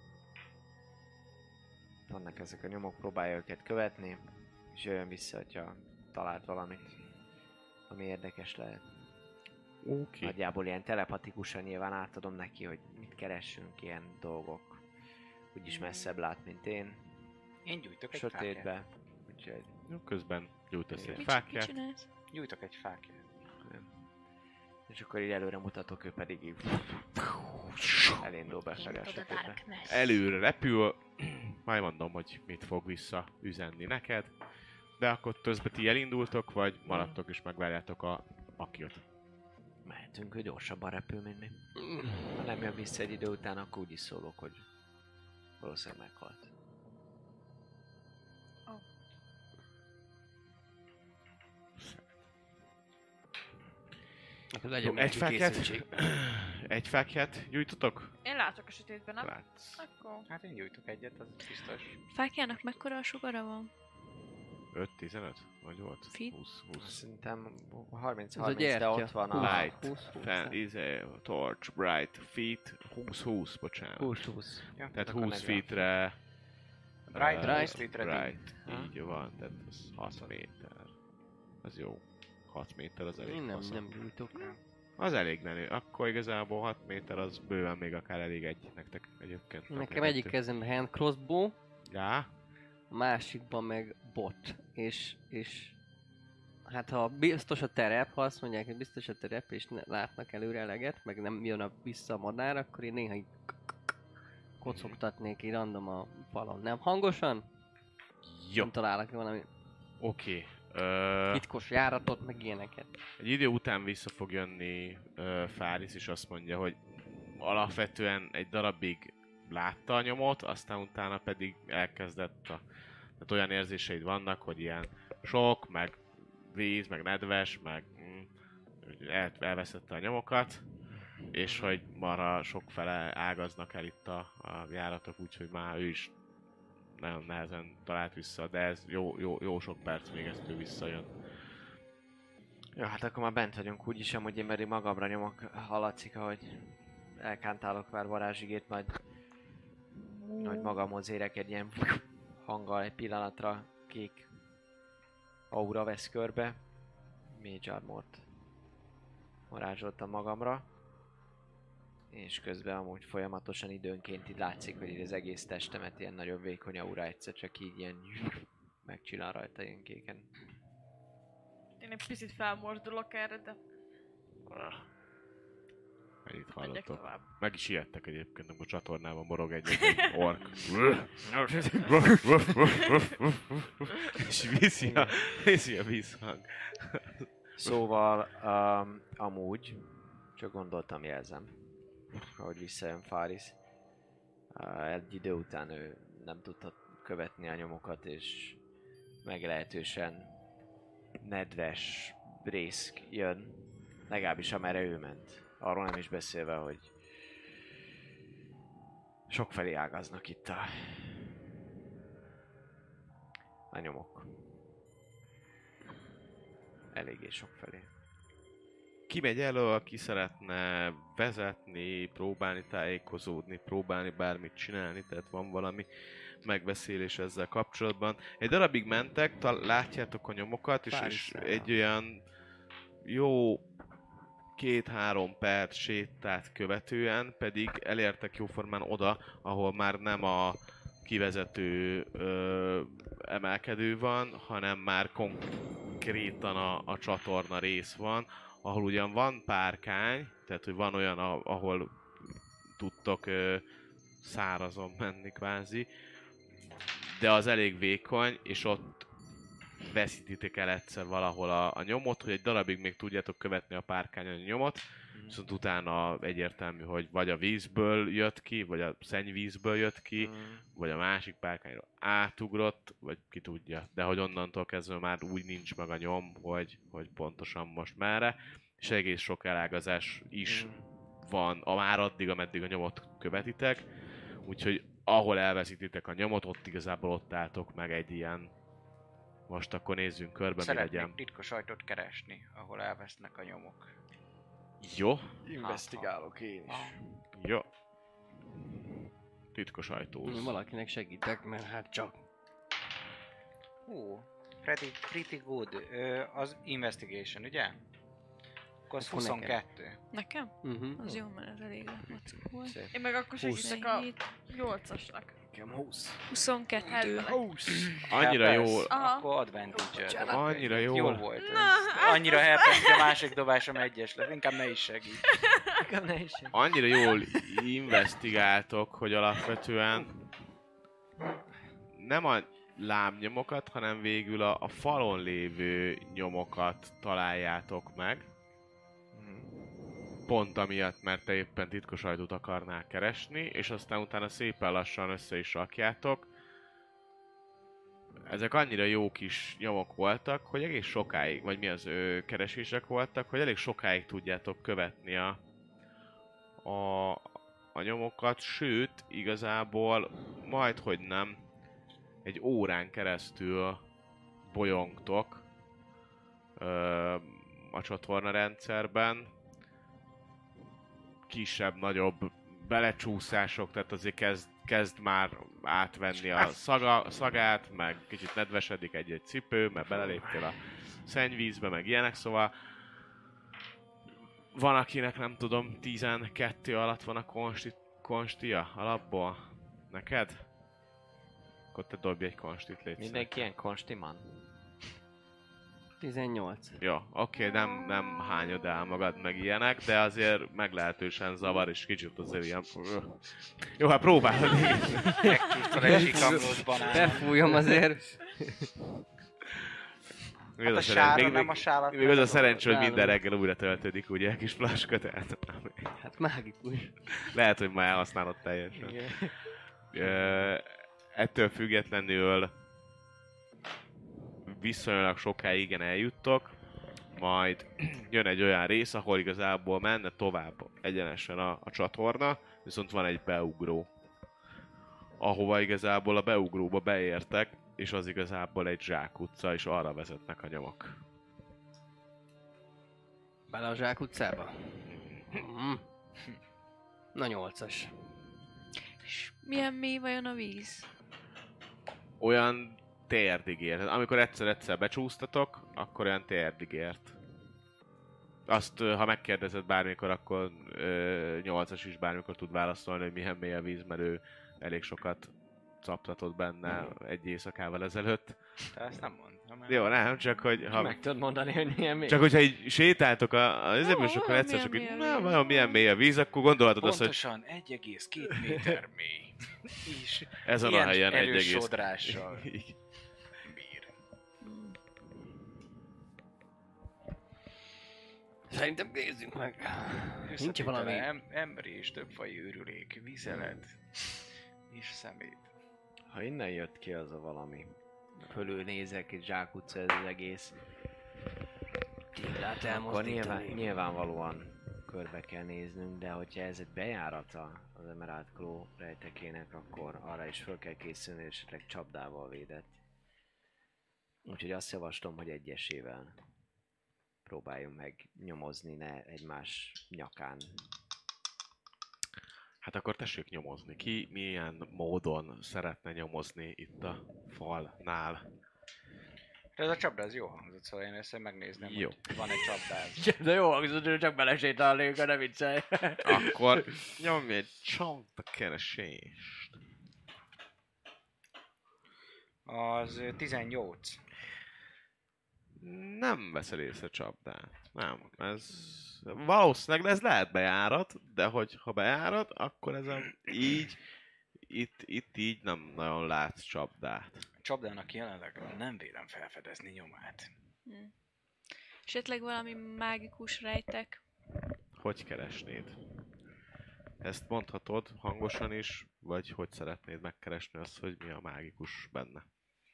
Vannak ezek a nyomok, próbálja őket követni, és jöjjön vissza, hogyha talált valamit, ami érdekes lehet. Oké. Okay. Nagyjából ilyen telepatikusan nyilván átadom neki, hogy mit keressünk, ilyen dolgok. Úgyis messzebb lát, mint én. Én gyújtok egy Sötétbe. fákját. Úgyhogy... Jó, közben gyújtasz egy Mit, mit fákját. csinálsz? Gyújtok egy fákját. És akkor így előre mutatok, ő pedig így... elindul befelé a sötétbe. Előre repül, majd mondom, hogy mit fog vissza üzenni neked. De akkor közben ti elindultok, vagy maradtok és megvárjátok a akiot? Mehetünk, hogy gyorsabban repül, mint mi. Ha nem jön vissza egy idő után, akkor úgy is szólok, hogy valószínűleg meghalt. Legyen Egy fákját? készültség. Egy fákját gyújtotok? Én látok a sötétben, nem? Látsz. Akkor... Hát én gyújtok egyet, az biztos. Fákjának mekkora a sugara van? öt tizenöt? Vagy volt? Feet? húsz húsz. Szerintem harminc Ez a harminc, de gyertya. ott van a... Light, húsz, húsz, fan, izé, torch, bright, feet, húsz húsz, bocsánat. húsz húsz. Ja, Tehát akkor húsz negyven. feetre... Bright, uh, húsz feetre Bright, Ha? így van, tehát az hat méter. Az jó. hat méter az elég Én nem, fasz. nem gyújtok. Az elég menő. Akkor igazából hat méter az bőven még akár elég egy nektek egyébként. Nekem egyik kezemben hand crossbow, Já? a másikban meg bot. És, és hát ha biztos a terep, ha azt mondják, hogy biztos a terep, és ne, látnak előre eleget, meg nem jön a, vissza a madár, akkor én néha így kocogtatnék így random a falon. Nem hangosan? Jó. Nem találok valami Oké. Ö, titkos járatot, meg ilyeneket. Egy idő után vissza fog jönni uh, Fáris, és azt mondja, hogy alapvetően egy darabig látta a nyomot, aztán utána pedig elkezdett a... Tehát olyan érzéseid vannak, hogy ilyen sok, meg víz, meg nedves, meg mm, el, elveszette a nyomokat, és hogy marra sokfele ágaznak el itt a, a járatok, úgyhogy már ő is nagyon nehezen talált vissza, de ez jó, jó, jó sok perc még ezt ő visszajön. Jó, hát akkor már bent vagyunk úgyis, amúgy én pedig magamra nyomok, hallatszik, ahogy elkántálok már varázsigét, majd hogy magamhoz érek egy ilyen hanggal egy pillanatra, kék aura vesz körbe. Mage Armort varázsoltam magamra. És közben amúgy folyamatosan időnként így látszik, hogy így az egész testemet ilyen nagyon vékony aura egyszer csak így ilyen megcsinál rajta ilyen kéken. Én egy picit felmordulok erre, de Ennyit megyek hallottok. tovább. Meg is ijedtek egyébként, amikor csatornában morog egy, egy ork. És viszi a, viszi a vízhang. Szóval um, amúgy, csak gondoltam, jelzem, ahogy visszajön Fáris. Uh, egy idő után ő nem tudta követni a nyomokat, és meglehetősen nedves rész jön, legalábbis amerre ő ment. Arról nem is beszélve, hogy sokfelé ágaznak itt a, a nyomok. Eléggé sokfelé. Ki megy elő, aki szeretne vezetni, próbálni tájékozódni, próbálni bármit csinálni, tehát van valami megbeszélés ezzel kapcsolatban. Egy darabig mentek, tal- látjátok a nyomokat, és, és egy olyan jó két-három perc sétát követően pedig elértek jóformán oda, ahol már nem a kivezető ö, emelkedő van, hanem már konkrétan a, a csatorna rész van, ahol ugyan van párkány, tehát hogy van olyan, ahol tudtok ö, szárazon menni kvázi, de az elég vékony, és ott veszítitek el egyszer valahol a, a nyomot, hogy egy darabig még tudjátok követni a párkányon a nyomot, mm. viszont utána egyértelmű, hogy vagy a vízből jött ki, vagy a szennyvízből jött ki, mm. vagy a másik párkányról átugrott, vagy ki tudja. De hogy onnantól kezdve már úgy nincs meg a nyom, hogy, hogy pontosan most merre, és egész sok elágazás is mm. van a már addig, ameddig a nyomot követitek, úgyhogy ahol elveszítitek a nyomot, ott igazából ott álltok meg egy ilyen. Most akkor nézzünk körbe, mi legyen. Szeretnék titkos ajtót keresni, ahol elvesznek a nyomok. Jó. Investigálok én is. Jó. Titkos ajtóz. Valakinek segítek, mert hát csak... Ó, pretty, pretty good. Ö, az investigation, ugye? Akkor az huszonkettő. Nekem? Uh-huh. Az jó, mert ez elég macuk volt. Én meg akkor segítek a nyolcasnak. Nekem húsz. huszonkettő. húsz. Annyira jól. Akkor advantage. Annyira jó. Jó volt. Annyira helpes, hogy a másik dobásom egyes lesz. Inkább ne is segít. Inkább ne is segít. Annyira jól investigáltok, hogy alapvetően nem a lábnyomokat, hanem végül a, a falon lévő nyomokat találjátok meg. Pont amiatt, mert te éppen titkos ajtót akarnál keresni, és aztán utána szépen lassan össze is rakjátok. Ezek annyira jó kis nyomok voltak, hogy egész sokáig, vagy mi az ö, keresések voltak, hogy elég sokáig tudjátok követni a, a, a nyomokat, sőt, igazából majdhogy nem, egy órán keresztül bolyongtok ö, a csatorna rendszerben. Kisebb-nagyobb belecsúszások, tehát azért kezd, kezd már átvenni a szaga, szagát, meg kicsit nedvesedik egy-egy cipő, mert beleléptél a szennyvízbe, meg ilyenek, szóval van akinek nem tudom, tizenkettő alatt van a konsti, konstia alapból. Neked? Akkor te dobj egy konstit, légy Mindenki ilyen konstiman? tizennyolc. Jó, oké, okay, nem, nem hányod el magad meg ilyenek, de azért meglehetősen zavar, és kicsit azért ilyen... Jó, hát próbálod. Megcsúsztad egy sikamlós banán. Befújom azért. Hát a, a sára, még, nem a sálat. Még az a szerencsé, hogy minden reggel újra töltődik, ugye, egy kis flaska, tehát... Hát mágikus. Lehet, hogy már elhasználod teljesen. Uh, ettől függetlenül viszonylag sokáig igen eljuttok, majd jön egy olyan rész, ahol igazából menne tovább egyenesen a, a csatorna, viszont van egy beugró, ahova igazából a beugróba beértek, és az igazából egy zsákutca, és arra vezetnek a nyomok. Bele a zsákutcába? Mm. Na nyolcas. És milyen mély vajon a víz? Olyan térdig ért. Amikor egyszer-egyszer becsúsztatok, akkor olyan térdig ért. Azt, ha megkérdezed bármikor, akkor nyolcas is bármikor tud válaszolni, hogy milyen mély a víz, mert ő elég sokat captatott benne egy éjszakával ezelőtt. De ezt nem mondtam. Jó, nem, csak hogy... Ha... Meg tudod mondani, hogy milyen mély. Csak hogyha így sétáltok a, az ezekből, és akkor egyszer csak így, na, vajon milyen mély a víz, akkor gondolhatod azt, hogy... Pontosan egy egész két méter mély. És ezen a helyen egy egész... sodrással bír. Szerintem nézzünk meg. Nincs valami... Em- emberi és többfajú őrülék, vizelet és szemét. Ha innen jött ki az a valami, fölül nézek, és zsákutca ez az egész, Tillát akkor nyilván, elmozdítani. nyilvánvalóan körbe kell néznünk, de hogyha ez egy bejárata az Emerald Claw rejtekének, akkor arra is föl kell készülni, és esetleg csapdával védett. Úgyhogy azt javaslom, hogy egyesével próbáljunk meg nyomozni, ne egymás nyakán. Hát akkor tessék nyomozni. Ki milyen módon szeretne nyomozni itt a falnál? Ez a csapda, ez jó hangzott, szóval én ezt megnézném, Jó. hogy van egy csapdád. De jó hangzott, hogy csak belesétálnék, ne viccelj. Akkor nyomj egy csapdakeresést. Az ö, tizennyolc. Nem veszel észre csapdát. Nem, ez valószínűleg ez lehet bejárat, de hogy ha bejárat, akkor ezen így, itt, itt így nem nagyon látsz csapdát. A csapdának jelenleg nem vélem felfedezni nyomát. Hm. Esetleg valami mágikus rejtek? Hogy keresnéd? Ezt mondhatod hangosan is, vagy hogy szeretnéd megkeresni azt, hogy mi a mágikus benne?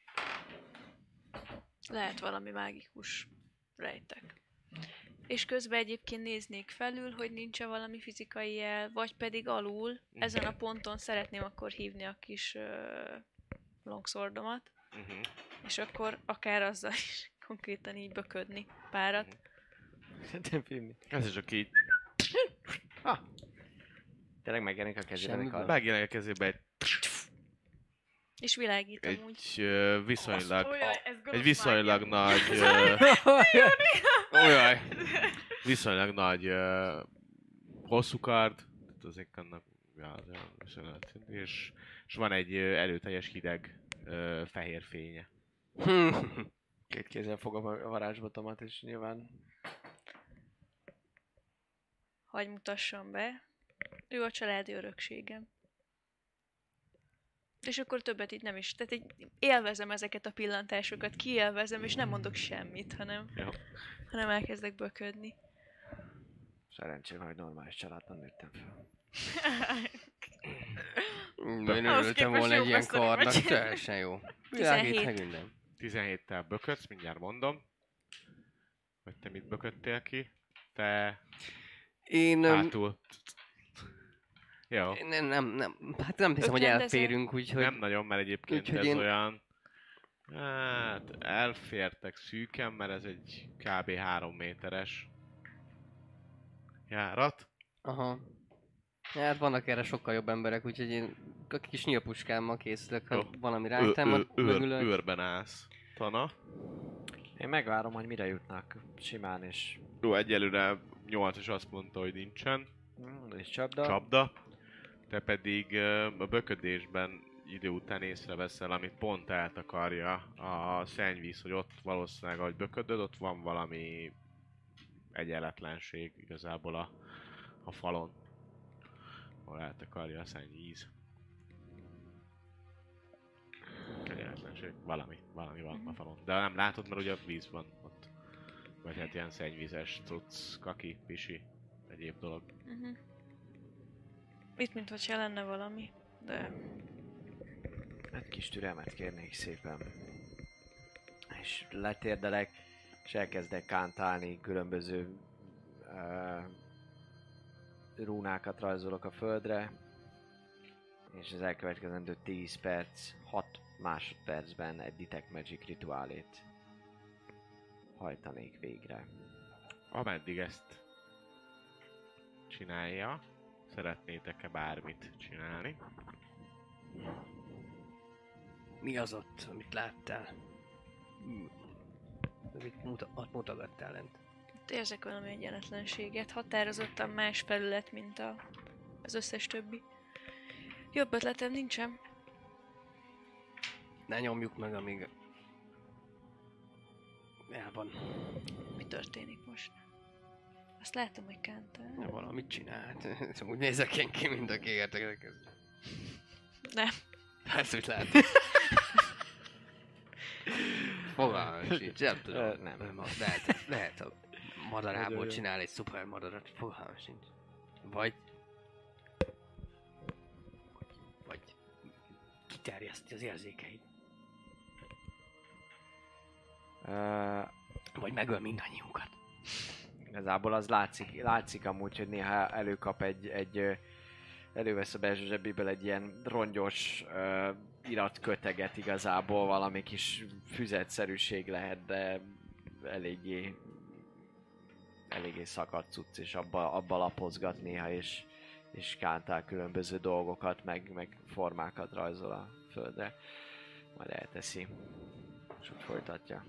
Lehet valami mágikus rejtek. És közben egyébként néznék felül, hogy nincs-e valami fizikai jel, vagy pedig alul. Ezen a ponton szeretném akkor hívni a kis uh, longswordomat. Uh-huh. És akkor akár azzal is konkrétan így böködni párat. Ez is csak így Ah. Tényleg megjelenik a kezében egy kard? megjelenik a kezébe egy, És világítom úgy. egy ö, viszonylag, Olyan, ez gonosz egy viszonylag nagy, ö, Olyaj. viszonylag nagy ö, hosszú kard, tehát azért annak ja, az olyan viszonylag, és, és van egy ö, erőteljes hideg ö, fehér fénye. Két kézzel fogom a varázsbotomat, és nyilván... Hagy mutasson be. Ő a családi örökségem. És akkor többet itt nem is. Tehát így élvezem ezeket a pillantásokat, kiélvezem, és nem mondok semmit, hanem, Jó. hanem elkezdek böködni. Szerencsém, hogy normális családban nőttem fel. Én Ahhoz örültem képest volna jó egy ilyen gasztori karnak, vagy. teljesen jó. Világít tizenhét. meg minden. tizenhéttel böködsz, mindjárt mondom. Hogy te mit böködtél ki? Te Én... öm, hátul. Jó. én nem, nem, nem, hát nem hiszem, hogy Ötvendezer? elférünk, úgyhogy... Nem nagyon, mert egyébként úgyhogy ez én- olyan... Hát elfértek szűken, mert ez egy kb. három méteres járat. Aha. Hát vannak erre sokkal jobb emberek, úgyhogy én a kis nyílpuskámmal készülök, ha Jó. valami Ő, ránk támad, ő, őr, mögülök. őrben állsz. Tana. Én megvárom, hogy mire jutnak simán, és, Jó, egyelőre nyolc is azt mondta, hogy nincsen. mm, és csapda. Csapda. Te pedig ö, a böködésben idő után észreveszel, amit pont eltakarja a szennyvíz, hogy ott valószínűleg, ahogy böködöd, ott van valami egyenletlenség igazából a, a falon, ahol eltakarja a szennyvíz. Egyenletlenség, valami, valami van a falon. De nem látod, mert ugye víz van ott. Vagy hát ilyen szennyvízes cucc, kaki, pisi, egyéb dolog. Uh-huh. Itt, mint hogyha lenne valami, de... Hát kis türelmet kérnék szépen. És letérdelek, és elkezdek kántálni, különböző uh, rúnákat rajzolok a földre. És az elkövetkezendő tíz perc, hat másodpercben egy Detect Magic rituálét hajtanék végre. Ameddig ezt csinálja, szeretnétek-e bármit csinálni? Mi az ott, amit láttál? Amit muta- ott mutogattál lent? Itt érzek valami egyenletlenséget, határozottan más felület, mint a, az összes többi. Jobb ötletem nincsen. Ne nyomjuk meg, amíg el van. Mi történik most? Azt látom, hogy kántál. Ja, valamit csinált. Úgy nézek én ki, mint aki értek ez. Nem. Persze, hogy látom. Fogalmam sincs, nem tudom. Ö, nem. nem. Lehet, lehet a madarából csinál egy szuper madarat, fogalmam sincs. Vagy... Vagy... kiterjeszti az érzékeit. Uh, Vagy megöl mindannyiunkat. Igazából az látszik, látszik amúgy, hogy néha előkap egy, egy ö, elővesz a belső zsebéből egy ilyen rongyos uh, iratköteget igazából, valami kis füzetszerűség lehet, de eléggé eléggé szakadt cucc, és abba, abba lapozgat néha, és, és kántál különböző dolgokat, meg, meg formákat rajzol a földre. Majd elteszi, és úgy folytatja.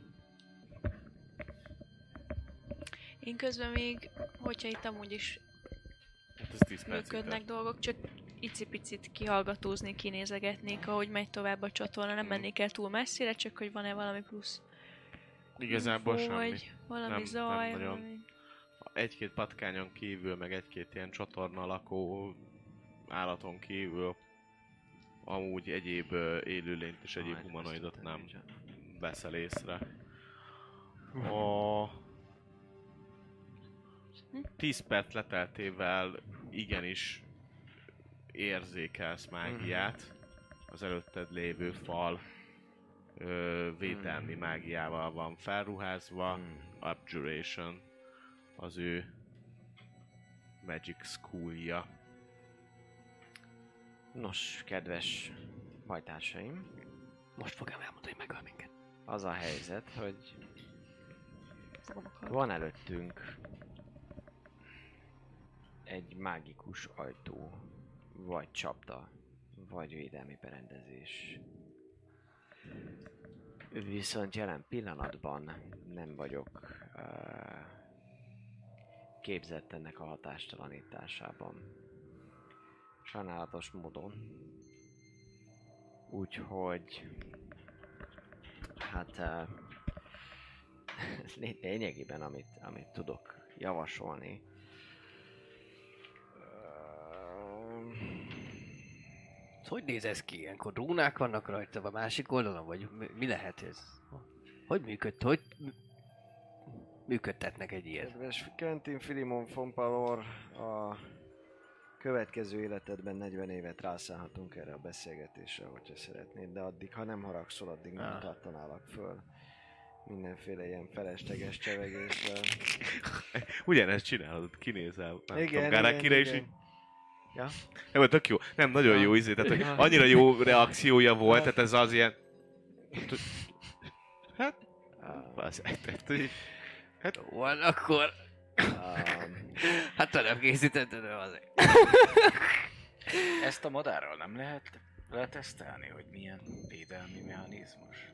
Én közben még, hogyha itt amúgy is Hát ez tíz perc működnek dolgok, csak icipicit kihallgatózni, kinézegetnék, ahogy megy tovább a csatorna, nem mennék el túl messzire, csak hogy van-e valami plusz Igazából info, semmi. vagy valami Nem- zaj, nem nagyon. valami... Egy-két patkányon kívül, meg egy-két ilyen csatorna lakó állaton kívül amúgy egyéb ö, élőlényt és egyéb humanoidot nem veszel észre. A tíz perc leteltével igenis érzékelsz mágiát. Az előtted lévő fal ö, védelmi mágiával van felruházva. Abjuration az ő Magic Schoolja. Nos, kedves bajtársaim, most fogom elmondani, hogy megöl minket. Az a helyzet, hogy Fogom a kart. van előttünk egy mágikus ajtó, vagy csapda, vagy védelmi berendezés. Viszont jelen pillanatban nem vagyok uh, képzett ennek a hatástalanításában. Sajnálatos módon. Úgyhogy hát uh, lényegében amit, amit tudok javasolni. Hogy néz ez ki? Ilyenkor rúnák vannak rajta a másik oldalon, vagy mi, mi lehet ez? Hogy működ, hogy mű- működtetnek egy ilyet? Kedves Quentin Filimon von Palor, a következő életedben negyven évet rászállhatunk erre a beszélgetésre, hogyha szeretnéd, de addig, ha nem haragszol, addig nem Ah. tartanálak föl mindenféle ilyen felesleges csevegésre. Ugyanezt csinálod, kinézel, nem Igen, tudom, igen, Garakire is igen. így. Ja? Nem, tök jó. Nem, nagyon Ja. jó izé, tehát hogy Ja. annyira jó reakciója volt, tehát ez az ilyen... Hát... Az, tehát, hogy- hát... Van, akkor... Um, Hát te nem készítetted el azért. Ezt a madárral nem lehet letesztelni, hogy milyen védelmi mechanizmus?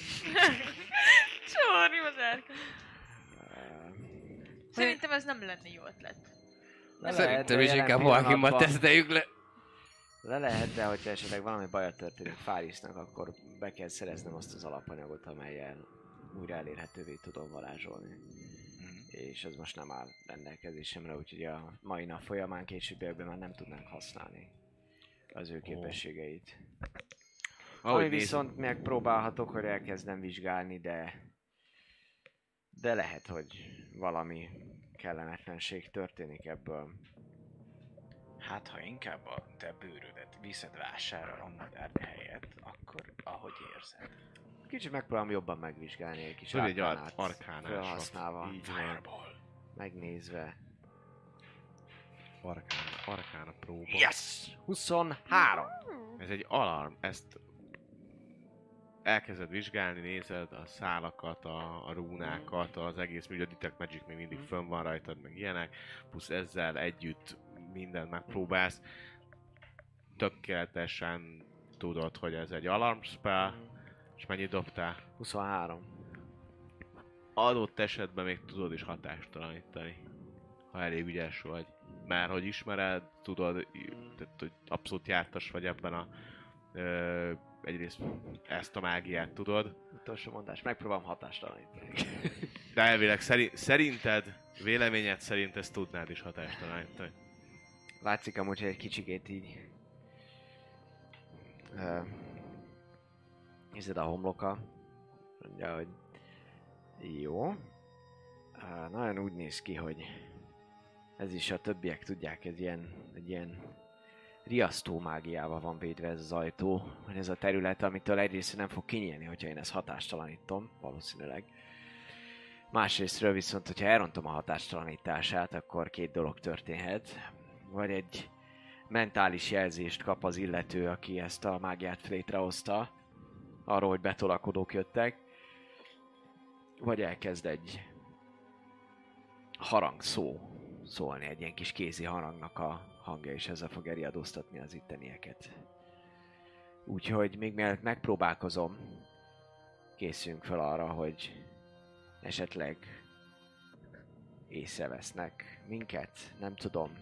Sorry, az elke. um, Szerintem ez nem lenne jó ötlet. le lehet, Szerintem de is jelen inkább Joachimmal pillanatban- teszteljük le. Le lehet, de hogyha esetleg valami baja történik Fárisnak, akkor be kell szereznem azt az alapanyagot, amellyel újra elérhetővé tudom varázsolni. És ez most nem áll rendelkezésemre, úgyhogy a mai nap folyamán későbbiekben már nem tudnánk használni az ő képességeit. Ahogy Ami nézem- viszont megpróbálhatok, hogy elkezdem vizsgálni, de... De lehet, hogy valami kellemetlenség történik ebből. Hát, ha inkább a te bőrödet viszed vásárra a madár helyett, akkor ahogy érzed. Kicsit megpróbálom jobban megvizsgálni egy kis Tudod, egy ar- arkánát arkánásot. felhasználva, Így van. Fireball. megnézve. Arkán, arkán a próba. Yes! huszonhárom! Ez egy alarm, ezt elkezded vizsgálni, nézed a szálakat, a, a rúnákat, az egész mű, a Detect Magic még mindig fönn van rajtad, meg ilyenek, plusz ezzel együtt mindent megpróbálsz. Tökéletesen tudod, hogy ez egy alarm spell, és mennyit dobtál? huszonhárom. Adott esetben még tudod is hatástalanítani, ha elég ügyes vagy. Mert hogy ismered, tudod, tehát, hogy abszolút jártas vagy ebben a... Ö, egyrészt ezt a mágiát tudod, Utolsó mondás, megpróbálom hatástalanítani. de elvileg szeri- szerinted, véleményed szerint ezt tudnád is hatástalanítani. Látszik amúgy, hogy egy kicsikét így... Uh, nézed a homloka. Mondja, hogy... Jó. Uh, nagyon úgy néz ki, hogy... Ez is a többiek tudják, ez ilyen... Egy ilyen riasztó mágiával van védve ez az ajtó, vagy ez a terület, amitől egyrészt nem fog kinyílni, hogyha én ezt hatástalanítom, valószínűleg. Másrésztről viszont, hogyha elrontom a hatástalanítását, akkor két dolog történhet. Vagy egy mentális jelzést kap az illető, aki ezt a mágiát létrehozta, arról, hogy betolakodók jöttek, vagy elkezd egy harang szó szólni, egy ilyen kis kézi harangnak a hangja, és ezzel fog riadóztatni az ittenieket. Úgyhogy még mielőtt megpróbálkozom, készüljünk fel arra, hogy esetleg észrevesznek minket, nem tudom.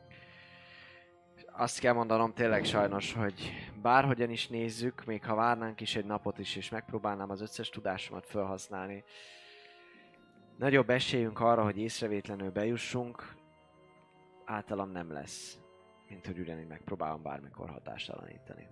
Azt kell mondanom tényleg sajnos, hogy bárhogyan is nézzük, még ha várnánk is egy napot is, és megpróbálnám az összes tudásomat felhasználni, nagyobb esélyünk arra, hogy észrevétlenül bejussunk, általam nem lesz, mint hogy ugyanígy megpróbálom bármikor hatástalanítani.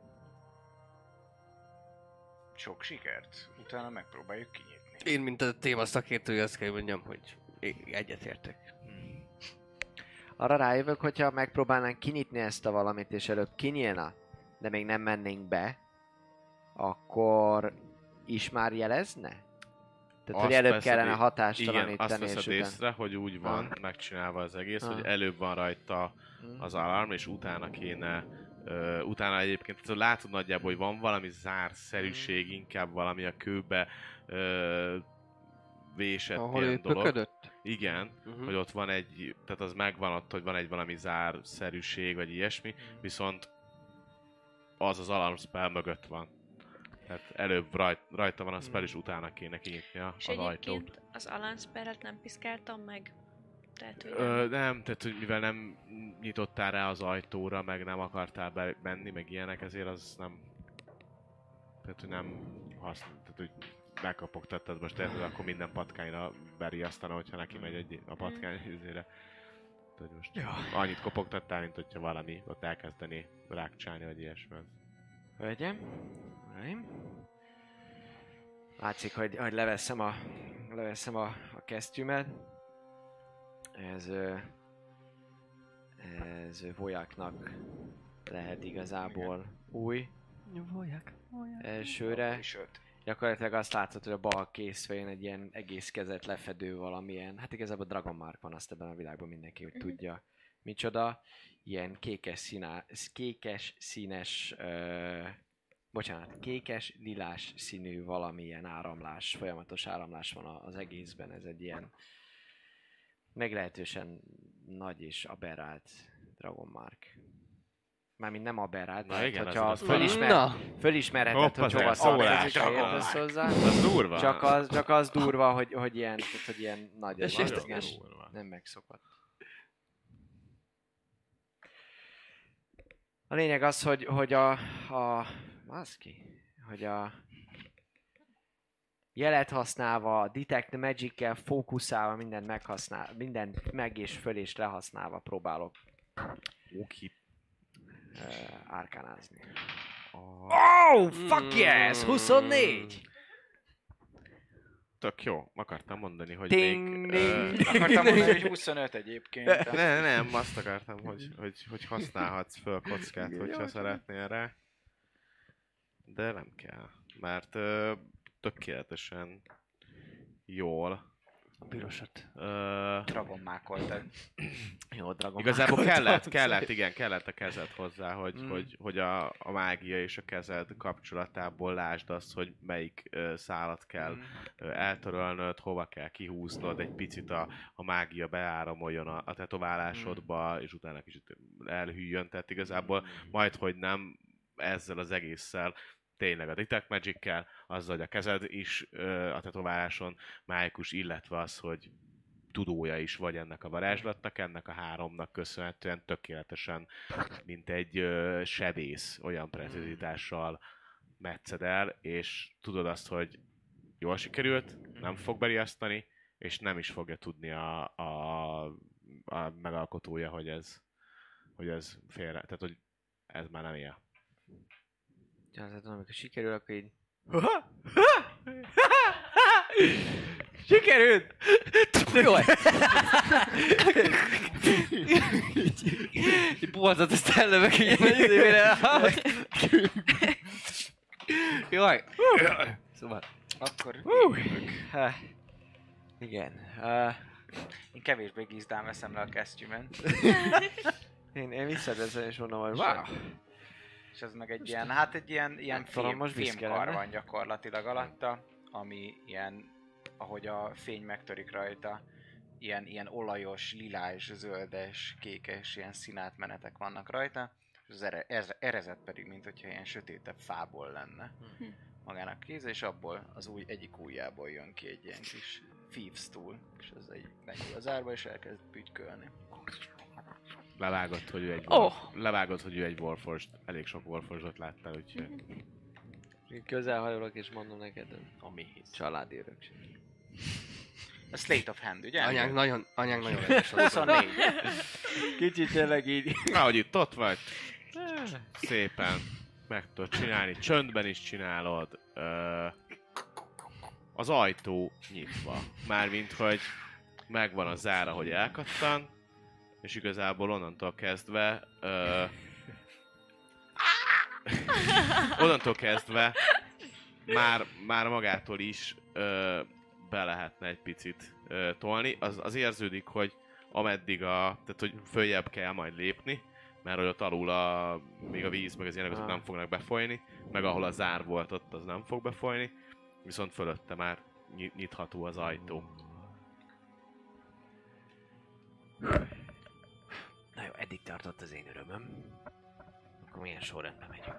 Sok sikert, utána megpróbáljuk kinyitni. Én, mint a téma szakértője, azt kell mondjam, hogy egyetértek. Arra rájövök, hogyha megpróbálnánk kinyitni ezt a valamit, és előbb kinyílna, de még nem mennénk be, akkor is már jelezne? Tehát, hogy előbb kellene hatástalanítani, igen, azt veszed és után... észre, hogy úgy van ah. megcsinálva az egész, ah. hogy előbb van rajta az alarm, és utána kéne, uh, utána egyébként tehát látod nagyjából, hogy van valami zárszerűség, inkább valami a kőbe uh, vésett ahol ilyen ő dolog. pöködött? Igen, uh-huh. hogy ott van egy, tehát az megvan ott, hogy van egy valami zárszerűség, vagy ilyesmi, viszont az az alarm spell mögött van. Tehát előbb rajt, rajta van a spell, és utána kéne kinyitni a, és az ajtót. És egyébként az alarm spellet nem piszkáltam meg? Tehát, hogy Ö, nem, tehát hogy mivel nem nyitottál rá az ajtóra, meg nem akartál be menni, meg ilyenek, ezért az nem... Tehát, hogy nem használ, tehát, hogy megkapogtattad most, tehát, hogy akkor minden patkányra beriasztana, hogyha neki megy egy a patkány üzére. Tehát most ja. annyit kopogtattál, mint hogyha valami ott elkezdeni rákcsálni, vagy ilyesmi. Hölgyem, uraim. Látszik, hogy, hogy leveszem a, leveszem a, a kesztyümet. Ez, ez volyáknak lehet igazából új. Volyák, volyák. Elsőre. Gyakorlatilag azt látod, hogy a bal készfején egy ilyen egész kezet lefedő valamilyen, hát igazából Dragon Mark van, azt ebben a világban mindenki hogy tudja micsoda. Ilyen kékes, színá, kékes színes, uh, bocsánat, kékes, lilás színű valamilyen áramlás, folyamatos áramlás van az egészben, ez egy ilyen meglehetősen nagy és aberrált Dragon Mark. Mármint nem aberrált, na igen, hogyha az fölismer, fölismerheted, hogy hova szólás értesz hozzá. Az durva. Csak az, csak az durva, hogy, hogy, ilyen, tehát, hogy ilyen nagy, az az nem, nem megszokott. A lényeg az, hogy, hogy a, a maszki, hogy a jelet használva, a Detect Magic-kel fókuszálva, mindent meghasznál, mindent meg és föl és lehasználva próbálok okay. uh, árkánázni. Oh, oh fuck yes! huszonnégy! Tök jó, akartam mondani, hogy Ding, még... ding. Uh, akartam mondani, hogy huszonöt egyébként. Nem, nem, azt akartam, hogy, hogy, hogy használhatsz föl kockát, hogyha szeretnél rá. De nem kell, mert uh, tökéletesen jól... A pirosat. Uh, Dragon mákoltad. Jó, Dragon igazából kellett, kellett, igen, kellett a kezed hozzá, hogy, Mm. hogy, hogy a, a mágia és a kezed kapcsolatából lásd azt, hogy melyik uh, szálat kell Mm. uh, eltörölnöd, hova kell kihúznod, egy picit a, a mágia beáramoljon a, a tetoválásodba, és utána kicsit elhűljön, tehát igazából majd, hogy nem ezzel az egésszel, tényleg a Detect Magic-kel, azzal, hogy a kezed is ö, a tetováláson mágikus, illetve az, hogy tudója is vagy ennek a varázslatnak, ennek a háromnak köszönhetően tökéletesen, mint egy ö, sebész olyan precizitással metszed el, és tudod azt, hogy jól sikerült, nem fog beriasztani, és nem is fogja tudni a, a, a megalkotója, hogy ez, hogy ez félre, tehát hogy ez már nem él. Ja, tehát amikor sikerül, akkor így... polcot, ezt ellövök így a izére. Jaj. Szóval. Akkor Uh, igen. Uh, én kevésbé gízdán veszem le a kesztyűmet. én, én visszateszem és mondom, hogy wow. És ez meg egy ilyen, hát egy ilyen, ilyen fém, most fémkar van gyakorlatilag alatta, ami ilyen, ahogy a fény megtörik rajta, ilyen, ilyen olajos, lilás, zöldes, kékes, ilyen színátmenetek vannak rajta, és az ere, ez, erezet pedig, mint hogyha ilyen sötétebb fából lenne hm. magának kéze, és abból az új egyik ujjából jön ki egy ilyen kis thieves tool, és ez egy megnyúl az árba, és elkezd bütykölni. Levágott, hogy ő egy Oh. Warf... Levágott, hogy ő egy Warforged. Elég sok Warforged-ot láttál, úgyhogy... Én közelhajolok és mondom neked, ami családi örökség. A Slate of Hand, ugye? Anyánk nagyon, anyánk nagyon erős. huszonnégy. Kicsit tényleg így. Ahogy itt ott vagy, szépen meg tudod csinálni, csöndben is csinálod. Ö, az ajtó nyitva. Mármint, hogy megvan a zára, hogy elkattan, és igazából onnantól kezdve... Ö, onnantól kezdve már, már magától is ö, be lehetne egy picit ö, tolni. Az, az érződik, hogy ameddig a... Tehát, hogy följebb kell majd lépni, mert hogy ott alul a, még a víz, meg az ilyenek azok nem fognak befolyni, meg ahol a zár volt ott, az nem fog befolyni, viszont fölötte már nyitható az ajtó. Na jó, eddig tartott az én örömöm. Akkor milyen sorrendben megyünk?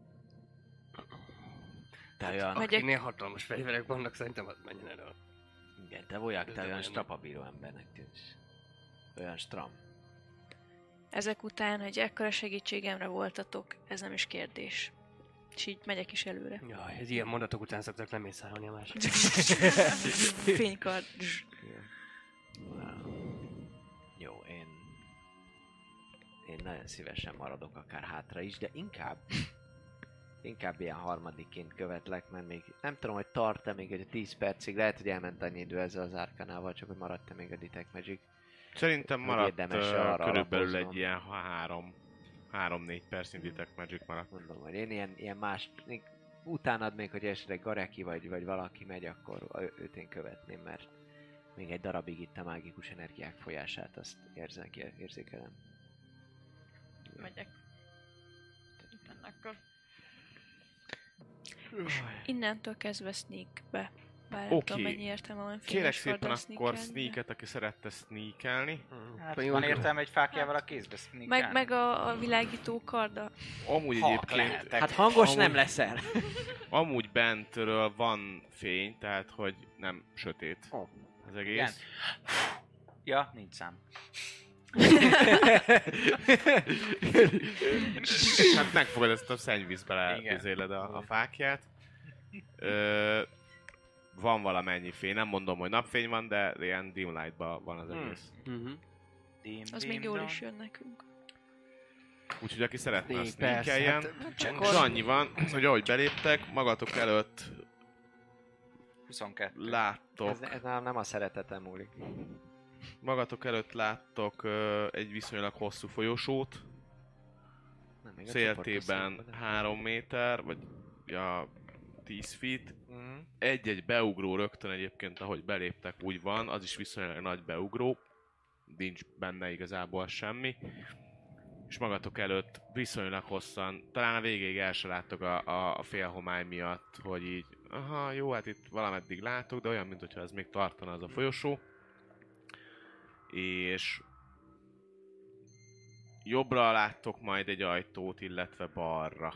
Te olyan... Akinél hatalmas fegyverek vannak, szerintem az menjen elő. Igen, te voják, te olyan strapabíró embernek tűnsz. Olyan stram. Ezek után, hogy ekkora segítségemre voltatok, ez nem is kérdés. És így megyek is előre. Jaj, ez ilyen mondatok után szoktak lemészárolni a másik. Fénykard. Jó, én... Én nagyon szívesen maradok akár hátra is, de inkább... Inkább ilyen harmadikként követlek, mert még nem tudom, hogy tart-e még egy tíz percig, lehet, hogy elment annyi idő ezzel az árkanával, csak hogy maradt-e még a Detect Magic. Szerintem maradt uh, körülbelül egy ilyen három, három-négy percnyi Detect Magic maradt. Mondom, hogy én ilyen, ilyen más, még utánad még, hogy esetleg Gareki vagy, vagy valaki megy, akkor őt én követném, mert még egy darabig itt a mágikus energiák folyását, azt érzek, érzékelem. Megyek. Akkor... Innentől kezdve sneakbe. Bár Oké. nem tudom, mennyi értelme van Kérek fényes szépen karddal akkor sneakelni, sneaket, aki szerette sneakelni. Hát van értelme egy fákjával a kézbe sneakelni. Meg, meg a, a világító karddal. Amúgy Ha, egyébként... lehetek. Hát hangos amúgy, nem leszel. Amúgy bentről van fény, tehát hogy nem sötét Oh. az egész. Igen. Ja, nincs szám. Hát megfogod ezt a szennyvízbe Igen. lezéled a, a fákját. Ö, van valamennyi fény, nem mondom, hogy napfény van, de ilyen dim lightban van az egész. Mhm. Dim, Az dim, még jól dom. is jön nekünk. Úgyhogy aki szeretne, Né, azt persze, sneakeljen. hát, És annyi van, hogy ahogy beléptek, magatok előtt huszonkettő. láttok, Ez, ez nem, nem a szeretetem múlik. magatok előtt láttok ö, egy viszonylag hosszú folyosót, Nem, még a széltében csoportos három méter, vagy ja, tíz feet. Mhm. Egy-egy beugró rögtön egyébként, ahogy beléptek, úgy van, az is viszonylag nagy beugró, nincs benne igazából semmi. És magatok előtt viszonylag hosszan, talán a végéig el se láttok a, a, a félhomály miatt, hogy így, aha, jó, hát itt valameddig látok, de olyan, mintha ez még tartana az a folyosó. És jobbra láttok majd egy ajtót, illetve balra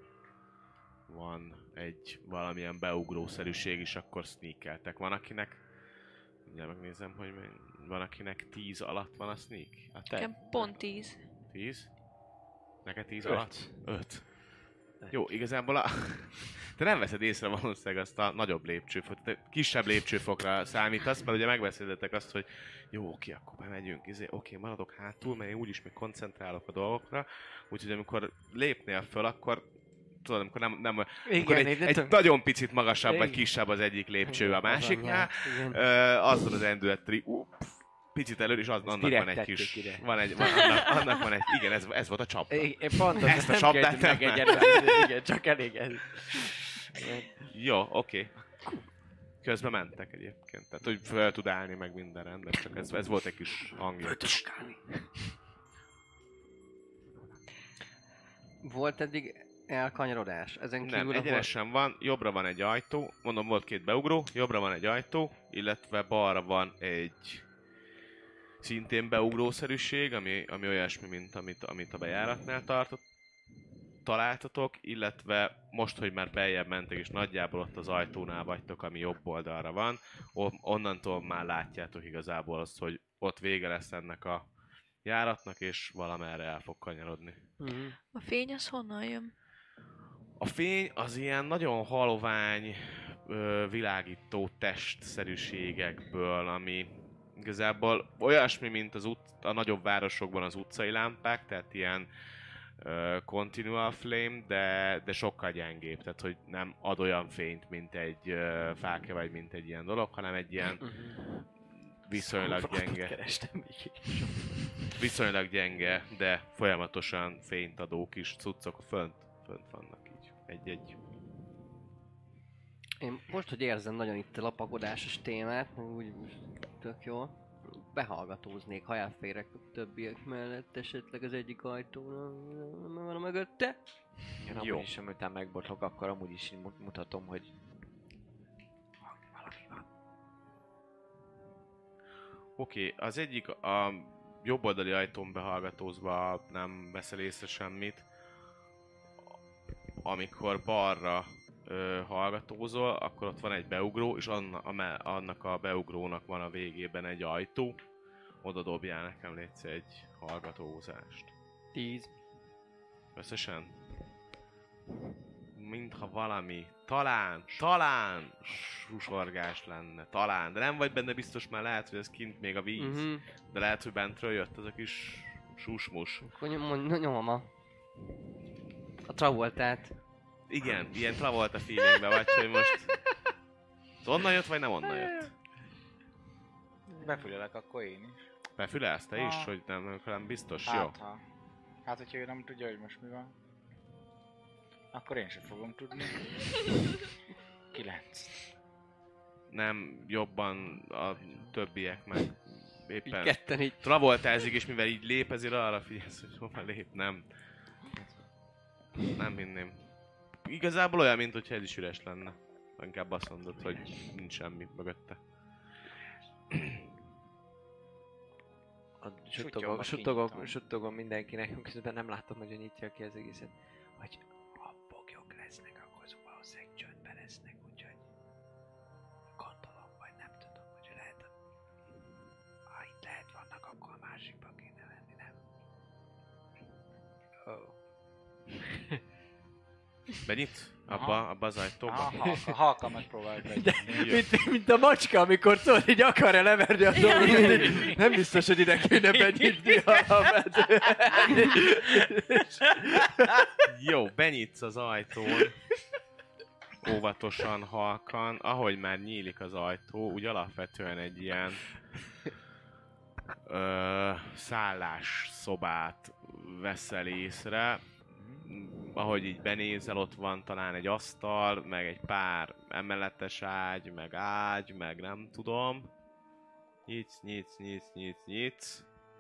van egy valamilyen beugrószerűség is, akkor sneakeltek. Van akinek, ugye megnézem, hogy van akinek tíz alatt van a sneak? A te? Nekem pont tíz. tíz? Neked tíz Öt. alatt? öt. Jó, igazából a... te nem veszed észre valószínűleg azt a nagyobb lépcsőfokot, te kisebb lépcsőfokra számítasz, mert ugye megbeszéltetek azt, hogy jó, oké, akkor bemegyünk, izé, oké, maradok hátul, mert én úgyis még koncentrálok a dolgokra, úgyhogy amikor lépnél föl, akkor tudod, amikor nem, nem Igen, amikor egy, így nem egy tudom. nagyon picit magasabb vagy Igen. kisebb az egyik lépcső a Az másiknál, anyját, igen. ö, az van az endületri, upp, picit előtt, és az, annak direkt van egy kis... tették ide. Van egy, van, annak, annak van egy... Igen, ez, ez volt a csapda. Én, én pont az, Ezt a nem csapdát kellett nem megegyezni. Igen, csak elég ez. Jó, oké. Közben mentek egyébként. Tehát, hogy fel tud állni meg minden rendben, csak ez, ez volt egy kis hangja. Volt eddig elkanyarodás? Ezen kívül Nem, ahol- egyenesen van, jobbra van egy ajtó, mondom volt két beugró, jobbra van egy ajtó, illetve balra van egy szintén beugrószerűség, ami, ami olyasmi, mint amit, amit a bejáratnál tartott, találtatok, illetve most, hogy már beljebb mentek, és nagyjából ott az ajtónál vagytok, ami jobb oldalra van, on- onnantól már látjátok igazából azt, hogy ott vége lesz ennek a járatnak, és valamerre el fog kanyarodni. Mhm. A fény az honnan jön? A fény az ilyen nagyon halovány, ö, világító testszerűségekből, ami igazából olyasmi, mint az ut- a nagyobb városokban az utcai lámpák, tehát ilyen ö, continual flame, de, de sokkal gyengébb, tehát hogy nem ad olyan fényt, mint egy ö, fákja, vagy mint egy ilyen dolog, hanem egy ilyen viszonylag gyenge. Viszonylag gyenge, de folyamatosan fényt adó kis cuccok fönt, fönt vannak így. Egy-egy. Én most, hogy érzem nagyon itt a lapagodásos témát, meg úgy tök jó, behallgatóznék, ha elférek a többiek mellett, esetleg az egyik ajtóra, mi van a mögötte? Én amúgy is, amiután megbotlok, akkor amúgy is mu- mutatom, hogy valami van. Oké, okay, az egyik a jobb oldali ajtón behallgatózva nem veszel észre semmit. Amikor balra ö, hallgatózol, akkor ott van egy beugró, és anna, a me, annak a beugrónak van a végében egy ajtó. Oda dobjál nekem létsz egy hallgatózást. Tíz. Összesen? Mintha valami, talán, talán susorgás lenne, talán, de nem vagy benne biztos, már lehet, hogy ez kint még a víz, Mhm. de lehet, hogy bentről jött az a kis susmus. Akkor nyom, nyomom a... a Travoltát. Igen, ilyen Travolta feelingben vagy, hogy most az onnan jött, vagy nem onnan jött? Befülelek akkor én is. Befülelsz te is, Ah. hogy nem, nem biztos? Jó. Hát, ha. Hát, hogyha ő nem tudja, hogy most mi van, akkor én sem fogom tudni. Kilenc. Nem jobban a többiek meg éppen Így ketten így. Travoltázik, és mivel így lép, ezért arra figyelsz, hogy hova lép, nem. Nem hinném. Igazából olyan, mint hogyha ez is üres lenne. Inkább azt mondod, hogy nincs semmi mögötte. A Sutyogva suttogom, suttogom, kinyitom. suttogom mindenkinek, közben nem látom, hogy nyitja ki az egészet. Hogy ha foglyok lesznek, akkor szóval valószínűleg csöndben lesznek, úgyhogy gondolom, vagy nem tudom, hogy lehet, ha itt lehet vannak, akkor a másikban kéne lenni, nem? Oh. Benyit? Abba, abba az ajtóba? Ah, halka, halka megpróbálj be. Mint, mint a macska, amikor tudod, így akarja leverni a dolgot, nem biztos, hogy ide kéne benyitni a medő. Jó, benyitsz az ajtón. Óvatosan, halkan. Ahogy már nyílik az ajtó, úgy alapvetően egy ilyen ö, szállásszobát veszel észre. Ahogy így benézel, ott van talán egy asztal, meg egy pár emeletes ágy, meg ágy, meg nem tudom. Nyitsz, nyitsz, nyitsz, nyitsz, nyitsz.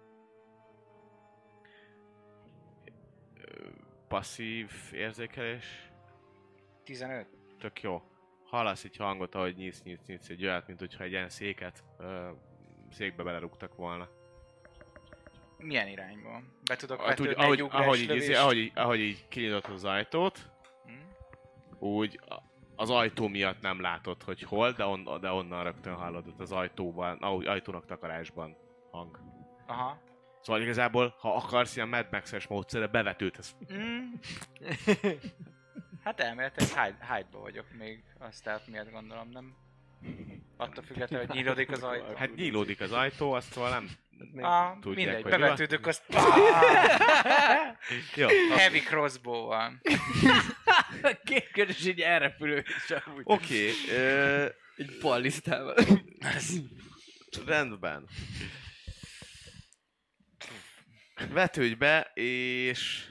Ö, Passzív érzékelés. tizenöt. Tök jó. Hallasz egy hangot, ahogy nyitsz, nyitsz, nyitsz, egy olyat, mint hogyha egy ilyen széket, ö, székbe belerúgtak volna. Milyen irányból? Be tudok Hát úgy, vetődni ahogy, egy ugrás ahogy, így, lövést? izé- ahogy, így- ahogy így kinyitod az ajtót, Hm? úgy a- az ajtó miatt nem látod, hogy hol, de, on, de onnan rögtön hallod ott az ajtóban, ahogy ajtónak takarásban hang. Aha. Szóval igazából, ha akarsz ilyen Mad Max-es módszerre, bevetődhetsz. Mm. Hát elméletileg hide, hide-ba vagyok még, azt tehát miért gondolom, nem? Attól függetlenül, hogy nyílódik az ajtó. Hát nyílódik az ajtó, azt szóval nem Ah, tudják, mindegy, hogy mi van. bevetődök, azt... Jó, Heavy crossbow van. Két kérdés így elrepülő is amúgy. Oké, okay, Egy ballisztával. rendben. Vetődj be, és...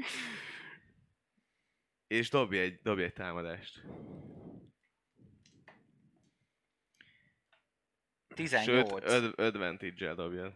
És dobj egy, dobj egy támadást. tizennyolc. Sőt, öd, advantage-el dobjál.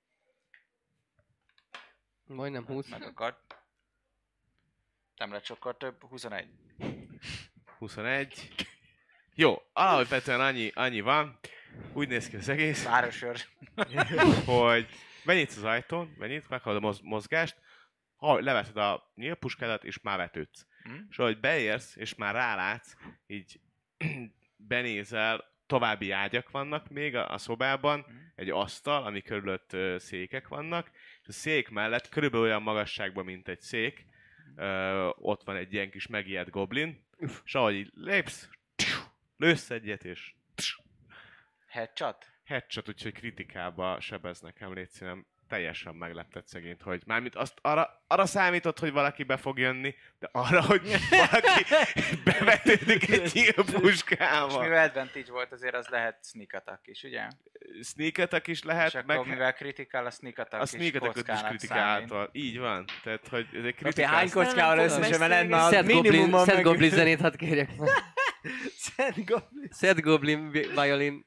Majdnem húsz. Meg akart. Nem lett sokkal több, huszonegy. huszonegy. Jó, alapvetően annyi, annyi van. Úgy néz ki az egész. Városőr. Hogy benyitsz az ajtón, benyitsz, meghallod a moz- mozgást, ha leveted a nyílpuskádat, és már vetődsz. Hmm? És ahogy beérsz, és már rálátsz, így benézel, további ágyak vannak még a, a szobában, Hmm? egy asztal, ami körülött ö, székek vannak, és a szék mellett körülbelül olyan magasságban, mint egy szék, ö, ott van egy ilyen kis megijedt goblin, és ahogy így lépsz, lősz egyet, és Headshot? headshot, úgyhogy kritikába sebez nekem, légy színem. Teljesen meglepett szegényt, hogy mármint azt arra, arra számított, hogy valaki be fog jönni, de arra, hogy valaki bevetődik egy És nyílpuskával. mivel advantage volt, azért az lehet sneak attack is, ugye? Sneak attack is lehet, És akkor meg mivel kritikál, a sneak attack a is sneak attack is kockának kritikáltal. Így van. Tehát, hogy ez egy Rapi, kritikál. hány kockával összesen lenne a Szent Goblin, minimumon Szent meg... Goblin zenét hadd kérjek. Szent Goblin. Szent Goblin vi- violin.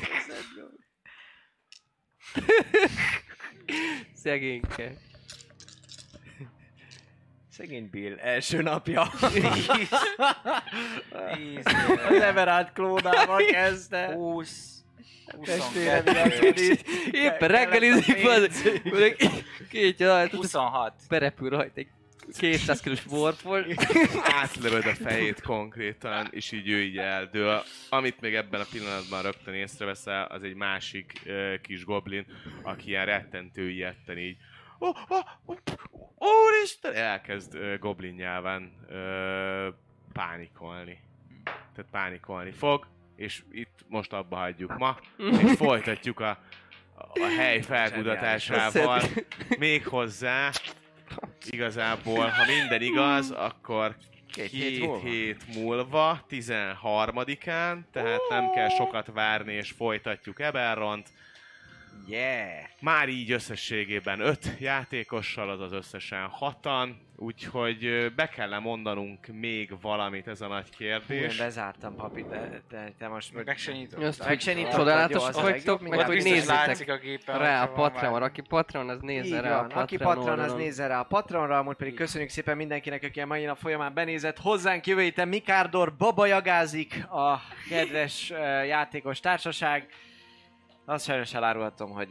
Szegényke. Szegény Bill első napja. tíz, A Leverát klónával kezdte. húsz, Testvére huszonkettő, Éppen reggelizik, vagy két jaj, huszonhat. berepül rajta egy kétszáz kilós warpol. Átlövöd a fejét konkrétan, és így ő így eldől. Amit még ebben a pillanatban rögtön észreveszel, az egy másik uh, kis goblin, aki ilyen rettentő ilyetten így oh, oh, oh, Úristen! Elkezd uh, goblin nyelven uh, pánikolni. Tehát pánikolni fog, és itt most abba hagyjuk ma, és folytatjuk a, a hely felkutatásával. Még hozzá, igazából, ha minden igaz, akkor két, két hét, múlva. hét múlva, tizenharmadikán, tehát nem kell sokat várni, és folytatjuk Eberront. Yeah! Már így összességében öt játékossal, azaz összesen hatan, úgyhogy be kellene mondanunk még valamit, ez a nagy Hú, én kérdés. bezártam, papi, te, te, te most meg... Meg se nyitott. Azt, Meg hogy se nyitott, csodálatos vagy jó, az a vagytok, legjobb, meg vagy hogy biztos nézzétek látszik a gépen, rá a hogyha van Patreon, már. aki Patreon, az Így nézze rá a van, aki Patreon Patron, az oldalon. nézze rá a Patronra, amúgy pedig köszönjük szépen mindenkinek, aki a mai nap folyamán benézett hozzánk. Jövő héten Mikárdor babajagázik, a kedves uh, játékos társaság. Azt sajnos elárulhatom, hogy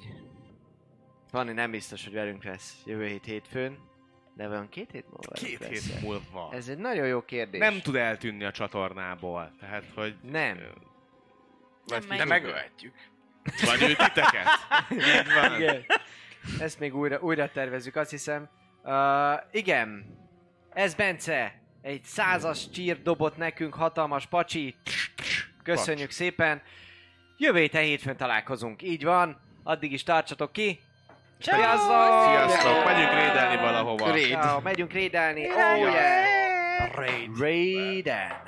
Panni nem biztos, hogy velünk lesz jövő hét hétfőn, de van két hét múlva velünk Két lesz. hét múlva. Ez egy nagyon jó kérdés. Nem tud eltűnni a csatornából, tehát hogy... Nem. Nem Vagy megy. De megölhetjük. Vagy ő titeket? Így van. Igen. Ezt még újra, újra tervezzük, azt hiszem. Uh, igen. Ez Bence. Egy százas csírt dobott nekünk, hatalmas pacsi. Köszönjük Pacs. szépen. Jövő héten hétfőn találkozunk. Így van. Addig is tartsatok ki. Sziasztok! Sziasztok! Megyünk rédelni valahova. Ciao, megyünk rédelni. Oh yeah! Raid. Raiden.